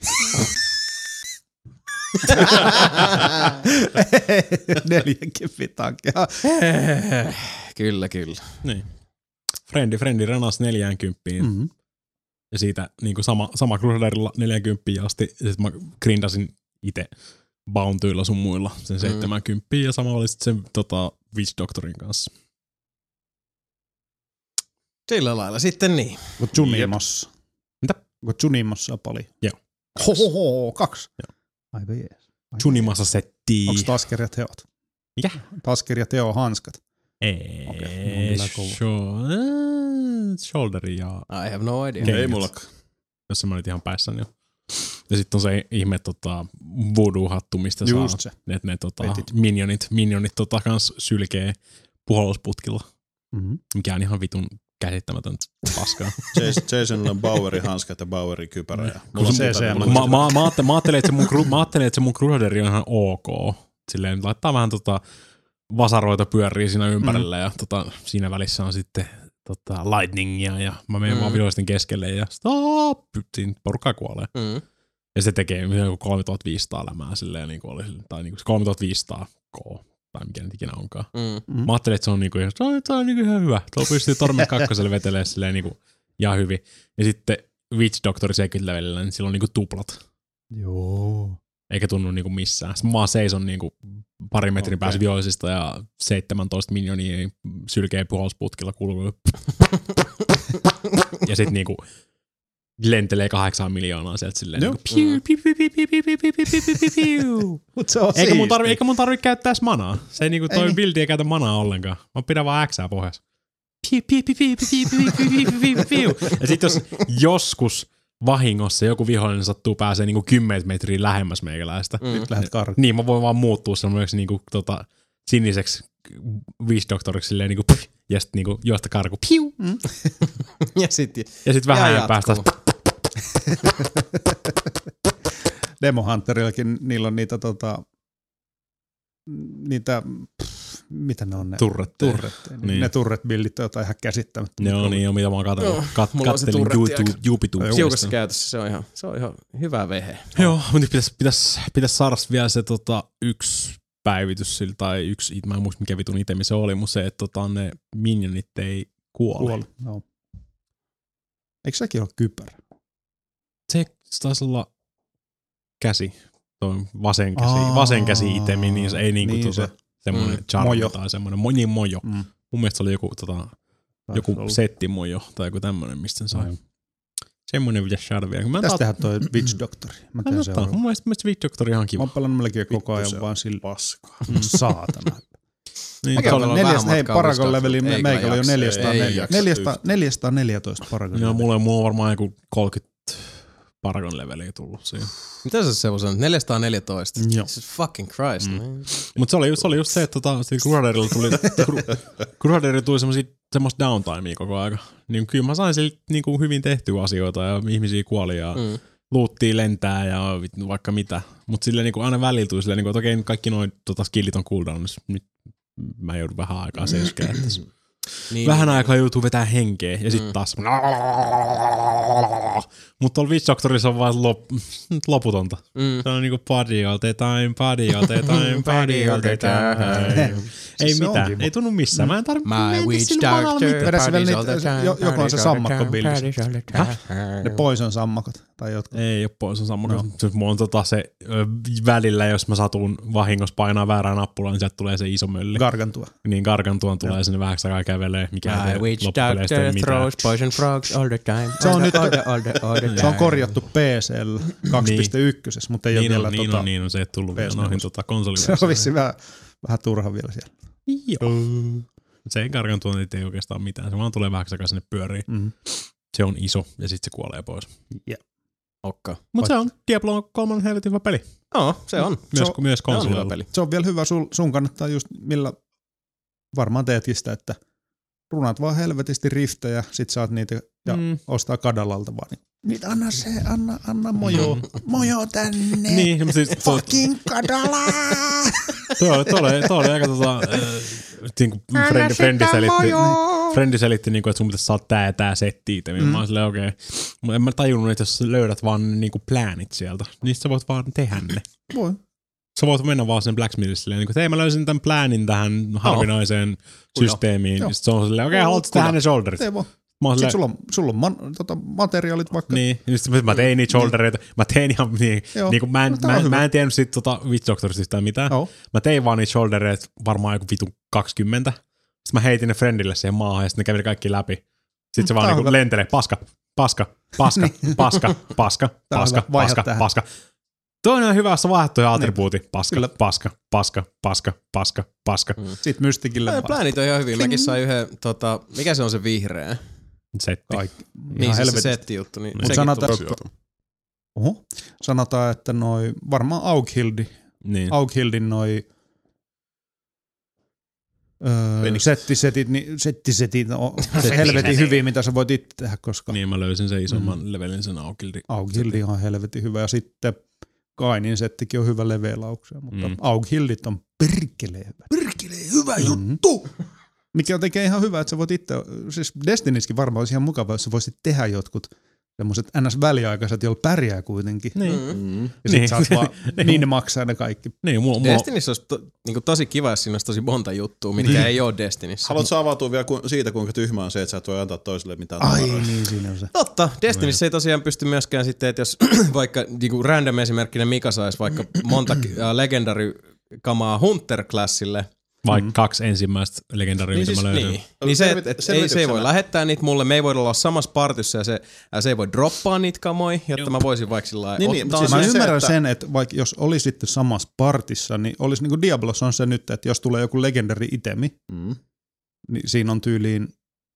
[SPEAKER 4] neljäkymmentä tankki.
[SPEAKER 1] Kyllä, kyllä.
[SPEAKER 3] Niin. Friendi, Friendi renas neljäänkympiin. Mm-hmm. Ja siitä niin kuin sama, sama Crusaderilla neljäkymmentä asti. Ja sitten mä grindasin itse Bountyilla sun muilla sen seitsemänkymmentä. Ja sama oli sitten sen tota, Witch Doctorin kanssa.
[SPEAKER 1] Sillä lailla sitten niin.
[SPEAKER 4] Onko Junimossa?
[SPEAKER 3] Mitä?
[SPEAKER 4] Onko Junimossa paljon?
[SPEAKER 3] Joo.
[SPEAKER 4] Hohoho, kaksi.
[SPEAKER 3] Joo.
[SPEAKER 4] Aika jees.
[SPEAKER 3] Junimassa settii.
[SPEAKER 4] Onko Tasker ja Teot?
[SPEAKER 3] Mikä?
[SPEAKER 4] Tasker ja Teo hanskat.
[SPEAKER 3] Ei.
[SPEAKER 4] Okay.
[SPEAKER 3] Shoulderi ja...
[SPEAKER 1] I have no idea.
[SPEAKER 2] Kengät. Ei mullakaan.
[SPEAKER 3] Jos mä olit ihan päissäni jo. Ja sitten on se ihme tota, voodoo-hattu, mistä
[SPEAKER 4] just
[SPEAKER 3] saa ne, ne tota, minionit, minionit tota, kans sylkee puhallusputkilla. Mm-hmm. Mikä on ihan vitun käsittämätön paskaa.
[SPEAKER 2] Jasonilla on Bauerin hanskat ja Bauerin kypärä. Ja
[SPEAKER 4] mulla on C C.
[SPEAKER 3] Mä, mä, mä, mä ajattelin, että se mun, mä ajattelin, että se mun Crusaderi on ihan ok. Silleen laittaa vähän tota vasaroita pyörii siinä ympärillä mm. ja tota, siinä välissä on sitten tota, lightningia ja mä menen mm. vaan vihollisten keskelle ja stop, siinä porukka kuolee. Mm. Ja se tekee joku kolmetuhattaviisisataa lämää silleen, niin kuin oli, tai niin kuin kolmetuhattaviisisataa K, tai mikä nyt ikinä onkaan. Mm. Mä ajattelin, että se on, niin kuin, se on, se on niin kuin ihan hyvä. Tuolla pystyy Torment kakkoselle vetelemään silleen niin kuin ihan hyvin. Ja sitten Witch Doctor seitsemänkymmentä levelillä, niin sillä on niin kuin tuplat.
[SPEAKER 4] Joo.
[SPEAKER 3] Eikä tunnu niinku missään. Sitten mä seison niinku pari metrin okay. päässä vihollisista ja seitsemäntoista miljoonia sylkeä puhallusputkilla kuluu. Ja sit niinku lentelee kahdeksan miljoonaa sieltä silleen niinku piu, piu, piu, piu, piu, piu, piu, piu, piu, piu, piu. Mut se on eikä mun tarvi, eikä mun tarvi käyttää edes manaa. Se ei niinku toi ei. Buildi ei käytä manaa ollenkaan. Mä pidän vaan Xää pohjassa. Piu, piu, piu, piu, piu, piu, piu, piu, piu. Ja sit jos joskus vahingossa joku vihollinen sattuu pääsee niinku kymmentä metriä lähemmäs meikäläistä. Mm.
[SPEAKER 4] Nyt lähdet karkuun.
[SPEAKER 3] Niin, mä voin vaan muuttua semmoiseksi niinku tota siniseksi Witch Doctoriksi silleen niinku pff, ja sit niinku juosta karkuun. Piu! Mm.
[SPEAKER 1] ja sit,
[SPEAKER 3] ja sit vähän ja, ja päästä.
[SPEAKER 4] Demo Hunterillakin niillä on niitä tota niitä pff, mitä ne on ne?
[SPEAKER 3] Turretteja.
[SPEAKER 4] Turretteja. Niin. Ne turret-bildit on jotain ihan käsittämättä.
[SPEAKER 3] Ne on niin jo, mitä mä oon katsellut. No, Kat, kattelin YouTube.
[SPEAKER 1] Siukassa käytössä, se on ihan, se on ihan hyvä vehe.
[SPEAKER 3] Joo, mutta nyt pitäis, pitäis, pitäis saada vielä se tota, yksi päivitys sillä, tai yksi, mä en muista mikä vitun itemi se oli, mutta se, että tota, ne minionit ei kuole. Kuole,
[SPEAKER 4] no. Eikö sekin ole kypärä?
[SPEAKER 3] Se, se taisi olla käsi. Vasen käsi, Aa, vasen käsi itemi, niin se ei niinku niin tuota, se, semmoinen mm, charm mojo. Tai semmoinen mo, niin mojo. Mm. Mun mielestä se oli joku, tota, joku settimojo tai joku tämmöinen, mistä sen sai. Mm. Semmoinen pitäisi saada vielä.
[SPEAKER 4] Pitäisi taat... tehdä toi Witch Doctori. Mä teen seuraavan.
[SPEAKER 3] Mun mielestä Witch Doctori ihan kiva.
[SPEAKER 4] Mä oon pelannut melkein koko ajan vaan sillä paskaa. Mm. Saatana.
[SPEAKER 1] Niin, neljästä,
[SPEAKER 4] hei, Paragon leveli, meikä oli jo neljäsataaneljätoista Paragon
[SPEAKER 3] leveli. Mulla on varmaan joku kolmekymmentä Paragon leveliä tullut siihen.
[SPEAKER 1] Mitä se se on? neljäsataaneljätoista?
[SPEAKER 3] Joo.
[SPEAKER 1] Jesus fucking Christ. Mm.
[SPEAKER 3] Mutta se oli just, se oli just se, että tota, Crusaderilla tuli, Crusaderilla tuli semmoista downtimea koko aika. Niin kyllä mä sain siltä niin hyvin tehtyä asioita ja ihmisiä kuoli ja mm. luuttiin lentää ja vaikka mitä. Mutta silleen niin aina välillä tuli silleen, niin että okei, kaikki noin tota, skillit on cooldownissa. Nyt mä joudun vähän aikaa seiskään. Niin, vähän niin, aikaa joutuu vetämään henkeä ja sitten mm. taas mutta tuolla Witch Doctorissa on vaan lop, loputonta. Mm. Se on niinku body all the time, body all the time, body all the time. Ei mitään, onkin, ei tunnu missään. Mä en tarvitse
[SPEAKER 1] My Witch Doctor,
[SPEAKER 4] body all the time. Joko on se sammakko-billis. Ne poison sammakot. Tai jotkut.
[SPEAKER 3] Ei oo poison sammakot. No. Mulla on tota se ö, välillä, jos mä satun vahingossa painaa väärää nappulaa, niin sieltä tulee se iso mölli.
[SPEAKER 4] Gargantua.
[SPEAKER 3] Niin Gargantuan tulee ja sinne vähäksi aikaa kävelee. Mikä
[SPEAKER 1] My Witch Doctor throws poison frogs all the time.
[SPEAKER 4] Se on nyt se on korjattu P C:llä kaksi piste yksi, mutta ei
[SPEAKER 3] niin
[SPEAKER 4] ole vielä
[SPEAKER 3] niin
[SPEAKER 4] tota...
[SPEAKER 3] On, niin on, se ei tullut vielä noihin tota konsoliversioihin.
[SPEAKER 4] Se on vissiin vähän, vähän turha vielä siellä.
[SPEAKER 3] Joo. Se ei Gargantua ei oikeastaan mitään. Se vaan tulee vähäksi aikaa sinne pyöriin. Mm-hmm. Se on iso ja sitten se kuolee pois.
[SPEAKER 1] Yeah. Okka.
[SPEAKER 3] Mutta se on Diablo kolme helvetin hyvä peli.
[SPEAKER 1] Joo, se on.
[SPEAKER 3] Myös,
[SPEAKER 1] se on,
[SPEAKER 3] myös konsolilla.
[SPEAKER 1] peli.
[SPEAKER 4] Se on vielä hyvä, sul, sun kannattaa just millä varmaan teetkin sitä, että runat vaan helvetisti riftejä, sit saat niitä ja mm. ostaa Kadalalta vaan. Nyt anna se, anna, anna mojo, mojo tänne.
[SPEAKER 3] Niin, siis
[SPEAKER 4] fucking Kadala!
[SPEAKER 3] Tuo oli aika tota, niinku frendi, frendi selitti, frendi selitti niinku, että sun pitäisi saada tää ja tää setti itse. Mm. Mä oon silleen okei. Okay. En mä tajunnut, että jos löydät vaan niinku plänit sieltä, niin sä voit vaan tehdä ne.
[SPEAKER 4] Voi.
[SPEAKER 3] Sä voit mennä vaan sen Blacksmithille silleen, niin kuin, että hei mä löysin tämän plänin tähän harvinaiseen no. systeemiin. Joo. Sitten se on silleen, okei, okay, haluatko tehdä ne shoulderit?
[SPEAKER 4] Sitten sulla on, sulla on man, tota, materiaalit vaikka.
[SPEAKER 3] Niin, sitten mä tein niitä shouldereita. Mä tein ihan, niin, niin kuin mä en, no, mä, mä en tiennyt sit tota Witch Doctorista yhtään mitään. Joo. Mä tein vaan niitä shouldereita varmaan joku vitun kaksikymmentä. Sitten mä heitin ne friendille siihen maahan ja sitten ne käveli kaikki läpi. Sitten se vaan niin lentelee, paska, paska, paska, paska, paska, paska, paska, paska. Toinen on hyvä, jos on vaihdattu ja attribuuti. Paska, Kyllä. paska, paska, paska, paska, paska. Mm.
[SPEAKER 4] Sitten mystikille paska.
[SPEAKER 1] Plänit on ihan hyvin. Mäkin sain yhden, tota, mikä se on se vihreä?
[SPEAKER 3] Setti.
[SPEAKER 4] Kaikki.
[SPEAKER 1] Niin siis se setti-juttu. Niin
[SPEAKER 4] Mut sanotaan, oho, sanotaan, että noi, varmaan Aughildi, niin. Aughildin noi öö, settisetit, niin settisetit on helvetin hyviä, mitä sä voit itse tehdä, koska...
[SPEAKER 3] Niin, mä löysin sen isomman mm. levelin sen Aughildi.
[SPEAKER 4] Aughildi on helvetin hyvä ja sitten Kainin settikin on hyvä levelauksia, mutta mm. Aughildit on perkeleen hyvä.
[SPEAKER 6] Perkeleen hyvä mm-hmm. juttu!
[SPEAKER 4] Mikä tekee ihan hyvä, että sä voit itse, siis Destiniskin varmaan olisi ihan mukava, jos sä voisit tehdä jotkut semmoiset ns. Väliaikaiset, joilla pärjää kuitenkin.
[SPEAKER 3] Niin.
[SPEAKER 2] Mm.
[SPEAKER 4] Ja sit niin. saat vaan, niin ne maksaa ne kaikki.
[SPEAKER 3] Niin, mulla, mulla...
[SPEAKER 1] Destinissä olisi to, niin tosi kiva, jos siinä olisi tosi monta juttua, mitkä
[SPEAKER 2] niin.
[SPEAKER 1] ei ole Destinissä.
[SPEAKER 2] Haluatko avautua vielä ku, siitä, kuinka tyhmä on se, että sä et voi antaa toiselle mitään
[SPEAKER 4] Ai
[SPEAKER 2] tavaroita?
[SPEAKER 4] niin, siinä on se.
[SPEAKER 1] Totta. Destinissä ei tosiaan pysty myöskään sitten, että jos vaikka niinku random esimerkkinä Mika saisi vaikka monta legendary-kamaa Hunter-klassille,
[SPEAKER 3] Vaikka mm. kaksi ensimmäistä legendaria,
[SPEAKER 1] niin
[SPEAKER 3] mitä
[SPEAKER 1] siis,
[SPEAKER 3] mä löysin.
[SPEAKER 1] Niin, niin se, että et ei, se ei voi lähettää niitä mulle, me ei voida olla samassa partissa ja se, ja se ei voi droppaa niitä kamoja, jotta Joo. mä voisin vaikka sillä
[SPEAKER 2] niin,
[SPEAKER 1] ottaa.
[SPEAKER 2] Niin,
[SPEAKER 4] mä
[SPEAKER 2] siis
[SPEAKER 4] ymmärrän
[SPEAKER 2] se, että...
[SPEAKER 4] sen, että vaikka jos olisitte samassa partissa, niin olisi niin kuin Diablos on se nyt, että jos tulee joku legendary itemi, mm. niin siinä on tyyliin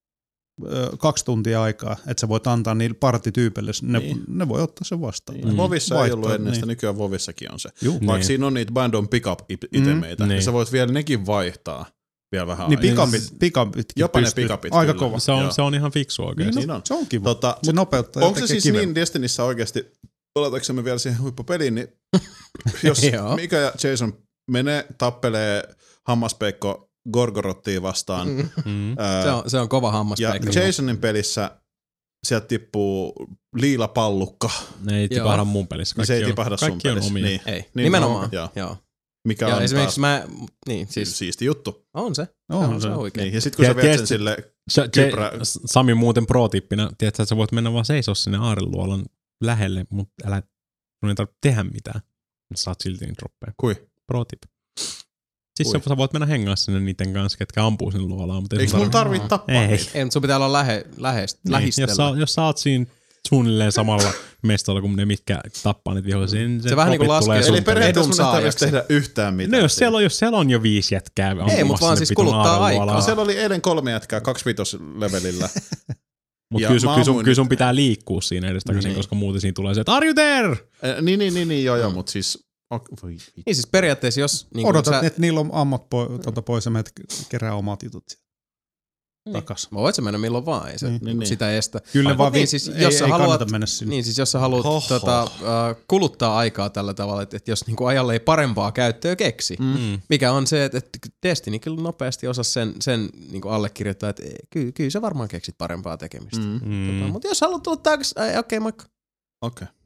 [SPEAKER 4] ö, kaksi tuntia aikaa, että sä voit antaa niille partityypeille, ne, niin. ne voi ottaa sen vastaan.
[SPEAKER 2] Niin. Mm. Vovissa Vaihtoa, ei ollut ennen sitä, niin. nykyään Vovissakin on se. Juh. Vaikka niin. siinä on niitä random pick-up-itemeitä, mm. niin sä voit vielä nekin vaihtaa. Vielä vähän
[SPEAKER 4] niin pikapit, pikapit
[SPEAKER 2] jopa ne pikapit.
[SPEAKER 4] Aika
[SPEAKER 2] kyllä.
[SPEAKER 4] kova.
[SPEAKER 3] Se on, se on ihan fiksu oikeesti.
[SPEAKER 2] Niin on.
[SPEAKER 4] Se on kiva.
[SPEAKER 2] Tota,
[SPEAKER 4] se nopeuttaa.
[SPEAKER 2] Onko se siis kivemmin. Niin Destinissä oikeasti, palataanko vielä siihen huippupeliin, niin jos Mika ja Jason menee, tappelee hammaspeikko Gorgorottia vastaan.
[SPEAKER 1] Mm. Ää, se, on, se on kova hammaspeikko.
[SPEAKER 2] Ja Jasonin pelissä sieltä tippuu liila pallukka.
[SPEAKER 3] Ne ei tipahda mun pelissä.
[SPEAKER 2] Kaikki se ei tipahda
[SPEAKER 3] on,
[SPEAKER 2] sun
[SPEAKER 3] kaikki
[SPEAKER 2] pelissä.
[SPEAKER 3] On omia.
[SPEAKER 1] Niin. Ei, niin nimenomaan. Joo. Joo.
[SPEAKER 2] Mikä
[SPEAKER 1] ja
[SPEAKER 2] on
[SPEAKER 1] esimerkiksi
[SPEAKER 2] taas
[SPEAKER 1] mä, niin, siis,
[SPEAKER 2] siisti juttu.
[SPEAKER 1] On se.
[SPEAKER 4] On, on se.
[SPEAKER 1] se oikein.
[SPEAKER 2] Niin, ja sit kun ja sä viet sen sille kyprä...
[SPEAKER 3] Sami muuten pro-tippinä, tiedätkö, että sä voit mennä vaan seisoo sinne aarreluolan lähelle, mutta älä, sun ei tarvitse tehdä mitään. Saat silti niin droppeja.
[SPEAKER 2] Kui?
[SPEAKER 3] Pro-tip. Siis Kui? sä voit mennä hengaa sinne niiden kanssa, ketkä ampuu sen luolaan. Mutta
[SPEAKER 2] eikö mun tarvitse tappaa?
[SPEAKER 3] Ei.
[SPEAKER 1] Ei, mutta sun pitää olla lähe, lähest, niin, lähistellä.
[SPEAKER 3] Jos sä, jos sä oot siinä suunnilleen samalla mestolla kuin ne, mitkä tappaa niitä vihollisia, niin se,
[SPEAKER 1] se vähän niin kuin laskee.
[SPEAKER 2] Eli periaatteessa mun ei tarvitse tehdä yhtään mitään.
[SPEAKER 3] No jos siellä on, jos siellä on jo viisi jätkää
[SPEAKER 1] ei, mutta vaan siis kuluttaa aikaa.
[SPEAKER 2] No, siellä oli eilen kolme jätkää kaksivitoslevelillä.
[SPEAKER 3] Mutta kyllä, kyllä, sun, kyllä sun pitää liikkua siinä edestakaisin, niin. koska muuten siinä tulee se, että are you there?
[SPEAKER 2] Eh, niin, niin, niin, niin, joo, joo, mutta siis...
[SPEAKER 1] Voi, niin siis periaatteessa jos... Niin
[SPEAKER 4] odotat,
[SPEAKER 1] sä...
[SPEAKER 4] että niillä on ammot po, tuota pois ja menet kerää omat jutut sieltä. Takas.
[SPEAKER 1] Mä voit sä mennä milloin vaan, ei se niin, niin, sitä estä.
[SPEAKER 4] Kyllä Ai, vaan
[SPEAKER 1] niin,
[SPEAKER 4] vi-
[SPEAKER 1] siis,
[SPEAKER 4] ei,
[SPEAKER 1] jos
[SPEAKER 4] ei
[SPEAKER 1] sä haluat,
[SPEAKER 4] mennä sinne.
[SPEAKER 1] Niin siis jos sä haluat tota, uh, kuluttaa aikaa tällä tavalla, että, että jos niinku ajalle ei parempaa käyttöä keksi, mm. mikä on se, että, että Destiny kyllä nopeasti osasi sen, sen niinku allekirjoittaa, että kyllä, kyllä sä varmaan keksit parempaa tekemistä. Mm. Tota, mutta jos haluat tulla takaisin, okei okay, moikka.
[SPEAKER 2] Okei. Okay.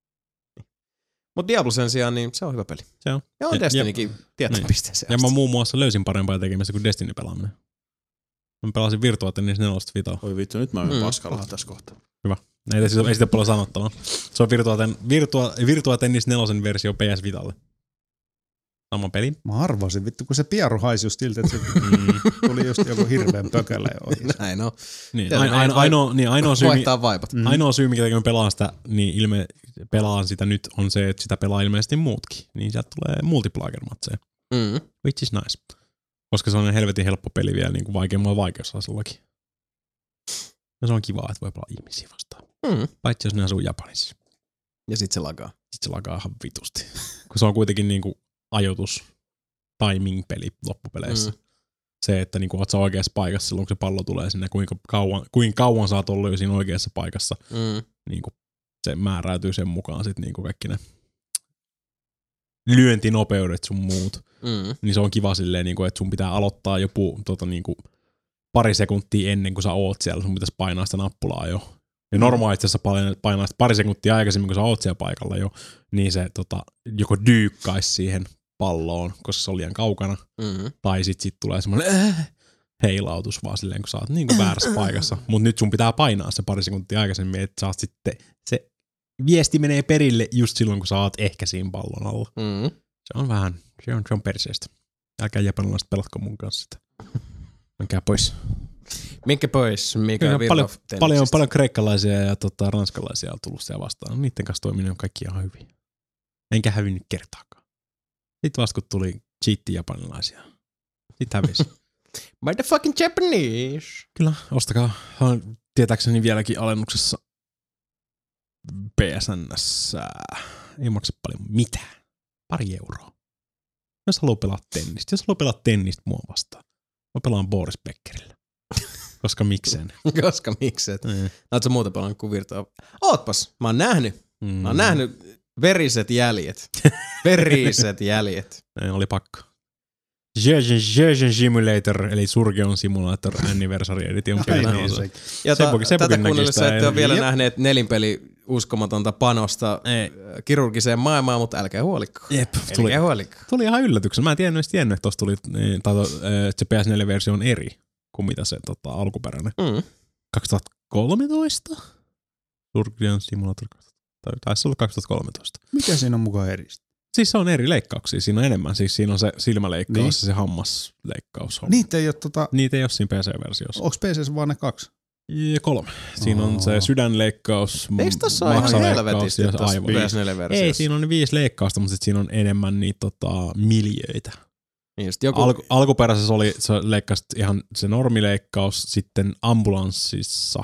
[SPEAKER 1] Mutta Diablo sen sijaan, niin se on hyvä peli.
[SPEAKER 3] Se on.
[SPEAKER 1] Ja on Destinykin tietyn niin. pisteeseen.
[SPEAKER 3] Ja mä muun muassa löysin parempaa tekemistä kuin Destiny-pelaaminen. Mä pelasin Virtua Tennis nelosta Vitoa.
[SPEAKER 2] Oi vittu, nyt mä menen mm. paskalla tässä kohtaa.
[SPEAKER 3] Hyvä. Ei sitä, ei sitä paljon sanottavaa. Se on Virtua, ten, Virtua, Virtua Tennis nelosen versio P S Vitalle. Sama peli.
[SPEAKER 4] Mä arvasin, vittu, kun se pieru haisi just siltä, että se mm. tuli just joku hirveän pökäle ohi.
[SPEAKER 1] Näin on.
[SPEAKER 3] Niin, aino, aino, aino, niin ainoa, syy,
[SPEAKER 1] vaihtaa vaipat.
[SPEAKER 3] Mm. Ainoa syy, mikä tekee pelaan sitä, niin ilme, pelaan sitä nyt, on se, että sitä pelaa ilmeisesti muutkin. Niin sieltä tulee multiplayer-matseja.
[SPEAKER 1] Mm.
[SPEAKER 3] Which is nice. Koska se on helvetin helppo peli vielä niin kuin vaikeammalla vaikeusastellakin. Ja se on kivaa, että voi pelaa ihmisiä vastaan.
[SPEAKER 1] Mm.
[SPEAKER 3] Paitsi jos ne asuu Japanissa.
[SPEAKER 1] Ja sit se lagaa.
[SPEAKER 3] Sit se lagaa ihan vitusti. Kun se on kuitenkin niin kuin ajoitus timing-peli loppupeleissä. Mm. Se, että niin kuin oot sä oikeassa paikassa silloin, kun se pallo tulee sinne, kuinka kauan, kuinka kauan sä oot ollut jo siinä oikeassa paikassa. Mm. Niin kuin se määräytyy sen mukaan sit niin kuin kaikki ne lyöntinopeudet sun muut. Mm. Niin se on kiva silleen, niin kuin, että sun pitää aloittaa joku tota, niin kuin pari sekuntia ennen kuin sä oot siellä. Sun pitäisi painaa sitä nappulaa jo. Ja normaalisti, jos sä painaa pari sekuntia aikaisemmin, kun sä oot siellä paikalla jo, niin se tota, joko dyykkaisi siihen palloon, koska se on liian kaukana. Mm-hmm. Tai sit, sit tulee semmoinen äh, heilautus vaan silleen, kun sä oot niin kuin väärässä paikassa. Mutta nyt sun pitää painaa se pari sekuntia aikaisemmin, että sä oot sitten, se viesti menee perille just silloin, kun sä oot ehkä siinä pallon alla. Mm-hmm. Se on vähän, se on, se on perseestä. Älkää japanilaiset pelatko mun kanssa sitä. Menkää pois.
[SPEAKER 1] Minkä pois, mikä
[SPEAKER 3] on paljon, paljon, paljon kreikkalaisia ja tota, ranskalaisia on tullut siellä vastaan. Niiden kanssa toiminen on kaikki ihan hyvin. Enkä hävinnyt kertaakaan. Sitten vasta kun tuli cheatti japanilaisia. Sitten hävisi.
[SPEAKER 1] Motherfucking Japanese.
[SPEAKER 3] Kyllä, ostakaa. On tietääkseni vieläkin alennuksessa P S N:ssä. Ei maksa paljon mitään. Pari euroa. Jos haluaa pelaa tennistä. Jos haluaa pelaa tennistä mua vastaan. Mä pelaan Boris Beckerillä. Koska miksen.
[SPEAKER 1] Koska mikset. Mm. Ootko muuta pelannut kuin Virtua? Ootpas, mä oon nähnyt. Mm. Mä oon nähnyt veriset jäljet. Veriset jäljet.
[SPEAKER 3] Ne oli pakko. Surgeon Simulator, eli Surgeon Simulator Anniversary Edition.
[SPEAKER 1] Ja ta-
[SPEAKER 3] Sebukin, Sebukin
[SPEAKER 1] tätä kuunnellessa ette ole vielä
[SPEAKER 3] jep.
[SPEAKER 1] nähneet nelinpeli uskomatonta panosta
[SPEAKER 3] Ei.
[SPEAKER 1] kirurgiseen maailmaan, mutta älkää huolikko.
[SPEAKER 3] Jep, tuli,
[SPEAKER 1] Älkää huolikko.
[SPEAKER 3] tuli ihan yllätyksen. Mä en tiennyt, tiennyt että tossa tuli, niin, tai, että se P S neljä-versio on eri kuin mitä se tota, alkuperäinen.
[SPEAKER 1] Mm.
[SPEAKER 3] kaksituhattakolmetoista? Surgeon Simulator, tai taisi olla kaksituhattakolmetoista.
[SPEAKER 4] Mikä siinä on mukaan eristä?
[SPEAKER 3] Siis se on eri leikkauksia, siinä on enemmän. Siis siinä on se silmäleikkaus
[SPEAKER 4] niin.
[SPEAKER 3] ja se hammasleikkaus.
[SPEAKER 4] Niitä ei ole tota...
[SPEAKER 3] Niitä ei ole siinä P C-versiossa.
[SPEAKER 4] Onko P C:ssä vaan ne kaksi?
[SPEAKER 3] Ja kolme. Siinä on se sydänleikkaus,
[SPEAKER 1] Eikö tossa ole ihan
[SPEAKER 3] maksaleikkaus
[SPEAKER 1] helvetisti
[SPEAKER 3] ja
[SPEAKER 1] tossa
[SPEAKER 3] aivo.
[SPEAKER 1] P S neljä-versiossa?
[SPEAKER 3] Ei, siinä on ne viisi leikkausta, mutta sit siinä on enemmän niitä tota, miljöitä.
[SPEAKER 1] Just joku...
[SPEAKER 3] Alku, alkuperäisessä oli, se leikkasi ihan se normileikkaus, sitten ambulanssissa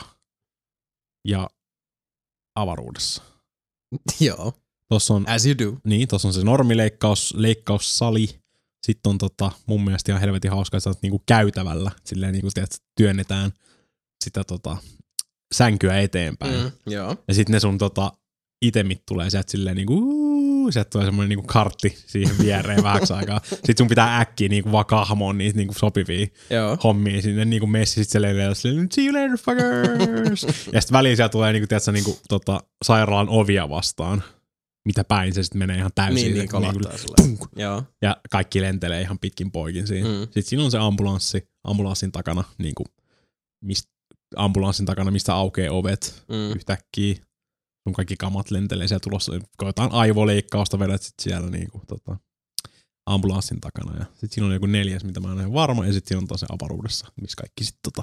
[SPEAKER 3] ja avaruudessa.
[SPEAKER 1] Joo.
[SPEAKER 3] Tossa on,
[SPEAKER 1] As you do.
[SPEAKER 3] niin, tossa on se normileikkaus, leikkaussali. Sitten on tota, mun mielestä ihan helvetin hauska, että sä oot niinku käytävällä, silleen niinku tiedät, työnnetään sitä tota, sänkyä eteenpäin.
[SPEAKER 1] Mm, joo.
[SPEAKER 3] Ja sitten ne sun tota, itemit tulee sieltä silleen niinku, uuu, sieltä tulee semmoinen niinku kartti siihen viereen vähäksi aikaa. Sitten sun pitää äkkiä niinku vaan kahmoon niitä niinku sopivia
[SPEAKER 1] Joo.
[SPEAKER 3] hommia sinne niinku messi, sit se leveää silleen, see you later fuckers. Ja sitten väliin sieltä tulee niinku, tiedätkö, niinku, tota, sairaalan ovia vastaan, mitä päin se sitten menee ihan täysin.
[SPEAKER 1] Niin, niin
[SPEAKER 3] niinku,
[SPEAKER 1] kolahtaa sulle. Joo.
[SPEAKER 3] ja kaikki lentelee ihan pitkin poikin siinä.
[SPEAKER 1] Mm.
[SPEAKER 3] Sitten siinä on se ambulanssi, ambulanssin takana, niinku, mist, ambulanssin takana, mistä aukeaa ovet
[SPEAKER 1] Mm.
[SPEAKER 3] yhtäkkiä. Sun kaikki kamat lentelee siellä tulossa. Koetaan aivoleikkausta, vedät sit siellä niinku, tota, ambulanssin takana. Ja sit siinä on joku neljäs, mitä mä en ole varma. Ja sit siinä on taas se avaruudessa, missä kaikki sit tota,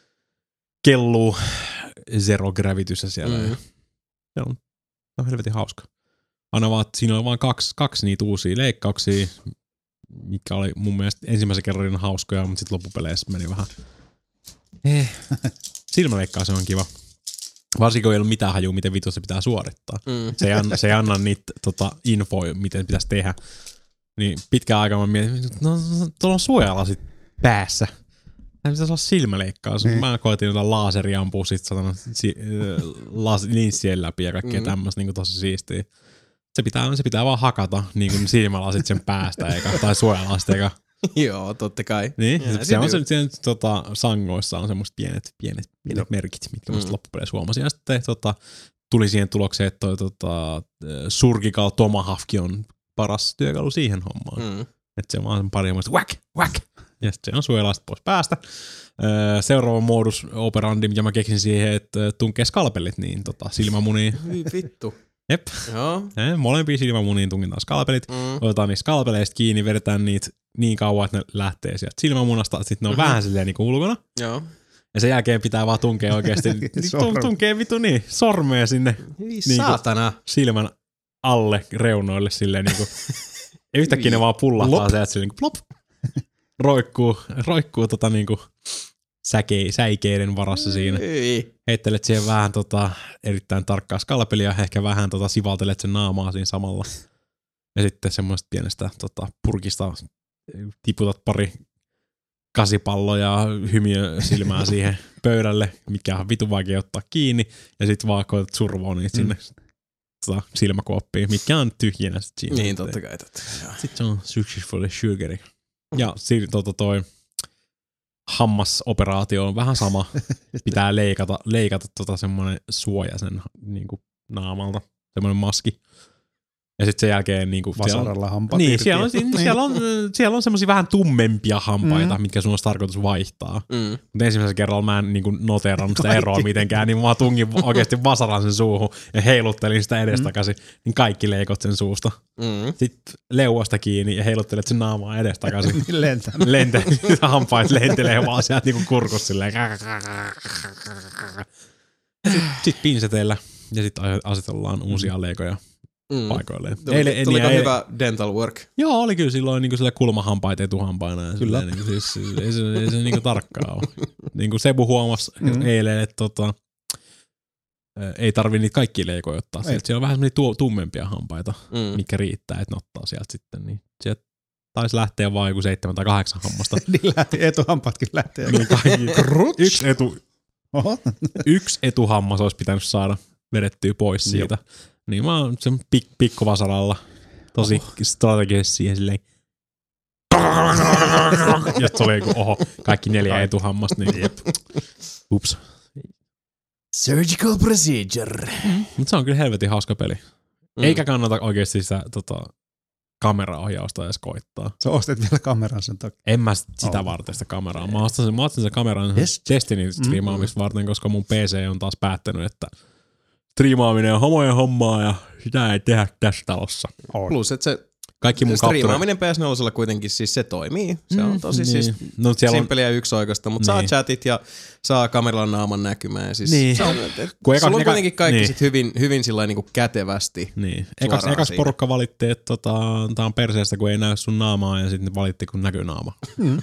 [SPEAKER 3] kelluu zero gravityssä siellä.
[SPEAKER 1] Mm.
[SPEAKER 3] Ja se on, se on helvetin hauska. Aina vaan, siinä oli vaan kaksi, kaksi niitä uusia leikkauksia, mitkä oli mun mielestä ensimmäisen kerran hauskoja, mutta sitten loppupeleissä meni vähän eh. Silmäleikkaus on kiva. Varsinkin ei ollut mitään hajua, miten vitu se pitää suorittaa.
[SPEAKER 1] Mm.
[SPEAKER 3] Se ei anna, se ei anna niitä tota, infoja, miten pitäisi tehdä. Niin pitkään aikaa mä mietin, että no, tuolla on suojalasit päässä. Tämä pitäisi olla silmäleikkaus. Mm. Mä koitin jotain laaseria ampua sit satana si, las, linssien läpi ja kaikkea mm. tämmöistä niin tosi siistiä. Se pitää, se pitää vaan hakata niin kuin silmälasit sen päästä eikä, tai suojalasit eikä.
[SPEAKER 1] Joo, totta kai.
[SPEAKER 3] Niin,
[SPEAKER 1] Ja,
[SPEAKER 3] se on se, se tota, sangoissa on semmoiset pienet, pienet, pienet no. merkit, mitkä mm. loppupeleissä huomasin. Ja sitten tota, tuli siihen tulokseen, että toi tota, Surgical Tomahawk on paras työkalu siihen hommaan. Mm. Että se on vaan pari muista whack, whack. Ja sitten se on suojelaista pois päästä. Öö, seuraava modus operandi, mitä mä keksin siihen, että tunkee skalpelit niin tota, silmämuniin.
[SPEAKER 1] Hyi vittu.
[SPEAKER 3] Jep.
[SPEAKER 1] Joo.
[SPEAKER 3] Ja, molempia silmämuniin tunkitaan skalpelit. Mm. Otetaan niistä skalpeleista kiinni, vedetään niitä niin kauan, että ne lähtee sieltä silmämunasta. Sitten ne on mm-hmm. vähän silleen niin kuin ulkona.
[SPEAKER 1] Joo.
[SPEAKER 3] Ja sen jälkeen pitää vaan tunkea oikeasti, tun, tunkee vitu niin, sormea sinne
[SPEAKER 1] niin
[SPEAKER 3] saatana. Silmän alle reunoille silleen niin kuin. Yhtäkkiä ne vaan pullahtaa sieltä silleen niin kuin plop. Roikkuu, roikkuu tota niin kuin säke, säikeiden varassa siinä.
[SPEAKER 1] Ei.
[SPEAKER 3] Heittelet siihen vähän tota, erittäin tarkkaa skalpelia, ehkä vähän tota, sivaltelet sen naamaa siinä samalla. Ja sitten semmoista pienestä tota, purkista tiputat pari kasipalloa ja hymiö silmää siihen pöydälle, mikä on vitu vaikea ottaa kiinni. Ja sitten vaan koetat survoa niitä sinne mm. tota, silmäkuoppiin, mitkä on tyhjänä sit siinä.
[SPEAKER 1] Niin, totta kai. Totta kai.
[SPEAKER 3] Sitten se on successful sugary. Ja sitten tota, toi hammasoperaatio on vähän sama. Pitää leikata, leikata tota semmoinen suoja sen niin kuin naamalta, semmoinen maski. Ja sitten sen jälkeen niinku
[SPEAKER 4] vasaralla hampaat.
[SPEAKER 3] Niin, siellä on, siellä on, siellä on semmosia vähän tummempia hampaita, mm. mitkä sun olisi tarkoitus vaihtaa. Mm. Mutta ensimmäisellä kerralla mä en niinku noteerannut sitä eroa mitenkään, niin mä tungin oikeasti vasaran sen suuhun ja heiluttelin sitä edestakaisin, mm. niin kaikki leikot sen suusta. Mm. Sitten leuasta kiinni ja heiluttelet sen naamaa edestakaisin.
[SPEAKER 4] Lentää.
[SPEAKER 3] Lentää, hampaat lentelee vaan sieltä niinku kurkus silleen. Sitten sit pinseteillä ja sitten asetellaan uusia leikoja. Mm. paikoilleen.
[SPEAKER 1] Tuli, Eile, tuliko ei, hyvä ei, dental work?
[SPEAKER 3] Joo, oli kyllä silloin niin kulmahampaita etuhampaina. Ja kyllä. Silleen, niin kuin, siis, ei se, ei se niin tarkkaa ole. Niin kuin Sebu huomasi mm. eilen, että tota, ei tarvitse niitä kaikkia leikoja ottaa. Sieltä siellä on vähän semmoisia tummempia hampaita, mm. mitkä riittää, että ne ottaa sieltä sitten. Niin sieltä taisi lähteä vaan joku seitsemän tai kahdeksan hammasta.
[SPEAKER 4] Niin lähti, etuhampaatkin lähtee.
[SPEAKER 3] Niin kaikki. Yksi, etu, yksi etuhammas olisi pitänyt saada vedettyä pois siitä. Jop. Niin mä oon sen pik- pikkuvasaralla tosi Oho. strategisesti siihen silleen Jos tuli joku, oho, kaikki neljä etuhammasta, niin jep. Ups.
[SPEAKER 1] Surgical procedure.
[SPEAKER 3] Mutta se on kyllä helvetin hauska peli. Mm. Eikä kannata oikeesti sitä tota, kameraohjausta edes koittaa.
[SPEAKER 4] Sä ostit vielä kameran sen takia.
[SPEAKER 3] En mä sitä oh. varten sitä kameraa. Mä ostin sen, mä ostin sen kameran yes. Destiny-striimaamista mm-hmm. varten, koska mun P C on taas päättänyt, että striimaaminen on homojen hommaa ja sitä ei tehdä tässä talossa.
[SPEAKER 1] Oh. Plus, että se
[SPEAKER 3] kaikki mun
[SPEAKER 1] striimaaminen P S neljä kuitenkin siis se toimii. Se on tosi mm, siis
[SPEAKER 3] niin. no,
[SPEAKER 1] simpeliä ja yksioikoista, mutta niin. saa chatit ja saa kameralla naaman näkymään. Siis
[SPEAKER 3] niin.
[SPEAKER 1] se on, et, Kun sulla on kuitenkin kaikki niin. sit hyvin, hyvin sillain niinku kätevästi.
[SPEAKER 3] Niin. Ekas, ekas porukka valitti, että tota, tää on perseestä, kun ei näy sun naamaa, ja sitten valitti, kun näkyy naama.
[SPEAKER 1] Mm.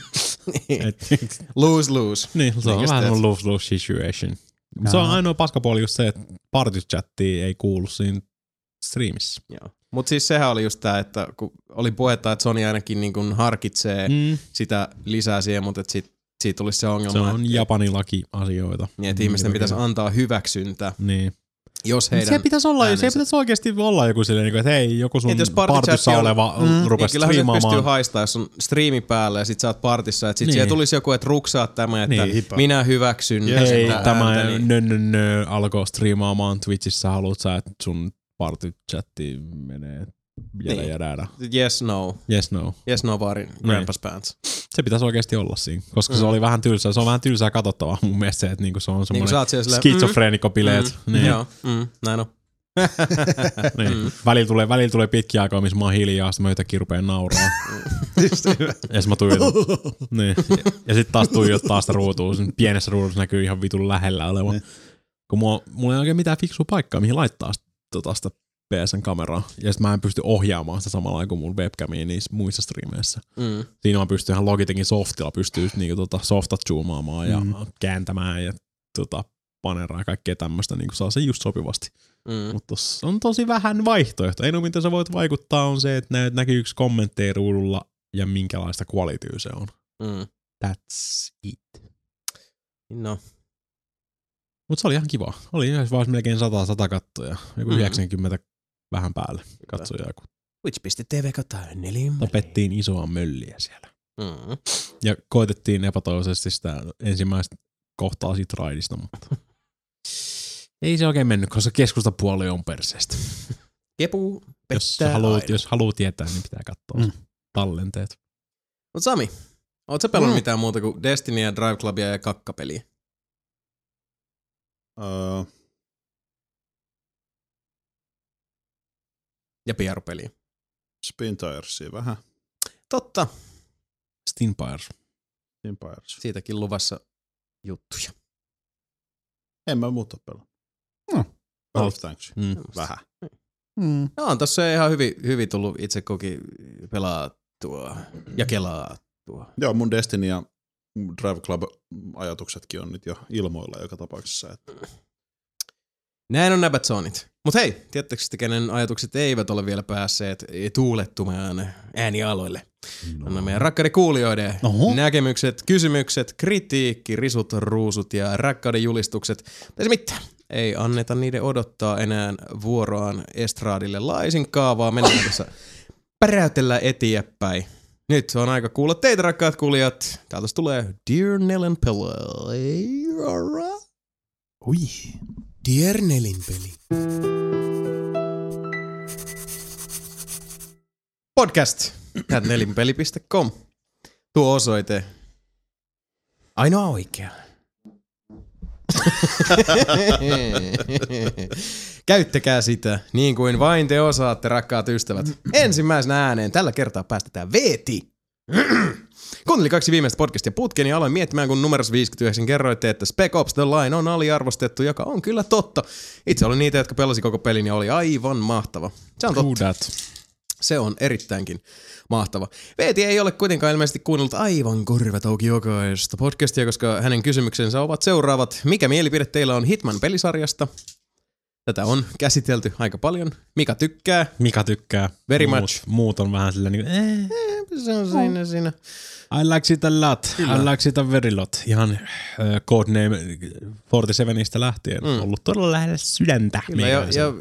[SPEAKER 1] lose, lose.
[SPEAKER 3] Niin, se on vähän on lose, lose situation. Se on ainoa paskapuoli just se, että party-chattia ei kuulu siinä striimissä.
[SPEAKER 1] Joo. Mutta siis sehän oli just tää, että kun oli puhetta, että Sony ainakin niin kun harkitsee mm. sitä lisää siihen, mutta sit, siitä tulisi se ongelma.
[SPEAKER 3] Se on
[SPEAKER 1] että,
[SPEAKER 3] Japanin laki-asioita.
[SPEAKER 1] Niin, että ihmisten pitäisi antaa hyväksyntä.
[SPEAKER 3] Niin.
[SPEAKER 1] Jos heidän
[SPEAKER 3] se pitäisi olla, se pitäisi oikeasti olla joku silleen, että hei, joku sun partissa oleva mm, rupesi
[SPEAKER 1] niin, striimaamaan. Kyllähän se pystyy haistaa, jos on striimi päällä ja sit sä oot partissa, että sit niin. siellä tulisi joku, että ruksaa tämä, että niin, minä hyväksyn.
[SPEAKER 3] Hei, sitä tämä ääntä, niin. nö, nö, nö, alkoi striimaamaan Twitchissä, haluat sä, että sun party-chatti menee vielä niin. jäädä.
[SPEAKER 1] Yes, no.
[SPEAKER 3] Yes, no.
[SPEAKER 1] Yes, no, varin. Grandpa's pants.
[SPEAKER 3] Se pitäisi oikeasti olla siinä, koska mm. se oli vähän tylsää. Se on vähän tylsää katsottavaa mun mielestä se, että niinku se on semmoinen
[SPEAKER 1] niin
[SPEAKER 3] skitsofreenikko-bileet.
[SPEAKER 1] Mm. Mm. Joo, mm. näin on.
[SPEAKER 3] niin. mm. Välillä tulee, välillä tulee pitkiä aikaa, missä mä oon hiljaa, sitten mä yhtäkkiä rupeen nauraa. ja sitten mä tuijotan. niin. Ja, ja sitten taas tuijottaa sitä ruutua. Pienessä ruudussa näkyy ihan vitun lähellä oleva. Niin. Kun mulla, mulla ei oikein mitään fiksua paikkaa, mihin laittaa sitä, tota, sitä P S:n-kameraa. Ja sitten mä en pysty ohjaamaan sitä samalla kuin mun webcamiin niissä muissa striimeissä. Mm. Siinä mä pystyn ihan Logitechin softilla, pystyy niinku tota softat zoomaamaan ja mm. kääntämään ja tota, paneraa ja kaikkea tämmöistä, niin saa se just sopivasti. Mm. Mutta tossa on tosi vähän vaihtoehto. Ainoa, mitä sä voit vaikuttaa, on se, että näet näkyy yksi kommentteja ruudulla ja minkälaista qualityä se on. Mm. That's it.
[SPEAKER 1] No.
[SPEAKER 3] Mutta se oli ihan kiva. Oli yhdessä vaiheessa melkein sata, sata kattoja. Joku mm. yhdeksänkymmentä vähän päälle katsojaa.
[SPEAKER 1] twitch piste t v kautta nelinpeli.
[SPEAKER 3] Tapettiin isoa mölliä siellä.
[SPEAKER 1] Mm.
[SPEAKER 3] Ja koitettiin epätoivoisesti sitä ensimmäistä kohtaa siitä raidista, mutta ei se oikein mennyt, koska keskustapuoli on perseestä.
[SPEAKER 1] Kepu
[SPEAKER 3] jos haluat, jos haluat tietää, niin pitää katsoa mm. tallenteet.
[SPEAKER 1] Mut Sami, oot sä pelannut mm. mitään muuta kuin Destinyä, Drive Clubia ja kakkapeliä?
[SPEAKER 2] Uh.
[SPEAKER 1] Ja P R-peliä.
[SPEAKER 2] Spin Tiresia vähän.
[SPEAKER 1] Totta.
[SPEAKER 3] Stinpires.
[SPEAKER 2] Stinpires.
[SPEAKER 1] Siitäkin luvassa juttuja.
[SPEAKER 2] En mä muuta pelaa.
[SPEAKER 4] No.
[SPEAKER 2] Half Tanks. Mm. Vähän.
[SPEAKER 1] Mm. No on tossa ihan hyvin, hyvin tullut itse koki pelaattua ja kelaattua.
[SPEAKER 2] Joo, mun Destiny ja Drive Club-ajatuksetkin on nyt jo ilmoilla joka tapauksessa. Että
[SPEAKER 1] näin on näbät sonit. Mut hei, tiedättekö sitten, kenen ajatukset eivät ole vielä päässeet tuulettumaan äänialoille? No. Anna meidän rakkaiden kuulijoiden Oho. näkemykset, kysymykset, kritiikki, risut, ruusut ja rakkauden julistukset. Tai se mitään. Ei anneta niiden odottaa enää vuoroaan estraadille laisinkaan, vaan mennään tässä päräytellään eteenpäin. Nyt on aika kuulla teitä, rakkaat kuulijat. Täältä tulee Dear Nelinpeli.
[SPEAKER 7] Oi. Dear Nelinpeli.
[SPEAKER 1] Podcast at nelinpeli piste com. Tuo osoite. Ainoa oikea. Käyttäkää sitä niin kuin vain te osaatte, rakkaat ystävät. Ensimmäisenä ääneen tällä kertaa päästetään Veeti. Kuuntelin kaksi viimeistä podcastia putkeen ja aloin miettimään, kun numerossa viisikymmentäyhdeksän kerroitte, että Spec Ops The Line on aliarvostettu, joka on kyllä totta. Itse olin niitä, jotka pelasi koko pelin ja oli aivan mahtava. Se on totta. Se on erittäinkin mahtava. Veeti ei ole kuitenkaan ilmeisesti kuunnellut aivan korvat auki jokaista podcastia, koska hänen kysymyksensä ovat seuraavat. Mikä mielipide teillä on Hitman-pelisarjasta? Tätä on käsitelty aika paljon. Mika tykkää.
[SPEAKER 3] Mika tykkää.
[SPEAKER 1] Very
[SPEAKER 3] muut,
[SPEAKER 1] much.
[SPEAKER 3] Muut on vähän sillä niin kuin, eh.
[SPEAKER 1] eh, se on siinä, siinä.
[SPEAKER 3] I like it a lot. Kyllä. I like it a very lot. Ihan uh, Codename neljäkymmentäseitsemästä lähtien mm. ollut todella lähellä sydäntä.
[SPEAKER 1] Kyllä, ja, ja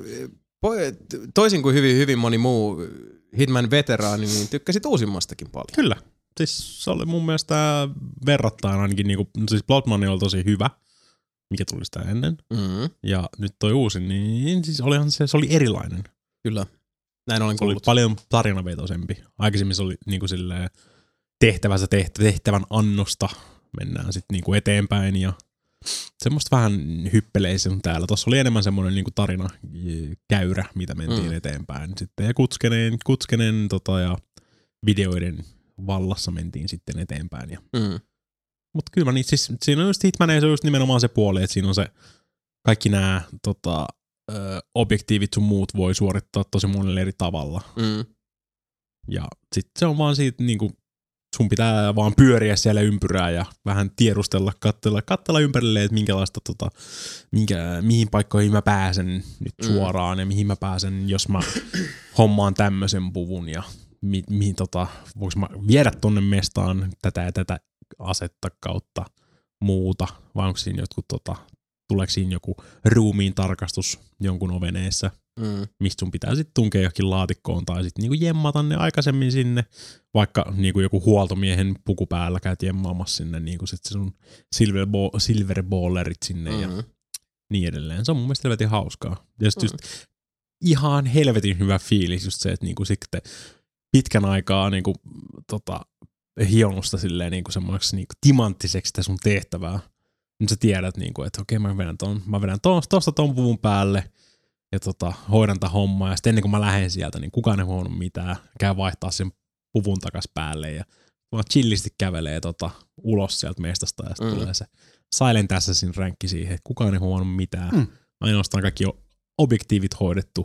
[SPEAKER 1] toisin kuin hyvin, hyvin moni muu Hitman-veteraani, niin tykkäsit uusimmastakin paljon.
[SPEAKER 3] Kyllä. siis se oli mun mielestä verrattain ainakin, niinku, siis Blood Money oli tosi hyvä, mikä tuli sitä ennen.
[SPEAKER 1] Mm.
[SPEAKER 3] Ja nyt toi uusi, niin siis olihan se, se oli erilainen.
[SPEAKER 1] Kyllä. Näin olen
[SPEAKER 3] Se oli
[SPEAKER 1] kuullut.
[SPEAKER 3] paljon tarinavetoisempi. Aikaisemmin se oli niinku silleen tehtävänsä tehtävän annosta mennään sitten niinku eteenpäin ja semmoista vähän hyppeleisen täällä. Tuossa oli enemmän semmoinen niinku tarina käyrä, mitä mentiin mm. eteenpäin. Sitten ja kutskeneen, kutskeneen tota, ja videoiden vallassa mentiin sitten eteenpäin. Ja.
[SPEAKER 1] Mm.
[SPEAKER 3] Mutta kyllä niin, siis, siinä on just Hitmaneissa just nimenomaan se puoli, että siinä on se kaikki nämä tota, objektiivit sun muut voi suorittaa tosi monella eri tavalla.
[SPEAKER 1] Mm.
[SPEAKER 3] Ja sitten se on vaan siitä niinku sun pitää vaan pyöriä siellä ympyrää ja vähän tiedustella, katsella, katsella ympärille, että minkälaista, tota, minkä, mihin paikkoihin mä pääsen nyt suoraan mm. ja mihin mä pääsen, jos mä hommaan tämmöisen puvun ja mi, mihin tota, voiko mä viedä tonne mestaan tätä ja tätä asetta kautta muuta, vai onko siinä jotkut, tota, tuleeko siinä joku ruumiin tarkastus jonkun oveneessa, mm. mistä sun pitää sitten tunkea johonkin laatikkoon tai sitten niinku jemmata ne aikaisemmin sinne, vaikka niinku joku huoltomiehen puku päällä käyt jemmaamassa sinne niinku sit sun silver, ball, silver ballerit sinne mm. ja niin edelleen. Se on mun mielestä helvetin hauskaa. Ja sit mm. just ihan helvetin hyvä fiilis just se, että niinku sitten pitkän aikaa niinku tota, hionusta silleen niinku semmoiseksi niinku timanttiseksi sitä sun tehtävää. Nyt sä tiedät, niinku, että okei, mä vedän, ton, mä vedän ton, tosta ton puvun päälle ja tota, hoidan tämän hommaa. Ja sitten ennen kuin mä lähden sieltä, niin kukaan ei huomannut mitään. Käy vaihtaa sen puvun takas päälle ja vaan chillisti kävelee tota, ulos sieltä mestasta. Ja sitten mm. tulee se Silent Assassin ränkki siihen, että kukaan ei huomannut mitään. Mm. Ainoastaan kaikki on objektiivit hoidettu.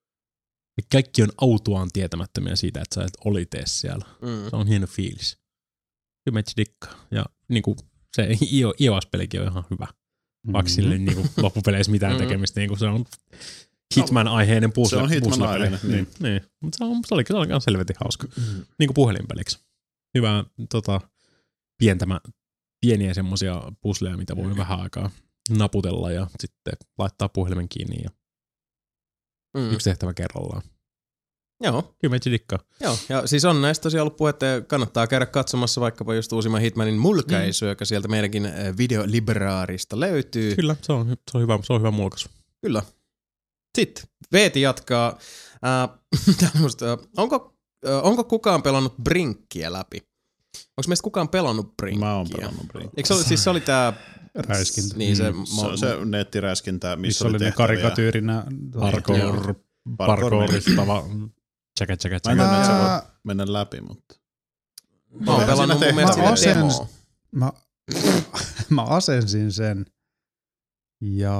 [SPEAKER 3] Ja kaikki on autuaan tietämättömiä siitä, että sä et oli tee siellä. Mm. Se on hieno fiilis. Kyllä metsi dikkaa. Ja niinku se I O S-pelikin on ihan hyvä. Vaikka mm-hmm. sille niin loppupeleissä mitään tekemistä. Niin se on Hitman-aiheinen puzzle.
[SPEAKER 2] Se on Hitman-aiheinen.
[SPEAKER 3] Niin. Niin. niin. Mutta se, se oli, se oli myös selvetin hauska. Mm-hmm. Niin kuin puhelinpeliksi. Hyvää tota, pientämä, pieniä semmoisia puzzleja, mitä voi mm-hmm. vähän aikaa naputella ja sitten laittaa puhelimen kiinni ja mm. yksi tehtävä kerrallaan.
[SPEAKER 1] Joo.
[SPEAKER 3] Kyllä meitsi dikkaa.
[SPEAKER 1] Joo, ja siis on näistä tosiaan ollut puhetta ja kannattaa käydä katsomassa vaikkapa just uusimman Hitmanin mulkaisu, mm. joka sieltä meidänkin videolibraarista löytyy.
[SPEAKER 3] Kyllä, se on, se on hyvä, se on hyvä mulkaisu.
[SPEAKER 1] Kyllä. Sitten Veeti jatkaa. Äh, musta, onko, äh, onko kukaan pelannut Brinkkiä läpi? Onko meistä kukaan pelannut Brinkkiä?
[SPEAKER 2] Mä oon pelannut Brinkkiä.
[SPEAKER 1] Eikö se ole, siis se oli tää
[SPEAKER 4] räiskintä.
[SPEAKER 1] Niin se,
[SPEAKER 2] mm. se, se nettiräiskintä, missä
[SPEAKER 4] oli, oli ne karikatyyrinä
[SPEAKER 3] parkour, parkouristava. Tsäkä, tsäkä, tsäkä.
[SPEAKER 2] Mä en tiedä, että sä voit mennä läpi, mutta
[SPEAKER 1] mä oon pelannut mun mielestä sitä demoa.
[SPEAKER 4] Mä, mä asensin sen ja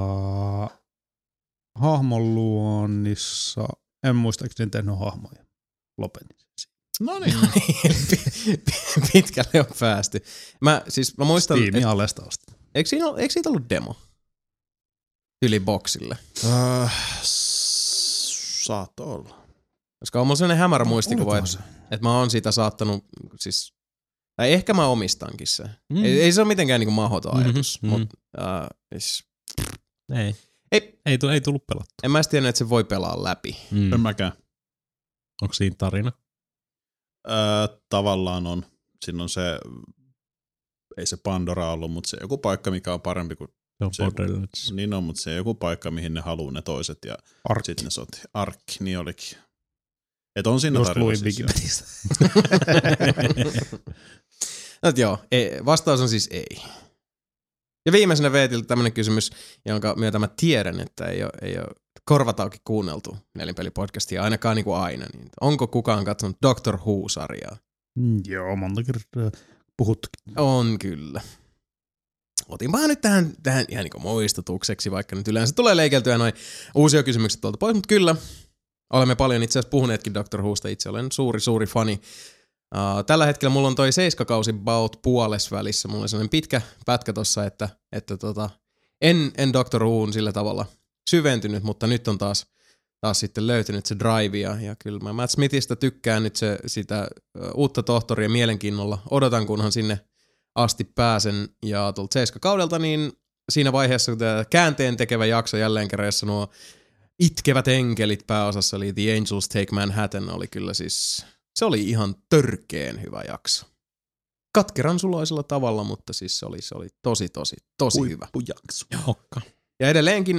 [SPEAKER 4] hahmon luonnissa, en muistaakseni tehnyt hahmoja. Lopetin sen.
[SPEAKER 2] No niin.
[SPEAKER 1] Pitkälle on päästy. Mä, siis, mä muistan,
[SPEAKER 4] Steamin alesta asti.
[SPEAKER 1] Eikö, siinä, eikö siitä ollut demo? Yli boksille.
[SPEAKER 2] Uh, saattoi olla.
[SPEAKER 1] Koska on mulla sellainen hämärä muistikuva, että, että mä oon siitä saattanut, siis, tai ehkä mä omistankin se. Mm. Ei, ei se ole mitenkään niin kuin mahdoton ajatus, mm-hmm, mutta uh, siis,
[SPEAKER 3] ei.
[SPEAKER 1] Ei,
[SPEAKER 3] ei, ei tullut pelattua.
[SPEAKER 1] En mä edes tiennyt, että se voi pelaa läpi.
[SPEAKER 3] Mm.
[SPEAKER 2] En mäkään.
[SPEAKER 3] Onko siinä tarina?
[SPEAKER 2] Öö, tavallaan on. Siinä on se, ei se Pandora ollut, mutta se joku paikka, mikä on parempi kuin
[SPEAKER 3] se on
[SPEAKER 2] se joku, niin on, mutta se joku paikka, mihin ne haluaa ne toiset ja sitten ne soti. Arkki, niin olikin. Et on siinä tarina siis.
[SPEAKER 1] No joo, ei, vastaus on siis ei. Ja viimeisenä Veetiltä tämmönen kysymys, jonka myötä mä tiedän, että ei ole, ei ole korvatauki kuunneltu Nelinpeli-podcastia ainakaan niin kuin aina. Niin onko kukaan katsonut Doctor Who-sarjaa?
[SPEAKER 4] Mm, joo, monta kertaa puhuttukin.
[SPEAKER 1] On kyllä. Otinpahan nyt tähän, tähän ihan niin kuin muistutukseksi, vaikka nyt yleensä tulee leikeltyä noin uusia kysymyksiä tuolta pois, mutta kyllä. Olemme paljon itse asiassa puhuneetkin Doctor Whosta. Itse olen suuri, suuri fani. Uh, tällä hetkellä mulla on toi seiskakausi about puolesvälissä. Mulla on sellainen pitkä pätkä tossa, että, että tota, en, en Doctor Whoon sillä tavalla syventynyt, mutta nyt on taas, taas sitten löytynyt se drive. Ja, ja kyllä mä Matt Smithistä tykkään nyt se, sitä uh, uutta tohtoria mielenkiinnolla. Odotan, kunhan sinne asti pääsen. Ja tuolta seiskakaudelta, niin siinä vaiheessa, kun tämä käänteen tekevä jakso jälleen kerran, jossa nuo itkevät enkelit pääosassa, eli The Angels Take Manhattan, oli kyllä siis, se oli ihan törkeen hyvä jakso. katkeran suloisella tavalla, mutta siis se oli, se oli tosi, tosi, tosi hyvä.
[SPEAKER 2] Huippujakso.
[SPEAKER 3] Hokka.
[SPEAKER 1] Ja edelleenkin,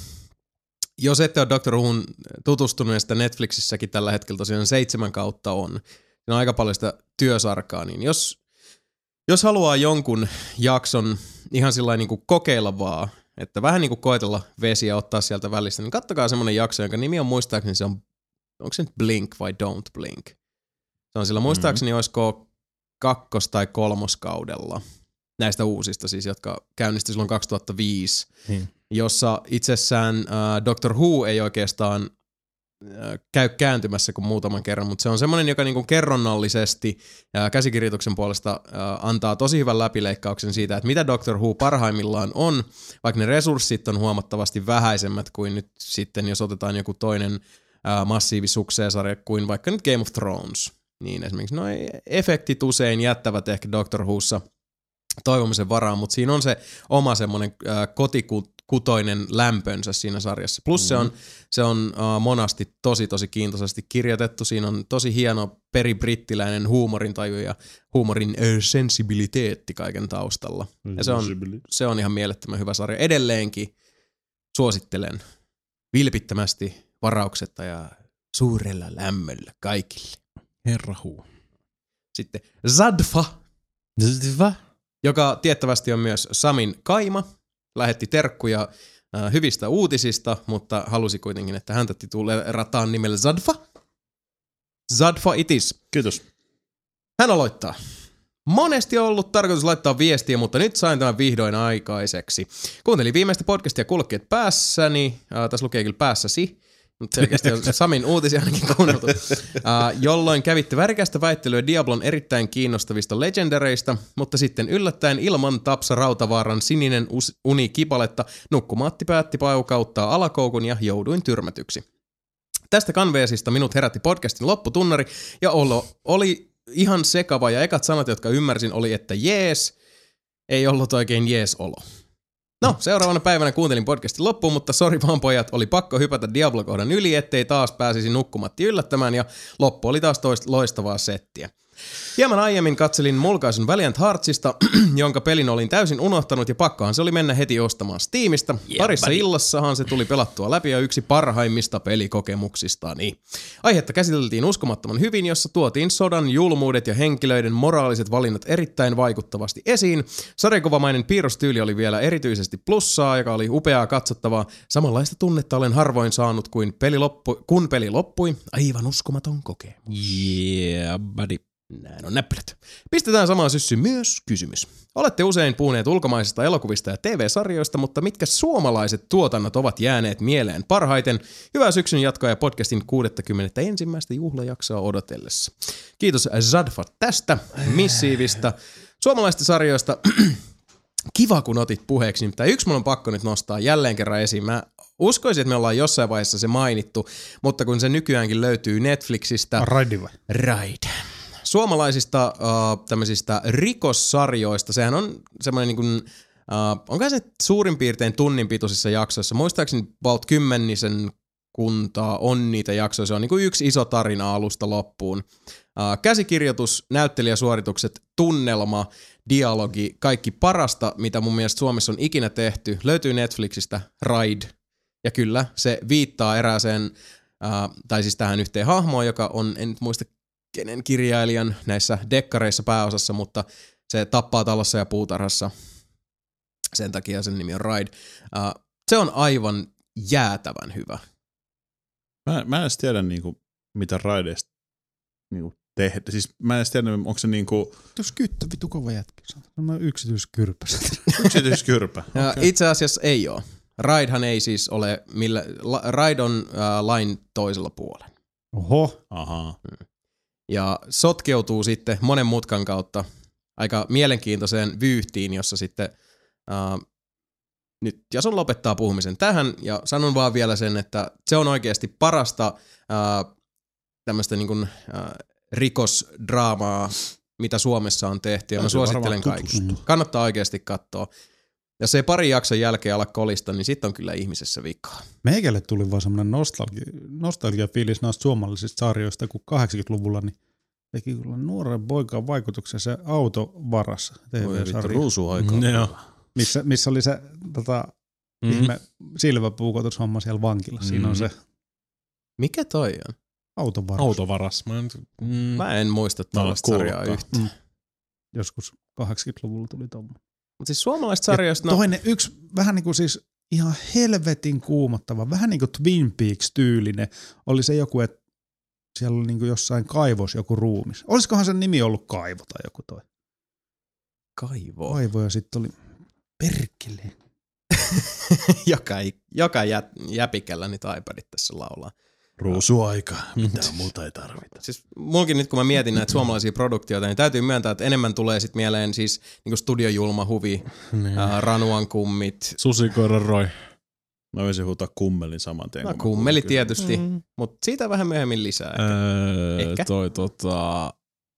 [SPEAKER 1] jos ette ole Doctor Whoon tutustunut, ja sitä Netflixissäkin tällä hetkellä tosiaan seitsemän kautta on, siinä on aika paljon sitä työsarkaa, niin jos, jos haluaa jonkun jakson ihan sillä niin kuin kokeilla vaan, että vähän niin kuin koetella vesiä ottaa sieltä välistä, niin kattokaa semmoinen jakso, jonka nimi on muistaakseni, se on, onko se nyt Blink vai Don't Blink? Se on sillä muistaakseni, mm-hmm. olisiko kakkos- tai kolmoskaudella näistä uusista siis, jotka käynnistyi silloin kaksituhattaviisi, hmm. jossa itsessään äh, Doctor Who ei oikeastaan äh, käy kääntymässä kuin muutaman kerran, mutta se on semmoinen, joka niinku kerronnallisesti äh, käsikirjoituksen puolesta äh, antaa tosi hyvän läpileikkauksen siitä, että mitä Doctor Who parhaimmillaan on, vaikka ne resurssit on huomattavasti vähäisemmät kuin nyt sitten, jos otetaan joku toinen äh, massiivisukseesarja kuin vaikka nyt Game of Thrones. Niin esimerkiksi nuo efektit usein jättävät ehkä Doctor Whossa toivomisen varaan, mutta siinä on se oma semmoinen äh, kotikutoinen lämpönsä siinä sarjassa. Plus mm-hmm. se on, se on äh, monasti tosi tosi kiintoisesti kirjoitettu. Siinä on tosi hieno peribrittiläinen huumorintaju ja huumorin äh, sensibiliteetti kaiken taustalla. Ja se on, se on ihan mielettömän hyvä sarja. Edelleenkin suosittelen vilpittömästi, varauksetta ja suurella lämmöllä kaikille.
[SPEAKER 3] Herra Who.
[SPEAKER 1] Sitten Zadfa,
[SPEAKER 3] Zadfa,
[SPEAKER 1] joka tiettävästi on myös Samin kaima, lähetti terkkuja äh, hyvistä uutisista, mutta halusi kuitenkin, että häntä tituleerataan nimellä Zadfa. Zadfa it is.
[SPEAKER 2] Kiitos.
[SPEAKER 1] Hän aloittaa. Monesti on ollut tarkoitus laittaa viestiä, mutta nyt sain tämän vihdoin aikaiseksi. Kuuntelin viimeistä podcastia kulkeet päässäni, äh, tässä lukee kyllä päässäsi, mutta selkeästi on Samin uutisia ainakin kuunneltu, uh, jolloin kävitte värikästä väittelyä Diablon erittäin kiinnostavista legendareista, mutta sitten yllättäen ilman Tapsa Rautavaaran sininen uni kipaletta nukkumaatti päätti paukauttaa alakoukun ja jouduin tyrmätyksi. Tästä kanveesista minut herätti podcastin lopputunnari ja olo oli ihan sekava ja ekat sanat, jotka ymmärsin, oli, että jees, ei ollut oikein jees olo. No, seuraavana päivänä kuuntelin podcastin loppuun, mutta sori vaan pojat, oli pakko hypätä Diablo-kohdan yli, ettei taas pääsisi nukkumatti yllättämään, ja loppu oli taas toista loistavaa settiä. Hieman aiemmin katselin mulkaisun Valiant Heartsista, jonka pelin olin täysin unohtanut, ja pakkohan se oli mennä heti ostamaan Steamista. Yeah, Parissa buddy. Illassahan se tuli pelattua läpi, ja yksi parhaimmista pelikokemuksistani. Aihetta käsiteltiin uskomattoman hyvin, jossa tuotiin sodan julmuudet ja henkilöiden moraaliset valinnat erittäin vaikuttavasti esiin. Sarjakuvamainen piirrostyyli oli vielä erityisesti plussaa, joka oli upeaa katsottavaa. Samanlaista tunnetta olen harvoin saanut kuin peli loppu, kun peli loppui. Aivan uskomaton kokemus.
[SPEAKER 3] Yeah, buddy.
[SPEAKER 1] Näin on näppylät. Pistetään samaan syssyyn myös kysymys. Olette usein puhuneet ulkomaisista elokuvista ja T V-sarjoista, mutta mitkä suomalaiset tuotannot ovat jääneet mieleen parhaiten? Hyvää syksyn jatkoa ja podcastin kuudeskymmenesensimmäinen juhlajaksoa odotellessa. Kiitos Zadfa tästä missiivistä. Suomalaisista sarjoista kiva kun otit puheeksi, mutta yksi mun on pakko nyt nostaa jälleen kerran esiin. Mä uskoisin, että me ollaan jossain vaiheessa se mainittu, mutta kun se nykyäänkin löytyy Netflixistä.
[SPEAKER 4] Raid vai?
[SPEAKER 1] Raid. Suomalaisista uh, tämmöisistä rikossarjoista, sehän on semmoinen niin kuin, uh, onko se suurin piirtein tunnin pituisissa jaksoissa, muistaakseni about kymmenisen kuntaa on niitä jaksoja, se on niin kuin yksi iso tarina alusta loppuun. Uh, käsikirjoitus, näyttelijäsuoritukset, tunnelma, dialogi, kaikki parasta, mitä mun mielestä Suomessa on ikinä tehty, löytyy Netflixistä, Raid, ja kyllä se viittaa erääseen, uh, tai siis tähän yhteen hahmoon, joka on, en nyt muista kenen kirjailijan näissä dekkareissa pääosassa, mutta se tappaa talossa ja puutarhassa. Sen takia sen nimi on Raid. Uh, se on aivan jäätävän hyvä.
[SPEAKER 2] Mä, mä en edes tiedä, niinku, mitä Raideista niinku, tehdään. Siis mä en edes tiedä, onko se niinku...
[SPEAKER 4] Tuossa kyttä vitu kova jätkä. Tämä on yksityiskyrpä.
[SPEAKER 2] Yksityiskyrpä.
[SPEAKER 1] Okay. Itse asiassa ei ole. Raidhan ei siis ole, millä, la, Raid on uh, lain toisella puolella.
[SPEAKER 4] Oho.
[SPEAKER 2] Ahaa.
[SPEAKER 1] Hmm. Ja sotkeutuu sitten monen mutkan kautta aika mielenkiintoiseen vyyhtiin, jossa sitten uh, nyt Jason lopettaa puhumisen tähän ja sanon vaan vielä sen, että se on oikeasti parasta uh, tämmöistä niin kuin, uh, rikosdraamaa, mitä Suomessa on tehty ja mä suosittelen kaikille. Kannattaa oikeasti katsoa. Ja se pari jakson jälkeen ala kolista, niin sitten on kyllä ihmisessä vikaa.
[SPEAKER 4] Meikälle tuli vaan semmoinen nostalgia, nostalgia fiilis noista suomalaisista sarjoista, kun kahdeksankymmentäluvulla niin teki kyllä nuoren poikaan vaikutuksen se Autovaras T
[SPEAKER 2] Voi vittu,
[SPEAKER 4] V-sarja,
[SPEAKER 2] ruusuaikaa.
[SPEAKER 3] Mm, joo.
[SPEAKER 4] missä, missä oli se tota,
[SPEAKER 3] Mm.
[SPEAKER 4] ihme silmäpuukotushomma siellä vankilassa. Siinä on
[SPEAKER 3] Mm.
[SPEAKER 4] se
[SPEAKER 1] Mikä toi on?
[SPEAKER 4] Autovaras.
[SPEAKER 3] Autovaras. Mä, en, mm,
[SPEAKER 1] Mä en muista tällaista sarjaa
[SPEAKER 2] kuulostaa.
[SPEAKER 1] yhtään.
[SPEAKER 4] Mm. Joskus kahdeksankymmentäluvulla tuli tommoinen.
[SPEAKER 1] Mutta siis suomalaisista sarjoista, no
[SPEAKER 4] Toinen yksi vähän niin kuin siis ihan helvetin kuumottava, vähän niin kuin Twin Peaks tyylinen, oli se joku, että siellä oli niin kuin jossain kaivos joku ruumis. Olisikohan sen nimi ollut Kaivo tai joku toi?
[SPEAKER 1] kaivo.
[SPEAKER 4] Kaivo ja sitten oli perkele.
[SPEAKER 1] joka, joka jä, jäpikällä niitä iPadit tässä laulaa.
[SPEAKER 2] Ruusuaika, mitään muuta ei tarvita.
[SPEAKER 1] Siis mulkin nyt kun mä mietin näitä suomalaisia produktioita, niin täytyy myöntää, että enemmän tulee sit mieleen siis niin Studio Julma Huvi,
[SPEAKER 3] niin.
[SPEAKER 1] ää, Ranuan kummit,
[SPEAKER 3] Susikoira Roy.
[SPEAKER 2] Mä voisin huutaa kummelin saman tien.
[SPEAKER 1] no,
[SPEAKER 2] kun mä
[SPEAKER 1] kummeli
[SPEAKER 2] kuulin.
[SPEAKER 1] tietysti, mm. mutta siitä vähän myöhemmin lisää. Ehkä.
[SPEAKER 3] Öö,
[SPEAKER 1] Ehkä.
[SPEAKER 3] toi tota...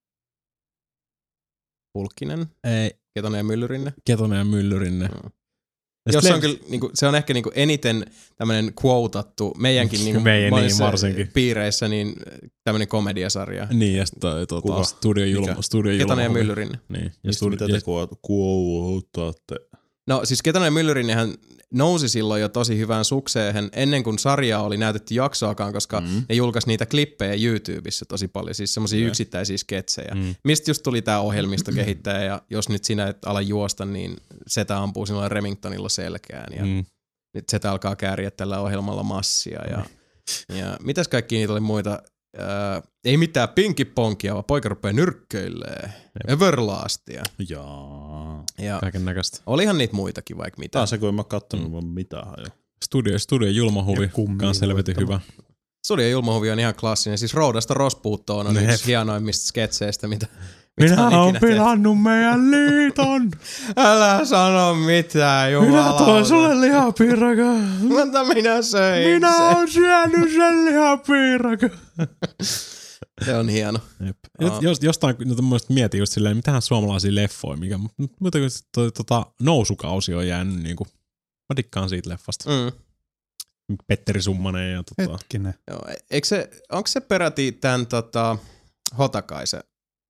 [SPEAKER 1] Pulkkinen,
[SPEAKER 3] Ei,
[SPEAKER 1] Ketonen ja Myllyrinne.
[SPEAKER 3] Ketonen ja Myllyrinne.
[SPEAKER 1] Mm.
[SPEAKER 3] Ja
[SPEAKER 1] Jos
[SPEAKER 3] sit
[SPEAKER 1] se on,
[SPEAKER 3] Len-
[SPEAKER 1] kyllä, niinku, se on ehkä niinku eniten tämmönen quotattu meidänkin niinku,
[SPEAKER 3] Meidän niin,
[SPEAKER 1] monissa
[SPEAKER 3] varsinkin.
[SPEAKER 1] piireissä niin tämmönen komediasarja.
[SPEAKER 3] Niin, ja sitten toi tota,
[SPEAKER 2] Kuka?
[SPEAKER 3] Studio Julma.
[SPEAKER 2] Mikä?
[SPEAKER 3] Studio Julma.
[SPEAKER 1] Ketonen ja
[SPEAKER 3] Huvi.
[SPEAKER 1] Myllyrinne.
[SPEAKER 3] Niin. Ja
[SPEAKER 2] Mistä,
[SPEAKER 3] studi-
[SPEAKER 2] mitä
[SPEAKER 3] ja-
[SPEAKER 2] te kuo- kuohutatte?
[SPEAKER 1] No siis Ketonen ja Myllyrinnehän nousi silloin jo tosi hyvään sukseen ennen kuin sarjaa oli näytetty jaksoakaan, koska
[SPEAKER 2] Mm.
[SPEAKER 1] ne julkaisi niitä klippejä YouTubessa tosi paljon, siis semmosia
[SPEAKER 2] Okei.
[SPEAKER 1] yksittäisiä sketsejä.
[SPEAKER 3] Mm.
[SPEAKER 1] Mistä just tuli tää ohjelmistokehittäjä ja jos nyt sinä et ala juosta, niin setä ampuu sinulla Remingtonilla selkään ja
[SPEAKER 3] Mm.
[SPEAKER 1] nyt setä alkaa kääriä tällä ohjelmalla massia ja, ja mitäs kaikki niitä oli muita. Ää, ei mitään pinkiponkia, vaan poika rupeaa nyrkköilleen. Everlastia.
[SPEAKER 2] Jaa.
[SPEAKER 1] Ja
[SPEAKER 3] Kaiken näköistä.
[SPEAKER 1] olihan niitä muitakin vaikka mitä.
[SPEAKER 2] Taas se, kun en mä kattonut mm. vaan mitään jo.
[SPEAKER 3] Studio, Studio Julma Huvi.
[SPEAKER 4] Ja kummi
[SPEAKER 3] Kans helvetin
[SPEAKER 4] luettava.
[SPEAKER 3] hyvä.
[SPEAKER 1] Studio Julmahuvi on ihan klassinen. Siis Roudasta Rospuuttoon on
[SPEAKER 3] Ne.
[SPEAKER 1] yksi hienoimmista sketseistä, mitä, mitä
[SPEAKER 3] Minä
[SPEAKER 1] on
[SPEAKER 3] oon
[SPEAKER 1] ikinä tehty.
[SPEAKER 3] pilannut meidän liiton.
[SPEAKER 1] Älä sano mitään,
[SPEAKER 3] Minä
[SPEAKER 1] jumalauta.
[SPEAKER 3] toin sulle lihapiirakaa.
[SPEAKER 1] Mutta minä söin
[SPEAKER 3] Minä
[SPEAKER 1] sen.
[SPEAKER 3] oon syönyt sen lihapiirakaa.
[SPEAKER 1] Se on hieno.
[SPEAKER 3] Jep.
[SPEAKER 1] Aa.
[SPEAKER 3] Jos, jostain no, tämmöistä mietin just silleen, mitähän suomalaisia leffoja, mikä muuta kuin toi, tota, nousukausi on jäänyt niinku, mä dikkaan siitä leffasta.
[SPEAKER 1] Mm.
[SPEAKER 3] Petteri Summanen ja tota,
[SPEAKER 4] Hetkinen.
[SPEAKER 1] Joo, eikö se, onko se peräti tämän tota, Hotakaisen?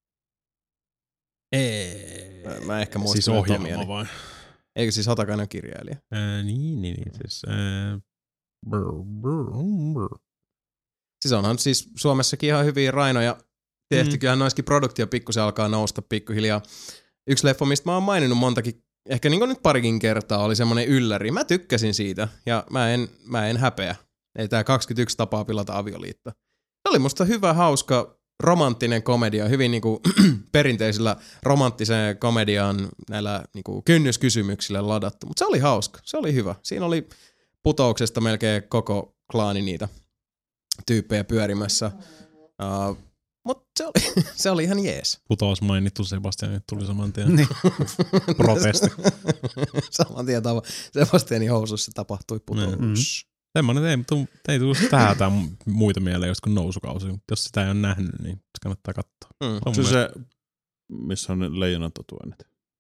[SPEAKER 3] Ei.
[SPEAKER 1] Mä, mä ehkä muistan
[SPEAKER 3] Siis
[SPEAKER 1] näitä
[SPEAKER 3] ohjelma
[SPEAKER 1] omiani.
[SPEAKER 3] vai?
[SPEAKER 1] Eikö siis Hotakainen on kirjailija?
[SPEAKER 3] Ää, niin, niin, niin. Siis, ää, brr, brr, brr.
[SPEAKER 1] Siis onhan siis Suomessakin ihan hyviä rainoja tehty. Mm. Kyllähän noissakin produktio pikkusen alkaa nousta pikkuhiljaa. Yksi leffa, mistä mä oon maininnut montakin, ehkä niin kuin nyt parikin kertaa, oli semmonen ylläri. Mä tykkäsin siitä ja mä en, mä en häpeä. Ei tää kaksikymmentäyksi tapaa pilata avioliitto. Se oli musta hyvä, hauska, romanttinen komedia, hyvin niinku perinteisillä romanttisen komedian näillä niinku kynnyskysymyksillä ladattu. Mutta se oli hauska, se oli hyvä. Siinä oli putouksesta melkein koko klaani niitä tyyppejä pyörimässä. Uh, mutta se oli, se oli ihan jees.
[SPEAKER 3] Putous mainittu Sebastian, nyt tuli saman tien
[SPEAKER 4] Niin.
[SPEAKER 3] protesti.
[SPEAKER 1] Saman tien tava, Sebastianin housussa tapahtui putous.
[SPEAKER 4] Mm.
[SPEAKER 3] Semmoinen ei, tu, ei tule tähän jotain muita mieleen, just kuin nousukausi. Jos sitä ei ole nähnyt, niin se kannattaa katsoa.
[SPEAKER 1] Mm.
[SPEAKER 3] On
[SPEAKER 2] Se
[SPEAKER 3] mun
[SPEAKER 2] se, missä on ne leijonan tatuoinnit.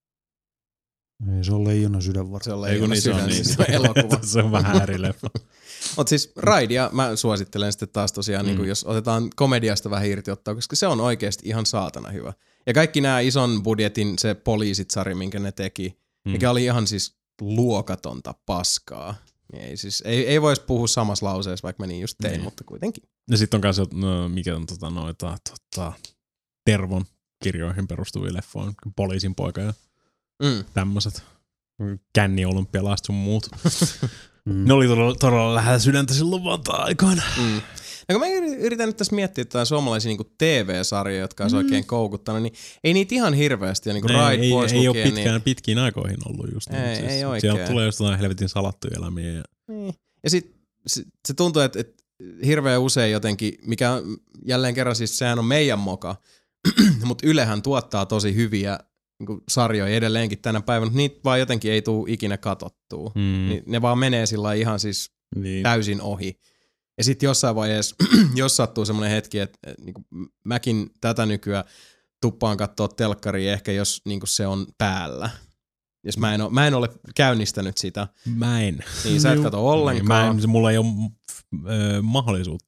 [SPEAKER 4] Ei se on leijona sydänvarma.
[SPEAKER 1] Se on
[SPEAKER 2] Ei kun
[SPEAKER 1] leijona
[SPEAKER 2] niin se on
[SPEAKER 1] sydän,
[SPEAKER 2] niin.
[SPEAKER 1] siis se on elokuva.
[SPEAKER 3] se on vähän eri leffa.
[SPEAKER 1] Mutta siis Raidia mä suosittelen sitten taas tosiaan, mm. niin jos otetaan komediasta vähän irti ottaa, koska se on oikeasti ihan saatana hyvä. Ja kaikki nämä ison budjetin se Poliisit-sarja, minkä ne teki, mm. mikä oli ihan siis luokatonta paskaa. Ei, siis, ei, ei voisi puhua samassa lauseessa, vaikka mä niin just tein,
[SPEAKER 3] Niin.
[SPEAKER 1] mutta kuitenkin.
[SPEAKER 3] Ja sitten on kanssa, no, mikä on tota, noita tota, Tervon kirjoihin perustuvia leffoja, Poliisin poika ja
[SPEAKER 1] Mm.
[SPEAKER 3] tämmöiset. Känni-olympialaiset sun muut.
[SPEAKER 4] Mm.
[SPEAKER 3] Ne oli todella, todella lähellä sydäntä silloin vanta-aikoina.
[SPEAKER 1] Mm. No kun mä yritän nyt tässä miettiä jotain suomalaisia niin T V-sarjoja, jotka olisi mm. oikein koukuttanut, niin ei niitä ihan hirveästi ole, niin kuin
[SPEAKER 3] ei,
[SPEAKER 1] Ride
[SPEAKER 3] ei,
[SPEAKER 1] pois
[SPEAKER 3] ei ole
[SPEAKER 1] lukien,
[SPEAKER 3] pitkään,
[SPEAKER 1] niin...
[SPEAKER 3] pitkiin aikoihin ollut just niin.
[SPEAKER 1] Ei, ei oikein.
[SPEAKER 3] Siellä tulee just jotain helvetin salattuja elämiä. Ja...
[SPEAKER 1] Niin. Ja sit se, se tuntuu, että, että hirveän usein jotenkin, mikä on, jälleen kerran siis sehän on meidän moka, mutta Ylehän tuottaa tosi hyviä niin kuin sarjoja edelleenkin tänä päivänä, mutta niitä vaan jotenkin ei tule ikinä katsottua.
[SPEAKER 3] Mm.
[SPEAKER 1] Niin ne vaan menee sillä lailla ihan siis
[SPEAKER 2] Niin.
[SPEAKER 1] täysin ohi. Ja sitten jossain vaiheessa, jos sattuu semmoinen hetki, että niin kuin mäkin tätä nykyään tuppaan katsoa telkkaria ehkä, jos niin kuin se on päällä. Jos mä en, ole, mä en ole käynnistänyt sitä,
[SPEAKER 3] Mä en.
[SPEAKER 1] niin sä et kato ollenkaan.
[SPEAKER 3] Mä en, mulla ei ole äh, mahdollisuutta.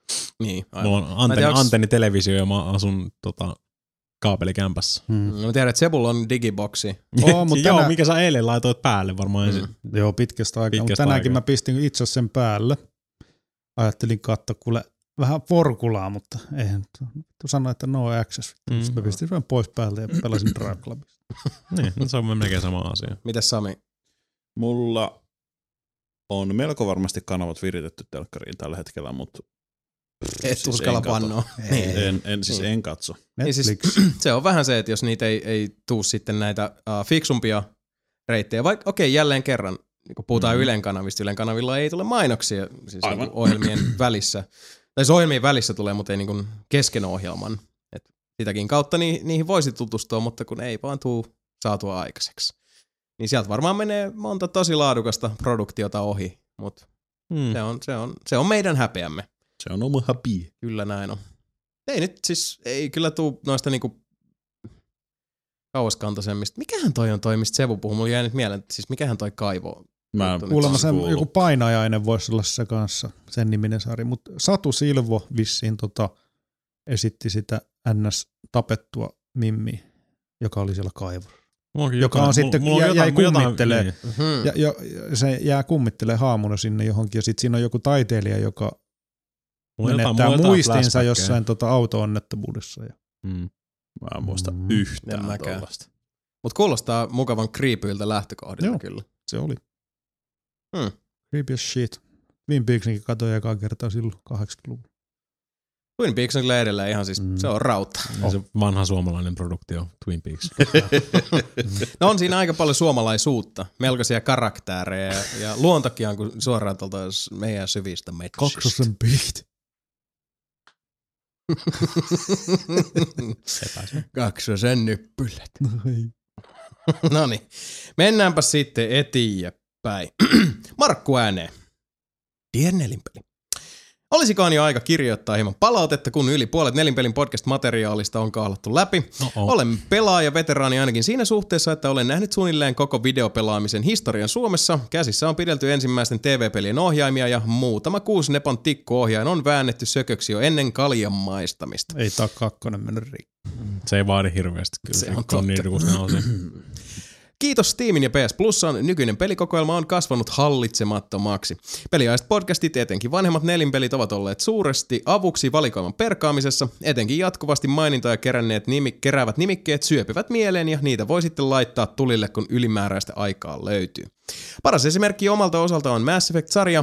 [SPEAKER 1] Niin, aivan.
[SPEAKER 3] Mulla on antenni,
[SPEAKER 1] onks...
[SPEAKER 3] antennitelevisio ja mä asun tota, kaapelikämpässä.
[SPEAKER 1] Hmm. Mä tiedän, että Sebulla on digiboksi.
[SPEAKER 4] Oo, mutta
[SPEAKER 3] Joo,
[SPEAKER 4] tänä...
[SPEAKER 3] mikä sä eilen laitoit päälle varmaan ensin.
[SPEAKER 1] Mm.
[SPEAKER 4] Joo, pitkästä aikaa. Mutta tänäänkin aikaa. Mä pistin itse sen päälle. Ajattelin katsoa kuule vähän forkulaa, mutta eihän sanoa, että no access. Mm. Sitten mä pistin sen pois päältä ja pelasin Drive Clubista.
[SPEAKER 3] Niin, no se on melkein sama asia.
[SPEAKER 1] Mitäs Sami?
[SPEAKER 2] Mulla on melko varmasti kanavat viritetty telkkariin tällä hetkellä, mutta
[SPEAKER 1] et siis uskalla pannoa.
[SPEAKER 2] Niin. En, en, siis en katso.
[SPEAKER 1] Siis, se on vähän se, että jos niitä ei, ei tuu sitten näitä uh, fiksumpia reittejä, vaikka okei okay, jälleen kerran, niin kun puhutaan mm-hmm. Ylen kanavista, Ylen kanavilla ei tule mainoksia siis niin ohjelmien välissä. Tai siis ohjelmien välissä tulee, mutta ei niin kuin kesken ohjelman. Et sitäkin kautta ni, niihin voisi tutustua, mutta kun ei vaan tuu saatua aikaiseksi. Niin sieltä varmaan menee monta tosi laadukasta produktiota ohi, mutta mm. se, on, se, on, se on meidän häpeämme.
[SPEAKER 2] Se on oma happy.
[SPEAKER 1] Kyllä näin on. Ei nyt siis, ei kyllä tuu noista niinku kauaskantoisemmista. Mikähän toi on toi, mistä Sevu puhuu? Mulla jäi nyt mieleen, että siis mikähän toi kaivo?
[SPEAKER 2] Mä
[SPEAKER 4] kuulemma sen joku painajainen voisi olla se kanssa, sen niminen sarja. Mutta Satu Silvo vissiin tota, esitti sitä ns. Tapettua Mimmi, joka oli siellä kaivossa. Joka jotain, on sitten, mulla, mulla jäi jotain, kummittelee, jotain, ja, ja, se jää kummittelee haamuna sinne johonkin, ja sitten siinä on joku taiteilija, joka mulla menettää jotain, muistinsa jossain tota auto-onnettomuudessa. Ja.
[SPEAKER 2] Mm. Mä en muista mm. yhtään tuollaista.
[SPEAKER 1] Mutta kuulostaa mukavan creepyiltä lähtökohdilta
[SPEAKER 4] Joo,
[SPEAKER 1] kyllä.
[SPEAKER 4] Se oli.
[SPEAKER 1] Hmm.
[SPEAKER 4] Creepy as shit. Twin Peaksinkin katsoin ekaa kertaa silloin kahdeksankymmentäluvulla.
[SPEAKER 1] Twin Peaks on kyllä edelleen ihan siis, mm. se on rautta.
[SPEAKER 3] Oh. Se vanha suomalainen produktio, Twin Peaks.
[SPEAKER 1] No on siinä aika paljon suomalaisuutta, melkoisia karaktäärejä ja, ja luontokin on kuin suoraan tuolta meidän syvistä metsistä.
[SPEAKER 4] Kaksosen piht.
[SPEAKER 1] Kaksosen nyppylät. No niin, mennäänpä sitten eteenpäin. Markku ääneen. Dear Nelinpeli. Olisikohan jo aika kirjoittaa hieman palautetta, kun yli puolet Nelinpelin podcast-materiaalista on kahlattu läpi. Uh-oh. Olen pelaaja veteraani ainakin siinä suhteessa, että olen nähnyt suunnilleen koko videopelaamisen historian Suomessa. Käsissä on pidelty ensimmäisten T V-pelien ohjaimia ja muutama kuusinepan tikkuohjain on väännetty sököksi jo ennen kaljan maistamista.
[SPEAKER 4] Ei tää kakkonen mennyt rikki.
[SPEAKER 3] Se ei vaadi hirveästi kyllä.
[SPEAKER 1] Se on totta.
[SPEAKER 3] Niin
[SPEAKER 1] Kiitos Steamin ja P S Plusan nykyinen pelikokoelma on kasvanut hallitsemattomaksi. Peliaiset podcastit, etenkin vanhemmat nelinpelit, ovat olleet suuresti avuksi valikoiman perkaamisessa. Etenkin jatkuvasti mainintoja keränneet nimi, keräävät nimikkeet syöpivät mieleen ja niitä voi sitten laittaa tulille, kun ylimääräistä aikaa löytyy. Paras esimerkki omalta osalta on Mass Effect-sarja.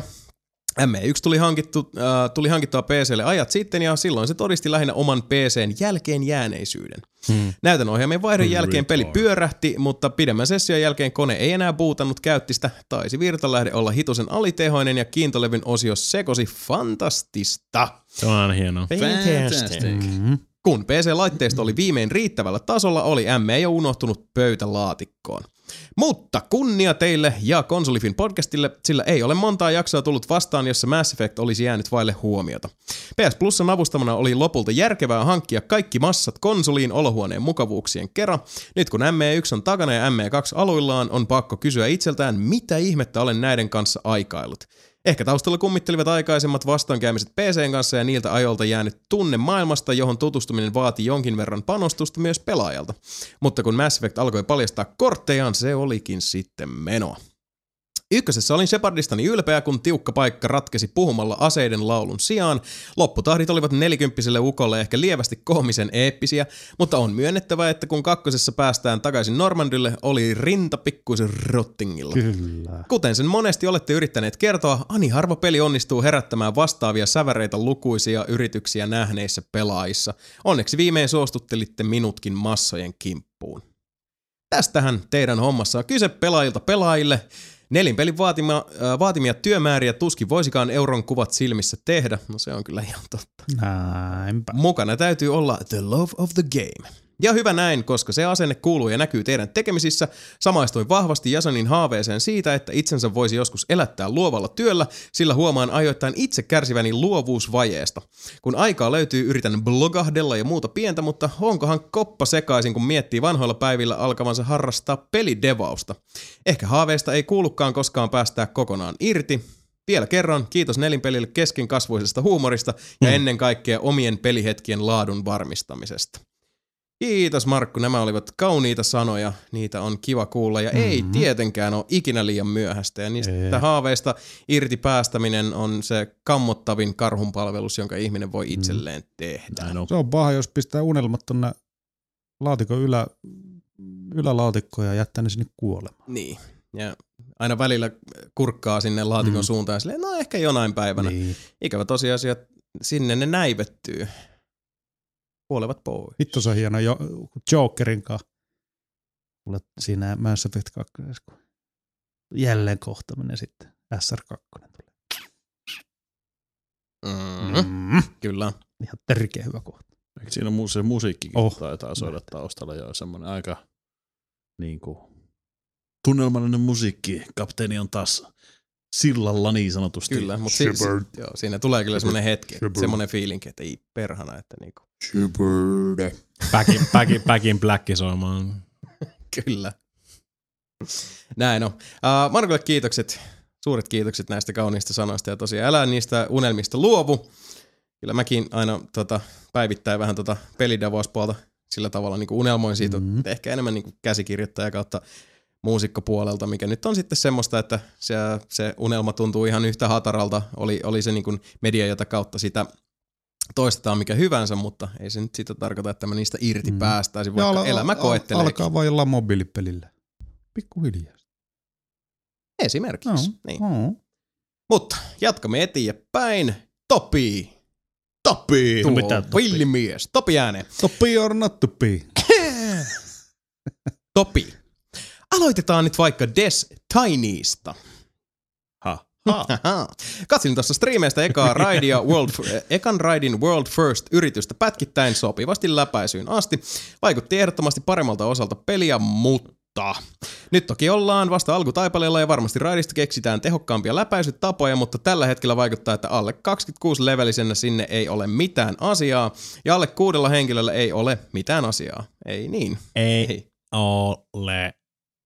[SPEAKER 1] M E yksi tuli, hankittu, äh, tuli hankittua P C:lle ajat sitten ja silloin se todisti lähinnä oman P C:n jälkeen jääneisyyden. Hmm. Näytön ohjaamien vaihdon jälkeen peli pyörähti, mutta pidemmän session jälkeen kone ei enää buutannut käyttistä. Taisi virtalähde olla hitusen alitehoinen ja kiintolevyn osio sekosi fantastista.
[SPEAKER 3] Se on aina hienoa.
[SPEAKER 1] Fantastic. Mm-hmm. Kun P C-laitteisto oli viimein riittävällä tasolla, oli M E jo unohtunut pöytälaatikkoon. Mutta kunnia teille ja Konsolifin podcastille, sillä ei ole montaa jaksoa tullut vastaan, jossa Mass Effect olisi jäänyt vaille huomiota. P S Plusan avustamana oli lopulta järkevää hankkia kaikki massat konsoliin olohuoneen mukavuuksien kera. Nyt kun M E yksi on takana ja M E kaksi aluillaan, on pakko kysyä itseltään, mitä ihmettä olen näiden kanssa aikailut. Ehkä taustalla kummittelivat aikaisemmat vastoinkäymiset P C:n kanssa ja niiltä ajolta jäänyt tunne maailmasta, johon tutustuminen vaati jonkin verran panostusta myös pelaajalta. Mutta kun Mass Effect alkoi paljastaa korttejaan, se olikin sitten menoa. Ykkösessä olin Shepardistani ylpeä, kun tiukka paikka ratkesi puhumalla aseiden laulun sijaan. Lopputahdit olivat nelikymppiselle ukolle ehkä lievästi koomisen eeppisiä, mutta on myönnettävä, että kun kakkosessa päästään takaisin Normandylle, oli rinta pikkuisen rottingilla.
[SPEAKER 4] Kyllä.
[SPEAKER 1] Kuten sen monesti olette yrittäneet kertoa, ani harva peli onnistuu herättämään vastaavia säväreitä lukuisia yrityksiä nähneissä pelaajissa. Onneksi viimein suostuttelitte minutkin massojen kimppuun. Tästähän teidän hommassa on kyse pelaajilta pelaajille. Nelinpelin vaatima, äh, vaatimia työmääriä tuskin voisikaan euron kuvat silmissä tehdä. No se on kyllä ihan totta.
[SPEAKER 4] Näinpä.
[SPEAKER 1] Mukana täytyy olla the love of the game. Ja hyvä näin, koska se asenne kuuluu ja näkyy teidän tekemisissä. Samaistuin vahvasti Jasonin haaveeseen siitä, että itsensä voisi joskus elättää luovalla työllä, sillä huomaan ajoittain itse kärsiväni luovuusvajeesta. Kun aikaa löytyy, yritän blogahdella ja muuta pientä, mutta onkohan koppa sekaisin, kun miettii vanhoilla päivillä alkavansa harrastaa pelidevausta. Ehkä haaveesta ei kuulukaan koskaan päästää kokonaan irti. Vielä kerran kiitos Nelinpelille keskenkasvuisesta huumorista ja mm. ennen kaikkea omien pelihetkien laadun varmistamisesta. Kiitos Markku, nämä olivat kauniita sanoja, niitä on kiva kuulla ja mm-hmm. ei tietenkään ole ikinä liian myöhäistä ja niistä ei. haaveista irti päästäminen on se kammottavin karhunpalvelus, jonka ihminen voi itselleen mm. tehdä.
[SPEAKER 4] Se on paha, jos pistää unelmat tonne laatikon ylä, ylälaatikkoon ja jättää ne sinne kuolemaan.
[SPEAKER 1] Niin, ja aina välillä kurkkaa sinne laatikon mm. suuntaan ja silleen, no ehkä jonain päivänä. Niin. Ikävä tosiasia, että sinne ne näivettyy. Kuolevat pois.
[SPEAKER 4] Vittu se on hieno jo, Jokerin kanssa. Mulle siinä Mass Effect kaksi, kun jälleen kohtaminen sitten S R kaksi tulee.
[SPEAKER 1] Mm-hmm. Mm. Kyllä.
[SPEAKER 4] Ihan tärkeä hyvä kohta.
[SPEAKER 2] Eikö siinä on se musiikkikin
[SPEAKER 4] oh.
[SPEAKER 2] taitaa soida taustalla jo semmoinen aika niin kuin tunnelmallinen musiikki. Kapteeni on taas sillalla niin sanotusti.
[SPEAKER 1] Kyllä, mutta si- si- joo, siinä tulee kyllä semmoinen hetki, semmoinen fiilinki, että ei perhana, että niinku.
[SPEAKER 3] Back in, back in, back in black soimaan.
[SPEAKER 1] Kyllä. Näin on. Uh, Markulle kiitokset, suuret kiitokset näistä kauniista sanoista ja tosiaan älä niistä unelmista luovu. Kyllä mäkin aina tota, päivittäin vähän tota pelidavauspuolta sillä tavalla niin kuin unelmoin siitä, mm-hmm. ehkä enemmän niin kuin käsikirjoittaja kautta muusikkopuolelta, mikä nyt on sitten semmoista, että se, se unelma tuntuu ihan yhtä hataralta, oli, oli se niin kuin media, jota kautta sitä toistetaan mikä hyvänsä, mutta ei se nyt sitä tarkoita, että mä niistä irti mm. päästäisin, vaikka al- elämä koetteleekin.
[SPEAKER 4] Alkaa vaan jollain mobiilipelillä. Pikkuhiljaa.
[SPEAKER 1] Esimerkiksi.
[SPEAKER 4] No,
[SPEAKER 1] niin.
[SPEAKER 4] no.
[SPEAKER 1] Mutta jatkamme eteenpäin. Topi!
[SPEAKER 2] Topi!
[SPEAKER 1] Tuo villimies. Topi ääneen.
[SPEAKER 4] Topi or not topi?
[SPEAKER 1] Topi. Aloitetaan nyt vaikka Destinysta.
[SPEAKER 2] Ha.
[SPEAKER 1] Ha. Katselin tuossa striimeistä ekaa raidia World, ekan raidin World First-yritystä pätkittäin sopivasti läpäisyyn asti. Vaikutti ehdottomasti paremmalta osalta peliä, mutta nyt toki ollaan vasta alkutaipaleella ja varmasti raidista keksitään tehokkaampia läpäisytapoja, mutta tällä hetkellä vaikuttaa, että alle kaksikymmentäkuusi levelisenä sinne ei ole mitään asiaa ja alle kuudella henkilöllä ei ole mitään asiaa. Ei niin.
[SPEAKER 3] Ei, ei. ole.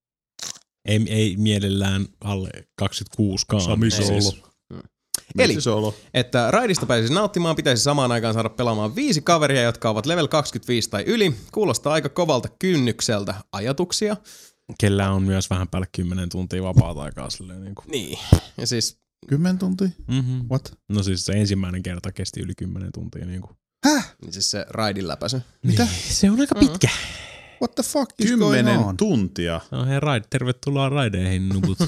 [SPEAKER 3] Ei, ei mielellään alle kaksikymmentäkuusikaan.
[SPEAKER 4] Sami Solo.
[SPEAKER 1] Eli, että raidista pääsisi nauttimaan, pitäisi samaan aikaan saada pelaamaan viisi kaveria, jotka ovat level kaksikymmentäviisi tai yli. Kuulostaa aika kovalta kynnykseltä. Ajatuksia?
[SPEAKER 3] Kellä on myös vähän päälle kymmenen tuntia vapaata aikaa silleen niin kuin.
[SPEAKER 1] Niin. Ja siis...
[SPEAKER 4] Kymmenen tuntia?
[SPEAKER 3] Mm-hmm.
[SPEAKER 4] What?
[SPEAKER 3] No siis se ensimmäinen kerta kesti yli kymmenen tuntia niin kuin.
[SPEAKER 4] Häh?
[SPEAKER 1] Niin siis se raidin läpäisy.
[SPEAKER 4] Mitä?
[SPEAKER 3] Niin, se on aika pitkä. Mm-hmm.
[SPEAKER 4] What the fuck is
[SPEAKER 2] Kymmenen
[SPEAKER 4] going on?
[SPEAKER 2] tuntia.
[SPEAKER 3] No hei raid, tervetuloa raideihin nuput.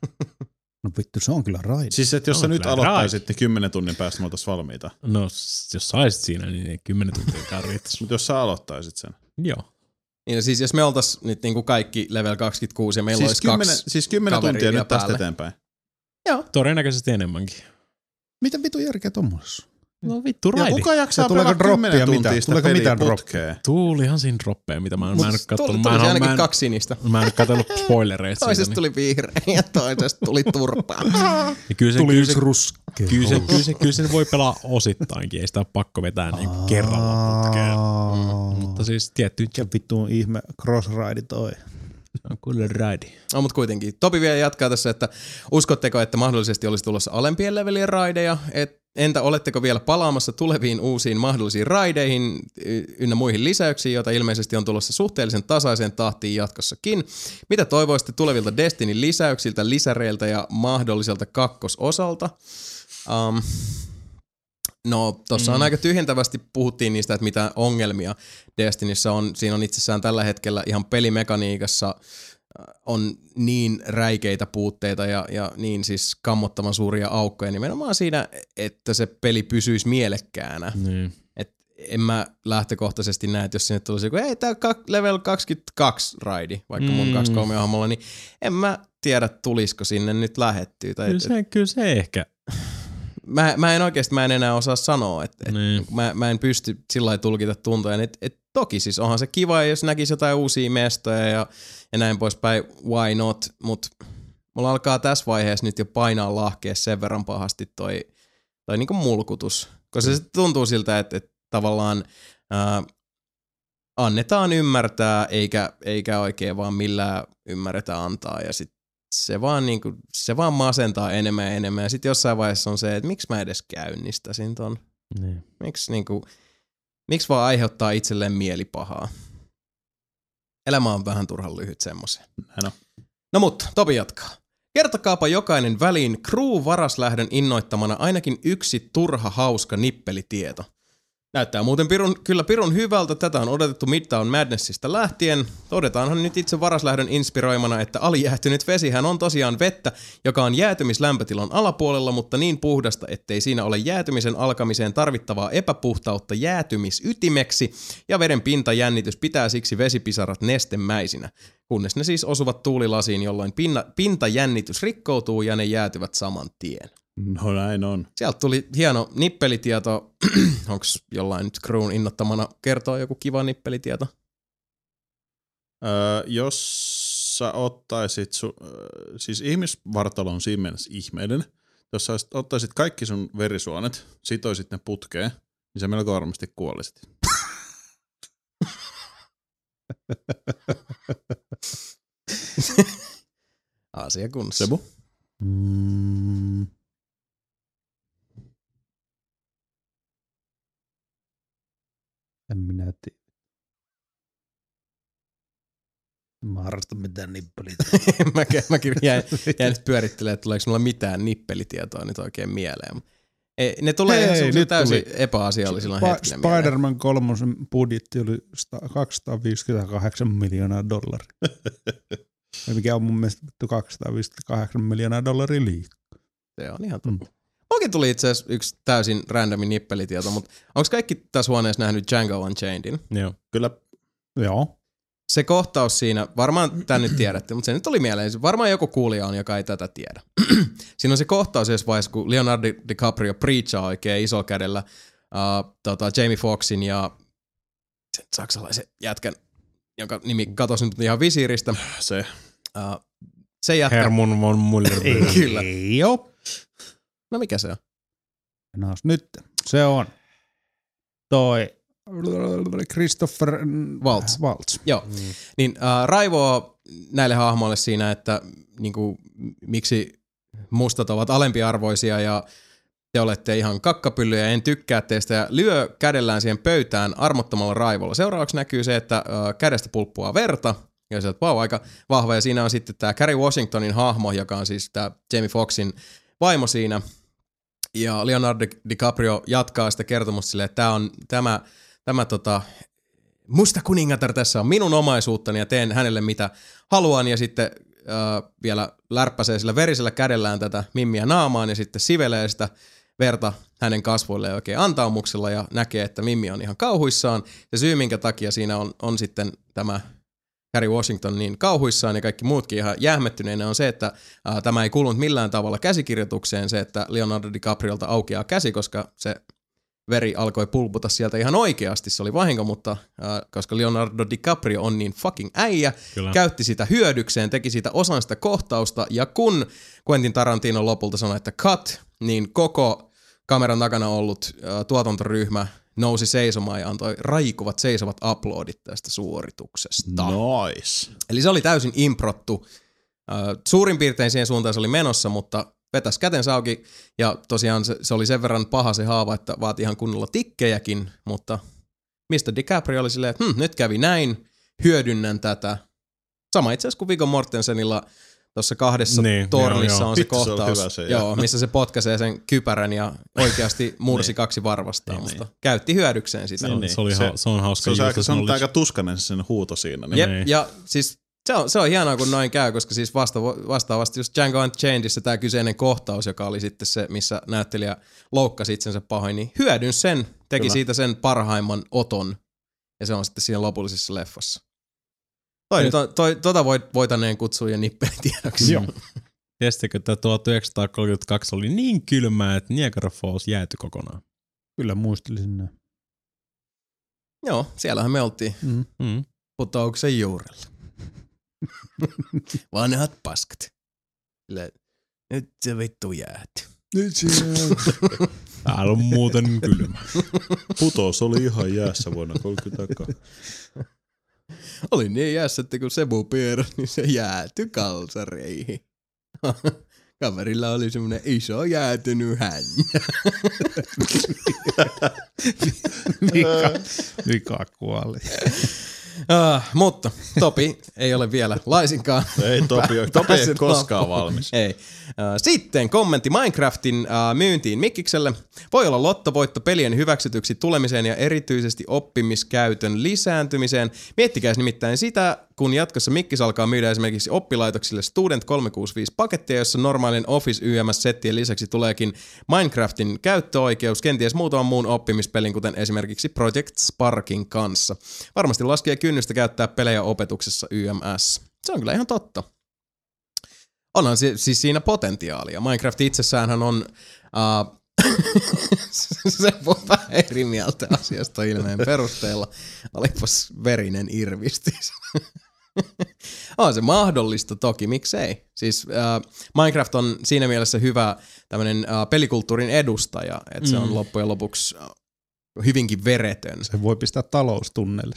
[SPEAKER 4] No vittu, se on kyllä raidi.
[SPEAKER 2] Siis että jos sä nyt aloittaisit, niin kymmenen tunnin päästä me oltais valmiita.
[SPEAKER 3] No jos saisit siinä, niin kymmenen tuntia tarvitsisi.
[SPEAKER 2] Mutta jos sä aloittaisit sen.
[SPEAKER 3] Joo.
[SPEAKER 1] Niin no siis jos me oltais nyt niinku kaikki level kaksikymmentäkuusi ja meillä
[SPEAKER 2] siis
[SPEAKER 1] olisi
[SPEAKER 2] kymmenen,
[SPEAKER 1] kaksi
[SPEAKER 2] Siis kymmenen tuntia nyt tästä eteenpäin.
[SPEAKER 1] Joo.
[SPEAKER 3] Todennäköisesti enemmänkin.
[SPEAKER 4] Mitä vittu järkeä tommosessa?
[SPEAKER 3] No vittu raidi.
[SPEAKER 2] Ja kuka jaksaa pelaa kymmenen tuntia sitä peliä putkeen?
[SPEAKER 3] Tuulihan siinä droppeja, mitä mä en, mä en kattonut.
[SPEAKER 1] Tuli, tuli
[SPEAKER 3] mä,
[SPEAKER 1] ainakin
[SPEAKER 3] mä en,
[SPEAKER 1] kaksi sinistä.
[SPEAKER 3] Mä en katsellut spoilereita.
[SPEAKER 1] Toisesta
[SPEAKER 3] siitä,
[SPEAKER 1] tuli niin. vihreä ja toisesta tuli turpaa.
[SPEAKER 3] Kyllä se,
[SPEAKER 4] tuli
[SPEAKER 3] kyllä
[SPEAKER 4] yksi
[SPEAKER 3] se,
[SPEAKER 4] ruskea.
[SPEAKER 3] Kyllä se, kyllä, se, kyllä se voi pelaa osittainkin, ei sitä ole pakko vetää niin kerralla putkeen. Mm, mutta siis tietty.
[SPEAKER 4] Ja vittu ihme cross-ride toi.
[SPEAKER 3] Se on kyllä raidi.
[SPEAKER 1] No, mutta kuitenkin. Topi vielä jatkaa tässä, että uskotteko, että mahdollisesti olisi tulossa alempien levelien raideja? Et, entä oletteko vielä palaamassa tuleviin uusiin mahdollisiin raideihin ynnä muihin lisäyksiin, joita ilmeisesti on tulossa suhteellisen tasaiseen tahtiin jatkossakin? Mitä toivoisitte tulevilta Destinin lisäyksiltä, lisäreiltä ja mahdolliselta kakkososalta? Um, No, tuossa mm. on aika tyhjentävästi puhuttiin niistä, että mitä ongelmia Destinissä on. Siinä on itsessään tällä hetkellä ihan pelimekaniikassa on niin räikeitä puutteita ja, ja niin siis kammottavan suuria aukkoja nimenomaan siinä, että se peli pysyisi mielekkäänä. Mm. Et en mä lähtökohtaisesti näe, että jos sinne tulisi joku, ei tää on level kaksikymmentäkaksi raidi, vaikka mun mm. kaksikymmentäkolme hahmolla, niin en mä tiedä, tulisiko sinne nyt lähettyä. Tai
[SPEAKER 3] kyllä, se, et, kyllä se ehkä.
[SPEAKER 1] Mä, mä en oikeasti, mä en enää osaa sanoa, että et,
[SPEAKER 3] niin.
[SPEAKER 1] mä, mä en pysty sillä lailla tulkita tuntoja. Et, et toki siis onhan se kiva, jos näkisi jotain uusia mestoja ja, ja näin poispäin, why not, mutta mulla alkaa tässä vaiheessa nyt jo painaa lahkea sen verran pahasti toi, toi niinku mulkutus. Koska se tuntuu siltä, että, että tavallaan ää, annetaan ymmärtää, eikä, eikä oikein vaan millään ymmärretä antaa ja sit se vaan, niinku, se vaan masentaa enemmän ja enemmän. Ja sitten jossain vaiheessa on se, että miksi mä edes käynnistäisin ton.
[SPEAKER 3] Niin.
[SPEAKER 1] Miksi niinku, miksi vaan aiheuttaa itselleen mielipahaa. Elämä on vähän turhan lyhyt semmoisen.
[SPEAKER 2] No.
[SPEAKER 1] no mutta, Topi jatkaa. Kertokaapa jokainen väliin Crew-varaslähdön innoittamana ainakin yksi turha hauska nippelitieto. Näyttää muuten pirun, kyllä pirun hyvältä. Tätä on odotettu Midtown Madnessista lähtien. Todetaanhan nyt itse varaslähdön inspiroimana, että alijäähtynyt vesihän on tosiaan vettä, joka on jäätymislämpötilan alapuolella, mutta niin puhdasta, ettei siinä ole jäätymisen alkamiseen tarvittavaa epäpuhtautta jäätymisytimeksi, ja veden pintajännitys pitää siksi vesipisarat nestemäisinä, kunnes ne siis osuvat tuulilasiin, jolloin pinna, pintajännitys rikkoutuu ja ne jäätyvät saman tien.
[SPEAKER 2] No näin on.
[SPEAKER 1] Sieltä tuli hieno nippelitieto. Onko jollain nyt Crewn innottamana kertoa joku kiva nippelitieto?
[SPEAKER 2] Öö, jos sä ottaisit, su, siis ihmisvartalo on siinä mielessä ihmeellinen. Jos sä ottaisit kaikki sun verisuonet, sitoisit ne putkeen, niin sä melko varmasti kuolisit.
[SPEAKER 1] Asia kunnossa.
[SPEAKER 2] Sebu?
[SPEAKER 4] Mm. En minä tiedä.
[SPEAKER 6] Mä harrasta mitään nippelit.
[SPEAKER 1] Mäkin, mäkin jäin, jäin nyt pyörittelemään, että tuleeko mulla mitään nippelitietoa nyt oikein mieleen. Ei, ne tulee
[SPEAKER 4] Hei,
[SPEAKER 1] ihan
[SPEAKER 4] nyt
[SPEAKER 1] täysin
[SPEAKER 4] tuli.
[SPEAKER 1] epäasiallisilla
[SPEAKER 4] Sp-
[SPEAKER 1] hetkinä mieleen.
[SPEAKER 4] Spider-Man kolmosen budjetti oli kaksisataaviisikymmentäkahdeksan miljoonaa dollaria. Mikä on mun mielestä kaksisataaviisikymmentäkahdeksan miljoonaa dollaria liikaa.
[SPEAKER 1] Se on ihan totta. Mm. Mullakin tuli itse asiassa yksi täysin randomi nippelitieto, mutta onko kaikki tässä huoneessa nähnyt Django Unchainedin?
[SPEAKER 3] Joo.
[SPEAKER 2] Kyllä.
[SPEAKER 4] Joo.
[SPEAKER 1] Se kohtaus siinä, varmaan tämän nyt tiedätte, mutta se nyt tuli mieleen, varmaan joku kuulija on, joka ei tätä tiedä. Siinä on se kohtaus jos vaiheessa, kun Leonardo DiCaprio preachaa oikein iso kädellä uh, tota, Jamie Foxxin ja sen saksalaisen jätkän, jonka nimi katosi nyt ihan visiiristä.
[SPEAKER 2] Se.
[SPEAKER 1] Uh, se jätkä.
[SPEAKER 3] Hermun von Muller.
[SPEAKER 1] Kyllä.
[SPEAKER 4] Ei oo.
[SPEAKER 1] No mikä se on?
[SPEAKER 4] No, nyt se on toi Christopher
[SPEAKER 1] Waltz.
[SPEAKER 4] Waltz.
[SPEAKER 1] Joo, mm. niin äh, raivoo näille hahmoille siinä, että niinku, miksi mustat ovat alempiarvoisia ja te olette ihan kakkapyllyjä, en tykkää teistä ja lyö kädellään siihen pöytään armottomalla raivolla. Seuraavaksi näkyy se, että äh, kädestä pulppuaa verta ja se on wow, aika vahva ja siinä on sitten tämä Kerry Washingtonin hahmo, joka on siis tämä Jamie Foxxin vaimo siinä ja Leonardo DiCaprio jatkaa sitä kertomusta silleen, että tämä on tämä Tämä tota, musta kuningatar tässä on minun omaisuuttani ja teen hänelle mitä haluan ja sitten äh, vielä lärppäsee sillä verisellä kädellään tätä mimmiä naamaan ja sitten sivelee sitä verta hänen kasvoilleen oikein antaumuksella ja näkee, että mimmi on ihan kauhuissaan. Ja syy minkä takia siinä on, on sitten tämä Kerry Washington niin kauhuissaan ja kaikki muutkin ihan jähmettyneinä on se, että äh, tämä ei kuulunut millään tavalla käsikirjoitukseen se, että Leonardo DiCapriolta aukeaa käsi, koska se veri alkoi pulputa sieltä ihan oikeasti, se oli vahinko, mutta äh, koska Leonardo DiCaprio on niin fucking äijä, Kyllä. käytti sitä hyödykseen, teki siitä osan sitä kohtausta, ja kun Quentin Tarantino lopulta sanoi, että cut, niin koko kameran takana ollut äh, tuotantoryhmä nousi seisomaan ja antoi raikuvat seisovat uploadit tästä suorituksesta.
[SPEAKER 2] Nice.
[SPEAKER 1] Eli se oli täysin improttu. Äh, suurin piirtein siihen suuntaan se oli menossa, mutta vetäisi kätensä auki ja tosiaan se, se oli sen verran paha se haava, että vaati ihan kunnolla tikkejäkin, mutta mister DiCaprio oli silleen, että hm, nyt kävi näin, hyödynnän tätä. Sama itse asiassa kuin Viggo Mortensenilla tuossa kahdessa
[SPEAKER 3] niin,
[SPEAKER 1] tornissa
[SPEAKER 3] joo, joo.
[SPEAKER 1] on se
[SPEAKER 2] Vittu, se
[SPEAKER 1] kohtaus,
[SPEAKER 2] on hyvä se,
[SPEAKER 1] joo, missä se potkaisee sen kypärän ja oikeasti mursi niin. kaksi varvastaan,
[SPEAKER 2] niin,
[SPEAKER 1] mutta
[SPEAKER 2] niin.
[SPEAKER 1] käytti hyödykseen sitä.
[SPEAKER 3] Se,
[SPEAKER 2] niin.
[SPEAKER 3] se, oli
[SPEAKER 2] se,
[SPEAKER 3] ha, se on hauska.
[SPEAKER 2] Se on, aika, se on
[SPEAKER 3] oli...
[SPEAKER 2] aika tuskainen sen huuto siinä. Niin.
[SPEAKER 1] Jep,
[SPEAKER 3] Niin.
[SPEAKER 1] ja siis se on, se on hienoa, kun noin käy, koska siis vasta, vastaavasti just Django Unchainedissa tämä kyseinen kohtaus, joka oli sitten se, missä näyttelijä loukkasi itsensä pahoin, niin hyödyn sen, teki
[SPEAKER 2] Kyllä.
[SPEAKER 1] siitä sen parhaimman oton, ja se on sitten siinä lopullisessa leffassa. Toi, nyt on, toi, tota voit, voitaneen kutsua jo nippelitiedoksi.
[SPEAKER 3] Joo. Tiesittekö, että tuhatyhdeksänsataakolmekymmentäkaksi oli niin kylmää, että Niagara Falls jäätyi kokonaan?
[SPEAKER 4] Kyllä muistelisin näin.
[SPEAKER 1] Joo, siellähän me oltiin
[SPEAKER 4] Mm.
[SPEAKER 3] Mm.
[SPEAKER 1] putouksen juurella. Vanhat paskat. Nyt se vittu jääty.
[SPEAKER 4] Nyt se
[SPEAKER 3] Täällä on muuten kylmä.
[SPEAKER 2] Putous oli ihan jäässä vuonna kolmekymmentäkaksi.
[SPEAKER 1] Oli niin jäässä, että kun Sebu pyörä, niin se jäätyi kalsareihin. Kaverilla oli semmoinen iso jäätynyt hän.
[SPEAKER 4] Mika, Mika kuoli.
[SPEAKER 1] Uh, mutta Topi ei ole vielä laisinkaan.
[SPEAKER 2] Ei Topi, Topi ei ole koskaan valmis.
[SPEAKER 1] Ei. Uh, sitten kommentti Minecraftin uh, myyntiin Mikkikselle. Voi olla lottovoitto pelien hyväksytyksi tulemiseen ja erityisesti oppimiskäytön lisääntymiseen. Miettikääs nimittäin sitä, kun jatkossa Mikkis alkaa myydä esimerkiksi oppilaitoksille Student kolmesataakuusikymmentäviisi pakettia, jossa normaalin Office Y M S-settien lisäksi tuleekin Minecraftin käyttöoikeus kenties muutaman muun oppimispelin, kuten esimerkiksi Project Sparkin kanssa. Varmasti laskee kynnystä käyttää pelejä opetuksessa Y M S. Se on kyllä ihan totta. Onhan si- siis siinä potentiaalia. Minecraft itsessäänhän on... Uh, se voi vähän eri mieltä asiasta ilmeen perusteella. Olipas verinen irvistis. On se mahdollista toki, miksei. Siis uh, Minecraft on siinä mielessä hyvä tämmönen uh, pelikulttuurin edustaja, että se on mm. loppujen lopuksi uh, hyvinkin veretön.
[SPEAKER 4] Se voi pistää taloustunnelle.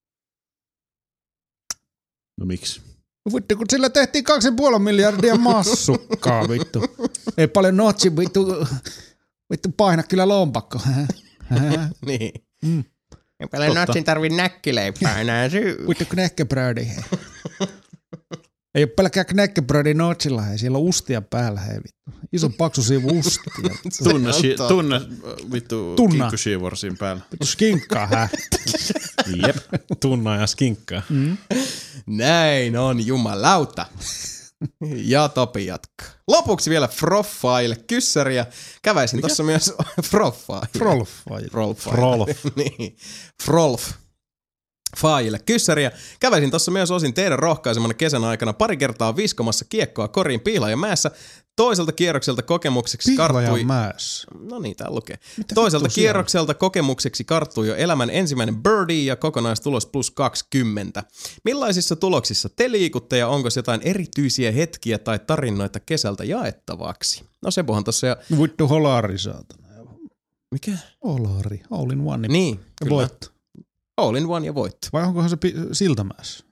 [SPEAKER 2] No miksi?
[SPEAKER 4] Vittu, kun sillä tehtiin kaksi ja puoli miljardia massukkaa, vittu. Ei paljon notsi, vittu, vittu paina kyllä lompakko.
[SPEAKER 1] Niin.
[SPEAKER 4] Mm.
[SPEAKER 1] Ei paljon notsin tarvii näkkileipää enää syy.
[SPEAKER 4] Vittu knäckebrödi, hei. Ei ole pelkkää knäckebrödi notsilla, hei. Siellä on ustia päällä, hei vittu. Iso paksu siivu ustia.
[SPEAKER 2] Tunne, si- tunne vittu kinkkushiivorsin päällä.
[SPEAKER 4] Vittu skinkkaa, hä?
[SPEAKER 2] Jep.
[SPEAKER 3] Tunna ja skinkkaa.
[SPEAKER 4] Mm.
[SPEAKER 1] Näin on, jumalauta. Ja Topi jatkaa. Lopuksi vielä Froffaille kyssäriä. Käväisin tossa myös Froffaille.
[SPEAKER 4] Frolfaille.
[SPEAKER 1] Frolfaille.
[SPEAKER 3] Frolf.
[SPEAKER 1] Niin. Frolf. Faajille kyssäriä. Käväisin tossa myös osin teidän rohkaisemana kesän aikana pari kertaa viskomassa kiekkoa koriin Pihlajanmäessä. Toiselta kierrokselta kokemukseksi karttui...
[SPEAKER 4] Pihlajanmäessä.
[SPEAKER 1] No niin, tää lukee.
[SPEAKER 4] Mitä
[SPEAKER 1] Toiselta
[SPEAKER 4] vittu
[SPEAKER 1] kierrokselta kokemukseksi karttui jo elämän ensimmäinen birdie ja kokonaistulos plus kaksikymmentä. Millaisissa tuloksissa te liikutte ja onko jotain erityisiä hetkiä tai tarinoita kesältä jaettavaksi? No Sebuhan tossa ja...
[SPEAKER 4] No vittu holari saatana.
[SPEAKER 1] Mikä?
[SPEAKER 4] Holari, all in one.
[SPEAKER 1] Niin,
[SPEAKER 4] ja
[SPEAKER 1] kyllä.
[SPEAKER 4] voitto.
[SPEAKER 1] All in one ja voitto.
[SPEAKER 4] Vai onkohan se pi- Siltamäessä?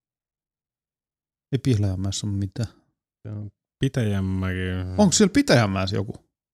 [SPEAKER 4] Ei Pihlajanmäessä ole mitään.
[SPEAKER 3] Pitäjänmäki.
[SPEAKER 4] Onko siellä Pitäjänmäessä joku?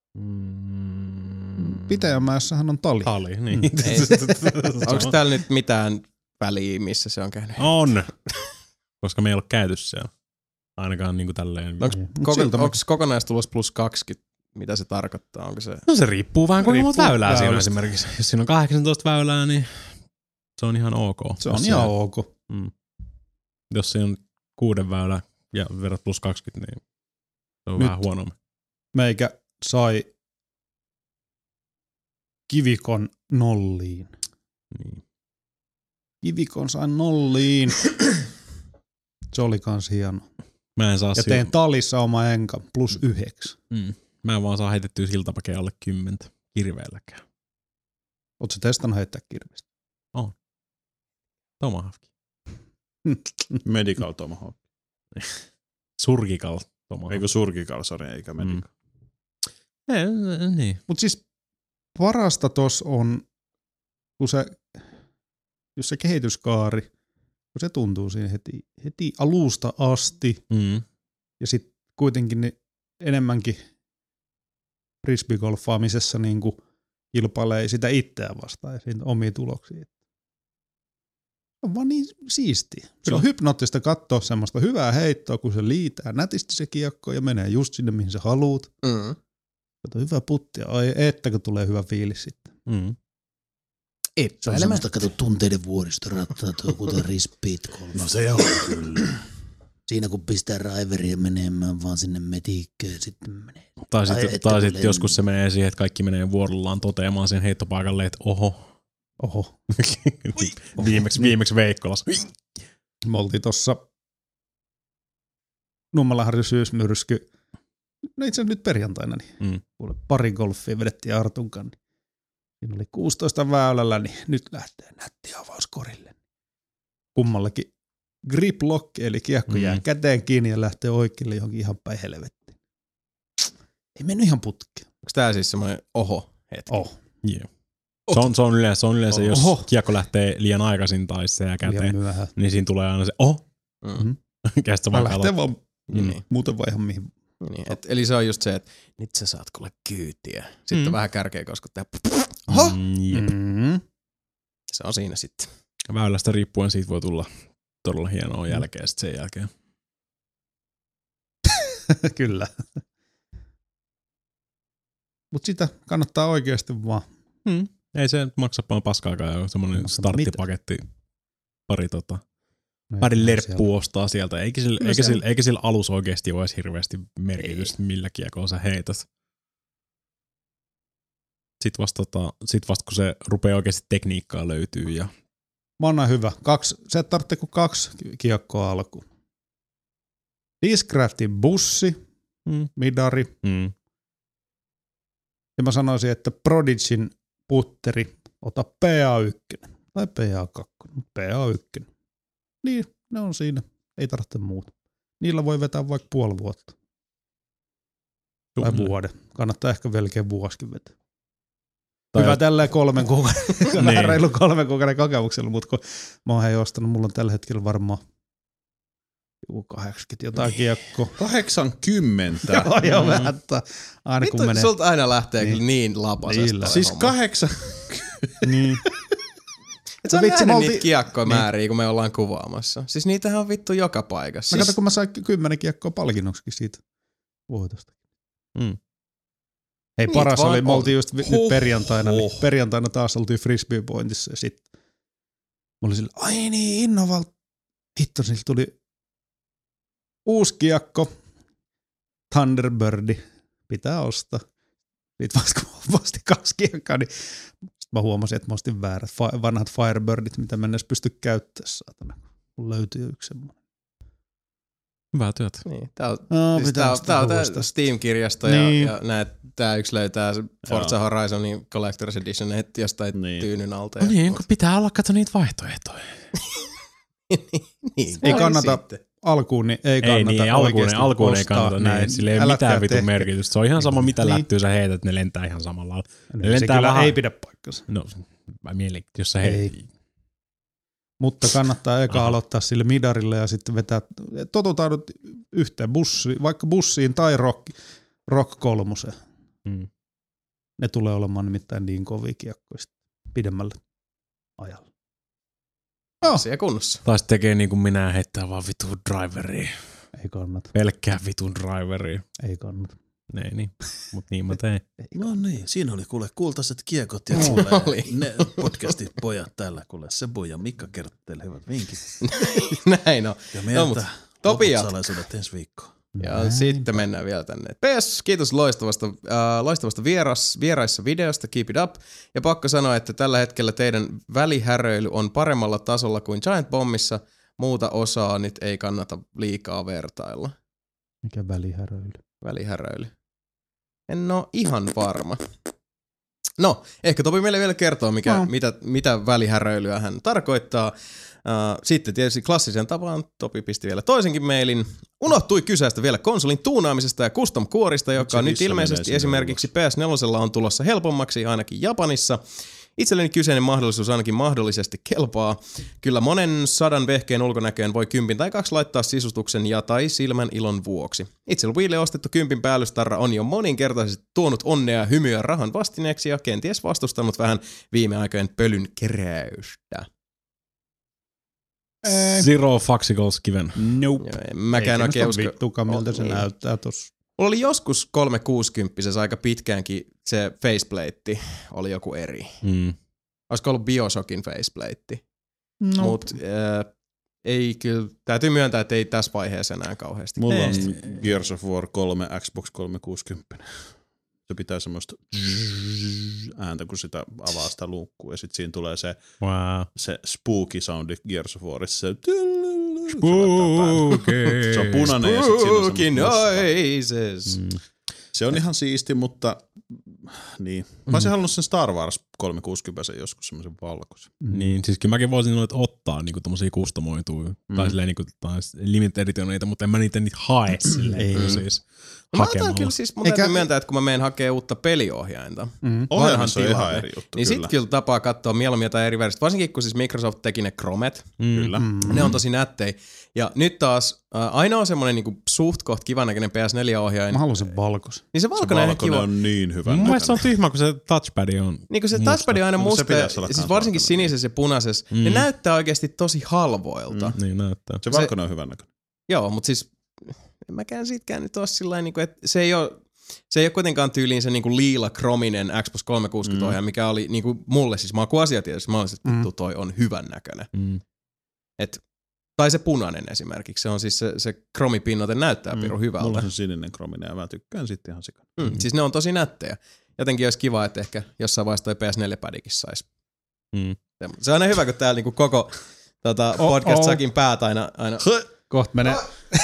[SPEAKER 3] Mm.
[SPEAKER 4] Pitäjänmäessähän on tali.
[SPEAKER 3] Tali, niin.
[SPEAKER 1] Mm. Onko täällä nyt mitään väliä, missä se on käynyt?
[SPEAKER 3] On, koska me ei ole käyty siellä. Ainakaan niinku tälleen.
[SPEAKER 1] Onko koko, kokonaistulos plus kaksikymmentä? Mitä se tarkoittaa? Onko se...
[SPEAKER 3] No se riippuu vähän kuinka monta väylää
[SPEAKER 4] väylästä.
[SPEAKER 3] siinä on esimerkiksi. Jos siinä on kahdeksantoista väylää, niin se on ihan ok.
[SPEAKER 4] Se on
[SPEAKER 3] Jos
[SPEAKER 4] ihan
[SPEAKER 3] se,
[SPEAKER 4] ok.
[SPEAKER 3] Mm. Jos siinä on kuuden väylä ja verrat plus kaksikymmentä, niin se on
[SPEAKER 4] Nyt
[SPEAKER 3] vähän huonommin.
[SPEAKER 4] Meikä sai kivikon nolliin.
[SPEAKER 3] Niin.
[SPEAKER 4] Kivikon sain nolliin. Se oli kans hieno.
[SPEAKER 3] Mä en saa
[SPEAKER 4] Ja
[SPEAKER 3] si-
[SPEAKER 4] tein talissa oma enkan plus yhdeksän.
[SPEAKER 3] mm. Mä en vaan saa heitettyä siltapakeja alle kymmentä kirveelläkään.
[SPEAKER 4] Ootko sä testannut heittää kirvestä?
[SPEAKER 3] Tomahawk.
[SPEAKER 2] Medical Tomahawk.
[SPEAKER 3] Surgical Tomahawk.
[SPEAKER 2] Eikö surgical, sorry, eikä medical.
[SPEAKER 3] Mm. Eh, niin.
[SPEAKER 4] Mut siis parasta tos on, kun se, jos se kehityskaari, kun se tuntuu siinä heti, heti alusta asti
[SPEAKER 3] Mm.
[SPEAKER 4] ja sitten kuitenkin ne enemmänkin frisbeegolfaamisessa niin kuin kilpailee sitä itseään vastaan ja siitä omia tuloksia. Se on vaan niin siistiä. Se on hypnoottista katsoa semmoista hyvää heittoa, kun se liitää nätisti se kiekko ja menee just sinne, mihin sä haluut.
[SPEAKER 1] Mm.
[SPEAKER 4] Kato, hyvä putti. Ai että, kun tulee hyvä fiilis sitten.
[SPEAKER 3] Mm.
[SPEAKER 6] Se on semmoista, kato, tunteiden vuoristorattaat, kuten Rispit kolme.
[SPEAKER 2] No se on kyllä.
[SPEAKER 6] Siinä kun pistää raiveria menemään vaan sinne metikkään ja sitten menee.
[SPEAKER 3] Tai
[SPEAKER 6] Ai,
[SPEAKER 3] sitten
[SPEAKER 6] että
[SPEAKER 3] tai sit
[SPEAKER 6] tulee-
[SPEAKER 3] joskus se menee siihen, että kaikki menee vuorollaan toteamaan sen heittopaikalle, että oho.
[SPEAKER 4] Oho.
[SPEAKER 3] viimeksi, viimeksi Veikkolassa.
[SPEAKER 4] Me oltiin tossa Nummelanharju syysmyrsky. No itse asiassa nyt perjantaina, niin
[SPEAKER 3] Mm.
[SPEAKER 4] kuule, pari golfia vedettiin Artun kanssa. Siinä oli kuusitoista väylällä, niin nyt lähtee nätti avaus korille. Kummallakin grip lock, eli kiekko jää
[SPEAKER 3] Mm.
[SPEAKER 4] käteen kiinni ja lähtee oikealle johonkin ihan päin helvettiin. Ei mennyt ihan putkeen.
[SPEAKER 1] Onko tää siis semmoinen oho hetki?
[SPEAKER 4] Oh,
[SPEAKER 3] Yeah. Se on, se on yleensä, se on yleensä jos
[SPEAKER 4] Oho.
[SPEAKER 3] kiekko lähtee liian aikaisin tai se jää
[SPEAKER 4] liian
[SPEAKER 3] käteen,
[SPEAKER 4] myöhään.
[SPEAKER 3] niin siinä tulee aina se oh.
[SPEAKER 1] Mm.
[SPEAKER 3] Ja sit sä
[SPEAKER 4] Mä
[SPEAKER 3] vaan
[SPEAKER 4] lähtee
[SPEAKER 3] katot.
[SPEAKER 4] vaan
[SPEAKER 1] Niin.
[SPEAKER 4] muuten vaan ihan mihin
[SPEAKER 1] Niin, et, eli se on just se, että nyt sä saat kuule kyytiä. Sitten
[SPEAKER 3] Mm.
[SPEAKER 1] vähän kärkeä koskuttaa. Oho!
[SPEAKER 3] Mm, jep.
[SPEAKER 4] Mm.
[SPEAKER 1] Se on siinä sitten.
[SPEAKER 3] Väylästä riippuen siitä voi tulla todella hienoa jälkeä sitten sen jälkeen.
[SPEAKER 4] Kyllä. Mutta sitä kannattaa oikeasti vaan.
[SPEAKER 3] Mm. Ei se maksa paljon paskaakaan, on semmoinen
[SPEAKER 4] Maksa
[SPEAKER 3] starttipaketti. Pari, tota,
[SPEAKER 4] No,
[SPEAKER 3] pari
[SPEAKER 4] ei
[SPEAKER 3] lerppua ostaa sieltä. Eikä sillä,
[SPEAKER 1] No
[SPEAKER 3] eikä,
[SPEAKER 1] se-
[SPEAKER 3] sillä, eikä sillä alus oikeasti ole edes hirveästi merkitystä, millä kiekolla sä heität. Sitten vasta, tota, sit vasta kun se rupeaa oikeasti tekniikkaa löytyy. Ja...
[SPEAKER 4] Mä annan hyvä. Kaksi, se et tarvitse kuin kaksi kiekkoa alkuun. Discraftin bussi,
[SPEAKER 3] Mm.
[SPEAKER 4] midari.
[SPEAKER 3] Mm.
[SPEAKER 4] Ja mä sanoisin, että Prodigin putteri, ota P A yksi tai P A kaksi, P A yksi. Niin, ne on siinä. Ei tarvitse muuta. Niillä voi vetää vaikka puoli vuotta. Tai
[SPEAKER 3] Kyllä.
[SPEAKER 4] vuoden. Kannattaa ehkä velkeä vuosikin vetää.
[SPEAKER 3] Tai
[SPEAKER 4] Hyvä
[SPEAKER 3] jos-
[SPEAKER 4] tälleen kolmen kuukauden,
[SPEAKER 3] Niin.
[SPEAKER 4] vähän reilu kolmen kuukauden kokemuksella, mutta kun mä oon hei ostanut, mulla on tällä hetkellä varmaan joku kahdeksankymmentä jotain kiekkoa.
[SPEAKER 2] kahdeksankymmentä.
[SPEAKER 4] Joo, joo,
[SPEAKER 3] Mm.
[SPEAKER 4] vähän, että aina kun
[SPEAKER 1] Vittu,
[SPEAKER 4] menee.
[SPEAKER 1] sulta aina lähtee
[SPEAKER 4] Niin.
[SPEAKER 1] kyllä niin lapasesta.
[SPEAKER 4] Niin,
[SPEAKER 1] toi
[SPEAKER 2] Siis
[SPEAKER 1] homma.
[SPEAKER 2] kahdeksan.
[SPEAKER 4] Niin.
[SPEAKER 1] Et sä
[SPEAKER 4] No
[SPEAKER 1] oot
[SPEAKER 4] vitsi,
[SPEAKER 1] nähnyt
[SPEAKER 4] me
[SPEAKER 1] niitä
[SPEAKER 4] oltiin-
[SPEAKER 1] kiekkoja
[SPEAKER 4] Niin.
[SPEAKER 1] määriä, kun me ollaan kuvaamassa. Siis niitähän on vittu joka paikassa.
[SPEAKER 4] Mä
[SPEAKER 1] Siis,
[SPEAKER 4] katson, kun mä sain kymmenen kiekkoa palkinnoksikin siitä voitosta.
[SPEAKER 3] Mm.
[SPEAKER 4] Hei,
[SPEAKER 1] Niitä
[SPEAKER 4] paras
[SPEAKER 1] vaan
[SPEAKER 4] oli, me
[SPEAKER 1] on.
[SPEAKER 4] oltiin just vi-
[SPEAKER 1] Huh,
[SPEAKER 4] nyt perjantaina, niin
[SPEAKER 1] huh.
[SPEAKER 4] perjantaina taas oltiin Frisbee Pointissa ja sit mä olin sillä, ai niin, Innoval, hitto, sillä tuli uusi kiekko, Thunderbirdi, pitää ostaa. Sitten vasta kun mä ostin kaksi kiekkoa, niin sit mä huomasin, että mä ostin väärät fi- vanhat Firebirdit, mitä mä en edes pysty käyttämään, saatana. Mulla löytyy jo yksi semmoinen.
[SPEAKER 3] Hyvää työtä.
[SPEAKER 1] niin, tää on,
[SPEAKER 4] No,
[SPEAKER 1] siis tää, on- tää on tää Steam-kirjasto
[SPEAKER 4] Niin.
[SPEAKER 1] ja, ja näet, tää yksi löytää Forza Horizonin Collector's Edition et jostain
[SPEAKER 2] Niin.
[SPEAKER 1] tyynyn alta.
[SPEAKER 3] No
[SPEAKER 1] ja-
[SPEAKER 3] niin, kun pitää olla, kato niitä vaihtoehtoja.
[SPEAKER 1] niin,
[SPEAKER 4] Ei
[SPEAKER 1] vai
[SPEAKER 4] kannata
[SPEAKER 1] sitten.
[SPEAKER 4] alkuun, niin ei kannata
[SPEAKER 3] Ei niin, alkuun,
[SPEAKER 4] oikeasti
[SPEAKER 3] alkuun ei
[SPEAKER 4] ostaa
[SPEAKER 3] kannata
[SPEAKER 4] näin.
[SPEAKER 3] näin. Sillä ei ole
[SPEAKER 4] Älätkää
[SPEAKER 3] mitään vitun
[SPEAKER 4] tehkö.
[SPEAKER 3] merkitystä. Se on ihan sama, mitä
[SPEAKER 4] Niin.
[SPEAKER 3] lättyy sä heität, ne lentää ihan samalla lailla.
[SPEAKER 4] No,
[SPEAKER 3] Ne
[SPEAKER 4] se
[SPEAKER 3] lentää
[SPEAKER 4] kyllä
[SPEAKER 3] vähän-
[SPEAKER 4] ei pidä paikkansa.
[SPEAKER 3] No, mä mielin, jos sä
[SPEAKER 4] Ei.
[SPEAKER 3] heität.
[SPEAKER 4] Mutta kannattaa eka
[SPEAKER 3] Aha.
[SPEAKER 4] aloittaa sille midarille ja sitten vetää, totutaan nyt yhteen bussi, vaikka bussiin tai rock, rock kolmoseen.
[SPEAKER 3] Mm.
[SPEAKER 4] Ne tulee olemaan nimittäin niin kovia kiekkoja sitten pidemmälle ajalla. Joo,
[SPEAKER 1] Asia kunnossa.
[SPEAKER 3] Tai sitten tekee niin kuin minä, heittää vaan vitun driveria.
[SPEAKER 4] ei kannata,
[SPEAKER 3] Pelkkää vitun driveria.
[SPEAKER 4] ei kannata.
[SPEAKER 3] Ei niin, mut niin mä tein.
[SPEAKER 2] No niin, siinä oli kuule kultaiset kiekot ja
[SPEAKER 1] Oli.
[SPEAKER 2] kuule ne podcastit pojat täällä. Kuule Sebo ja Mikka kertoo teille hyvät vinkit.
[SPEAKER 1] Näin on.
[SPEAKER 2] Ja
[SPEAKER 1] No,
[SPEAKER 2] meiltä
[SPEAKER 1] mut
[SPEAKER 2] no,
[SPEAKER 1] Topi
[SPEAKER 2] loput
[SPEAKER 1] jatka.
[SPEAKER 2] salaisuudet ensi viikkoon.
[SPEAKER 1] Ja
[SPEAKER 4] Näin.
[SPEAKER 1] sitten mennään vielä tänne. P S, kiitos loistavasta, äh, loistavasta vieras, vieraissa videosta, keep it up. Ja pakko sanoa, että tällä hetkellä teidän välihäröily on paremmalla tasolla kuin Giant Bombissa. Muuta osaa nyt ei kannata liikaa vertailla.
[SPEAKER 4] Mikä välihäröily?
[SPEAKER 1] Välihäröily. En oo ihan varma. No, ehkä Topi meille vielä kertoo, mikä,
[SPEAKER 4] No.
[SPEAKER 1] mitä, mitä välihäröilyä hän tarkoittaa. Uh, sitten tietysti klassisen tapaan Topi pisti vielä toisenkin mailin. Unohtui kyseistä vielä konsolin tuunaamisesta ja custom-kuorista, joka
[SPEAKER 2] se
[SPEAKER 1] nyt
[SPEAKER 2] missä menee
[SPEAKER 1] ilmeisesti
[SPEAKER 2] sinne
[SPEAKER 1] esimerkiksi P S neljä on tulossa helpommaksi ainakin Japanissa. Itselleni kyseinen mahdollisuus ainakin mahdollisesti kelpaa. Kyllä monen sadan vehkeen ulkonäköön voi kympin tai kaksi laittaa sisustuksen ja tai silmän ilon vuoksi. Itsellä Wiille ostettu kympin päällystarra on jo moninkertaisesti tuonut onnea ja hymyä rahan vastineeksi ja kenties vastustanut vähän viime aikojen pölyn keräystä.
[SPEAKER 4] Ei.
[SPEAKER 3] Zero Fuxicles given.
[SPEAKER 4] Nope.
[SPEAKER 1] Joo, en mäkään oikein usko.
[SPEAKER 4] vittukaan, miltä
[SPEAKER 1] Oh,
[SPEAKER 4] se
[SPEAKER 1] niin.
[SPEAKER 4] näyttää tossa.
[SPEAKER 1] Mulla oli joskus kolmesataakuusikymmentä aika pitkäänkin se faceplate oli joku eri.
[SPEAKER 3] Mm.
[SPEAKER 1] Olisiko ollut Bioshockin faceplate?
[SPEAKER 4] No,
[SPEAKER 1] Mut äh, ei kyllä, täytyy myöntää, että ei tässä vaiheessa enää kauheasti.
[SPEAKER 2] Mulla on
[SPEAKER 3] Ei.
[SPEAKER 2] Gears of War kolme Xbox kolmesataakuusikymmentä. Se pitää semmoista ääntä, kun sitä avaa sitä luukkua ja sitten siinä tulee se,
[SPEAKER 3] Wow.
[SPEAKER 2] se spooky soundi Gears of Warissa. Se,
[SPEAKER 3] Spooky.
[SPEAKER 2] se on punainen ja sitten siinä on
[SPEAKER 1] Spooky
[SPEAKER 2] semmoista mustaa.
[SPEAKER 1] noises.
[SPEAKER 3] Mm.
[SPEAKER 2] Se on ihan siisti, mutta niin. Mä olisin halunnut sen Star Wars kolmesataakuusikymmentä joskus semmoisen valkoisen.
[SPEAKER 3] Mm. Niin, siis kyllä mäkin voisin noita ottaa niinku tommosia kustomoituja, mm. tai silleen niinku limited editioneita, mutta en mä niitä niitä hae silleen mm. siis
[SPEAKER 1] no, mä otan kyllä siis, mun Eikä... täytyy myöntää, että kun mä menen hakemaan uutta peliohjainta,
[SPEAKER 2] mm. ohjaimissa on ihan eri juttu,
[SPEAKER 1] niin sit kyllä tapaa katsoa mieluummin jotain eri versiota, varsinkin kun siis Microsoft teki ne Chromet,
[SPEAKER 3] mm.
[SPEAKER 2] kyllä.
[SPEAKER 1] Mm. ne on tosi nättejä. Ja nyt taas äh, ainoa semmonen niinku suht koht kivan näköinen P S neljä-ohjain.
[SPEAKER 4] Mä haluan sen valkoisen.
[SPEAKER 1] Niin se valkoinen,
[SPEAKER 2] se valkoinen on niin hyvä.
[SPEAKER 3] Mun mielestä se on tyhmä, kun se touchpad on
[SPEAKER 1] niin kun se
[SPEAKER 3] musta.
[SPEAKER 1] touchpad on aina musta, siis varsinkin
[SPEAKER 2] valkoinen.
[SPEAKER 1] sinisessä ja punaisessa, mm. ne näyttää oikeasti tosi halvoilta.
[SPEAKER 3] Mm. Niin näyttää.
[SPEAKER 2] Se valkoinen on hyvän näköinen.
[SPEAKER 1] Joo, mutta siis en mäkään siitäkään nyt ole sillain, niinku, että se ei ole, se ei ole kuitenkaan tyyliin se niinku liila krominen Xbox kolmesataakuusikymmentä-ohjaaja, mm. mikä oli niinku mulle siis makuasia tietysti. Mä olisin, että vittu toi on hyvän näköinen.
[SPEAKER 3] Mm.
[SPEAKER 1] Et, tai se punainen esimerkiksi. Se on siis se, se kromipinnoite näyttää mm. pirun hyvältä.
[SPEAKER 2] Mulla on se sininen krominen ja mä tykkään sitten ihan sikana.
[SPEAKER 1] Mm. Mm. Siis ne on tosi nättejä. Jotenkin olisi kiva, että ehkä jossain vaiheessa toi P S neljä-padikin saisi.
[SPEAKER 3] Mm.
[SPEAKER 1] Se on aina hyvä, kun täällä niinku koko tota, podcast-sakin päät aina... aina
[SPEAKER 4] kohta menee.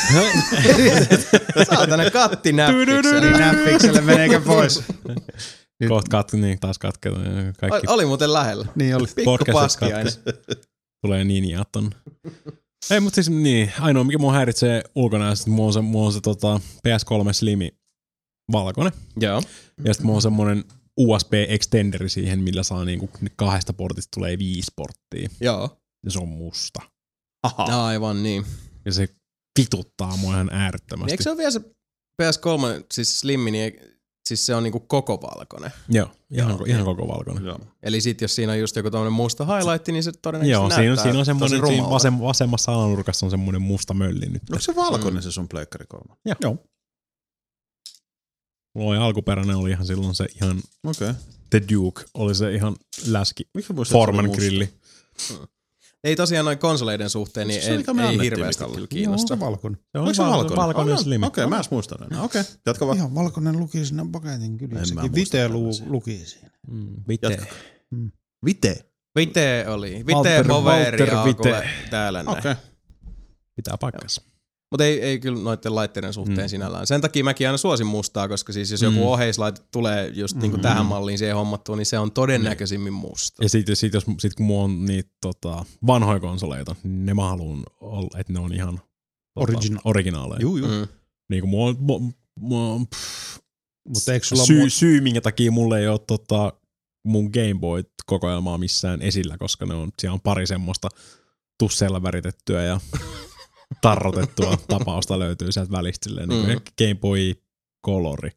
[SPEAKER 1] Saatana katti näppikselle.
[SPEAKER 4] Näppikselle meneekö pois?
[SPEAKER 3] Kohta kat, niin, taas katketaan. Kaikki
[SPEAKER 1] oli muuten lähellä.
[SPEAKER 4] Niin oli.
[SPEAKER 1] Pikku paski aina.
[SPEAKER 3] Tulee niin jaton. Ei, mutta siis niin, ainoa mikä mua häiritsee ulkona, että mulla on se, mulla on se tota, P S kolme Slimi valkoinen.
[SPEAKER 1] Joo.
[SPEAKER 3] Ja sitten mulla on semmonen U S B-extenderi siihen, millä saa niinku kahdesta portista tulee viisi porttia.
[SPEAKER 1] Joo.
[SPEAKER 3] Ja se on musta.
[SPEAKER 1] Aha. Aivan niin.
[SPEAKER 3] Ja se vituttaa mua ihan äärettömästi.
[SPEAKER 1] Eikö se ole vielä se P S kolme, siis Slimmi, niin siis se on niinku koko valkoinen?
[SPEAKER 3] Joo, ihan, Joo. ihan koko valkoinen. Joo.
[SPEAKER 1] Eli sit jos siinä on just joku tommonen musta highlight, niin se todennäköisesti
[SPEAKER 3] Joo,
[SPEAKER 1] näyttää
[SPEAKER 3] siinä, siinä on semmoinen, siinä vasem,
[SPEAKER 1] rumalta.
[SPEAKER 3] vasemmassa alanurkassa on semmoinen musta mölli nyt.
[SPEAKER 2] Onko se valkoinen mm. se sun pleikkari kolme?
[SPEAKER 3] Joo. Joo. Mulla oli alkuperäinen, oli ihan silloin se ihan
[SPEAKER 2] okay.
[SPEAKER 3] The Duke, oli se ihan läski Foreman grilli.
[SPEAKER 1] Hmm. Ei tosiaan noin konsoleiden suhteen, niin ei, ei hirveästi kyllä kiinnosta.
[SPEAKER 4] Joo, se valkoinen.
[SPEAKER 3] Se on se valkoinen, valkoinen
[SPEAKER 2] oh,
[SPEAKER 3] Slimi.
[SPEAKER 2] Okei, okay, mä edes muistan enää. Okei, okay. Jatka vaan.
[SPEAKER 4] Ihan valkoinen luki siinä paketin kyllä. Sekin Vite lu, luki siinä.
[SPEAKER 3] Mm, Vite.
[SPEAKER 2] Mm. Vite?
[SPEAKER 1] Vite oli. Vite, Boveri ja Vite. Täällä näin.
[SPEAKER 2] Okei. Okay.
[SPEAKER 3] Pitää paikkansa.
[SPEAKER 1] Mutta ei, ei kyllä noiden laitteiden suhteen mm. sinällään. Sen takia mäkin aina suosin mustaa, koska siis jos mm. joku oheislaite tulee just mm. niinku tähän malliin siihen hommattuun, niin se on todennäköisimmin musta.
[SPEAKER 3] Ja sitten sit, jos, sit kun mulla on niitä tota, vanhoja konsoleita, niin ne mä haluun, että ne on ihan tota,
[SPEAKER 4] Origina-
[SPEAKER 3] originaaleja.
[SPEAKER 4] Juu, juu.
[SPEAKER 1] Mm.
[SPEAKER 3] Niin kuin mulla on, mulla on pff,
[SPEAKER 4] Mutta eikö sulla
[SPEAKER 3] syy,
[SPEAKER 4] mu-
[SPEAKER 3] syy, minkä takia mulla ei ole tota, mun Game Boy-kokoelmaa missään esillä, koska ne on, siellä on pari semmoista tusseilla väritettyä ja tarrotettua tapausta löytyy sieltä välistä. Silleen, mm. niin Game Boy Colori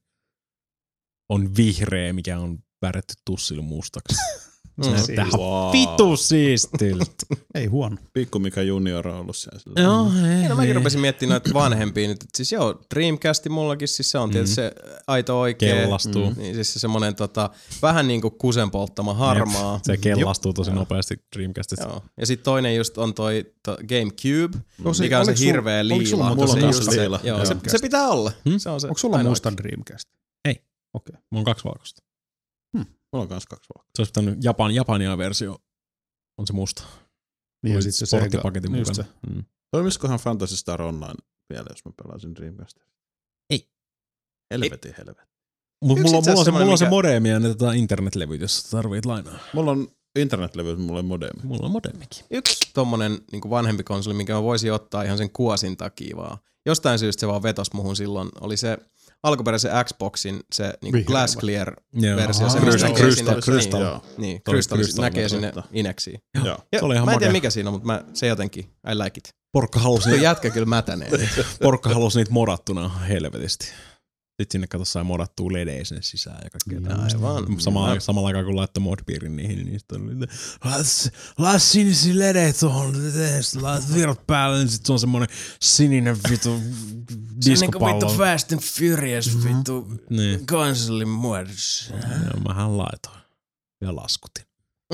[SPEAKER 3] on vihreä, mikä on värätty tussilla mustaksi. Se
[SPEAKER 1] Mm.
[SPEAKER 3] näyttää
[SPEAKER 2] Wow.
[SPEAKER 3] vitu siistiltä.
[SPEAKER 4] Ei huono.
[SPEAKER 2] Pikku mikä junior on ollut siellä.
[SPEAKER 3] Joo,
[SPEAKER 1] Niin, no mäkin rupesin miettimään noita vanhempia nyt. Siis joo, Dreamcasti mullakin, siis se on tietysti mm. se aito oikea.
[SPEAKER 3] Kellastuu.
[SPEAKER 1] Mm. Niin, siis se semmonen tota, vähän niinku kusen polttama harmaa.
[SPEAKER 3] Se kellastuu tosi nopeasti Dreamcastissa.
[SPEAKER 1] Joo. Ja sitten toinen just on toi to, GameCube,
[SPEAKER 4] No se-
[SPEAKER 1] mikä on se
[SPEAKER 4] oliko sul-
[SPEAKER 1] hirveä
[SPEAKER 4] oliko
[SPEAKER 1] liila.
[SPEAKER 4] sulla
[SPEAKER 1] mutta
[SPEAKER 2] mulla
[SPEAKER 1] se
[SPEAKER 2] on
[SPEAKER 1] just
[SPEAKER 2] musta
[SPEAKER 1] se-
[SPEAKER 2] liila?
[SPEAKER 1] Joo, se,
[SPEAKER 4] Joo.
[SPEAKER 1] se pitää olla.
[SPEAKER 3] Hmm?
[SPEAKER 1] Se on se
[SPEAKER 4] Onko sulla
[SPEAKER 1] ainoa
[SPEAKER 4] musta
[SPEAKER 1] oikea.
[SPEAKER 4] Dreamcast?
[SPEAKER 3] Ei.
[SPEAKER 4] Okei.
[SPEAKER 3] Mulla on kaksi valkoista.
[SPEAKER 2] Mulla on kans kaksi valkoista.
[SPEAKER 3] Se olisi pitänyt Japan, Japania versio. On se musta.
[SPEAKER 4] Niin ja sit se Sega.
[SPEAKER 3] sporttipaketin
[SPEAKER 4] Just
[SPEAKER 3] mukana.
[SPEAKER 4] se.
[SPEAKER 3] Mm.
[SPEAKER 2] Toimisikohan Phantasy Star Online vielä, jos mä pelaisin Dreamcastia?
[SPEAKER 3] Ei.
[SPEAKER 2] Helvetin helvetin.
[SPEAKER 3] Mut
[SPEAKER 1] Yksi
[SPEAKER 3] mulla,
[SPEAKER 1] itse
[SPEAKER 3] mulla, on se,
[SPEAKER 1] asiassa
[SPEAKER 3] mulla on se
[SPEAKER 1] mikä-
[SPEAKER 3] modemi ja ne tota internetlevyt, jos tarvit lainaa.
[SPEAKER 2] Mulla on internetlevy, mulla on modemi.
[SPEAKER 3] Mulla on modemikin.
[SPEAKER 1] Yksi tommonen niin vanhempi konsoli, minkä mä voisin ottaa ihan sen kuosin takia vaan. Jostain syystä se vaan vetos muhun silloin. Oli se alkuperäisen Xboxin se niin
[SPEAKER 4] Vihreä
[SPEAKER 1] Glass
[SPEAKER 4] vai?
[SPEAKER 1] Clear
[SPEAKER 3] Joo.
[SPEAKER 1] versio. Se,
[SPEAKER 3] Crystal,
[SPEAKER 1] mistä näkee
[SPEAKER 3] Crystal,
[SPEAKER 1] sinne-
[SPEAKER 3] Crystal.
[SPEAKER 1] Niin,
[SPEAKER 2] Joo.
[SPEAKER 1] niin,
[SPEAKER 3] Toi
[SPEAKER 1] Crystal,
[SPEAKER 3] Crystal
[SPEAKER 1] näkee
[SPEAKER 2] on
[SPEAKER 1] sinne
[SPEAKER 2] totta.
[SPEAKER 1] Inexiin.
[SPEAKER 2] Joo.
[SPEAKER 1] Ja
[SPEAKER 3] Se oli ihan
[SPEAKER 1] mä en tiedä
[SPEAKER 3] makea.
[SPEAKER 1] mikä siinä on, mutta mä, se jotenkin, I like it.
[SPEAKER 3] Porkka halusi,
[SPEAKER 1] Tuo jätkä kyllä mätänee.
[SPEAKER 3] porkka halusi niitä modattuna helvetisti. Sitten sinne kato sai modattua ledejä sinne sisään ja kaikkea.
[SPEAKER 1] Aivan.
[SPEAKER 3] Samalla, samalla aikaa kun laittoi modpiirin niihin, niin niistä oli laat sinisiä ledejä tuohon, laat virrat päälle, niin sit se on semmonen sininen vitu diskopallo.
[SPEAKER 1] Fast and Furious vittu
[SPEAKER 3] Niin.
[SPEAKER 1] konsolin muodossa.
[SPEAKER 3] Ja mähän laitoin ja laskutin.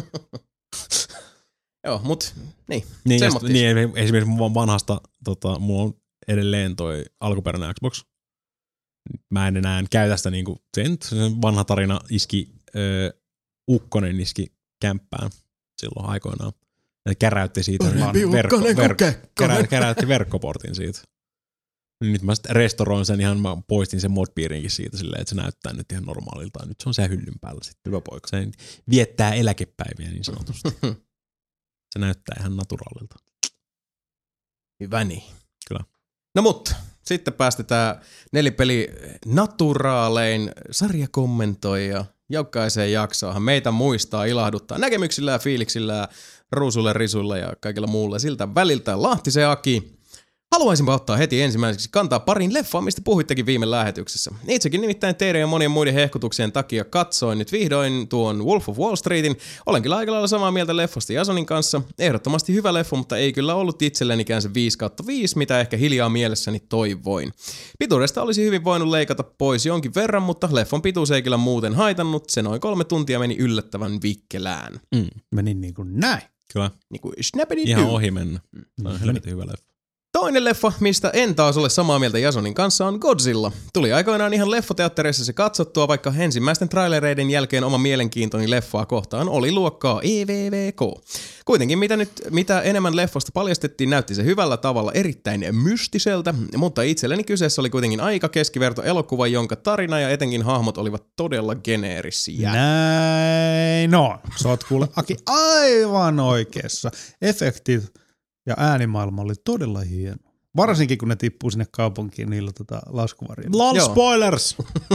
[SPEAKER 1] Joo, mut niin.
[SPEAKER 3] Niin, ja
[SPEAKER 1] Semmottiin.
[SPEAKER 3] sit- niin esimerkiksi mun vanhasta, tota, mulla on edelleen toi alkuperäinen Xbox. Mä en enää käytä sitä niinku, sen, sen vanha tarina iski, ö, ukkonen iski kämppään silloin aikoinaan. Ja käräytti siitä
[SPEAKER 1] Parempi
[SPEAKER 3] verkko,
[SPEAKER 1] ukkonen kuin
[SPEAKER 3] verkko,
[SPEAKER 1] kekkonen.
[SPEAKER 3] kerä, käräytti verkkoportin siitä. Nyt mä sitten restoroin sen ihan, mä poistin sen modpiirinkin siitä silleen, että se näyttää nyt ihan normaalilta. Nyt se on se hyllyn päällä sitten.
[SPEAKER 2] Hyvä poika.
[SPEAKER 3] Se viettää eläkepäiviä niin sanotusti. Se näyttää ihan naturaalilta.
[SPEAKER 1] Hyvä niin.
[SPEAKER 3] Kyllä.
[SPEAKER 1] No mutta, sitten päästetään nelipeli naturaalein sarjakommentoija jokaiseen jaksoonhan. Meitä muistaa, ilahduttaa näkemyksillä ja fiiliksillä ja ruusulle, risulla ja kaikilla muulla siltä väliltä. Lahtisen Aki. Haluaisinpa ottaa heti ensimmäiseksi kantaa parin leffaa, mistä puhuittekin viime lähetyksessä. Itsekin nimittäin teidän ja monien muiden hehkutuksien takia katsoin nyt vihdoin tuon Wolf of Wall Streetin. Olen kyllä aika lailla samaa mieltä leffasta Jasonin kanssa. Ehdottomasti hyvä leffa, mutta ei kyllä ollut itsellenikään se viisi kautta viisi, mitä ehkä hiljaa mielessäni toivoin. Pituudesta olisi hyvin voinut leikata pois jonkin verran, mutta leffan pituus ei kyllä muuten haitannut. Se noin kolme tuntia meni yllättävän vikkelään.
[SPEAKER 3] Mm.
[SPEAKER 4] Meni niin kuin näin.
[SPEAKER 3] Kyllä.
[SPEAKER 1] Niin kuin snappity
[SPEAKER 3] Ihan ohi mennä. Tämä on helvetin hyvä leffa.
[SPEAKER 1] Toinen leffa, mistä en taas ole samaa mieltä Jasonin kanssa, on Godzilla. Tuli aikoinaan ihan leffoteatterissa se katsottua, vaikka ensimmäisten trailereiden jälkeen oma mielenkiintoni leffaa kohtaan oli luokkaa E V V K. Kuitenkin mitä, nyt, mitä enemmän leffasta paljastettiin, näytti se hyvällä tavalla erittäin mystiseltä, mutta itselleni kyseessä oli kuitenkin aika keskiverto elokuva, jonka tarina ja etenkin hahmot olivat todella geneerisiä.
[SPEAKER 4] Näin on. Sä oot kuule Aki aivan oikeassa. Efektit ja äänimaailma oli todella hieno. Varsinkin kun ne tippuu sinne kaupunkiin niillä tota laskuvarjoilla.
[SPEAKER 3] LOL
[SPEAKER 1] Joo.
[SPEAKER 3] spoilers!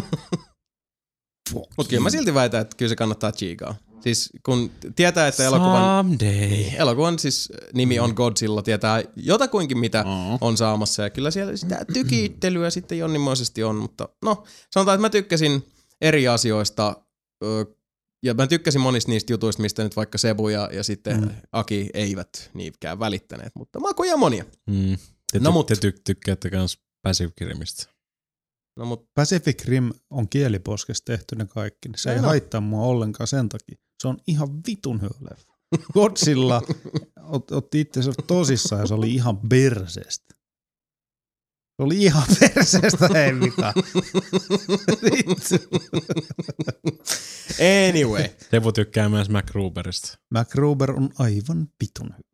[SPEAKER 1] Mutta kyllä mä silti väitän, että kyllä se kannattaa chiikaa. Siis kun tietää, että elokuvan,
[SPEAKER 3] Someday.
[SPEAKER 1] elokuvan siis nimi on Godzilla, tietää jotakuinkin mitä on saamassa. Ja kyllä siellä sitä tykittelyä sitten jonninmoisesti on, mutta no sanotaan, että mä tykkäsin eri asioista. Ja mä tykkäsin monista niistä jutuista, mistä nyt vaikka Sebu ja, ja sitten mm. Aki eivät niinkään välittäneet, mutta makuja monia.
[SPEAKER 3] Mm. Te,
[SPEAKER 1] No
[SPEAKER 3] ty-
[SPEAKER 1] mut-
[SPEAKER 3] te ty- tykkäätte kans Pacific Rimistä.
[SPEAKER 1] No, mut,
[SPEAKER 4] Pacific Rim on kieliposkessa tehty ne kaikki. Se ei
[SPEAKER 1] no.
[SPEAKER 4] haittaa mua ollenkaan sen takia. Se on ihan vitun hyvä leffa. Godzilla ot, otti itsensä tosissaan ja se oli ihan perseestä. Se oli ihan perseestä, ei mitään.
[SPEAKER 1] anyway.
[SPEAKER 3] Tevu tykkää myös MacGruberista.
[SPEAKER 4] MacGruber on aivan vitun hyvä.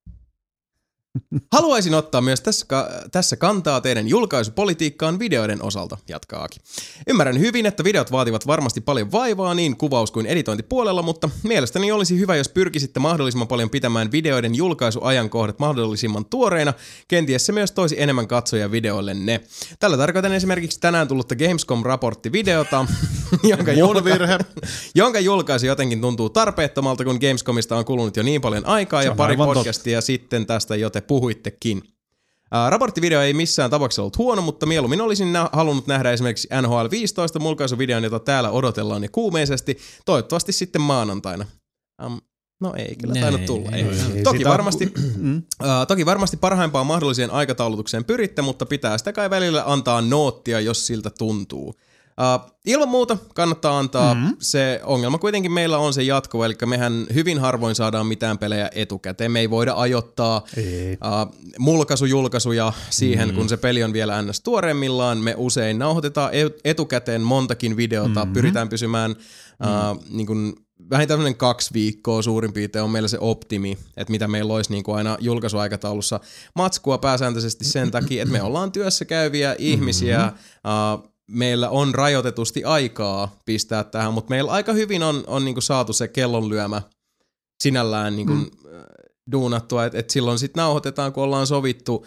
[SPEAKER 1] Haluaisin ottaa myös tässä, ka- tässä kantaa teidän julkaisupolitiikkaan videoiden osalta, jatkaa Aki. Ymmärrän hyvin, että videot vaativat varmasti paljon vaivaa niin kuvaus- kuin editointipuolella, mutta mielestäni olisi hyvä, jos pyrkisitte mahdollisimman paljon pitämään videoiden julkaisuajankohdat mahdollisimman tuoreina, kenties se myös toisi enemmän katsojia videoillenne. Tällä tarkoitan esimerkiksi tänään tullutta Gamescom-raporttivideota, jonka, julka- jonka julkaisu jotenkin tuntuu tarpeettomalta, kun Gamescomista on kulunut jo niin paljon aikaa ja pari podcastia totta. Sitten tästä jo te puhuittekin. Ää, raporttivideo ei missään tapauksessa ollut huono, mutta mieluummin olisin nä- halunnut nähdä esimerkiksi N H L viisitoista mulkaisuvideon, jota täällä odotellaan ja kuumeisesti, toivottavasti sitten maanantaina. Um, no ei kyllä
[SPEAKER 3] Nee,
[SPEAKER 1] tainnut tulla. Ei.
[SPEAKER 4] ei, ei
[SPEAKER 1] Toki,
[SPEAKER 4] sitä-
[SPEAKER 1] varmasti,
[SPEAKER 4] Mm.
[SPEAKER 1] ää, toki varmasti parhaimpaan mahdolliseen aikataulutukseen pyritte, mutta pitää sitä kai välillä antaa noottia, jos siltä tuntuu. Uh, ilman muuta kannattaa antaa. Mm-hmm. Se ongelma kuitenkin meillä on se jatkuva, eli mehän hyvin harvoin saadaan mitään pelejä etukäteen. Me ei voida ajoittaa uh, mulkaisujulkaisuja siihen, mm-hmm. kun se peli on vielä ns. Tuoreimmillaan. Me usein nauhoitetaan etukäteen montakin videota, mm-hmm. pyritään pysymään uh, mm-hmm. niin kuin vähintään tämmöinen kaksi viikkoa suurin piirtein on meillä se optimi, että mitä meillä olisi niin kuin aina julkaisuaikataulussa matskua pääsääntöisesti sen takia, että me ollaan työssä käyviä ihmisiä, mm-hmm. uh, meillä on rajoitetusti aikaa pistää tähän, mutta meillä aika hyvin on, on niinku saatu se kellonlyömä sinällään niinku mm. duunattua, että et silloin sitten nauhoitetaan, kun ollaan sovittu.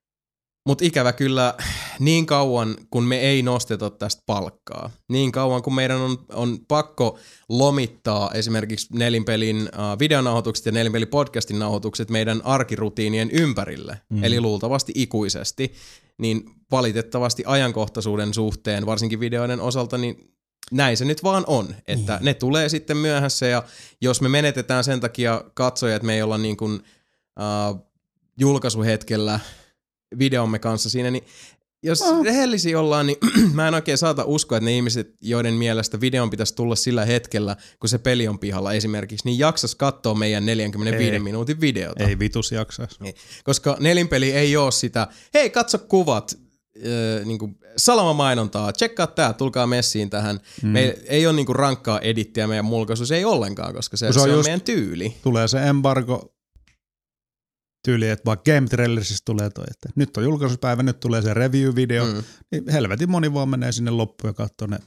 [SPEAKER 1] Mutta ikävä kyllä niin kauan, kun me ei nosteta tästä palkkaa, niin kauan kun meidän on, on pakko lomittaa esimerkiksi Nelinpelin uh, videonauhoitukset ja Nelinpelin podcastin nauhoitukset meidän arkirutiinien ympärille, mm. eli luultavasti ikuisesti, niin valitettavasti ajankohtaisuuden suhteen, varsinkin videoiden osalta, niin näin se nyt vaan on, että mm. ne tulee sitten myöhässä ja jos me menetetään sen takia katsoja, että me ei olla niin kuin uh, julkaisuhetkellä videomme kanssa siinä, niin jos oh. rehellisiä ollaan, niin mä en oikein saata uskoa, että ne ihmiset, joiden mielestä videon pitäisi tulla sillä hetkellä, kun se peli on pihalla esimerkiksi, niin jaksas katsoa meidän neljänkymmenenviiden ei. minuutin videota.
[SPEAKER 4] Ei vitus jaksaisi.
[SPEAKER 1] Ei. Koska Nelinpeli ei ole sitä, hei katso kuvat, äh, niin kuin salamamainontaa, tsekkaa tää, tulkaa messiin tähän. Mm. Me ei ole niin kuin rankkaa edittiä meidän mulkaisuus, ei ollenkaan, koska se, se, on, se on
[SPEAKER 4] just,
[SPEAKER 1] meidän tyyli.
[SPEAKER 4] Tulee se embargo tyyli, että vaikka Game Trailersissa tulee toi, että nyt on julkaisupäivä, nyt tulee se review-video, mm. niin helvetin moni vaan menee sinne loppuun ja katsoo ne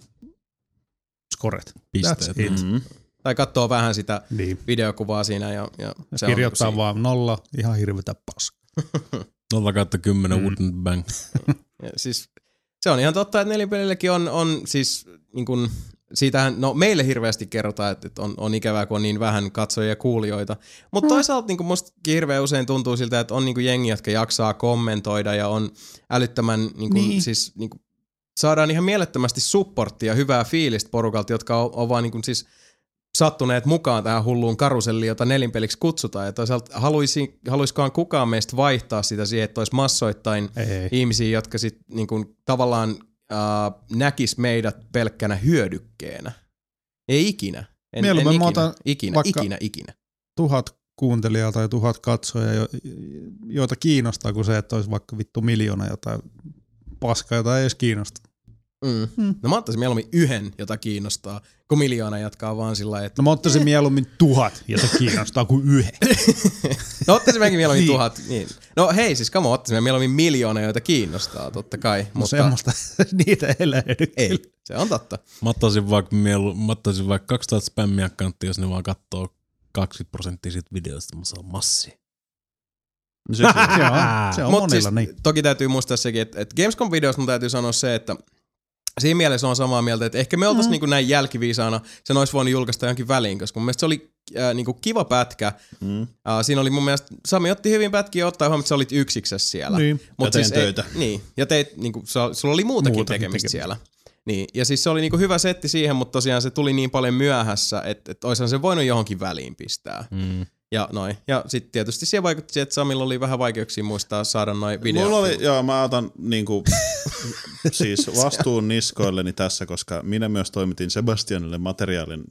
[SPEAKER 4] scoret.
[SPEAKER 3] Pisteet.
[SPEAKER 4] That's it.
[SPEAKER 2] Mm-hmm.
[SPEAKER 1] Tai katsoo vähän sitä
[SPEAKER 4] niin.
[SPEAKER 1] videokuvaa siinä ja, ja,
[SPEAKER 4] ja
[SPEAKER 1] se
[SPEAKER 4] kirjoittaa
[SPEAKER 1] on
[SPEAKER 4] vaan nolla, ihan hirvetä paska.
[SPEAKER 3] nolla kautta kymmenen mm. wouldn't bang.
[SPEAKER 1] ja siis se on ihan totta, että nelipelilläkin on, on siis niin kuin, siitähän, no meille hirveästi kerrotaan, että on, on ikävää, kun on niin vähän katsojia ja kuulijoita. Mutta toisaalta niin kuin mustakin hirveän usein tuntuu siltä, että on niin kuin jengi, jotka jaksaa kommentoida ja on älyttömän, niin kuin, niin. siis niin kuin, saadaan ihan mielettömästi supporttia ja hyvää fiilistä porukalta, jotka on, on vaan niin kuin, siis sattuneet mukaan tähän hulluun karuselliin, jota nelinpeliksi kutsutaan. Ja toisaalta haluisi, haluisikohan kukaan meistä vaihtaa sitä siihen, että olisi massoittain ei. ihmisiä, jotka sit niin kuin, tavallaan äh, näkis meidät pelkkänä hyödykkeenä. Ei ikinä. En, en ikinä. Ikinä, ikinä, ikinä.
[SPEAKER 4] Tuhat kuuntelijaa tai tuhat katsojaa, joita kiinnostaa kuin se, että olisi vaikka vittu miljoona jotain paskaa, jota ei edes kiinnosta.
[SPEAKER 1] Mm. Mm. No mä ottaisin mieluummin yhden, jota kiinnostaa, kun miljoona jatkaa vaan sillä lailla, että...
[SPEAKER 4] No mä ottaisin mieluummin tuhat, jota kiinnostaa kuin yhden.
[SPEAKER 1] No ottaisin mäkin mieluummin tuhat. Niin. No hei, siis kamo, ottaisin mieluummin miljoona, joita kiinnostaa, totta kai.
[SPEAKER 4] No
[SPEAKER 1] mutta...
[SPEAKER 4] semmoista niitä ei lähdy.
[SPEAKER 1] Ei, se on totta.
[SPEAKER 3] Mä ottaisin vaikka, mielu, mä ottaisin vaikka kaksituhatta spämmiakkanttia, jos ne vaan katsoo kaksikymmentä prosenttia siitä videosta, mä saan massia.
[SPEAKER 2] No se, se,
[SPEAKER 4] se on
[SPEAKER 1] Mut
[SPEAKER 4] monilla
[SPEAKER 1] siis,
[SPEAKER 4] niin.
[SPEAKER 1] Toki täytyy muistaa sekin, että, että Gamescom-videosta mun täytyy sanoa se, että siinä mielessä on samaa mieltä, että ehkä me oltaisiin mm. niin kuin näin jälkiviisaana, sen olisi voinut julkaista jonkin väliin, koska mun mielestä se oli äh, niin kuin kiva pätkä. Mm. Äh, siinä oli mun mielestä, Sami otti hyvin pätkiä ottaa huomioon, että sä olit yksiksessä siellä.
[SPEAKER 2] Niin,
[SPEAKER 1] Mut
[SPEAKER 2] ja tein
[SPEAKER 1] siis
[SPEAKER 2] töitä.
[SPEAKER 1] Ei, niin, ja teit, niin kuin, sulla oli muutakin, muutakin tekemistä siellä. Niin, ja siis se oli niin kuin hyvä setti siihen, mutta tosiaan se tuli niin paljon myöhässä, että, että olisihan se voinut johonkin väliin pistää. Mm. Ja noin. Ja sitten tietysti siihen vaikutti siihen, että Samilla oli vähän vaikeuksia muistaa saada noin videot.
[SPEAKER 2] Mulla oli, joo, mä otan niinku, siis vastuun niskoilleni tässä, koska minä myös toimitin Sebastianille materiaalin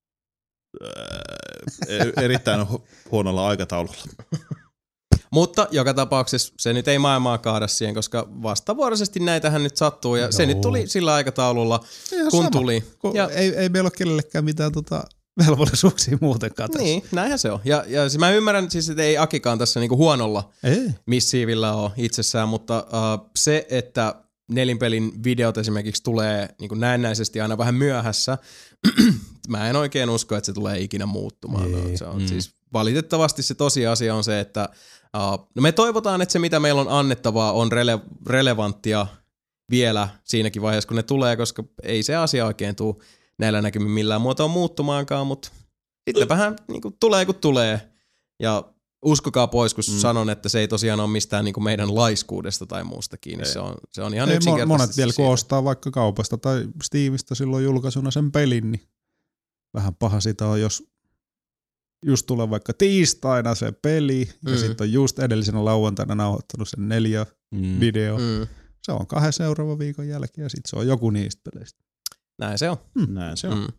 [SPEAKER 2] äh, erittäin hu- huonolla aikataululla.
[SPEAKER 1] Mutta joka tapauksessa se nyt ei maailmaa kaada siihen, koska vastavuoroisesti näitähän nyt sattuu ja joo. Se nyt tuli sillä aikataululla, ihan kun sama. tuli.
[SPEAKER 4] Kun
[SPEAKER 1] ja
[SPEAKER 4] ei, ei meillä ole kenellekään mitään tota velvollisuuksia muutenkaan tässä.
[SPEAKER 1] Niin, näinhän se on. Ja, ja mä ymmärrän siis, että ei Akikaan tässä niinku huonolla ei. missiivillä ole itsessään, mutta uh, se, että nelinpelin videot esimerkiksi tulee niinku näennäisesti aina vähän myöhässä, mä en oikein usko, että se tulee ikinä muuttumaan. No, se on mm. siis valitettavasti se tosiasia on se, että uh, no me toivotaan, että se mitä meillä on annettavaa on rele- relevanttia vielä siinäkin vaiheessa, kun ne tulee, koska ei se asia oikein tule näillä näkymin millään muotoa muuttumaankaan, mutta sitten vähän niin kuin tulee kun tulee. Ja uskokaa pois, kun mm. sanon, että se ei tosiaan ole mistään niin kuin meidän laiskuudesta tai muusta kiinni. Se on, se on ihan ei, yksinkertaisesti.
[SPEAKER 4] Monet vielä kun ostaa vaikka kaupasta tai Steamista silloin julkaisuna sen pelin, niin vähän paha sitä on, jos just tulee vaikka tiistaina se peli mm. ja sitten on just edellisenä lauantaina nauhoittanut sen neljä mm. video. Mm. Se on kahden seuraavan viikon jälkeen ja sitten se on joku niistä peleistä.
[SPEAKER 1] Näin se on.
[SPEAKER 2] Mm. Näin se on. Mm.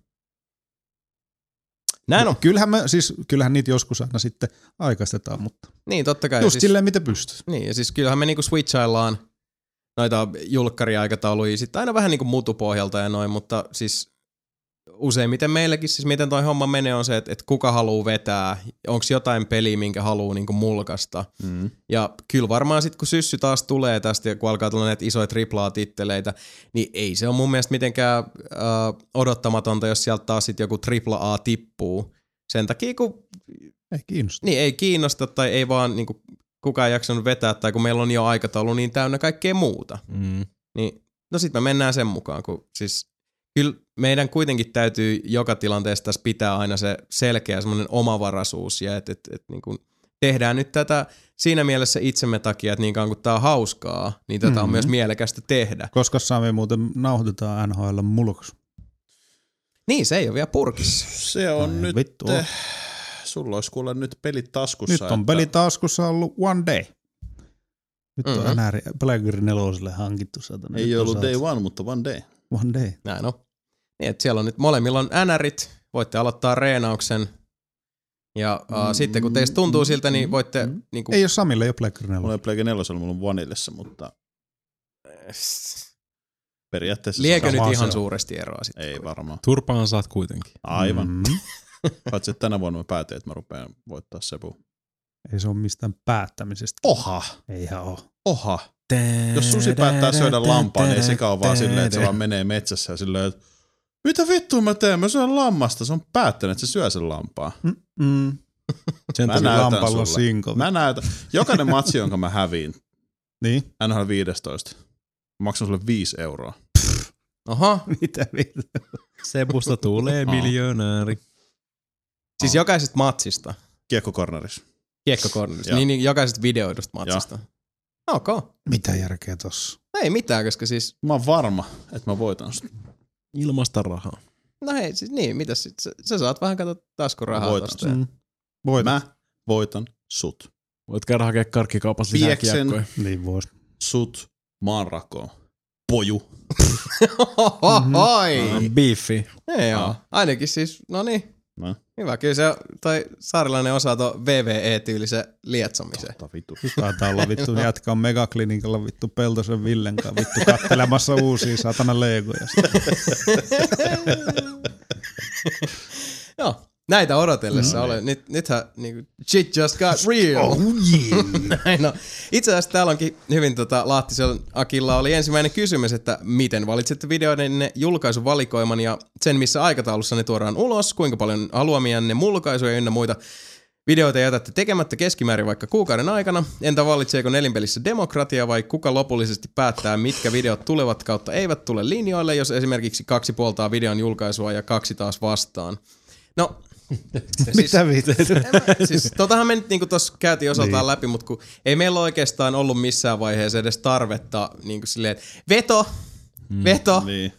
[SPEAKER 1] Näin on.
[SPEAKER 4] Kyllähän, me, siis, kyllähän niitä joskus aina sitten aikaistetaan, mutta
[SPEAKER 1] niin, totta kai.
[SPEAKER 4] Just
[SPEAKER 1] siis,
[SPEAKER 4] silleen, mitä pystyy.
[SPEAKER 1] Niin, ja siis kyllähän me niinku switchaillaan noita julkkariaikatauluja sitten aina vähän niinku mutupohjalta ja noin, mutta siis useimmiten meilläkin, siis miten toi homma menee on se, että, että kuka haluaa vetää, onko jotain peliä, minkä haluaa niinku mulkasta. Mm. Ja kyllä varmaan sitten kun syssy taas tulee tästä ja kun alkaa tulla näitä isoja tripla-A-titteleitä, niin ei se ole mun mielestä mitenkään äh, odottamatonta, jos sieltä taas sitten joku tripla A tippuu. Sen takia kun
[SPEAKER 4] ei kiinnosta.
[SPEAKER 1] Niin, ei kiinnosta tai ei vaan niinku, kukaan jaksanut vetää tai kun meillä on jo aikataulu niin täynnä kaikkea muuta. Mm. Niin, no sitten me mennään sen mukaan, kun siis kyllä meidän kuitenkin täytyy joka tilanteessa tässä pitää aina se selkeä semmoinen omavaraisuus ja että et, et, niin kuin tehdään nyt tätä siinä mielessä itsemme takia, että niin kauan kun tää on hauskaa, niin tätä mm-hmm. on myös mielekästä tehdä.
[SPEAKER 4] Koska Sami muuten nauhoitetaan N H L mulkus.
[SPEAKER 1] Niin, se ei ole vielä purkissa.
[SPEAKER 2] Se on
[SPEAKER 4] Ai,
[SPEAKER 2] nyt,
[SPEAKER 4] vittu.
[SPEAKER 2] eh, sulla olisi kuule nyt pelit taskussa.
[SPEAKER 4] Nyt on
[SPEAKER 2] että
[SPEAKER 4] pelit taskussa ollut one day. Nyt
[SPEAKER 1] mm-hmm.
[SPEAKER 4] on enää Blackberry neloselle hankittu satana.
[SPEAKER 2] Ei ollut day one, mutta one day.
[SPEAKER 4] One day.
[SPEAKER 1] Näin on. Niin, että siellä on nyt molemmilla on änärit, voitte aloittaa reenauksen. Ja uh, mm, sitten kun teistä tuntuu siltä, niin voitte
[SPEAKER 4] Mm.
[SPEAKER 1] niin kuin
[SPEAKER 4] Ei ole Samille, ei ole Blackberry
[SPEAKER 2] Mulla
[SPEAKER 4] nelonen.
[SPEAKER 2] ei Play nelosella, mulla on Vanillessa, mutta periaatteessa
[SPEAKER 1] liekö
[SPEAKER 2] sama
[SPEAKER 1] nyt ihan
[SPEAKER 2] asia.
[SPEAKER 1] suuresti eroa sitten?
[SPEAKER 2] Ei varmaan.
[SPEAKER 3] Turpaan saat kuitenkin.
[SPEAKER 2] Aivan.
[SPEAKER 4] Mm.
[SPEAKER 2] Paitsi että tänä vuonna mä päätin, että mä rupean voittaa Sebu.
[SPEAKER 4] Ei se ole mistään päättämisestä.
[SPEAKER 2] Oha.
[SPEAKER 4] Eihän ole.
[SPEAKER 2] Oha. Jos susi päättää syödä lampaa, niin ei sekä ole vaan silleen, että se vaan menee metsässä ja silleen, että mitä vittua mä teen? Mä syön lammasta. Se on päättänyt, että se syö sen lampaa.
[SPEAKER 4] Mm-mm.
[SPEAKER 3] Sen
[SPEAKER 2] Mä
[SPEAKER 3] takia
[SPEAKER 2] näytän
[SPEAKER 4] lampalla
[SPEAKER 2] sulle.
[SPEAKER 4] sinko.
[SPEAKER 2] Mä näytän. Jokainen matsi, jonka mä häviin,
[SPEAKER 4] Niin?
[SPEAKER 2] N H L viisitoista, mä maksan sulle viisi euroa.
[SPEAKER 1] Oho.
[SPEAKER 4] Mitä vittu?
[SPEAKER 3] Sebusta tulee miljonääri.
[SPEAKER 1] Siis jokaisesta matsista.
[SPEAKER 2] Kiekkokornerissa.
[SPEAKER 1] Kiekkokornerista.
[SPEAKER 2] Joo.
[SPEAKER 1] Niin, niin jokaisesta videoidusta matsista. Ok.
[SPEAKER 4] Mitä järkeä tossa?
[SPEAKER 1] Ei mitään, koska siis...
[SPEAKER 2] Mä oon varma, että mä voitan sut.
[SPEAKER 3] Ilmasta rahaa.
[SPEAKER 1] No hei, siis niin, mitäs sit? Sä, sä saat vähän katsoa taskurahaa
[SPEAKER 2] Voitan
[SPEAKER 1] tosta.
[SPEAKER 4] Mm. Voitat.
[SPEAKER 2] Mä voitan sut.
[SPEAKER 3] Voit käydä hakea karkkikaupassa lisää
[SPEAKER 2] Pieksen
[SPEAKER 3] kiekkoja.
[SPEAKER 4] Niin vois.
[SPEAKER 2] sut maanrakoon. Poju.
[SPEAKER 1] Oi!
[SPEAKER 3] Beefi.
[SPEAKER 1] Ei joo.
[SPEAKER 2] Ah.
[SPEAKER 1] Ainakin siis, no niin.
[SPEAKER 2] No.
[SPEAKER 1] Hyvä, kyllä se, toi saarilainen osaa tuon V V E-tyylisen lietsomisen.
[SPEAKER 2] Totta vittu.
[SPEAKER 4] Taitaa olla vittu jätkä on megaklinikalla vittu Peltosen Villen kanssa vittu kattelemassa uusia satana legoja.
[SPEAKER 1] Joo, näitä odotellessa
[SPEAKER 4] No.
[SPEAKER 1] olen. Nyt, nythän niinku, shit just got real.
[SPEAKER 4] Oh yeah.
[SPEAKER 1] Näin on. Itse asiassa täällä onkin hyvin tota, Lahtisella Akilla oli ensimmäinen kysymys, että miten valitsette videoiden julkaisuvalikoiman ja sen, missä aikataulussa ne tuodaan ulos, kuinka paljon haluamianne mulkaisuja ynnä muita videoita jätätte tekemättä keskimäärin vaikka kuukauden aikana. Entä valitseeko nelinpelissä demokratia vai kuka lopullisesti päättää, mitkä videot tulevat kautta eivät tule linjoille, jos esimerkiksi kaksi puoltaa videon julkaisua ja kaksi taas vastaan? No, siis,
[SPEAKER 4] Mitä vittu?
[SPEAKER 1] siis totahan me nyt niinku tossa käytiin osaltaan
[SPEAKER 4] Niin.
[SPEAKER 1] läpi, mutta kun ei meillä oikeastaan ollut missään vaiheessa edes tarvetta niinku silleen, että veto, veto.
[SPEAKER 2] Niin.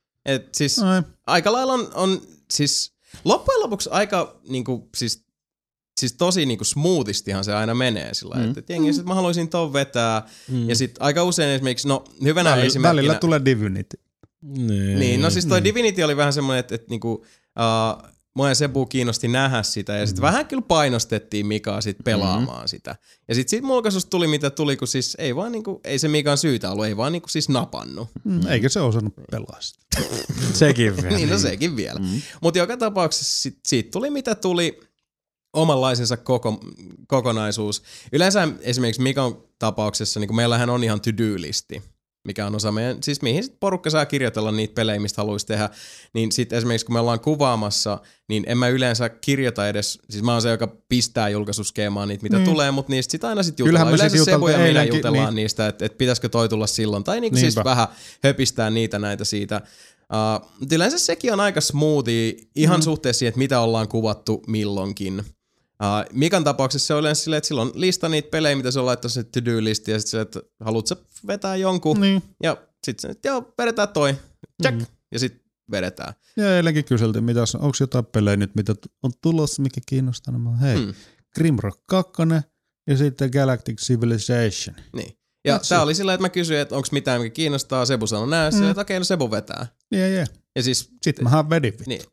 [SPEAKER 1] Et siis
[SPEAKER 4] Ai.
[SPEAKER 1] aika lailla on, on siis loppujen lopuksi aika niinku siis Siis tosi niinku smoothistihan se aina menee sillä mm. että et jengi, sit mä haluaisin ton vetää. Mm. Ja sit aika usein esimerkiksi, no hyvänä
[SPEAKER 4] Välillä,
[SPEAKER 1] esimerkkinä.
[SPEAKER 4] välillä tulee Divinity.
[SPEAKER 3] Nee.
[SPEAKER 1] Niin, no siis toi Divinity oli vähän semmoinen, että et niinku, uh, mua ja Sebu kiinnosti nähdä sitä. Ja sit mm. vähän kyllä painostettiin Mikaa sit pelaamaan mm. sitä. Ja sit siitä mulkaisusta tuli mitä tuli, kun siis ei vaan niinku, ei se Mikan syytä ollut, ei vaan niinku siis napannut.
[SPEAKER 4] Mm. Eikö se osannut pelaa sitä?
[SPEAKER 3] Sekin vielä.
[SPEAKER 1] niin, no sekin vielä. Mm. Mutta joka tapauksessa sit, siitä tuli mitä tuli. Omanlaisensa koko, kokonaisuus. Yleensä esimerkiksi Mikan tapauksessa, niin meillähän on ihan to-do-listi, mikä on osa meidän, siis mihin sit porukka saa kirjoitella niitä pelejä, mistä haluaisi tehdä, niin sitten esimerkiksi kun me ollaan kuvaamassa, niin en mä yleensä kirjoita edes, siis mä oon se, joka pistää julkaisuskeemaan niitä, mitä mm. tulee, mutta niistä sit aina sit jutellaan.
[SPEAKER 4] Kyllähän me
[SPEAKER 1] Yleensä
[SPEAKER 4] sit
[SPEAKER 1] Sebu ja minä
[SPEAKER 4] eilenkin,
[SPEAKER 1] jutellaan
[SPEAKER 4] niin.
[SPEAKER 1] niistä, että et pitäisikö toi tulla silloin, tai niinku siis vähän höpistää niitä näitä siitä. Uh, yleensä sekin on aika smoothie ihan mm. suhteessa siihen, että mitä ollaan kuvattu milloinkin. Uh, Mikan tapauksessa se on yleensä silleen, että silloin on lista niitä pelejä, mitä se on laittanut sinne to-do-listiin, ja sitten silleen, että haluat sä vetää jonkun,
[SPEAKER 4] Niin.
[SPEAKER 1] ja sitten se, että joo, vedetään toi, check,
[SPEAKER 4] Mm.
[SPEAKER 1] ja sitten vedetään.
[SPEAKER 4] Ja eilenkin kyseltiin, mitä onko jotain pelejä nyt, mitä on tulossa, mikä kiinnostaa. Mä, hei,
[SPEAKER 1] Mm.
[SPEAKER 4] Grimrock kaksi ja sitten Galactic Civilization.
[SPEAKER 1] Niin. Ja
[SPEAKER 4] That's
[SPEAKER 1] tää
[SPEAKER 4] it.
[SPEAKER 1] oli silleen, että mä kysyin, että onko mitään, mikä kiinnostaa, Sebu sanoi näin, mm. että okei, no Sebu vetää.
[SPEAKER 4] Jee, jee.
[SPEAKER 1] Ja siis,
[SPEAKER 4] Sitten mä vedin.
[SPEAKER 1] niin.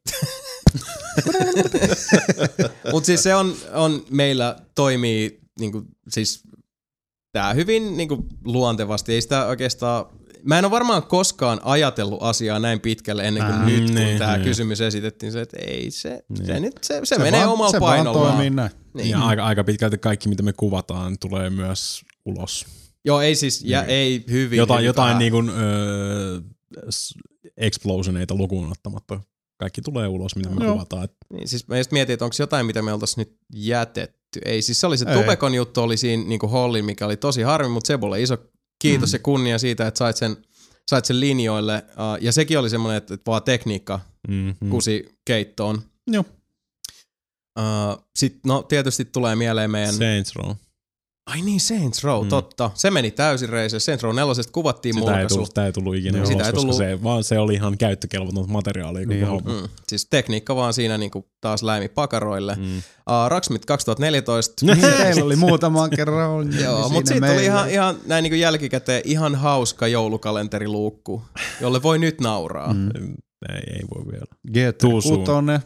[SPEAKER 1] Mutta siis se on, on meillä toimii niinku, siis tää hyvin niinku, luontevasti. Ei sitä oikeastaan, mä en ole varmaan koskaan ajatellut asiaa näin pitkälle ennen kuin
[SPEAKER 4] Ää,
[SPEAKER 1] nyt, kun
[SPEAKER 3] niin,
[SPEAKER 1] tää
[SPEAKER 3] niin.
[SPEAKER 1] kysymys esitettiin. Se, että ei se,
[SPEAKER 3] Niin.
[SPEAKER 1] se, nyt, se, se, se menee
[SPEAKER 4] vaan,
[SPEAKER 1] omalla
[SPEAKER 4] se
[SPEAKER 1] painollaan.
[SPEAKER 4] vaan toimii näin.
[SPEAKER 1] Niin.
[SPEAKER 3] Ja aika, aika pitkälti kaikki, mitä me kuvataan, tulee myös ulos.
[SPEAKER 1] Joo, ei siis, ja
[SPEAKER 3] Niin.
[SPEAKER 1] ei hyvin.
[SPEAKER 3] Jotain,
[SPEAKER 1] hyvin
[SPEAKER 3] jotain
[SPEAKER 1] vähän.
[SPEAKER 3] niin kuin, öö, s- explosioneita lukuun ottamatta. Kaikki tulee ulos, mitä me
[SPEAKER 4] Joo.
[SPEAKER 3] kuvataan. Et
[SPEAKER 1] Niin, siis mä just mietin, että onko jotain, mitä me oltaisiin nyt jätetty. Ei, siis se oli se
[SPEAKER 4] Ei.
[SPEAKER 1] Tubekon juttu, oli siinä niin kuin Hollin, mikä oli tosi harmi, mutta Sebulle iso kiitos mm. ja kunnia siitä, että sait sen, sait sen linjoille. Uh, ja sekin oli semmoinen, että, että vaan tekniikka
[SPEAKER 3] mm-hmm.
[SPEAKER 1] kusi keittoon.
[SPEAKER 4] Joo.
[SPEAKER 1] Uh, Sitten no tietysti tulee mieleen meidän...
[SPEAKER 3] Saints Row.
[SPEAKER 1] Ai niin, Saints Row,
[SPEAKER 3] Mm.
[SPEAKER 1] totta. Se meni täysin reisessä. Saints Row nelosesta kuvattiin
[SPEAKER 3] Sitä ei,
[SPEAKER 1] mulkaisu.
[SPEAKER 3] tullut, sitä ei tullut ikinä
[SPEAKER 1] Joo,
[SPEAKER 3] ulos,
[SPEAKER 1] sitä ei
[SPEAKER 3] koska
[SPEAKER 1] tullut-
[SPEAKER 3] se, vaan se oli ihan käyttökelvotonta materiaalia.
[SPEAKER 4] Niin
[SPEAKER 3] Koko
[SPEAKER 4] oli.
[SPEAKER 3] homma.
[SPEAKER 1] Mm. Siis tekniikka vaan siinä niinku taas läimi pakaroille.
[SPEAKER 3] Mm.
[SPEAKER 1] Uh, Raksmit kaksituhattaneljätoista.
[SPEAKER 4] Niin, teillä oli muutaman kerran on.
[SPEAKER 1] Joo, mutta siitä tuli ihan, ihan näin niin kuin jälkikäteen ihan hauska joulukalenteriluukku, jolle voi nyt nauraa. Mm.
[SPEAKER 4] Mm.
[SPEAKER 3] Ei, ei voi vielä.
[SPEAKER 4] G T
[SPEAKER 3] Too soon.
[SPEAKER 4] kuusi,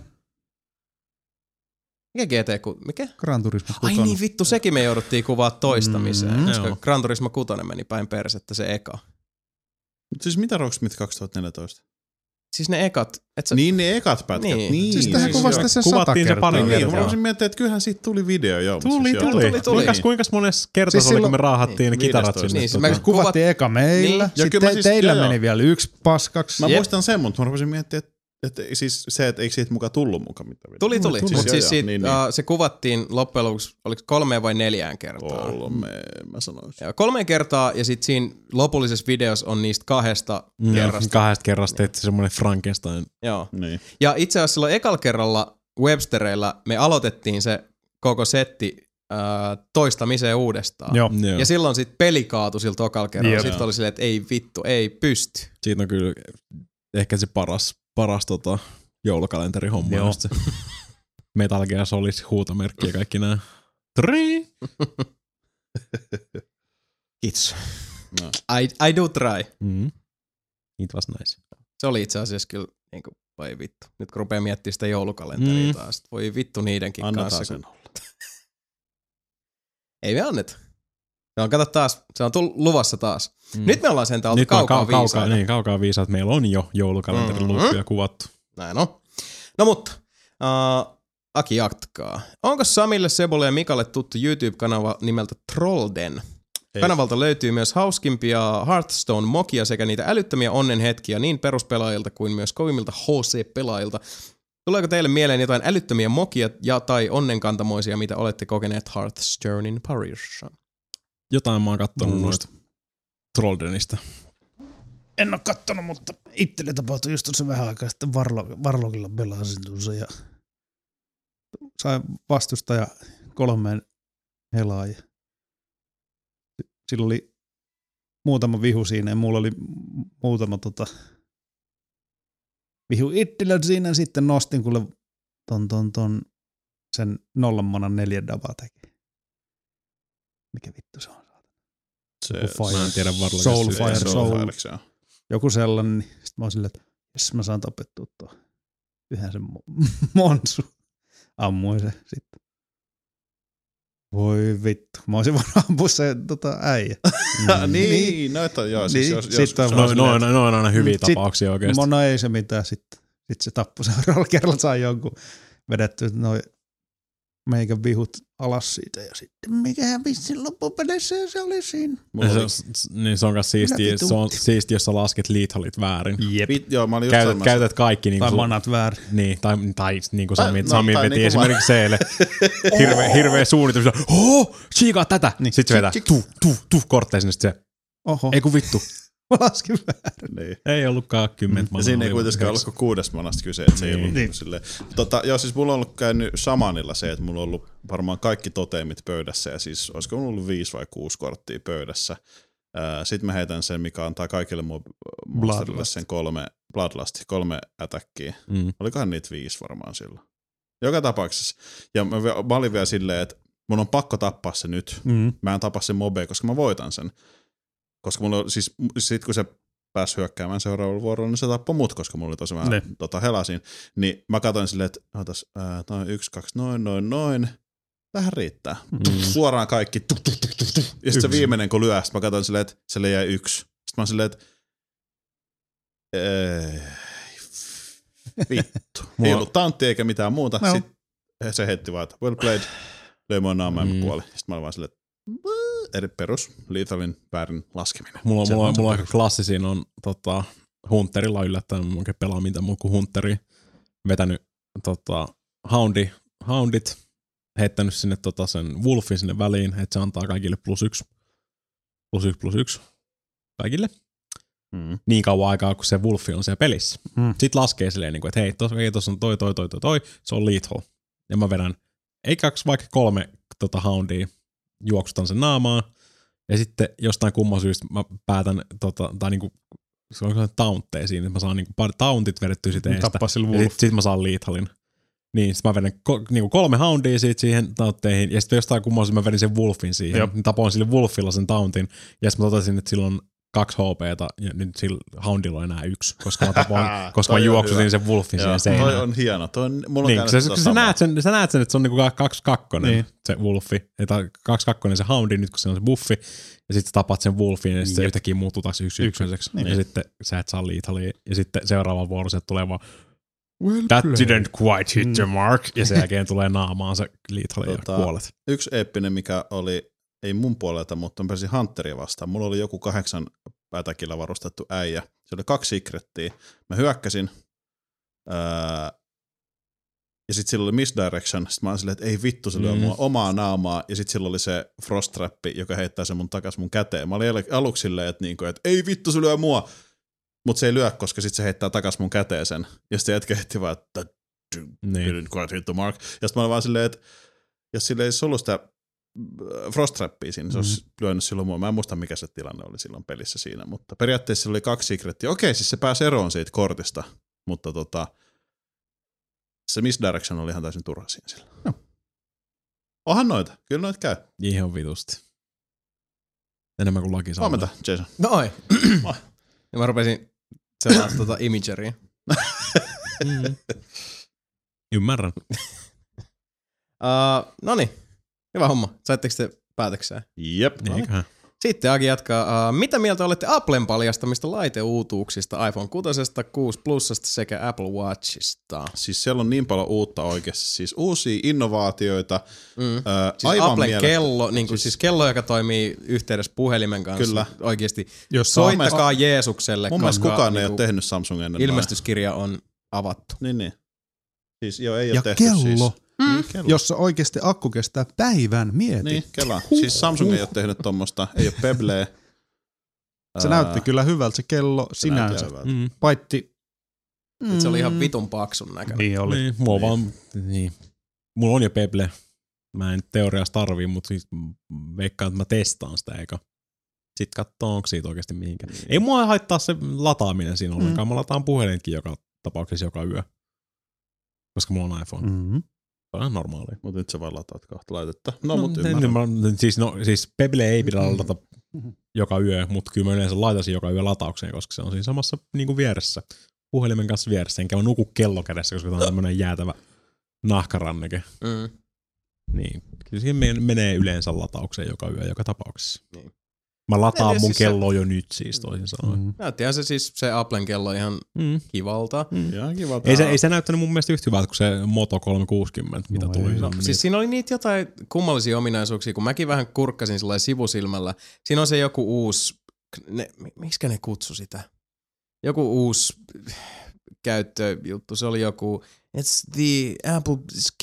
[SPEAKER 1] Mikä G T? Ku, mikä?
[SPEAKER 4] Gran Turismo
[SPEAKER 1] Ai
[SPEAKER 4] kuusi.
[SPEAKER 1] niin vittu, sekin me jouduttiin kuvaa toistamiseen,
[SPEAKER 4] Mm,
[SPEAKER 1] koska
[SPEAKER 3] joo.
[SPEAKER 1] Gran Turismo kuusi meni päin persettä se eka.
[SPEAKER 2] Mut siis mitä Rocksmith kaksituhattaneljätoista?
[SPEAKER 1] siis ne ekat. Et sä,
[SPEAKER 2] Niin ne ekat pätkät.
[SPEAKER 1] Niin.
[SPEAKER 2] Niin.
[SPEAKER 4] Siis tähän kuvasi tässä sata
[SPEAKER 3] Kuvattiin se
[SPEAKER 4] kertaa.
[SPEAKER 3] pari
[SPEAKER 2] Niin,
[SPEAKER 3] kertaa.
[SPEAKER 2] mä voisin miettiä, että kyllähän siitä tuli video jo.
[SPEAKER 3] Tuli,
[SPEAKER 2] Siis joo,
[SPEAKER 3] tuli.
[SPEAKER 1] tuli, tuli.
[SPEAKER 3] Kuinkas, kuinkas monessa kertaa
[SPEAKER 4] Siis
[SPEAKER 3] siis oli, kun me
[SPEAKER 4] silloin-
[SPEAKER 3] raahattiin ne
[SPEAKER 2] niin,
[SPEAKER 3] kitarat
[SPEAKER 2] viidestoista.
[SPEAKER 3] sinne?
[SPEAKER 1] Niin, se
[SPEAKER 3] tota.
[SPEAKER 1] mä-
[SPEAKER 4] Kuvattiin eka meillä,
[SPEAKER 1] Niin.
[SPEAKER 2] Ja
[SPEAKER 4] sitten
[SPEAKER 2] kyllä mä
[SPEAKER 4] te,
[SPEAKER 2] siis-
[SPEAKER 4] teillä
[SPEAKER 2] joo, joo.
[SPEAKER 4] meni vielä yksi paskaksi.
[SPEAKER 2] Mä
[SPEAKER 1] Jep.
[SPEAKER 2] muistan sen, mutta mä rupesin miettiä, että, että siis se, että eikö siitä mukaan tullut mukaan mitään.
[SPEAKER 1] Tuli, tuli.
[SPEAKER 2] Siis
[SPEAKER 1] Mutta
[SPEAKER 2] joo,
[SPEAKER 1] siis
[SPEAKER 2] joo,
[SPEAKER 1] siitä,
[SPEAKER 2] niin,
[SPEAKER 1] niin,
[SPEAKER 2] niin.
[SPEAKER 1] uh, se kuvattiin loppujen lopuksi, oliko kolmeen vai neljään kertaa?
[SPEAKER 2] Kolme, mä sanoisin.
[SPEAKER 1] Ja kolmeen kertaa, ja sitten siinä lopullisessa videossa on niistä kahdesta
[SPEAKER 3] Joo,
[SPEAKER 1] kerrasta.
[SPEAKER 3] kahdesta kerrasta tehtiin semmoinen Frankenstein.
[SPEAKER 1] Joo.
[SPEAKER 2] Niin.
[SPEAKER 1] Ja itse asiassa silloin ekalla kerralla Webstereillä me aloitettiin se koko setti uh, toistamiseen uudestaan.
[SPEAKER 4] Joo.
[SPEAKER 3] Joo.
[SPEAKER 1] Ja silloin sitten peli kaatui sillä tokalla kerralla.
[SPEAKER 4] Jep.
[SPEAKER 1] Sitten oli silleen, että ei vittu, ei pysty.
[SPEAKER 3] Siitä on kyllä ehkä se paras, paras tota, joulukalenterihomma.
[SPEAKER 4] Joo.
[SPEAKER 3] Just se Metal Gear Solid huutomerkki ja kaikki nää. Trii!
[SPEAKER 1] It's.
[SPEAKER 2] No.
[SPEAKER 1] I, I do try.
[SPEAKER 3] Mm. It was nice.
[SPEAKER 1] Se oli itse asiassa kyllä, niin kuin, voi vittu. Nyt kun rupeaa miettimään sitä joulukalenteria
[SPEAKER 3] Mm.
[SPEAKER 1] taas, voi vittu niidenkin
[SPEAKER 2] Annetaan
[SPEAKER 1] kanssa.
[SPEAKER 2] sen
[SPEAKER 1] Kun...
[SPEAKER 2] olla.
[SPEAKER 1] Ei me anneta. Se on, kato taas, se on tullut luvassa taas.
[SPEAKER 3] Mm.
[SPEAKER 1] Nyt me ollaan sen oltu
[SPEAKER 3] Nyt me on
[SPEAKER 1] kaukaa
[SPEAKER 3] kau- kaukaa,
[SPEAKER 1] viisaita.
[SPEAKER 3] niin, kaukaa viisaat. Meillä on jo joulukalenterin
[SPEAKER 1] Mhm.
[SPEAKER 3] luukkuja kuvattu.
[SPEAKER 1] Näin on. No mutta, uh, Aki jatkaa. Onko Samille, Sebolle ja Mikalle tuttu YouTube-kanava nimeltä Trollden?
[SPEAKER 2] Ei.
[SPEAKER 1] Kanavalta löytyy myös hauskimpia Hearthstone-mokia sekä niitä älyttömiä onnenhetkiä niin peruspelaajilta kuin myös kovimmilta H C-pelaajilta. Tuleeko teille mieleen jotain älyttömiä mokia ja tai onnenkantamoisia, mitä olette kokeneet Hearthstonein parissa?
[SPEAKER 3] Jotain mä oon kattonut
[SPEAKER 4] Muista.
[SPEAKER 3] noista Trolldenista.
[SPEAKER 6] En oo kattonut, mutta itselle tapahtui just tuossa vähän aikaa sitten Varlo- Varlokilla pelasin tuossa ja
[SPEAKER 4] Sai vastustaja kolmeen helaa. ja Sillä oli muutama vihu siinä ja mulla oli muutama tota, vihu itsellä siinä. Sitten nostin kuule ton, ton, ton sen nollan manan neljä dabaa teki. Mikä vittu se on?
[SPEAKER 2] Se,
[SPEAKER 4] Joku Fire.
[SPEAKER 3] Mä en tiedä Varlokista.
[SPEAKER 4] Soulfire,
[SPEAKER 2] se on
[SPEAKER 4] Soul.
[SPEAKER 2] Fireksi, joo.
[SPEAKER 4] Joku sellainen, niin sit mä oon silleen, että jos mä saan tapettua tuon yhden sen mo- monsu. Ammuin se sitten. Voi vittu. Mä olisin voinut ampua se tota, äijä.
[SPEAKER 2] Mm. niin, no että joo. Siis
[SPEAKER 4] Niin,
[SPEAKER 2] jos, jos,
[SPEAKER 4] sitten
[SPEAKER 2] jos,
[SPEAKER 4] on
[SPEAKER 3] Noin no, no, no, on aina hyviä
[SPEAKER 4] Sit-
[SPEAKER 3] tapauksia oikeesti.
[SPEAKER 4] No, no ei se mitään sitten. Sitten se tappui seuraavalla kerralla, sai jonkun vedetty noin meikän vihut alas siitä ja sitten mikähän vissin loppupeleissä se oli siinä.
[SPEAKER 2] mulla
[SPEAKER 3] Se,
[SPEAKER 2] oli,
[SPEAKER 3] s- niin se on myös siistiä,
[SPEAKER 4] Kyllä
[SPEAKER 3] se on siistiä, jos sä lasket liithalit väärin.
[SPEAKER 4] Jep.
[SPEAKER 2] pit, joo, mä olin just
[SPEAKER 3] Käytät,
[SPEAKER 2] sanomassa.
[SPEAKER 3] käytät kaikki niin
[SPEAKER 4] Tai
[SPEAKER 3] kuin,
[SPEAKER 4] manat väärin.
[SPEAKER 3] niin, tai, tai niin kuin
[SPEAKER 2] Tai-
[SPEAKER 3] Sami,
[SPEAKER 2] no,
[SPEAKER 3] Sami
[SPEAKER 2] tai
[SPEAKER 3] veti
[SPEAKER 2] niin kuin
[SPEAKER 3] esimerkiksi Seelle. Hirveä, hirveä suunnitus. Oho, chiikaa tätä.
[SPEAKER 4] Niin.
[SPEAKER 3] Sitten se vetää tuu, tuu, tuu kortteja sinne. Sitten se,
[SPEAKER 4] Oho,
[SPEAKER 3] ei kun vittu.
[SPEAKER 4] mä laskin väärin.
[SPEAKER 2] Niin.
[SPEAKER 3] Ei ollutkaan kymmentä manaa.
[SPEAKER 2] Ja siinä ei
[SPEAKER 3] oli
[SPEAKER 2] kuitenkaan
[SPEAKER 3] yhdeksän.
[SPEAKER 2] ollut kuin kuudesta manasta kyse, että se ei
[SPEAKER 3] Niin.
[SPEAKER 2] ollut
[SPEAKER 4] Niin.
[SPEAKER 2] niin. silleen. Tota, joo, siis mulla on ollut käynyt Shamanilla se, että mulla on ollut varmaan kaikki toteemit pöydässä, ja siis olisiko mulla ollut viisi vai kuusi korttia pöydässä. Sitten mä heitän sen, mikä antaa kaikille mun monsterille
[SPEAKER 4] Bloodlust.
[SPEAKER 2] sen kolme, Bloodlust, kolme attackia.
[SPEAKER 3] Mm.
[SPEAKER 2] Olikohan niitä viisi varmaan silloin. Joka tapauksessa. Ja mä, vi- mä olin vielä silleen, että mun on pakko tappaa se nyt.
[SPEAKER 4] Mm.
[SPEAKER 2] Mä en tapa sen mobea, koska mä voitan sen. Koska mulla on, siis sit kun se pääsi hyökkäämään seuraavalla vuorolla, niin se tappoi mut, koska mulla oli tosi vähän
[SPEAKER 4] Ne.
[SPEAKER 2] tota, helasin. Niin mä katsoin silleen, että otas, ää, noin yksi, kaksi, noin, noin, noin. Tähän riittää.
[SPEAKER 3] Mm.
[SPEAKER 2] Suoraan kaikki. Tuk, tuk, tuk, tuk, tuk. Ja sitten se viimeinen, kun lyö, sit mä katsoin silleen, että sille jäi yksi. Sitten mä oon silleen, että ei, vittu.
[SPEAKER 3] Mulla-
[SPEAKER 2] Ei ollut tauntti eikä mitään muuta.
[SPEAKER 4] No.
[SPEAKER 2] Sitten se heitti vaan, että well played. Löi mua naamaan ja
[SPEAKER 3] Mm.
[SPEAKER 2] mä kuolin. Sitten mä olin vaan silleen, että eri perus lethalin väärin laskeminen.
[SPEAKER 3] Mulla,
[SPEAKER 2] Se
[SPEAKER 3] mulla,
[SPEAKER 2] on se
[SPEAKER 3] mulla on
[SPEAKER 2] perus.
[SPEAKER 3] aika klassisin on tota, Hunterilla yllättäen, mä oikein pelaa mitään muu kuin Hunteri. Vetänyt tota, houndi, houndit, heittänyt sinne tota, sen Wolfin sinne väliin, että se antaa kaikille plus yksi. Plus yksi, plus yksi. Kaikille.
[SPEAKER 2] Mm.
[SPEAKER 3] Niin kauan aikaa, kun se Wolfi on siellä pelissä.
[SPEAKER 4] Mm.
[SPEAKER 3] Sitten laskee silleen, että hei, tuossa okay, on toi, toi, toi, toi, toi, se on lethal. Ja mä vedän, ei kaksi, vaikka kolme tota, houndia, juoksutan sen naamaan. Ja sitten jostain kumman syystä mä päätän, tota, tai niinku, se on sellainen tauntteja siinä, että mä saan niinku pari tauntit vedettyä sit eestä.
[SPEAKER 4] Tappaa sillä
[SPEAKER 3] Ja
[SPEAKER 4] Wolf.
[SPEAKER 3] sit, sit mä saan lethalin. Niin, sit mä vedän ko, niinku kolme houndia siitä siihen tauntteihin, ja sitten jostain kumman syystä mä vedin sen Wolfin siihen.
[SPEAKER 4] Jop.
[SPEAKER 3] Niin tapoin sille Wolfilla sen tauntin, ja sit mä totesin, että silloin kaksi H P:tä ja nyt sillä Houndilla on enää yksi, koska mä, tapoin, koska mä juoksutin sen Wolfin siihen seinään.
[SPEAKER 2] Toi on hieno. Toi on, mulla on
[SPEAKER 3] niin,
[SPEAKER 2] käynyt
[SPEAKER 3] sä,
[SPEAKER 2] tota
[SPEAKER 3] sä,
[SPEAKER 2] samaa.
[SPEAKER 3] näet sen, sä näet sen, että se on niinku kaksi kakkonen
[SPEAKER 4] niin.
[SPEAKER 3] se Wolfi, tai kaksi kakkonen se Houndi nyt kun se on se buffi, ja sitten sä tapat sen Wolfin ja sitten se yhtäkkiä muuttuu taas yksi ykköseksi. Niin. Ja sitten sä et saa liitalia, ja sitten seuraava vuoro se tulee vaan well that played. Didn't quite hit the mark, ja sen jälkeen tulee naamaan se liitalia tota, ja kuolet.
[SPEAKER 2] Yksi eeppinen, mikä oli, ei mun puolelta, mutta on pääsi Hunteria vastaan. Mulla oli joku kahdeksan pätäkillä varustettu äijä. Se oli kaksi secrettiä. Mä hyökkäsin, ää, ja sit sillä oli misdirection. Sitten mä olin silleen, että ei vittu, se lyö mm. mua omaa naamaa. Ja sit sillä oli se frost trappi, joka heittää sen mun takas mun käteen. Mä olin aluksi silleen, että, niinku, että ei vittu, se lyö mua. Mut se ei lyö, koska sit se heittää takas mun käteen sen. Ja sitten jätkä heitti vaan, että didn't quite hit the mark. Ja sit mä olin vaan silleen, että jos sillä ei ollut sitä frost trappia siinä, se olisi mm. lyönyt silloin mua. Mä en muista, mikä se tilanne oli silloin pelissä siinä, mutta periaatteessa oli kaksi secrettiä. Okei, siis se pääsi eroon siitä kortista, mutta tota, se misdirection oli ihan täysin turha siinä sillä. No. Onhan noita, kyllä noita käy.
[SPEAKER 3] Ihan vitusti. Enemmän kuin laki saa.
[SPEAKER 2] Huomenta, Jason.
[SPEAKER 1] No oi. Ja mä rupesin sellaista tota imageria.
[SPEAKER 3] mm. Ymmärrän.
[SPEAKER 1] uh, noniin. Hyvä homma. Saitteko te päätökseen?
[SPEAKER 2] Jep.
[SPEAKER 3] Eiköhän.
[SPEAKER 1] Sitten Aki jatkaa. Uh, mitä mieltä olette Applen paljastamista laiteuutuuksista iPhone kuusi, kuusi Plusasta sekä Apple Watchista?
[SPEAKER 2] Siis siellä on niin paljon uutta oikeasti. Siis uusia innovaatioita.
[SPEAKER 1] Mm.
[SPEAKER 2] Äh,
[SPEAKER 1] siis
[SPEAKER 2] aivan
[SPEAKER 1] Applen
[SPEAKER 2] mielestä.
[SPEAKER 1] kello, niin kuin, siis, siis kello, joka toimii yhteydessä puhelimen kanssa.
[SPEAKER 2] Kyllä.
[SPEAKER 1] Oikeasti.
[SPEAKER 4] Jos
[SPEAKER 1] soittakaa on, Jeesukselle.
[SPEAKER 2] Mun mielestä kukaan
[SPEAKER 1] niin
[SPEAKER 2] ei ole tehnyt Samsung ennen.
[SPEAKER 1] Ilmestyskirja on avattu.
[SPEAKER 2] Niin, niin. Siis joo, ei ole
[SPEAKER 4] ja
[SPEAKER 2] tehty
[SPEAKER 4] kello.
[SPEAKER 2] Siis.
[SPEAKER 1] Mm.
[SPEAKER 2] Niin, kello.
[SPEAKER 4] Jossa oikeasti akku kestää päivän, mieti.
[SPEAKER 2] Niin, kelaa. Siis Samsung ei ole tehnyt tommoista, ei ole Pebbleä.
[SPEAKER 4] Se
[SPEAKER 2] Ää,
[SPEAKER 4] näytti kyllä hyvältä se kello
[SPEAKER 2] se
[SPEAKER 4] sinänsä.
[SPEAKER 3] Mm.
[SPEAKER 4] Paitti.
[SPEAKER 1] Mm. Se oli ihan vitun paksun näköinen.
[SPEAKER 4] Niin oli.
[SPEAKER 3] Niin, mulla, niin. Vaan, niin. Mulla on jo Pebble. Mä en teoriassa tarvii, mutta siis veikkaan, että mä testaan sitä eikä. Sitten katsoo, onko siitä oikeasti mihinkään. Ei mua haittaa se lataaminen siinä ollenkaan. Mm. Mä lataan puhelinkin joka tapauksessa joka yö. Koska mulla on iPhone.
[SPEAKER 4] Mm-hmm.
[SPEAKER 3] Se on ihan normaalia.
[SPEAKER 2] Mutta nyt sä vaan lataat kahta laitetta. No,
[SPEAKER 3] no
[SPEAKER 2] mutta
[SPEAKER 3] en,
[SPEAKER 2] ymmärrän.
[SPEAKER 3] mä, siis, no, siis Pebble ei pidä ladata joka yö, mutta kyllä mä yleensä laitaisin joka yö lataukseen, koska se on siinä samassa niin kuin vieressä. Puhelimen kanssa vieressä. Enkä mä nuku kello kädessä, koska tämä on tämmönen jäätävä nahkaranneke.
[SPEAKER 1] Mm.
[SPEAKER 3] Niin, kyllä siihen menee yleensä lataukseen joka yö, joka tapauksessa.
[SPEAKER 1] Niin.
[SPEAKER 3] Mä lataan
[SPEAKER 1] Eli
[SPEAKER 3] mun
[SPEAKER 1] siis
[SPEAKER 3] kello se jo nyt siis toisin sanoen.
[SPEAKER 4] Mm.
[SPEAKER 1] Näyttihän se siis se Applen kello ihan
[SPEAKER 3] Mm.
[SPEAKER 1] kivalta.
[SPEAKER 3] Mm.
[SPEAKER 2] Ihan kiva.
[SPEAKER 3] Ei se, ei se näyttänyt mun mielestä yhtä hyvältä kuin se Moto kolmesataakuusikymmentä, mitä
[SPEAKER 4] No
[SPEAKER 3] tuli.
[SPEAKER 1] No, siis siinä oli niitä jotain kummallisia ominaisuuksia, kun mäkin vähän kurkkasin sellainen sivusilmällä. Siinä on se joku uusi, ne, miksikä ne kutsu sitä? Joku uusi käyttöjuttu, se oli joku, it's the Apple,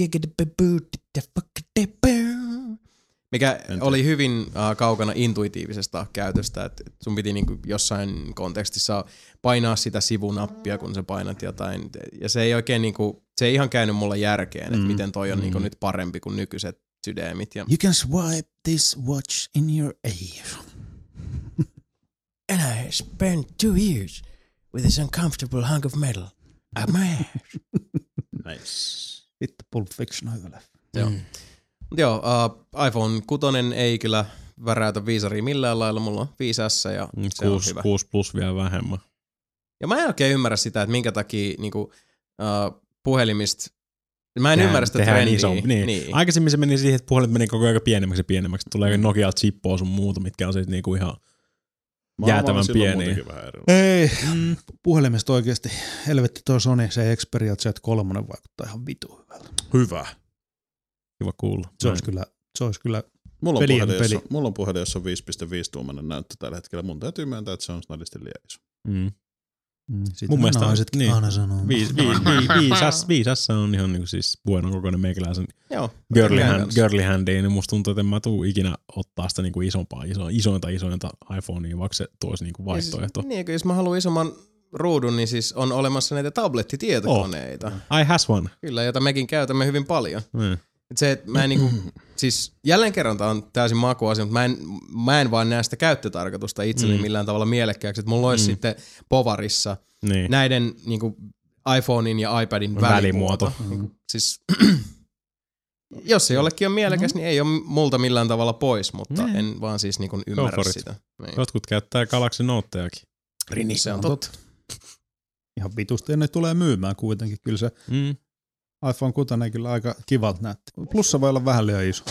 [SPEAKER 1] mikä oli hyvin uh, kaukana intuitiivisesta käytöstä, että sun piti niinku jossain kontekstissa painaa sitä sivunappia, kun sä painat jotain, ja se ei oikein niinku, se ei ihan käynyt mulle järkeen, että mm. miten toi on mm. niinku nyt parempi kuin nykyiset sydämit. Ja
[SPEAKER 6] You can swipe this watch in your ear.
[SPEAKER 7] And I spent two years with this uncomfortable hunk of metal up my ass.
[SPEAKER 2] Nice.
[SPEAKER 4] Vittu, Pulp Fiction on hyvä leffa.
[SPEAKER 1] Joo.
[SPEAKER 7] Mm.
[SPEAKER 1] Joo, uh, iPhone kuusi ei kyllä väräytä viisaria millään lailla. Mulla on viisi S ja se on hyvä.
[SPEAKER 3] kuusi plus vielä vähemmän.
[SPEAKER 1] Ja mä en oikein ymmärrä sitä, että minkä takia niinku, uh, puhelimista, mä en
[SPEAKER 3] Tehdään-
[SPEAKER 1] ymmärrä sitä
[SPEAKER 3] tehdään
[SPEAKER 1] trendiä.
[SPEAKER 3] iso- niin.
[SPEAKER 1] Niin.
[SPEAKER 3] Aikaisemmin se meni siihen, että puhelimet meni koko ajan pienemmäksi ja pienemmäksi. Tulee Nokia chippoa sun muuta, mitkä on siis niinku ihan jäätävän pieniä.
[SPEAKER 4] Ei, mm. puhelimesta oikeasti. Helvetti toi Sony, se Xperia Z kolme vaikuttaa ihan vitu hyvältä.
[SPEAKER 2] Hyvä.
[SPEAKER 3] Kiva kuulla.
[SPEAKER 4] Se olisi kyllä, se olisi kyllä
[SPEAKER 2] Mulla on,
[SPEAKER 4] pelien
[SPEAKER 2] puhelin,
[SPEAKER 4] peli.
[SPEAKER 2] jossa, mulla on puhelin, jossa on viisi pilkku viisi tuumainen näyttö tällä hetkellä. Mun täytyy myöntää, että se on snadisti liian iso.
[SPEAKER 3] Mm.
[SPEAKER 4] Mm,
[SPEAKER 3] Mun mielestä
[SPEAKER 4] naisetkin
[SPEAKER 3] niin.
[SPEAKER 4] aina sanoo.
[SPEAKER 3] Viisi, viisi, viisi, viisi S on ihan niinku siis buenon kokoinen meikäläisen
[SPEAKER 1] Joo.
[SPEAKER 3] girly,
[SPEAKER 1] Meidän
[SPEAKER 3] hand,
[SPEAKER 1] kanssa.
[SPEAKER 3] girly handiin, niin musta tuntuu, että en mä tuu ikinä ottaa sitä niinku isompaa, iso, isointa isointa iPhonea, vaikka se toisi niinku vaihtoehto.
[SPEAKER 1] Siis, niin, kun jos mä haluan isomman ruudun, niin siis on olemassa näitä tablettitietokoneita.
[SPEAKER 3] Oh. I has one.
[SPEAKER 1] Kyllä, jota mekin käytämme hyvin paljon.
[SPEAKER 3] Mm.
[SPEAKER 1] Et se, että mä en niinku, siis jälleen kerran tää on täysin makuasia, mutta mä en, mä en vaan näe sitä käyttötarkoitusta itselleni mm. millään tavalla mielekkääksi, että mulla olisi mm. sitten povarissa
[SPEAKER 3] Niin.
[SPEAKER 1] näiden niinku iPhonein ja iPadin
[SPEAKER 3] Välimuoto.
[SPEAKER 1] välimuoto. Mm. Siis Jos se jollekin on mielekäs,
[SPEAKER 4] No.
[SPEAKER 1] niin ei ole multa millään tavalla pois, mutta
[SPEAKER 3] Nee.
[SPEAKER 1] en vaan siis niin kuin ymmärrä
[SPEAKER 3] for it.
[SPEAKER 1] sitä. Niin.
[SPEAKER 3] Jotkut käyttää Galaxy Noteakin.
[SPEAKER 1] Rini, se on totta.
[SPEAKER 4] Ihan vitusti, ja ne tulee myymään kuitenkin. Kyllä se
[SPEAKER 3] Mm.
[SPEAKER 4] iPhone kuusi kyllä aika kivalta näytti. Plussa voi olla vähän liian iso.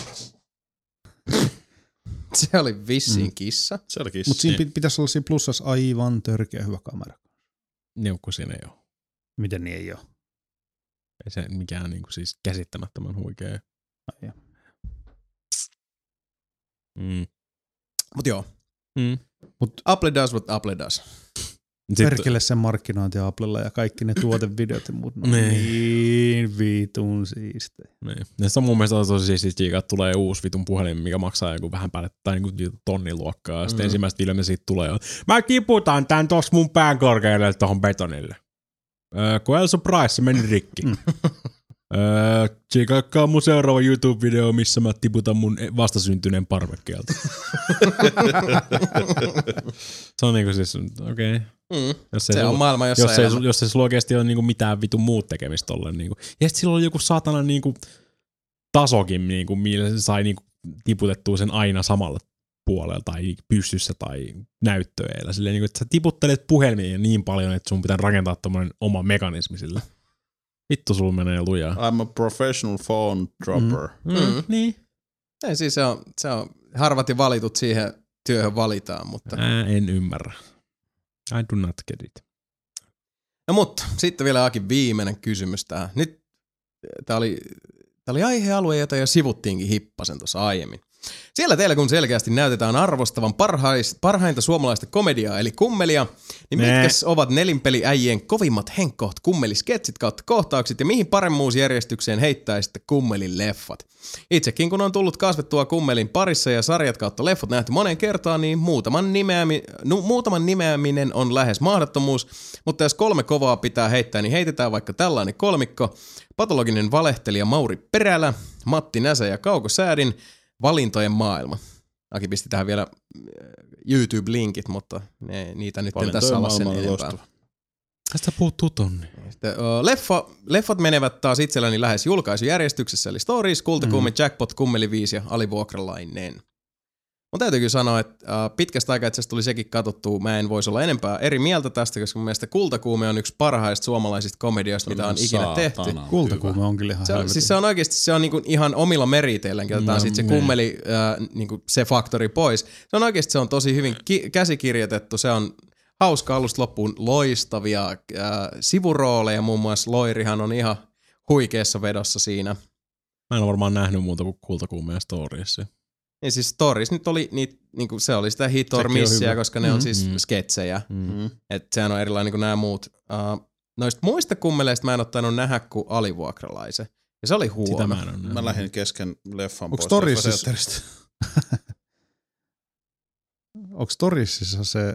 [SPEAKER 1] Se oli vissiin
[SPEAKER 4] Mm.
[SPEAKER 1] kissa.
[SPEAKER 2] Se oli kissa.
[SPEAKER 4] Mutta siinä pit- pitäisi olla siinä plussassa aivan törkeä hyvä kamera.
[SPEAKER 3] Niukku siinä ei ole.
[SPEAKER 4] Miten niin ei ole?
[SPEAKER 3] Ei se mikään niinku siis käsittämättömän huikea.
[SPEAKER 4] Ai joo.
[SPEAKER 3] Mm.
[SPEAKER 1] Mut joo.
[SPEAKER 3] Mm.
[SPEAKER 4] Mut
[SPEAKER 1] Apple does what Apple does.
[SPEAKER 3] Sitten,
[SPEAKER 4] perkele sen markkinointi Applella ja kaikki ne tuotevideot ja muut. No
[SPEAKER 3] Niin.
[SPEAKER 4] niin vitun siistejä.
[SPEAKER 3] niin. Ja se on mun mielestä tosi siistiä, että tulee uusi vitun puhelin, mikä maksaa joku vähän päälle tai niinku tonnin luokkaa. Ja sitten
[SPEAKER 1] Mm.
[SPEAKER 3] ensimmäiset filmi siitä tulee, että mä tiputan tän tossa mun pään korkealle tohon betonille. Öö, kun El Surprise, se meni rikki.
[SPEAKER 4] Mm.
[SPEAKER 3] Öö, tsiikakkaa mun seuraava YouTube-video, missä mä tiputan mun vastasyntyneen parvekkeelta. Se on niinku siis, okei. Okay.
[SPEAKER 1] Mm.
[SPEAKER 3] Jos
[SPEAKER 1] Se
[SPEAKER 3] ei
[SPEAKER 1] on
[SPEAKER 3] sulla-
[SPEAKER 1] maailma, jossa
[SPEAKER 3] jos ei,
[SPEAKER 1] elämä.
[SPEAKER 3] jos ei sulla oikeasti ole niinku mitään vitun muut tekemistä tolleen. Niinku. Ja sitten sillä oli joku saatana niinku tasokin, niinku, millä se sai niinku tiputettua sen aina samalla puolella tai pyssyssä tai näyttöillä. Silleen, niinku, että sä tiputtelet puhelimia niin paljon, että sun pitää rakentaa tommonen oma mekanismi sille. Vittu sulla menee lujaa.
[SPEAKER 2] I'm a professional phone dropper.
[SPEAKER 3] Mm.
[SPEAKER 1] Mm.
[SPEAKER 3] Niin.
[SPEAKER 1] Ei, siis se on, se on harvat ja valitut siihen työhön valitaan, mutta...
[SPEAKER 3] Ää, en ymmärrä. I do not get it.
[SPEAKER 1] No mutta, sitten vielä Akin viimeinen kysymys tähän. Nyt tää oli, tää oli aihealue, jota jo sivuttiinkin hippasen tuossa aiemmin. Siellä teillä kun selkeästi näytetään arvostavan parhais, parhainta suomalaista komediaa eli kummelia, niin
[SPEAKER 3] Nee.
[SPEAKER 1] mitkäs ovat nelinpeliäjien kovimmat henkkoht kummelisketsit kautta kohtaukset ja mihin paremmuusjärjestykseen heittäisitte kummelin leffat? Itsekin kun on tullut kasvettua kummelin parissa ja sarjat kautta leffot nähty moneen kertaan, niin muutaman, nimeämi, nu, muutaman nimeäminen on lähes mahdottomuus, mutta jos kolme kovaa pitää heittää, niin heitetään vaikka tällainen kolmikko. Patologinen valehtelija Mauri Perälä, Matti Näsä ja Kauko Säädin Valintojen maailma. Aki pisti tähän vielä YouTube-linkit, mutta ne, niitä nyt ei tässä olla sen enempää.
[SPEAKER 3] Tästä puuttuu tonni.
[SPEAKER 1] Sitten, ö, leffa, leffat menevät taas itselläni lähes julkaisujärjestyksessä, eli Stories, Kultakuumi, mm. Jackpot, Kummeli viisi ja Alivuokralainen. Mun täytyy kyllä sanoa, että äh, pitkästä aikaa itse asiassa tuli sekin katsottua, mä en voisi olla enempää eri mieltä tästä, koska mun mielestä Kultakuume on yksi parhaista suomalaisista komedioista, mitä on ikinä tehty.
[SPEAKER 4] Kultakuume on kyllä ihan
[SPEAKER 1] Se on,
[SPEAKER 4] helvetin.
[SPEAKER 1] siis se on oikeasti se on niinku ihan omilla meriteilläkin, otetaan
[SPEAKER 3] No,
[SPEAKER 1] sitten se
[SPEAKER 3] niin.
[SPEAKER 1] kummeli, äh, niinku se faktori pois. Se on oikeasti se on tosi hyvin ki- käsikirjoitettu, se on hauska alusta loppuun, loistavia äh, sivurooleja, muun muassa Loirihan on ihan huikeassa vedossa siinä.
[SPEAKER 3] Mä en ole varmaan nähnyt muuta kuin Kultakuumea ja Storiessa.
[SPEAKER 1] Niin siis Stories nyt oli, niitä, niinku, se oli sitä hit or
[SPEAKER 4] Sekin on
[SPEAKER 1] missia,
[SPEAKER 4] hyvä.
[SPEAKER 1] koska ne on
[SPEAKER 3] Mm,
[SPEAKER 1] siis
[SPEAKER 3] mm.
[SPEAKER 1] sketsejä.
[SPEAKER 3] Mm.
[SPEAKER 1] Että sehän on erilainen kuin nämä muut. Uh, noista muista kummeleista mä en ottanut nähdä kuin Alivuokralaisen. Ja se oli huono.
[SPEAKER 3] Sitä mä en ole nähnyt.
[SPEAKER 2] Mä lähdin kesken leffan
[SPEAKER 4] Onko
[SPEAKER 2] pois
[SPEAKER 4] Storiesissa-
[SPEAKER 2] leffateatterista.
[SPEAKER 4] Onko Storiesissa se...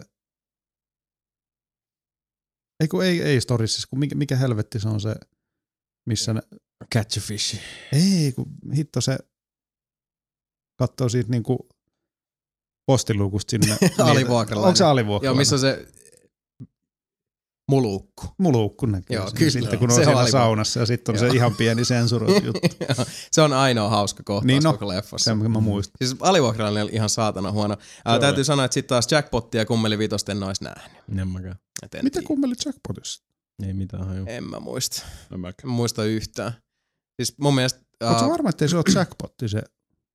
[SPEAKER 4] Ei kun ei, ei Storiesissa, kun mikä, mikä helvetti se on se, missä ne...
[SPEAKER 3] Catch a fish.
[SPEAKER 4] Ei, kun hitto se katsoo siitä niinku postiluukusta sinne.
[SPEAKER 1] Alivuokralainen.
[SPEAKER 4] Onko se alivuokralainen?
[SPEAKER 1] Joo, missä on se mulukku.
[SPEAKER 4] Muluukku näkyy.
[SPEAKER 1] Joo,
[SPEAKER 4] siinä.
[SPEAKER 1] kyllä.
[SPEAKER 4] Sitten kun
[SPEAKER 1] Se
[SPEAKER 4] on
[SPEAKER 1] on
[SPEAKER 4] siellä
[SPEAKER 1] alivuokralainen.
[SPEAKER 4] saunassa ja sitten on se
[SPEAKER 1] Joo.
[SPEAKER 4] ihan pieni sensuroitu juttu.
[SPEAKER 1] Se on ainoa hauska kohtaus
[SPEAKER 4] Niin no,
[SPEAKER 1] koko leffassa.
[SPEAKER 4] Sen mä muistan.
[SPEAKER 1] Siis Alivuokralainen oli ihan saatana huono. Ää, täytyy sanoa, että sitten taas Jackpottia ja Kummeli Vitosta en ois nähnyt.
[SPEAKER 3] En mäkään.
[SPEAKER 1] Et en
[SPEAKER 4] Mitä
[SPEAKER 1] tiedä.
[SPEAKER 4] kummeli Jackpotissa?
[SPEAKER 3] Ei mitään haju.
[SPEAKER 1] En mä muista.
[SPEAKER 2] En mäkään.
[SPEAKER 1] En muista yhtään. Siis mun mielestä...
[SPEAKER 4] Oletko sä
[SPEAKER 1] ää,
[SPEAKER 4] varma, että se ole Jackpotti se?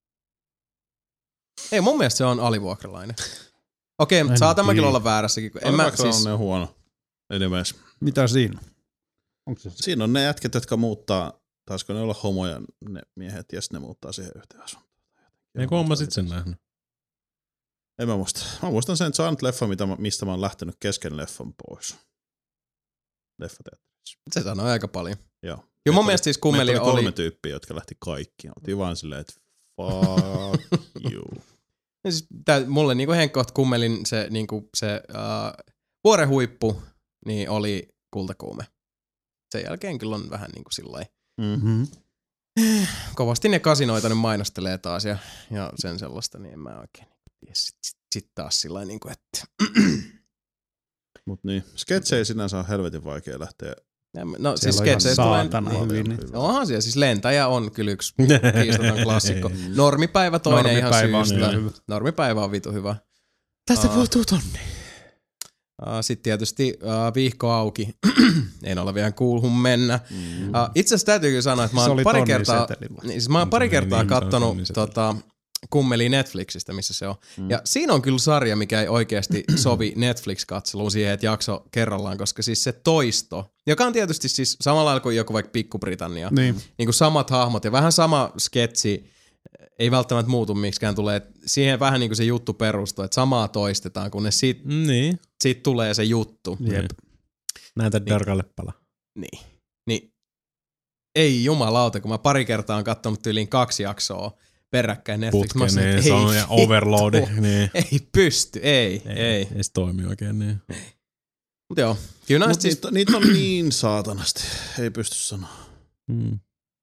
[SPEAKER 1] Ei, mun mielestä se on Alivuokralainen. Okei, mutta
[SPEAKER 4] En
[SPEAKER 1] saatan mäkin
[SPEAKER 4] tiedä.
[SPEAKER 1] olla väärässäkin. kun En
[SPEAKER 2] En
[SPEAKER 1] mä,
[SPEAKER 2] mä
[SPEAKER 1] siis,
[SPEAKER 2] on huono. Anyways.
[SPEAKER 4] Mitä siinä on? Onko se se?
[SPEAKER 2] Siinä on ne jätket, jotka muuttaa, taisiko ne olla homoja ne miehet, ja sitten ne muuttaa siihen yhteen asuntoon.
[SPEAKER 3] Ei kun oon mä sit sen nähnyt.
[SPEAKER 2] En mä muista. Mä muistan sen, että se on ainut leffa, mitä mä, mistä mä oon lähtenyt kesken leffan pois. Leffateatterissa.
[SPEAKER 1] se sanoo aika paljon.
[SPEAKER 2] Joo.
[SPEAKER 1] Kyllä mun
[SPEAKER 2] Meitä
[SPEAKER 1] mielestä siis Kummeli
[SPEAKER 2] meitä oli kolme
[SPEAKER 1] oli...
[SPEAKER 2] tyyppiä, jotka lähti kaikki. Oltiin vaan silleen, että fuck you.
[SPEAKER 1] Ja siis tää, mulle niinku henkkoht Kummelin se, niinku, se uh, vuoren huippu niin oli Kultakuume. Sen jälkeen kyllä on vähän niinku sillai.
[SPEAKER 4] Mm-hmm.
[SPEAKER 1] Kovasti ne kasinoita nyt mainostelee taas ja, ja sen sellaista, niin en mä oikein tiedä. Sitten sit, sit taas sillai niinku, että...
[SPEAKER 2] Mut niin, sketsejä sinänsä on helvetin vaikea lähteä
[SPEAKER 1] No siis
[SPEAKER 4] siellä on ihan
[SPEAKER 1] sketseistä tulee...
[SPEAKER 4] saatana
[SPEAKER 1] Niin,
[SPEAKER 4] hyvin. Niin.
[SPEAKER 1] onhan siellä, siis lentäjä on kyllä yksi kiistaton klassikko. Normipäivä toinen ihan
[SPEAKER 4] Normipäivä on
[SPEAKER 1] syystä.
[SPEAKER 4] kyllä hyvä.
[SPEAKER 1] Normipäivä on vitu hyvä.
[SPEAKER 3] Tästä
[SPEAKER 1] Aa.
[SPEAKER 3] puuttuu tonni.
[SPEAKER 1] Sitten tietysti uh, vihko auki. En ole vielä kuullut mennä. Mm. Uh, itse asiassa täytyy kyllä sanoa, että mä oon pari kertaa, niin, siis mä oon pari kertaa kattonut tota, kummeli Netflixistä, missä se on. Mm. Ja siinä on kyllä sarja, mikä ei oikeasti sovi Netflix-katseluun siihen, että jakso kerrallaan, koska siis se toisto, joka on tietysti siis samalla lailla kuin joku vaikka Pikku-Britannia, niin. niin kuin samat hahmot ja vähän sama sketsi, ei välttämättä muutu miksikään tulee. Siihen vähän niin kuin se juttu perustuu, että samaa toistetaan, kun ne sit,
[SPEAKER 3] niin.
[SPEAKER 1] sit tulee se juttu.
[SPEAKER 4] Jep.
[SPEAKER 3] Näytä Darka Leppälä.
[SPEAKER 1] Niin. Niin. Ei jumalauta, kun mä pari kertaa on katsonut tyyliin kaksi jaksoa peräkkäin Netflix.
[SPEAKER 3] Putke, niin, ei, se on ja overloadi. Niin.
[SPEAKER 1] Ei pysty, ei, ei.
[SPEAKER 3] Ei, ei se toimi oikein niin.
[SPEAKER 1] Mutta joo, kyllä
[SPEAKER 2] Mut
[SPEAKER 1] siis...
[SPEAKER 2] niitä, niitä on niin saatanasti, ei pysty sanoa.
[SPEAKER 3] Hmm.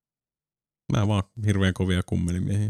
[SPEAKER 3] Mä vaan hirveän kovia kummelimiehiä.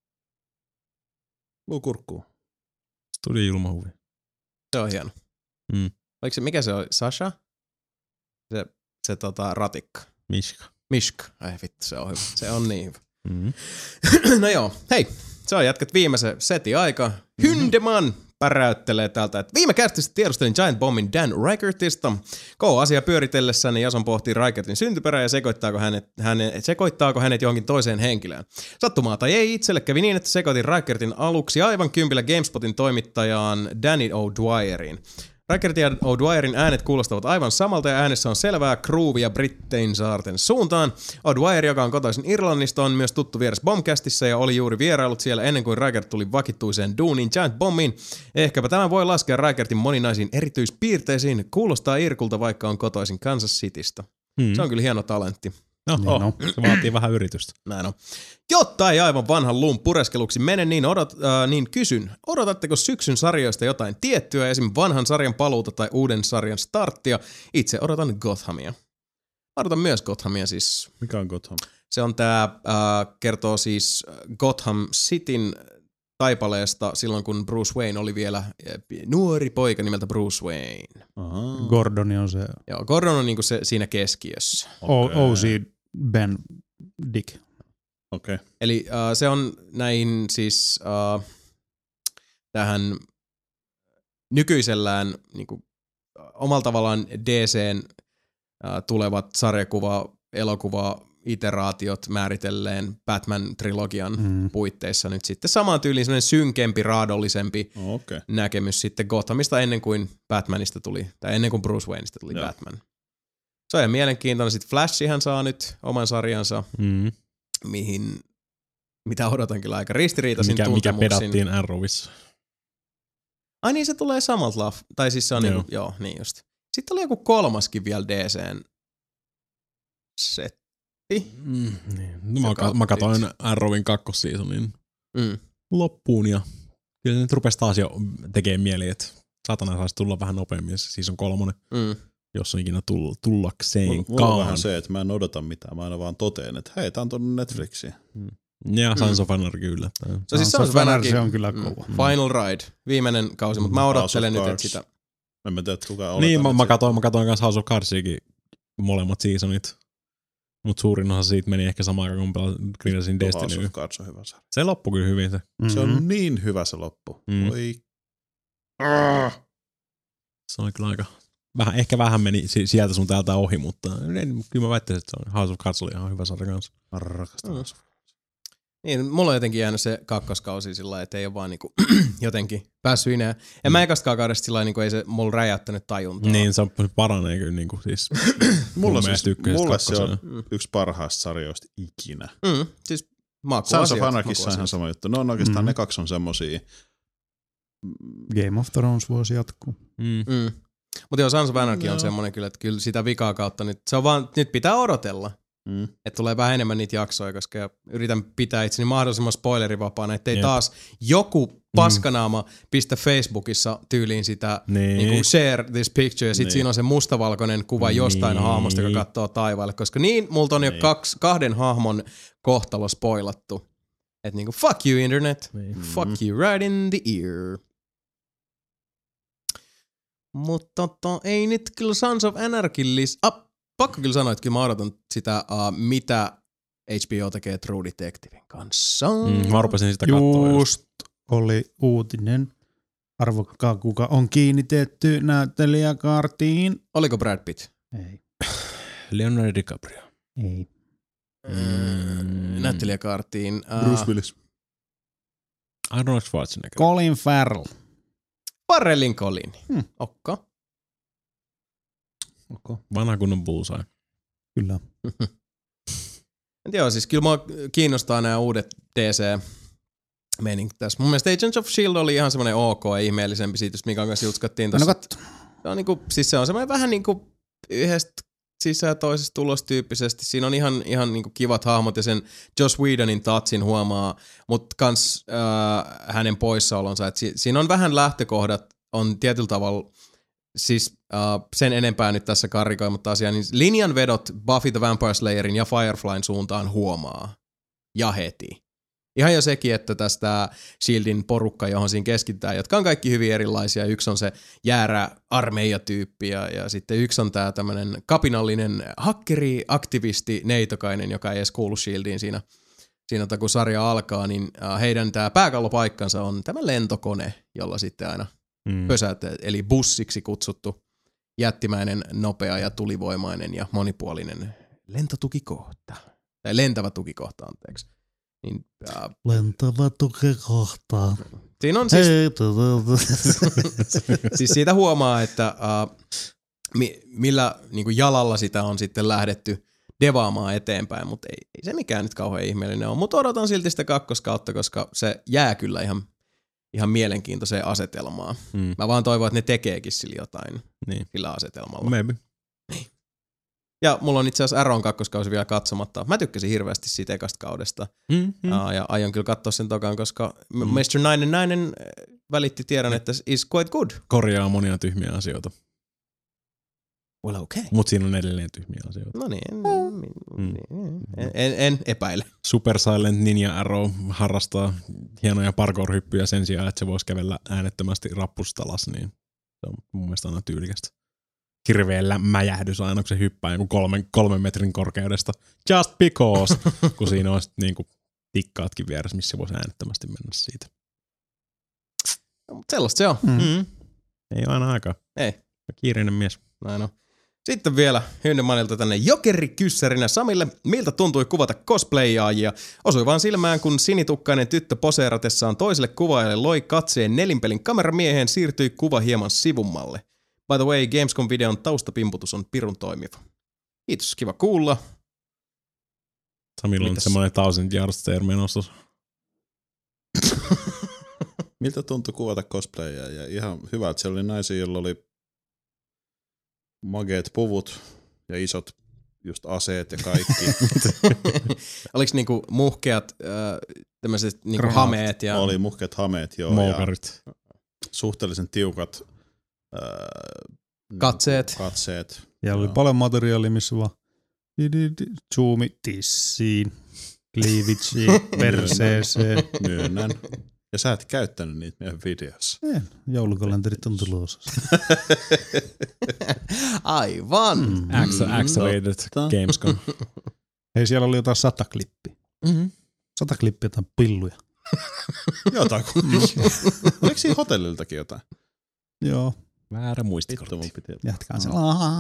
[SPEAKER 2] Luukurkkuu.
[SPEAKER 3] Studi Julmahuvi.
[SPEAKER 1] Se on hieno.
[SPEAKER 3] Mm.
[SPEAKER 1] Oliko se, mikä se oli? Sasha? Se, se tota, ratikka.
[SPEAKER 3] Mishka.
[SPEAKER 1] Mishka. Ai vittu, se on hyvä. Se on niin hyvä.
[SPEAKER 3] Mm.
[SPEAKER 1] No joo, hei. Se on jätkät viimeisen setin aika. Hyndeman päräyttelee täältä, että viime kästissä tiedustelin Giant Bombin Dan Reichertista. K-asia pyöritellessäni Jason pohtii Reichertin syntyperää ja sekoittaako hänet, hänet, sekoittaako hänet johonkin toiseen henkilöön. Sattumaa tai ei itselle kävi niin, että sekoitin Reichertin aluksi aivan kympillä GameSpotin toimittajaan Danny O'Dwyeriin. Reichertin ja O'Dwyerin äänet kuulostavat aivan samalta ja äänessä on selvää groovia Brittein saarten suuntaan. O'Dwyer, joka on kotoisin Irlannista, on myös tuttu vieras Bombcastissa ja oli juuri vierailut siellä ennen kuin Reichert tuli vakituiseen duuniin Giant Bombiin. Ehkäpä tämä voi laskea Reichertin moninaisiin erityispiirteisiin. Kuulostaa Irkulta, vaikka on kotoisin Kansas Citystä. Hmm. Se on kyllä hieno talentti.
[SPEAKER 3] No,
[SPEAKER 4] Niin
[SPEAKER 3] oh,
[SPEAKER 4] no.
[SPEAKER 3] se vaatii vähän yritystä.
[SPEAKER 1] Näin on. Jotta ei aivan vanhan luun pureskeluksi mene, niin, odot, äh, niin kysyn, odotatteko syksyn sarjoista jotain tiettyä, esim. Vanhan sarjan paluuta tai uuden sarjan starttia? Itse odotan Gothamia. Odotan myös Gothamia siis.
[SPEAKER 2] Mikä on Gotham?
[SPEAKER 1] Se on tää, äh, kertoo siis Gotham Cityn taipaleesta silloin, kun Bruce Wayne oli vielä nuori poika nimeltä Bruce Wayne.
[SPEAKER 2] Aha.
[SPEAKER 4] Gordon on se.
[SPEAKER 1] Joo, Gordon on niinku se siinä keskiössä.
[SPEAKER 2] Okay.
[SPEAKER 4] O C Ben Dick.
[SPEAKER 2] Okei. Okay.
[SPEAKER 1] Eli äh, se on näin siis äh, tähän nykyisellään niinku, omalla tavallaan D C:n äh, tulevat sarjakuva, elokuva, iteraatiot määritelleen Batman-trilogian mm. puitteissa nyt sitten samaan tyyliin semmoinen synkempi, raadollisempi
[SPEAKER 2] Okay.
[SPEAKER 1] näkemys sitten Gothamista ennen kuin Batmanista tuli, tai ennen kuin Bruce Wayneista tuli Joo. Batman. Se on ihan mielenkiintoinen. Sitten Flashihan saa nyt oman sarjansa,
[SPEAKER 3] Mm.
[SPEAKER 1] mihin, mitä odotan kyllä aika ristiriitaisin
[SPEAKER 3] Mikä, mikä
[SPEAKER 1] tuntemuksin.
[SPEAKER 3] pedattiin Arrowissa.
[SPEAKER 1] Ai niin, se tulee samalta laf, tai siis se on
[SPEAKER 3] Joo.
[SPEAKER 1] niinku, joo, niin just. Sitten oli joku kolmaskin vielä D C:n setti.
[SPEAKER 3] Mm, niin. No, mä, kat- mä katoin Arrowin kakkosseasonin
[SPEAKER 1] Mm.
[SPEAKER 3] loppuun ja kyllä nyt rupesi taas jo tekemään mieli, että satana saisi tulla vähän nopeammin se season kolmonen,
[SPEAKER 1] Mm.
[SPEAKER 3] jos on ikinä tull- tullakseen
[SPEAKER 2] Mulla on vähän se, että mä en odota mitään, mä aina vaan toteen, että hei, tää on tuonne Netflixiin.
[SPEAKER 3] Ja Sons of Anarchy yllättäen.
[SPEAKER 1] Se, siis Sons of Anarchy,
[SPEAKER 4] se on kyllä kova.
[SPEAKER 1] Mm. Final Ride, viimeinen kausi, mutta mä odottelen nyt, että sitä...
[SPEAKER 2] En mä tiedä, kuka
[SPEAKER 3] Niin, mä, mä
[SPEAKER 2] sitä.
[SPEAKER 3] katoin, mä katoin kanssa House of Cardsiakin molemmat seasonit, mutta suurin osa siitä meni ehkä samaan aikaan, kun pelasin Grindasin
[SPEAKER 2] House
[SPEAKER 3] Destiny.
[SPEAKER 2] of Cards on hyvä sarja.
[SPEAKER 3] Se loppui kyllä hyvin se.
[SPEAKER 4] Mm-hmm.
[SPEAKER 2] Se on niin hyvä se loppu.
[SPEAKER 3] Mm.
[SPEAKER 2] Oi.
[SPEAKER 3] Se oli kyllä aika... Vähän, ehkä vähän meni si- sieltä sun täältä ohi, mutta en, kyllä mä väittäisin, että se on, House of Cards oli ihan hyvä sarja kanssa.
[SPEAKER 2] Mä rakastan
[SPEAKER 1] Mm.
[SPEAKER 2] House of Cards.
[SPEAKER 1] Niin, mulla on jotenkin jäänyt se kakkoskausi sillä lailla, että ei ole vaan niinku jotenkin päässyt ineen. En mä ekastakaan kaudesta sillä lailla, niinku ei se mulla räjäyttänyt tajuntaa.
[SPEAKER 3] Niin, se paranee kyllä niinku siis.
[SPEAKER 2] Mulla,
[SPEAKER 3] mielestä
[SPEAKER 2] siis,
[SPEAKER 3] ykkösestä
[SPEAKER 2] mulle se on
[SPEAKER 3] kakkoseen.
[SPEAKER 2] yksi parhaista sarjoista ikinä.
[SPEAKER 1] Mm, siis maku
[SPEAKER 2] Sons of
[SPEAKER 1] asiat,
[SPEAKER 2] Anarchyssa on
[SPEAKER 1] maku
[SPEAKER 2] ihan
[SPEAKER 1] asiat.
[SPEAKER 2] sama juttu. No on oikeastaan
[SPEAKER 4] Mhm.
[SPEAKER 2] ne kaksi on semmosia.
[SPEAKER 4] Game of Thrones voisi jatkuu.
[SPEAKER 3] Mm.
[SPEAKER 1] Mm. Mutta joo, Sons of Anarchy on
[SPEAKER 2] Joo.
[SPEAKER 1] semmonen kyllä, että kyllä sitä vikaa kautta nyt, se on vaan, nyt pitää odotella.
[SPEAKER 2] Mm.
[SPEAKER 1] Että tulee vähän enemmän niitä jaksoja, koska yritän pitää itseni mahdollisimman spoilerivapaana, ettei
[SPEAKER 3] Jep.
[SPEAKER 1] taas joku paskanaama pistä Facebookissa tyyliin sitä
[SPEAKER 3] Niin.
[SPEAKER 1] niin kuin share this picture, ja sit
[SPEAKER 2] Niin.
[SPEAKER 1] siinä on se mustavalkoinen kuva jostain
[SPEAKER 3] Niin.
[SPEAKER 1] hahmosta, joka katsoo taivaalle, koska niin, multa on jo
[SPEAKER 2] Niin.
[SPEAKER 1] kaksi, kahden hahmon kohtalo spoilattu. Että niinku fuck you internet,
[SPEAKER 3] Niin.
[SPEAKER 1] fuck you right in the ear. Mutta tota, ei nyt kyllä Sons of Anarchy lis... Ah, pakko kyllä sanoa, että kyllä mä odotan sitä, uh, mitä H B O tekee True Detectiven kanssa.
[SPEAKER 3] Mm, mä rupesin sitä katsoa.
[SPEAKER 4] Just oli uutinen. Arvokkaa, kuka on kiinnitetty näyttelijäkaartiin.
[SPEAKER 1] Oliko Brad Pitt?
[SPEAKER 4] Ei.
[SPEAKER 3] Leonardo DiCaprio.
[SPEAKER 4] Ei.
[SPEAKER 1] Mm. Näyttelijäkaartiin. Uh,
[SPEAKER 2] Bruce Willis.
[SPEAKER 3] Arnold Schwarzenegger.
[SPEAKER 4] Colin Farrell.
[SPEAKER 1] Farrellin Colin.
[SPEAKER 4] Hmm.
[SPEAKER 1] Okka.
[SPEAKER 4] Okay.
[SPEAKER 3] Vanha kunnon bullseye.
[SPEAKER 4] Kyllä.
[SPEAKER 1] En tiedä, siis kyllä mua kiinnostaa nämä uudet D C-meiningit tässä. Mun mielestä Agents of Shield oli ihan semmoinen ok ja ihmeellisempi siitä, minkä kanssa jutskattiin
[SPEAKER 4] No
[SPEAKER 1] tuossa.
[SPEAKER 4] katso.
[SPEAKER 1] Se on, niinku, siis se on semmoinen vähän niinku yhdestä sisään ja toisesta tulostyyppisesti. Siinä on ihan, ihan niinku kivat hahmot ja sen Joss Whedonin touchin huomaa, mutta kans äh, hänen poissaolonsa. Et si- siinä on vähän lähtökohdat, on tietyllä tavalla, siis äh, sen enempää nyt tässä karrikoimatta asiaa, niin linjanvedot Buffy the Vampire Slayerin ja Fireflyn suuntaan huomaa. Ja heti. Ihan jo sekin, että tästä Shieldin porukka, johon siinä keskitytään, jotka on kaikki hyvin erilaisia. Yksi on se jäärä armeijatyyppi ja, ja sitten yksi on tämä tämmöinen kapinallinen hakkeri, aktivisti, neitokainen, joka ei edes kuulu Shieldiin siinä, siinä kun sarja alkaa, niin heidän tämä pääkallopaikkansa on tämä lentokone, jolla sitten aina mm. pösäyttää, eli bussiksi kutsuttu jättimäinen, nopea ja tulivoimainen ja monipuolinen lentotukikohta. Tai lentävä tukikohta, anteeksi. Niin, äh,
[SPEAKER 6] Lentävä tukikohta.
[SPEAKER 1] Siinä on siis,
[SPEAKER 6] Hei,
[SPEAKER 1] siis siitä huomaa, että äh, mi, millä niin kuin jalalla sitä on sitten lähdetty devaamaan eteenpäin, mutta ei, ei se mikään nyt kauhean ihmeellinen ole. Mutta odotan silti sitä kakkoskautta, koska se jää kyllä ihan, ihan mielenkiintoiseen asetelmaan.
[SPEAKER 3] Mm.
[SPEAKER 1] Mä vaan toivon, että ne tekeekin sillä jotain
[SPEAKER 3] Niin.
[SPEAKER 1] sillä asetelmalla.
[SPEAKER 3] Maybe.
[SPEAKER 1] Ja mulla on itse asiassa Arrown kakkoskausi vielä katsomatta. Mä tykkäsin hirveästi siitä ekasta kaudesta.
[SPEAKER 3] Mm, mm.
[SPEAKER 1] Uh, ja aion kyllä katsoa sen tokaan, koska mm. mister Nine välitti tiedon, että is quite good.
[SPEAKER 3] Korjaa monia tyhmiä asioita.
[SPEAKER 1] Well, okay.
[SPEAKER 3] Mut siinä on edelleen tyhmiä asioita.
[SPEAKER 1] No niin, en, en, en, en epäile.
[SPEAKER 3] Super Silent Ninja Arrow harrastaa hienoja parkour-hyppyjä sen sijaan, että se voisi kävellä äänettömästi rappusta alas, niin se on mun mielestä aina tyylikästä. Hirveellä mäjähdys aina, kun se hyppää joku kolmen, kolmen metrin korkeudesta. Just because! kun siinä on sitten niinku tikkaatkin vieressä, missä voisi äänettömästi mennä siitä.
[SPEAKER 1] No, mutta sellaista se on.
[SPEAKER 3] Mm. Mm. Ei ole aina aikaa.
[SPEAKER 1] Ei.
[SPEAKER 3] Kiireinen mies.
[SPEAKER 1] Näin on. Sitten vielä Hynnemanilta tänne jokerikyssärinä Samille. Miltä tuntui kuvata cosplayaajia? Osui vaan silmään, kun sinitukkainen tyttö poseeratessaan toiselle kuvaajalle loi katseen nelinpelin kameramieheen, siirtyi kuva hieman sivummalle. By the way, Gamescom-videon taustapimputus on pirun toimiva. Kiitos, kiva kuulla.
[SPEAKER 3] Samilla on semmoinen thousand yards stare menossa.
[SPEAKER 2] Miltä tuntui kuvata cosplayia? Ja ihan hyvä, että siellä oli naisia, joilla oli mageet puvut ja isot just aseet ja kaikki.
[SPEAKER 1] Oliko niinku muhkeat äh, tämmöiset niinku hameet? Ja...
[SPEAKER 2] Oli muhkeat hameet, joo.
[SPEAKER 3] Moukarit.
[SPEAKER 2] Ja suhteellisen tiukat äh,
[SPEAKER 1] katseet.
[SPEAKER 2] katseet.
[SPEAKER 4] Ja oli paljon materiaalia, missä vaan zoomi tissiin, kliivitseen, perseeseen.
[SPEAKER 2] Myönnän. Ja sä et käyttänyt niitä meidän videossa.
[SPEAKER 4] En, joulukalenterit on tulossa.
[SPEAKER 1] Aivan.
[SPEAKER 4] Mm.
[SPEAKER 3] Accelerated Gamescom.
[SPEAKER 4] Hei, siellä oli jotain sata klippiä.
[SPEAKER 3] Mm-hmm.
[SPEAKER 4] Sata klippiä jotain pilluja.
[SPEAKER 2] Jotakin. Oliko siinä hotelliltakin jotain?
[SPEAKER 4] Joo.
[SPEAKER 3] Väärä muistikortti.
[SPEAKER 2] Vittu mun piti.
[SPEAKER 4] Jatkaa se.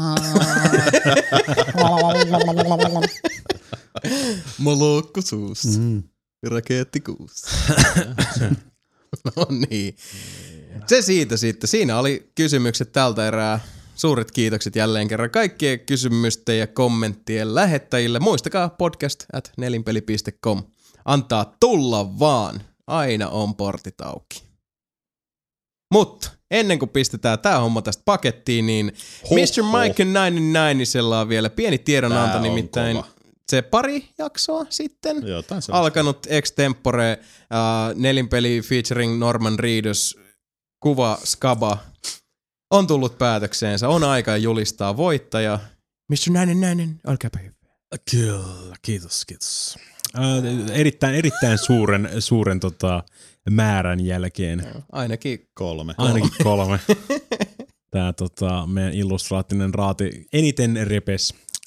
[SPEAKER 1] Molokko suussa.
[SPEAKER 4] Mm.
[SPEAKER 1] Raketti kuussa. No niin. Se siitä sitten. Siinä oli kysymykset tältä erää. Suuret kiitokset jälleen kerran kaikkien kysymysten ja kommenttien lähettäjille. Muistakaa podcast at nelinpeli piste com. Antaa tulla vaan. Aina on portit auki. Mutta ennen kuin pistetään tää homma tästä pakettiin, niin
[SPEAKER 2] Ho,
[SPEAKER 1] mister
[SPEAKER 2] ho.
[SPEAKER 1] Mike yhdeksänsataayhdeksänkymmentäyhdeksän on vielä pieni tiedonanto,
[SPEAKER 2] Tää on
[SPEAKER 1] nimittäin
[SPEAKER 2] kova.
[SPEAKER 1] se pari jaksoa sitten
[SPEAKER 2] Jotain sellaista.
[SPEAKER 1] alkanut extempore uh, nelinpeli featuring Norman Reedus kuva Skaba on tullut päätökseensä. On aika julistaa voittaja. mister yhdeksänsataayhdeksänkymmentäyhdeksän, olkaapa hyvä.
[SPEAKER 3] Kyllä, kiitos, kiitos. Äh, erittäin, erittäin suuren, suuren tota, määrän jälkeen.
[SPEAKER 1] Ainakin
[SPEAKER 2] Kolme.
[SPEAKER 3] Ainakin kolme. Tää tota, meidän illustraattinen raati eniten repes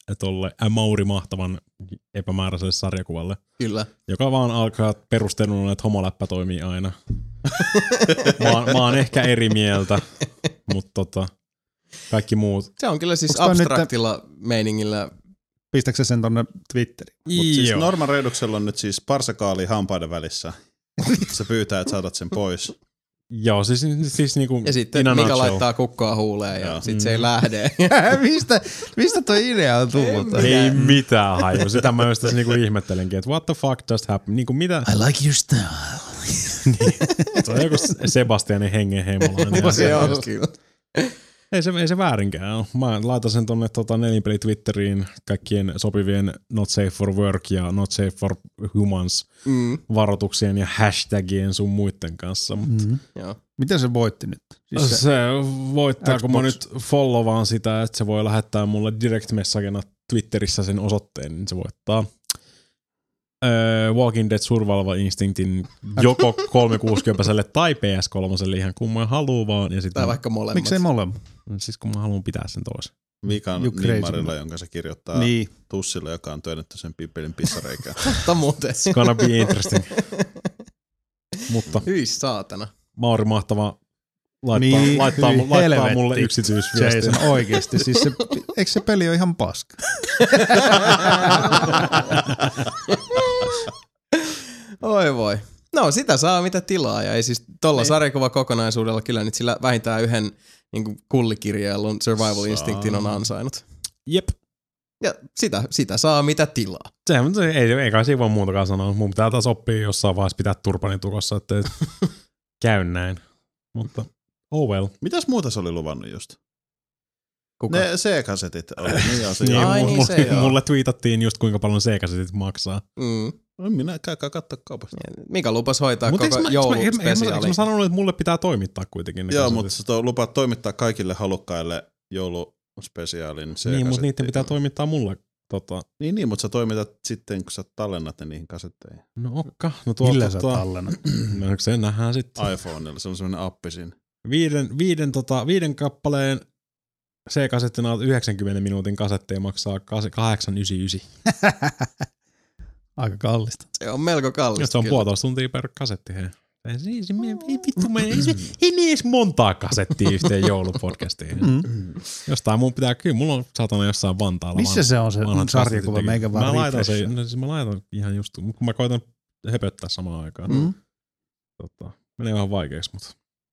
[SPEAKER 3] tolle Mauri mahtavan epämääräiselle sarjakuvalle.
[SPEAKER 1] Kyllä.
[SPEAKER 3] Joka vaan alkaa perusteluna, että homoläppä toimii aina. mä, oon, mä oon ehkä eri mieltä, mutta tota, kaikki muut.
[SPEAKER 1] Se on kyllä siis
[SPEAKER 4] Onks toi
[SPEAKER 1] abstraktilla meiningillä.
[SPEAKER 4] Pistäkö se sen tonne Twitteriin?
[SPEAKER 2] Mutta siis
[SPEAKER 3] Joo.
[SPEAKER 2] Norman Reeduksella on nyt siis parsakaali hampaiden välissä. Se pyytää, että saatat sen pois.
[SPEAKER 3] Joo, siis, siis niinku
[SPEAKER 1] Ja sitten
[SPEAKER 3] in a
[SPEAKER 1] Mika
[SPEAKER 3] nutshell.
[SPEAKER 1] laittaa kukkaa huuleen ja
[SPEAKER 2] Joo.
[SPEAKER 1] sitten se ei lähde.
[SPEAKER 6] mistä, mistä toi idea on tullut?
[SPEAKER 3] Ei mitään haju. Sitä mä just tässä niinku ihmettelenkin, että what the fuck just happened? Niinku mitä?
[SPEAKER 6] I like your style.
[SPEAKER 3] Se on joku Sebastianin hengen heimolainen. Ja
[SPEAKER 1] Se on kyllä.
[SPEAKER 3] Ei se, ei se väärinkään ole. Mä laitan sen tonne tota, nelinpeli Twitteriin kaikkien sopivien not safe for work ja not safe for humans
[SPEAKER 1] Mm,
[SPEAKER 3] varoituksien ja hashtagien sun muiden kanssa. Mm.
[SPEAKER 1] joo.
[SPEAKER 4] Miten se voitti nyt? Siis se,
[SPEAKER 3] Se voittaa, kun mä
[SPEAKER 4] Xbox.
[SPEAKER 3] nyt followaan sitä, että se voi lähettää mulle direct messagena Twitterissä sen osoitteen, niin se voittaa öö, Walking Dead Survival Instinctin joko kolmesataakuusikymmentä tai P S kolme ihan kun mä haluun vaan. Ja sit
[SPEAKER 1] Tai
[SPEAKER 3] mä,
[SPEAKER 1] vaikka molemmat.
[SPEAKER 4] miksei molemmat?
[SPEAKER 3] siis kun mä haluan pitää sen toisen.
[SPEAKER 2] Vikan
[SPEAKER 4] You crazy
[SPEAKER 2] nimmarilla,
[SPEAKER 4] man.
[SPEAKER 2] jonka se kirjoittaa
[SPEAKER 4] Niin.
[SPEAKER 2] tussilla, joka on työnnetty sen pelin pissareikään.
[SPEAKER 1] Totta muuten.
[SPEAKER 3] It's gonna be interesting. Mutta
[SPEAKER 1] Hyi saatana.
[SPEAKER 3] Mauri mahtava laittaa,
[SPEAKER 4] Niin,
[SPEAKER 3] laittaa,
[SPEAKER 4] hyi
[SPEAKER 3] laittaa
[SPEAKER 4] helvetti.
[SPEAKER 3] mulle yksityisviestiä.
[SPEAKER 4] Jason, oikeesti. Siis se, eikö se peli ole ihan paska?
[SPEAKER 1] Oi voi. No sitä saa mitä tilaa ja ei siis tolla sarjakuvakokonaisuudella kyllä nyt sillä vähintään yhden niin kuin kullikirjailun Survival Instinctin on ansainnut.
[SPEAKER 3] Jep.
[SPEAKER 1] Ja sitä, sitä saa mitä tilaa.
[SPEAKER 3] Sehän se ei, ei kai siinä voi muutakaan sanoa. Mun pitää taas oppia jossain vaiheessa pitää turpani tukossa, ettei käy näin. Mutta oh well.
[SPEAKER 2] Mitäs muuta se oli luvannut just?
[SPEAKER 1] Kuka?
[SPEAKER 2] Ne C-kasetit oli. Niin, joo, se
[SPEAKER 3] Niin,
[SPEAKER 1] Ai
[SPEAKER 3] mu-
[SPEAKER 1] niin,
[SPEAKER 3] mulle,
[SPEAKER 1] se joo.
[SPEAKER 3] mulle tweetattiin just kuinka paljon C-kasetit maksaa.
[SPEAKER 1] Mm.
[SPEAKER 2] No, minä käykää katsoa kaupasta.
[SPEAKER 1] Mika lupas hoitaa
[SPEAKER 3] Mut
[SPEAKER 1] koko
[SPEAKER 3] eikö mä, eikö mä, eikö mä, eikö mä, eikö
[SPEAKER 1] jouluspesiaali.
[SPEAKER 3] mä sanonut, että mulle pitää toimittaa kuitenkin ne
[SPEAKER 2] Joo,
[SPEAKER 3] kasetit?
[SPEAKER 2] mutta sä to, lupaat toimittaa kaikille halukkaille jouluspesiaalin C-kasettiin.
[SPEAKER 3] Niin, mutta niiden pitää toimittaa mulle. Tota.
[SPEAKER 2] Niin, niin, mutta sä toimitat sitten, kun sä tallennat ne niihin kasetteihin.
[SPEAKER 3] No okka. No tuo,
[SPEAKER 4] Millä sä
[SPEAKER 3] tota,
[SPEAKER 4] tallennat?
[SPEAKER 3] no, se nähdään sitten.
[SPEAKER 2] iPhoneilla, se on semmoinen appi siinä.
[SPEAKER 3] Viiden, viiden, tota, viiden kappaleen C-kasettina yhdeksänkymmentä minuutin kasetteja maksaa kahdeksan yhdeksänkymmentäyhdeksän.
[SPEAKER 4] Aika kallista.
[SPEAKER 1] Se on melko
[SPEAKER 3] Ja
[SPEAKER 1] kallista.
[SPEAKER 3] se on
[SPEAKER 1] kyllä.
[SPEAKER 3] puolitoista tuntia per kasetti. Hei. Ei, se, se, ei vittu, me, ei, se, ei niin edes montaa kasettia yhteen joulupodcastiin.
[SPEAKER 4] Mm.
[SPEAKER 3] Jostain mun pitää, kyllä mulla on saatana jossain Vantaalla.
[SPEAKER 6] Missä se on se
[SPEAKER 3] vanhat
[SPEAKER 6] sarjakuva,
[SPEAKER 3] kasetit.
[SPEAKER 6] meikä vaan
[SPEAKER 3] Mä laitan, se,
[SPEAKER 6] refreshaa?
[SPEAKER 3] no, siis mä laitan ihan just, kun mä koitan höpöttää samaan aikaan.
[SPEAKER 4] Mm.
[SPEAKER 3] Tota, menee vähän vaikeaksi, mutta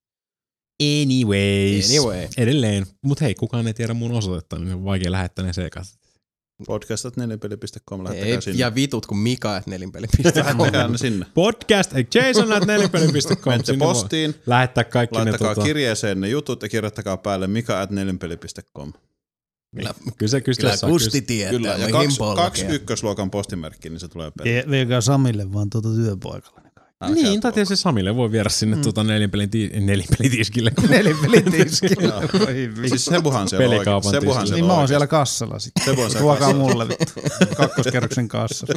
[SPEAKER 3] anyways.
[SPEAKER 1] Anyway.
[SPEAKER 3] Edelleen. Mut hei, kukaan ei tiedä mun osoitetta, niin on vaikea lähettää ne C-kasetit.
[SPEAKER 2] Podcastat nelinpeli piste com,
[SPEAKER 1] Ei,
[SPEAKER 2] lähettäkää sinne.
[SPEAKER 1] ja vitut kun Mika et nelinpeli piste com.
[SPEAKER 2] Lähettäkää ne sinne.
[SPEAKER 3] Podcast, ei Jason at nelinpeli piste com.
[SPEAKER 2] Menette
[SPEAKER 3] Sinne voi
[SPEAKER 2] postiin,
[SPEAKER 3] lähettää kaikki
[SPEAKER 2] laittakaa
[SPEAKER 3] ne tota,
[SPEAKER 2] kirjeeseen ne jutut ja kirjoittakaa päälle mika at nelinpeli piste com.
[SPEAKER 3] Kyllä, kyllä se kyllä,
[SPEAKER 1] Kyllä
[SPEAKER 3] saa,
[SPEAKER 1] Kusti tietää.
[SPEAKER 2] Kyllä, ja
[SPEAKER 1] mihin
[SPEAKER 2] kaksi,
[SPEAKER 1] polkea.
[SPEAKER 2] kaksi ykkösluokan postimerkkiä, niin se tulee perille.
[SPEAKER 6] Vie- Viekää Samille vaan tuota työpaikalle.
[SPEAKER 2] Älkää
[SPEAKER 3] Niin, tai
[SPEAKER 2] tuo.
[SPEAKER 3] tietysti Samille voi viedä sinne mm. tuota nelinpelin, ti- nelinpelitiskille.
[SPEAKER 6] Nelinpelitiskillä.
[SPEAKER 2] Siis Sebuhan siellä
[SPEAKER 3] Pelikaupan
[SPEAKER 2] oikein. Sebuhan
[SPEAKER 3] tiskillä.
[SPEAKER 6] Niin
[SPEAKER 2] siellä
[SPEAKER 6] mä oon
[SPEAKER 2] oikein.
[SPEAKER 6] siellä kassalla sitten.
[SPEAKER 2] Sebu on siellä
[SPEAKER 6] Tuokaa
[SPEAKER 2] kassalla.
[SPEAKER 6] mulle vittu. Kakkoskerroksen kassalla.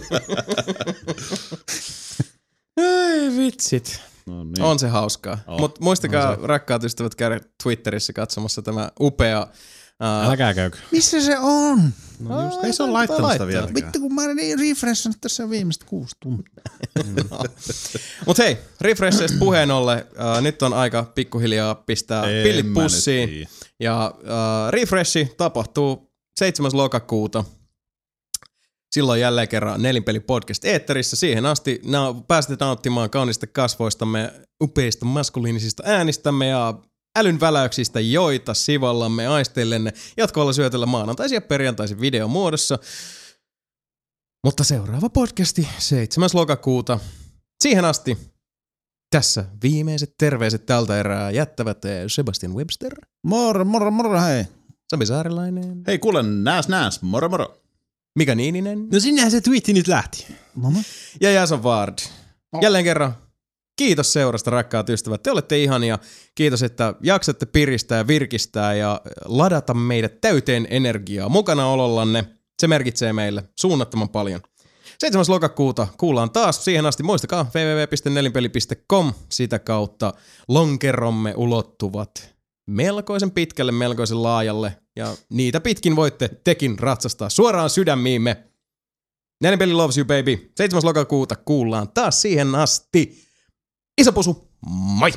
[SPEAKER 1] Ei vitsit.
[SPEAKER 2] No niin.
[SPEAKER 1] On se hauskaa.
[SPEAKER 2] On.
[SPEAKER 1] Mutta muistakaa, rakkaat ystävät, käydä Twitterissä katsomassa tämä upea... Uh,
[SPEAKER 3] Älkää käykö.
[SPEAKER 6] Missä se on?
[SPEAKER 2] No just, ei se ole laittanut sitä vieläkään.
[SPEAKER 6] Vittu kun mä olen niin refreshannut tässä on viimeiset kuusi tuntia.
[SPEAKER 1] Mutta hei, refresheistä puheen ollen, uh, nyt on aika pikkuhiljaa pistää
[SPEAKER 2] En
[SPEAKER 1] pillit
[SPEAKER 2] mä
[SPEAKER 1] pussiin.
[SPEAKER 2] nyt tiedä.
[SPEAKER 1] Ja uh, refreshi tapahtuu seitsemäs lokakuuta. Silloin jälleen kerran Nelinpeli podcast eetterissä. Siihen asti na- pääsette nauttimaan kaunista kasvoistamme, upeista maskuliinisista äänistämme ja älyn väläyksistä, joita sivallamme aisteillenne jatkuvalla syötöllä maanantaisin ja perjantaisin videomuodossa. Mutta seuraava podcasti seitsemäs lokakuuta. Siihen asti tässä viimeiset terveiset tältä erää jättävät Sebastian Webster,
[SPEAKER 6] Moro, moro, moro, hei.
[SPEAKER 1] Sami Saarilainen,
[SPEAKER 2] Hei kuule, nääs nääs, moro moro.
[SPEAKER 1] Mika Niininen
[SPEAKER 3] No sinnehän se twiitti nyt lähti.
[SPEAKER 6] Mama.
[SPEAKER 1] ja Jason Ward. Jälleen kerran kiitos seurasta, rakkaat ystävät. Te olette ihania. Kiitos, että jaksatte piristää, virkistää ja ladata meidät täyteen energiaa mukana olollanne. Se merkitsee meille suunnattoman paljon. seitsemäs lokakuuta kuullaan taas. Siihen asti muistakaa double-u double-u double-u piste nelinpeli piste com. Sitä kautta lonkeromme ulottuvat melkoisen pitkälle, melkoisen laajalle. Ja niitä pitkin voitte tekin ratsastaa suoraan sydämiimme. Nelinpeli loves you baby. seitsemäs lokakuuta kuullaan taas siihen asti. Iso pusu, moi!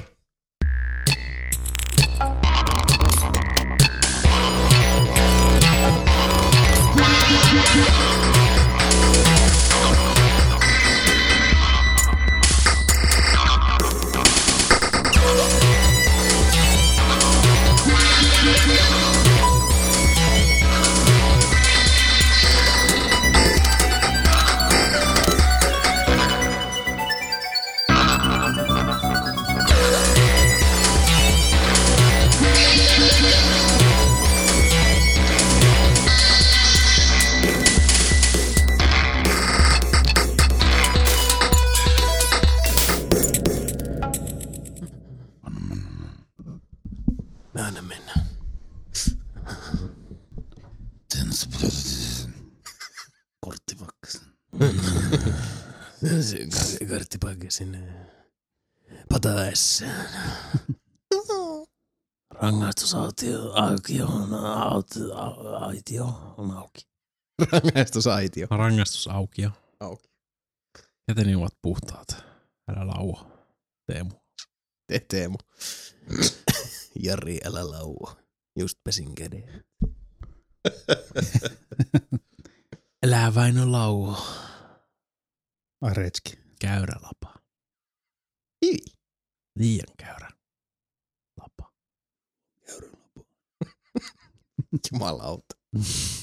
[SPEAKER 7] Anna mennä.
[SPEAKER 6] Korttivakkas.
[SPEAKER 7] Karttipaikka sinne pataessään. Rangaistusaitio aitio on aitio on auki.
[SPEAKER 1] Rangaistusaitio.
[SPEAKER 3] Rangaistusaukio.
[SPEAKER 1] Auki.
[SPEAKER 3] Jäteni ovat puhtaat. Älä lauo. Teemu.
[SPEAKER 1] Te Teemu.
[SPEAKER 7] Jari, älä lauo. Just pesin käden. Älä vain lauo.
[SPEAKER 4] Ai retski.
[SPEAKER 3] Käyrä lapa.
[SPEAKER 1] Ii.
[SPEAKER 3] Liian käyrä lapa.
[SPEAKER 1] Jumalauta.